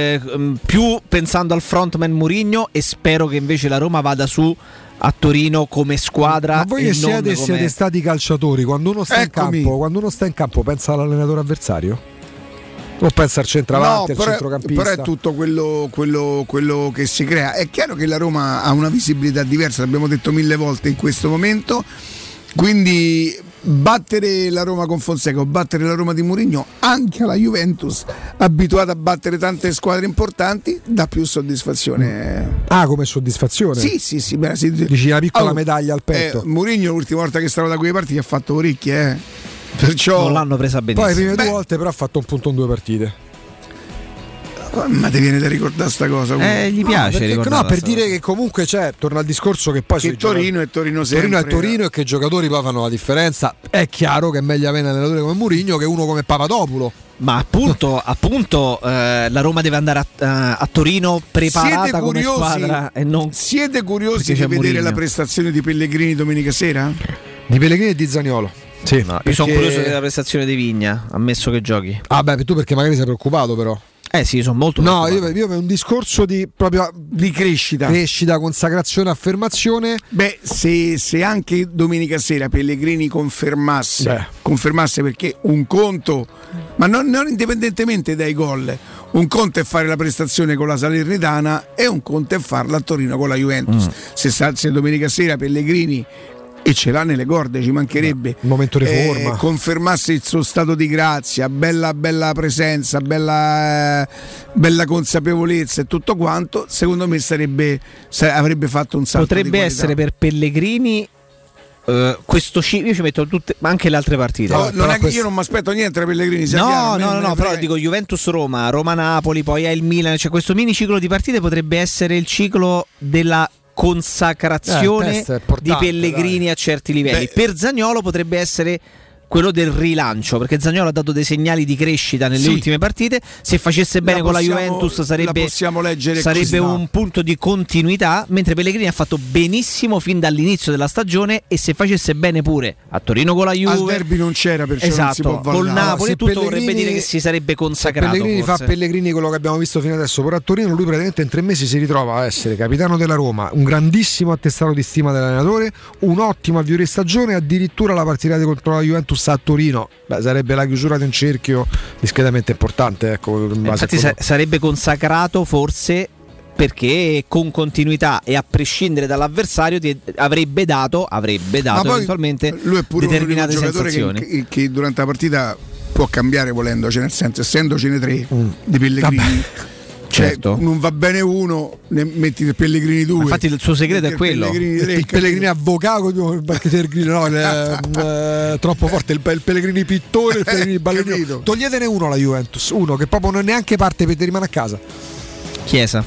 più pensando al frontman Mourinho, e spero che invece la Roma vada su a Torino come squadra. Ma voi che siete stati calciatori, quando uno sta in campo pensa all'allenatore avversario? Non pensa al centravanti, al centrocampista. Però è tutto quello che si crea. È chiaro che la Roma ha una visibilità diversa, l'abbiamo detto 1000 volte in questo momento, quindi battere la Roma con Fonseca o battere la Roma di Mourinho, anche alla Juventus abituata a battere tante squadre importanti, dà più soddisfazione. Come soddisfazione? Sì. Beh, dici una piccola medaglia al petto. Mourinho l'ultima volta che stava da quelle partite ha fatto orecchie, perciò non l'hanno presa benissimo. Poi le prime 2 volte però ha fatto un punto in 2 partite. Ma ti viene da ricordare sta cosa? Gli piace per dire che comunque torna al discorso che poi che Torino è Torino sempre. Torino è Torino e che i giocatori poi fanno la differenza. È chiaro che è meglio avere un allenatore come Mourinho che uno come Papadopoulos. Ma appunto la Roma deve andare a Torino preparata come squadra e non. Siete curiosi di vedere Mourinho. la prestazione di Pellegrini domenica sera? Di Pellegrini e di Zaniolo. Sì, io sono curioso della prestazione di Vigna, ammesso che giochi. Tu perché magari sei preoccupato però. Sì, sono molto preoccupato. Io per un discorso di crescita, consacrazione, affermazione. Se anche domenica sera Pellegrini confermasse perché un conto, ma non indipendentemente dai gol, un conto è fare la prestazione con la Salernitana e un conto è farla a Torino con la Juventus. Se domenica sera Pellegrini, e ce l'ha nelle corde, ci mancherebbe, un momento di forma, confermasse il suo stato di grazia, bella presenza, bella consapevolezza e tutto quanto, secondo me avrebbe fatto un salto. Potrebbe essere per Pellegrini questo io ci metto tutte, ma anche le altre partite. Io non mi aspetto niente da Pellegrini. No, però dico Juventus-Roma, Roma-Napoli, poi è il Milan, cioè questo mini ciclo di partite potrebbe essere il ciclo della consacrazione di Pellegrini a certi livelli. Per Zaniolo potrebbe essere quello del rilancio, perché Zaniolo ha dato dei segnali di crescita nelle ultime partite. Se facesse bene con la Juventus sarebbe un punto di continuità, mentre Pellegrini ha fatto benissimo fin dall'inizio della stagione, e se facesse bene pure a Torino con la Juve, al derby non c'era, perciò non si può valutare. Col Napoli tutto vorrebbe dire che si sarebbe consacrato. Pellegrini fa Pellegrini quello che abbiamo visto fino adesso, però a Torino lui praticamente in 3 mesi si ritrova a essere capitano della Roma, un grandissimo attestato di stima dell'allenatore, un ottimo avvio di stagione, addirittura la partita contro la Juventus a Torino sarebbe la chiusura di un cerchio discretamente importante, infatti sarebbe consacrato forse perché con continuità e a prescindere dall'avversario avrebbe dato eventualmente lui è pure determinate un sensazioni che durante la partita può cambiare volendo, cioè nel senso, essendocene 3 di Pellegrini. Certo. Non va bene uno, ne metti il Pellegrini 2. Infatti il suo segreto è quello. Il Pellegrini avvocato, troppo forte. Il Pellegrini pittore, il Pellegrini ballerino. Toglietene uno alla Juventus, uno che proprio non è neanche parte per rimane a casa. Chiesa.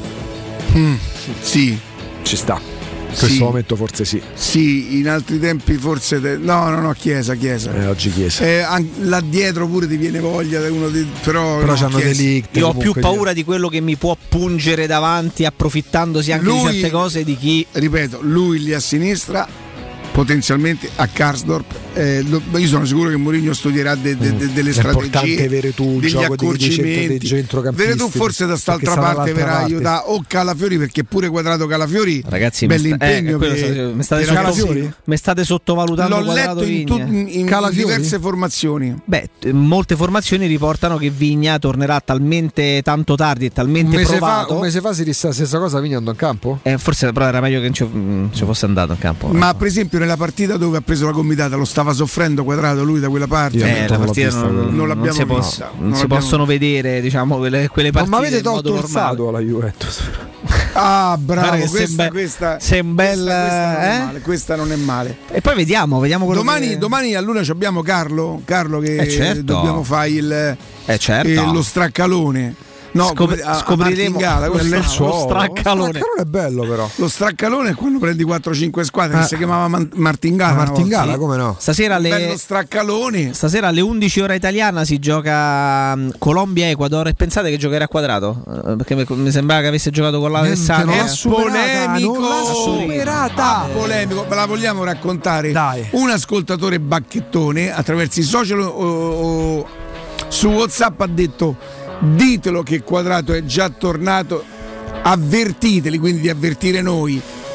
Sì, ci sta. In questo momento forse sì. Sì, in altri tempi forse no, Chiesa. Oggi Chiesa. Là dietro pure ti viene voglia però c'hanno delitti. Io ho più paura di quello che mi può pungere davanti approfittandosi anche di certe cose, di chi, ripeto, lui lì a sinistra potenzialmente a Karsdorp. Io sono sicuro che Mourinho studierà delle strategie, degli accorgimenti. Veretù forse da quest'altra parte verrà aiutato, o Calafiori, perché pure Quadrato Calafiori, ragazzi, bell'impegno mi state sottovalutando. L'ho letto in diverse formazioni. Molte formazioni riportano che Vigna tornerà talmente tanto tardi e talmente provato. Un mese fa si disse la stessa cosa, Vigna andò in campo? Forse però era meglio che non ci fosse andato in campo. Ma per esempio nella partita dove ha preso la gomitata lo stava soffrendo Quadrato lui da quella parte. La partita non l'abbiamo vista. Non si possono vedere, diciamo, quelle partite. Ma avete tolto il Sato alla Juventus? Ah, bravo, questa non è male. E poi vediamo domani a luna abbiamo Carlo che dobbiamo fare lo straccalone. No, scopriremo lo straccalone. È bello, però. Lo straccalone è quando prendi 4-5 squadre che si chiamava Martingala. Martingala, come no? Stasera bello straccalone. Stasera alle 11 ora italiana si gioca Colombia-Ecuador, e pensate che giocherà a quadrato, perché mi sembrava che avesse giocato con l'Alessandria. È polemico. Polemico. Ve la vogliamo raccontare? Dai. Un ascoltatore bacchettone attraverso i social o su WhatsApp ha detto: ditelo che Quadrato è già tornato, avvertiteli, quindi di avvertire noi.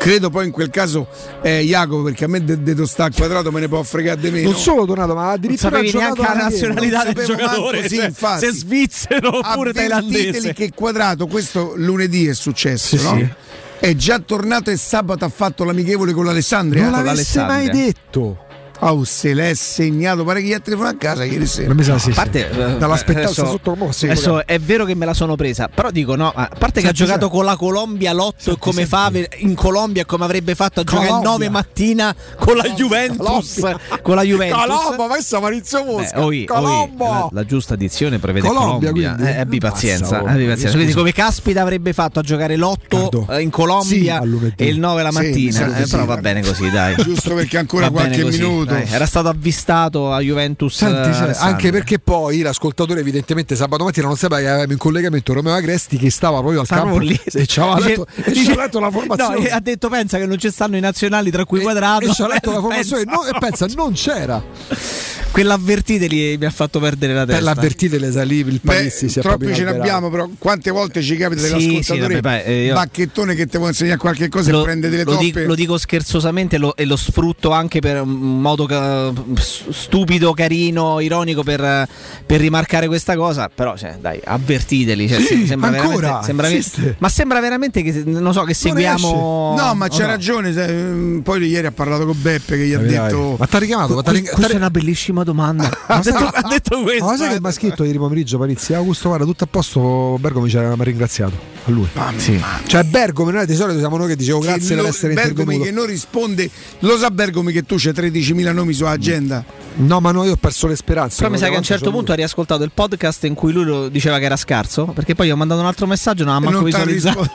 Credo poi in quel caso Jacopo, perché a me de sta Quadrato me ne può fregare di meno. Non solo Donato, ma addirittura non sapevi neanche la nazionalità del giocatore, sì, infatti. se svizzero oppure thailandese. Che Quadrato questo lunedì è successo, sì, no? sì. È già tornato e sabato ha fatto l'amichevole con l'Alessandria. Non l'avesse mai detto. Oh, se l'è segnato, pare che gli ha telefonato a casa ieri sera. Non mi sa, sì, a parte, dall'aspettare adesso è vero che me la sono presa, però dico no, a parte che ha giocato con la Colombia l'8 e come fa in Colombia e come avrebbe fatto a giocare il 9 mattina con la Juventus. Con la Juventus. Colombo, ma questo Maurizio Mosca. La giusta dizione prevede Colombia. Abbi pazienza. Quindi come caspita avrebbe fatto a giocare l'8 in Colombia e il 9 la mattina. Però va bene così, dai. Giusto perché ancora qualche minuto. Era stato avvistato a Juventus. Senti, anche perché poi l'ascoltatore evidentemente sabato mattina non sapeva che avevamo in collegamento Romeo Agresti che stava proprio al campo lì. e ci aveva letto la formazione. No, ha detto pensa che non ci stanno i nazionali tra cui Quadrato e ci ha letto la formazione e pensa non c'era. Quell'avvertiteli mi ha fatto perdere la testa. L'avvertiteli salivi il Palissi. Troppi ce ne abbiamo, però quante volte ci capita dell'ascoltatore bacchettone che ti può insegnare qualche cosa e prende delle toppe. Lo dico scherzosamente e lo sfrutto anche per un modo stupido, carino, ironico per rimarcare questa cosa, però dai, avvertiteli, sembra ancora veramente, ma sembra veramente che non so che seguiamo. No, ma c'ha ragione. Poi ieri ha parlato con Beppe che gli ha detto ma t'ha richiamato, questa è una bellissima domanda. ha detto questo. Ma sai che mi ha scritto ieri pomeriggio Palizzi? Augusto, guarda, tutto a posto, Bergomi ci aveva ringraziato a lui. Cioè Bergomi, noi di solito siamo noi che dicevo grazie per essere Bergomi intervenuto. che non risponde. Lo sa Bergomi che tu c'hai 13.000 nomi su agenda? No, ma io ho perso le speranze. Però mi sa che a un certo punto ha riascoltato il podcast in cui lui lo diceva che era scarso, perché poi gio ho mandato un altro messaggio, non ha manco visualizzato.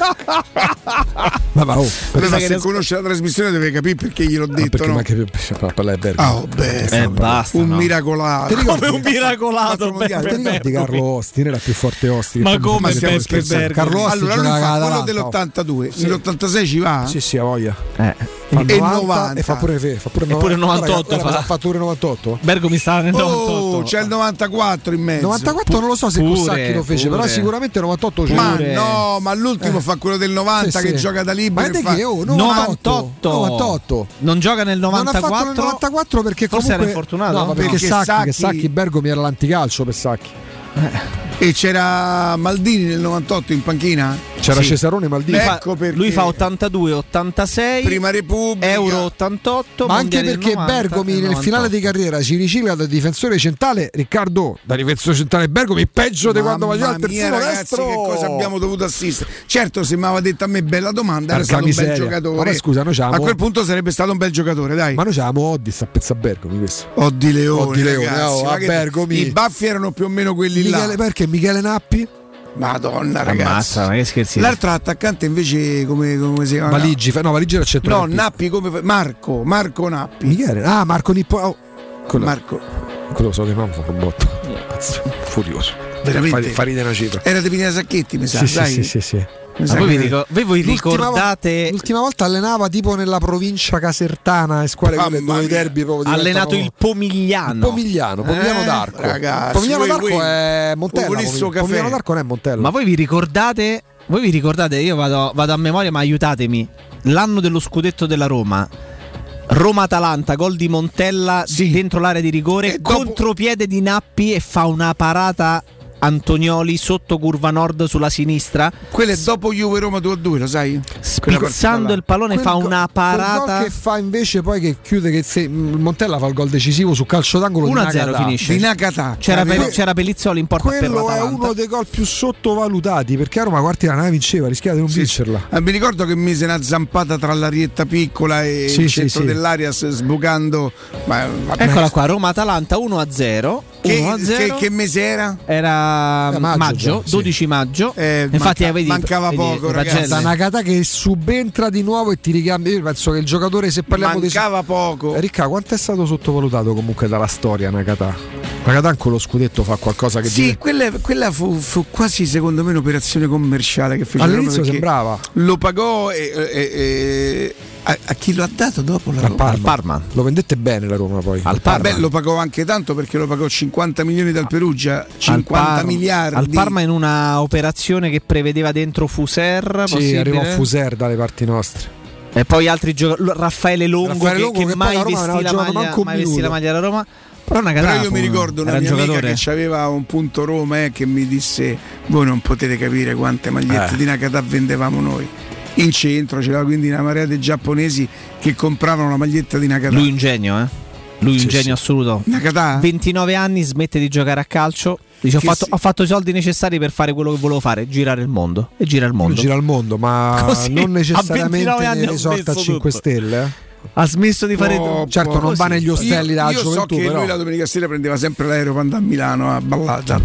ma se conosce la trasmissione deve capire perché gliel'ho detto. Ma che parlare Bergomi. Basta. Un miracolato. Come un miracolato. Ti ricordi Carlo Ostin? Era più forte Ostin. Ma come Beppe Bergomi? Carlo Ostin allora lui fa quello dell'82, nell'86 ci va? Sì, a voglia. E 90 e fa pure 98 ha fatto pure 98. Bergomi stava nel 98. C'è il 94 in mezzo. 94 non lo so se Cossacchi lo fece, però sicuramente 98 c'è. Ma no, ma l'ultimo fa quello del 90 che gioca da libero. Ma che 98. Non gioca nel 94. Non ha fatto nel 94 perché forse comunque era infortunato. No, perché Sacchi Bergomi era l'anticalcio per Sacchi. E c'era Maldini nel 98 in panchina? C'era Cesarone Maldini. Lui fa 82-86, Prima Repubblica, Euro 88. Ma anche perché Bergomi nel finale di carriera si ricicla da difensore centrale. Riccardo, da difensore centrale Bergomi peggio di quando faceva il terzino destro. Che cosa abbiamo dovuto assistere? Certo, se mi aveva detto a me bella domanda, era stato un bel giocatore. Ma scusa, a quel punto sarebbe stato un bel giocatore, dai. Ma noi avevamo Oddis a pezza Bergomi questo. Oddi Leone, ragazzi, a Bergomi. I baffi erano più o meno quelli là. Perché Michele Nappi? Madonna, ragazzi. Ammazza, ma che scherzi. L'altro attaccante invece come si chiama? Valigi era il centro. No, Nappi come Marco Nappi. Michele. Marco Nippo. Marco. Quello so che mamma fa un botto. Furioso. Veramente. Farina una cifra. Era di Pinina Sacchetti, mi sa. Sì. Voi ricordate l'ultima volta allenava tipo nella provincia casertana e squadre quelle dove i derby proprio allenato il Pomigliano d'Arco. Ragazzi, Pomigliano d'Arco è Montella. Pomigliano d'Arco non è Montella. Ma voi vi ricordate, io vado a memoria, ma aiutatemi. L'anno dello scudetto della Roma-Atalanta, gol di Montella dentro l'area di rigore, contropiede di Nappi e fa una parata Antonioli sotto curva nord sulla sinistra. Quello è dopo Juve Roma 2-2, lo sai? Spizzando il pallone fa una parata che fa invece poi che chiude che Montella fa il gol decisivo su calcio d'angolo 1-0 finisce. Di Nakata. C'era Pellizzoli in porta per l'Atalanta. Quello è uno dei gol più sottovalutati perché a Roma quarti la vinceva, rischiava di non vincerla. Mi ricordo che mise una zampata tra l'arietta piccola e il centro dell'area sbucando. Eccola qua, Roma-Atalanta 1-0. Che mese era? Era maggio, 12 maggio. Infatti mancava poco, ragazzi. Nakata che subentra di nuovo e ti ricambia. Io penso che il giocatore, se parliamo mancava poco. Ricca, quanto è stato sottovalutato comunque dalla storia Nakata? Nakata con lo scudetto fa qualcosa che quella fu quasi secondo me un'operazione commerciale che fece. All'inizio sembrava. Lo pagò a chi lo ha dato dopo la Roma? Al Parma. Lo vendette bene la Roma poi. Al Parma. Lo pagò anche tanto perché lo pagò 50 milioni dal Perugia, 50 miliardi. Al Parma in una operazione che prevedeva dentro Fuser. Sì, arrivò Fuser dalle parti nostre. E poi altri giocatori, Raffaele Longo che mai vestì la maglia della Roma. Però io mi ricordo una mia amica che aveva un punto Roma che mi disse: voi non potete capire quante magliette di Nakata vendevamo noi. In centro c'era quindi una marea di giapponesi che compravano la maglietta di Nakata. Lui un genio, Lui un genio assoluto. Nakata? 29 anni, smette di giocare a calcio. Dice, ho fatto i soldi necessari per fare quello che volevo fare, girare il mondo. E gira il mondo. Gira il mondo, ma così, non necessariamente nelle sorte a 5 stelle. Ha smesso di fare certo non va negli ostelli da gioventù. Io so che lui la domenica sera prendeva sempre l'aereo per andare a Milano a ballare.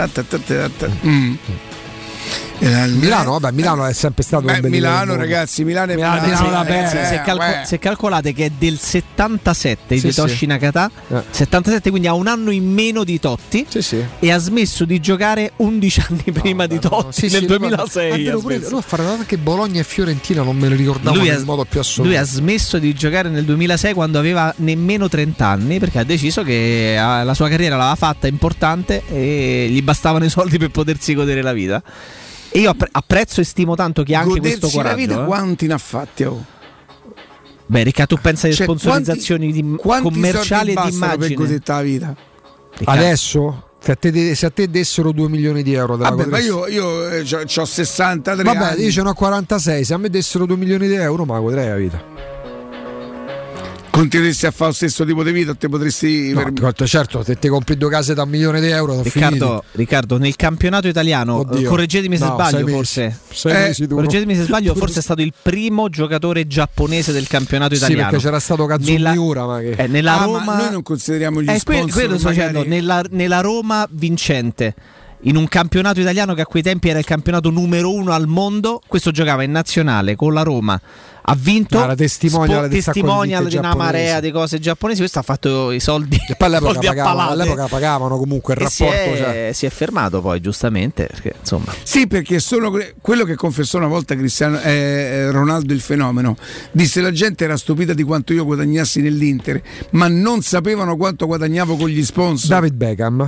Milano è sempre stato un Milano, ragazzi, Milano se calcolate che è del 77 di Hitoshi Nakata, 77, quindi ha un anno in meno di Totti, e ha smesso di giocare 11 anni prima di Totti nel 2006. Lui ha fatto anche Bologna e Fiorentina, non me lo ricordavo nel modo più assoluto. Lui ha smesso di giocare nel 2006 quando aveva nemmeno 30 anni, perché ha deciso che la sua carriera l'aveva fatta importante e gli bastavano i soldi per potersi godere la vita. E io apprezzo e stimo tanto che anche questo coraggio. La vita quanti ne ha fatti? Beh, Ricca, tu pensa alle sponsorizzazioni commerciali e di immagine per godere la vita? Ricca. Adesso? Se a te dessero 2 milioni di euro ma io ho 63 anni. Vabbè, dice no 46. Se a me dessero 2 milioni di euro, ma godrei la vita. Continueresti a fare lo stesso tipo di vita, te potresti. Certo, se ti compri 2 case da 1 milione di euro. Riccardo, nel campionato italiano, correggetemi se sbaglio, forse. Correggetemi se sbaglio, forse è stato il primo giocatore giapponese del campionato italiano. Sì, perché c'era stato Kazumiura. Nella Roma. Ma noi non consideriamo gli sponsor. Quello sto dicendo, nella Roma vincente. In un campionato italiano che a quei tempi era il campionato numero 1 al mondo, questo giocava in nazionale con la Roma. Ha vinto, testimonial di una marea di cose giapponesi. Questo ha fatto i soldi. E poi all'epoca pagavano comunque il rapporto. Si è fermato poi, giustamente. Perché, insomma. Sì, perché sono quello che confessò una volta Ronaldo il fenomeno. Disse: la gente era stupita di quanto io guadagnassi nell'Inter, ma non sapevano quanto guadagnavo con gli sponsor. David Beckham.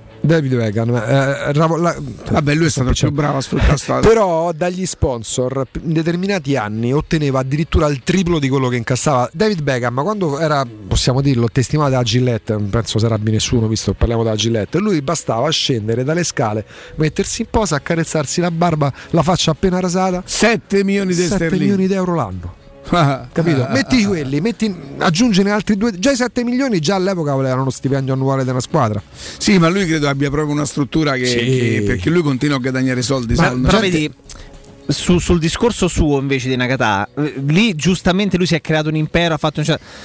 Vabbè, lui è stato più bravo a sfruttare strada. Però dagli sponsor in determinati anni otteneva addirittura il triplo di quello che incassava. David Beckham, quando era, possiamo dirlo, testimone della Gillette, non penso sarà nessuno visto che parliamo della Gillette, lui bastava scendere dalle scale, mettersi in posa, accarezzarsi la barba, la faccia appena rasata, 7 milioni di sterline, 7 milioni di euro l'anno. Capito? Metti quelli, aggiungere altri 2, già i 7 milioni già all'epoca volevano uno stipendio annuale della squadra. Sì, ma lui credo abbia proprio una struttura che perché lui continua a guadagnare soldi. Però vedi, sul discorso suo invece di Nakata, lì giustamente lui si è creato un impero, ha fatto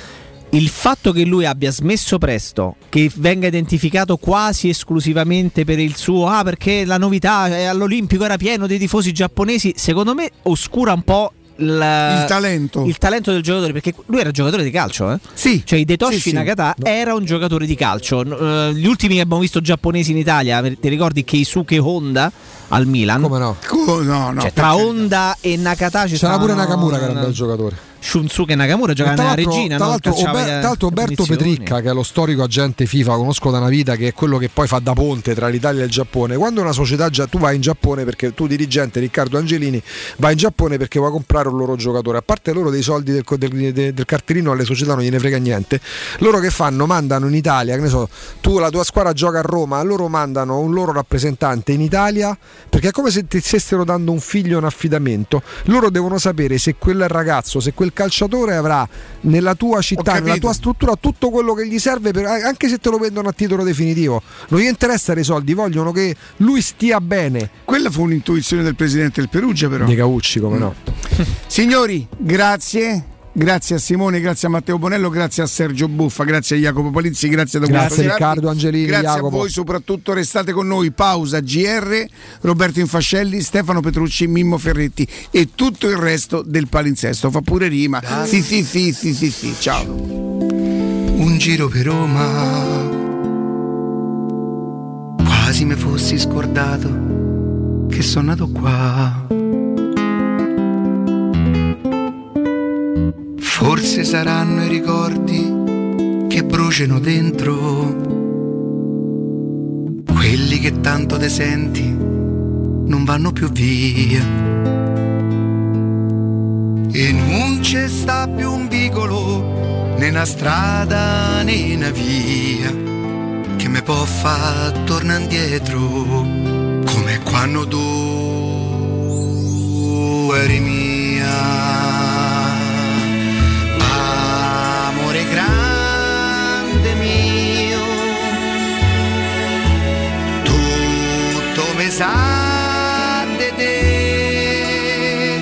il fatto che lui abbia smesso presto, che venga identificato quasi esclusivamente per il suo perché la novità all'Olimpico era pieno dei tifosi giapponesi, secondo me oscura un po' il talento del giocatore, perché lui era giocatore di calcio, Sì. Cioè Hitoshi Nakata era un giocatore di calcio. Gli ultimi che abbiamo visto giapponesi in Italia, ti ricordi Keisuke Honda al Milan? Come no? Cioè, tra Honda e Nakata c'era pure Nakamura che era un bel giocatore. Shunsuke Nakamura giocava nella regina. Tra l'altro Roberto Petricca, che è lo storico agente FIFA, conosco da una vita, che è quello che poi fa da ponte tra l'Italia e il Giappone. Quando una società, tu vai in Giappone perché tu dirigente Riccardo Angelini vai in Giappone perché vuoi comprare un loro giocatore, a parte loro dei soldi del cartellino alle società non gliene frega niente. Loro che fanno? Mandano in Italia, che ne so, tu la tua squadra gioca a Roma, loro mandano un loro rappresentante in Italia, perché è come se ti stessero dando un figlio in affidamento. Loro devono sapere se quel ragazzo, se quel calciatore avrà nella tua città, nella tua struttura tutto quello che gli serve anche se te lo vendono a titolo definitivo. Non gli interessano i soldi, vogliono che lui stia bene. Quella fu un'intuizione del presidente del Perugia, però De Caucci, come no. Signori, grazie a Simone, grazie a Matteo Bonello, grazie a Sergio Buffa, grazie a Jacopo Palizzi, grazie a Riccardo Angelini, grazie Jacopo. A voi soprattutto, restate con noi. Pausa GR, Roberto Infascelli, Stefano Petrucci, Mimmo Ferretti e tutto il resto del palinsesto. Fa pure rima. Sì. Ciao. Un giro per Roma, quasi mi fossi scordato che sono nato qua. Forse saranno i ricordi che bruciano dentro, quelli che tanto te senti non vanno più via. e non c'è sta più un vicolo né una strada né una via che mi può far tornare indietro come quando tu eri mia. Amore grande mio, tutto mi sa di te,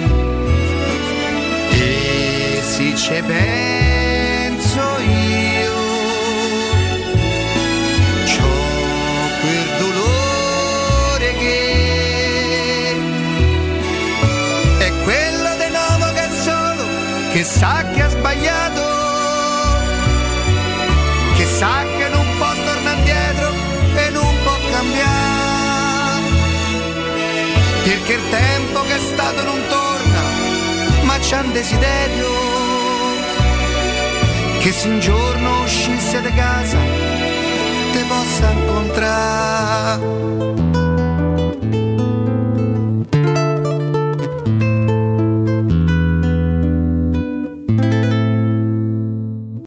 e se ci penso io c'ho quel dolore che è quello di nuovo che solo che sa che ha sbagliato, che sa che non può tornare indietro e non può cambiare, perché il tempo che è stato non torna, ma c'è un desiderio che se un giorno uscisse da casa te possa incontrare.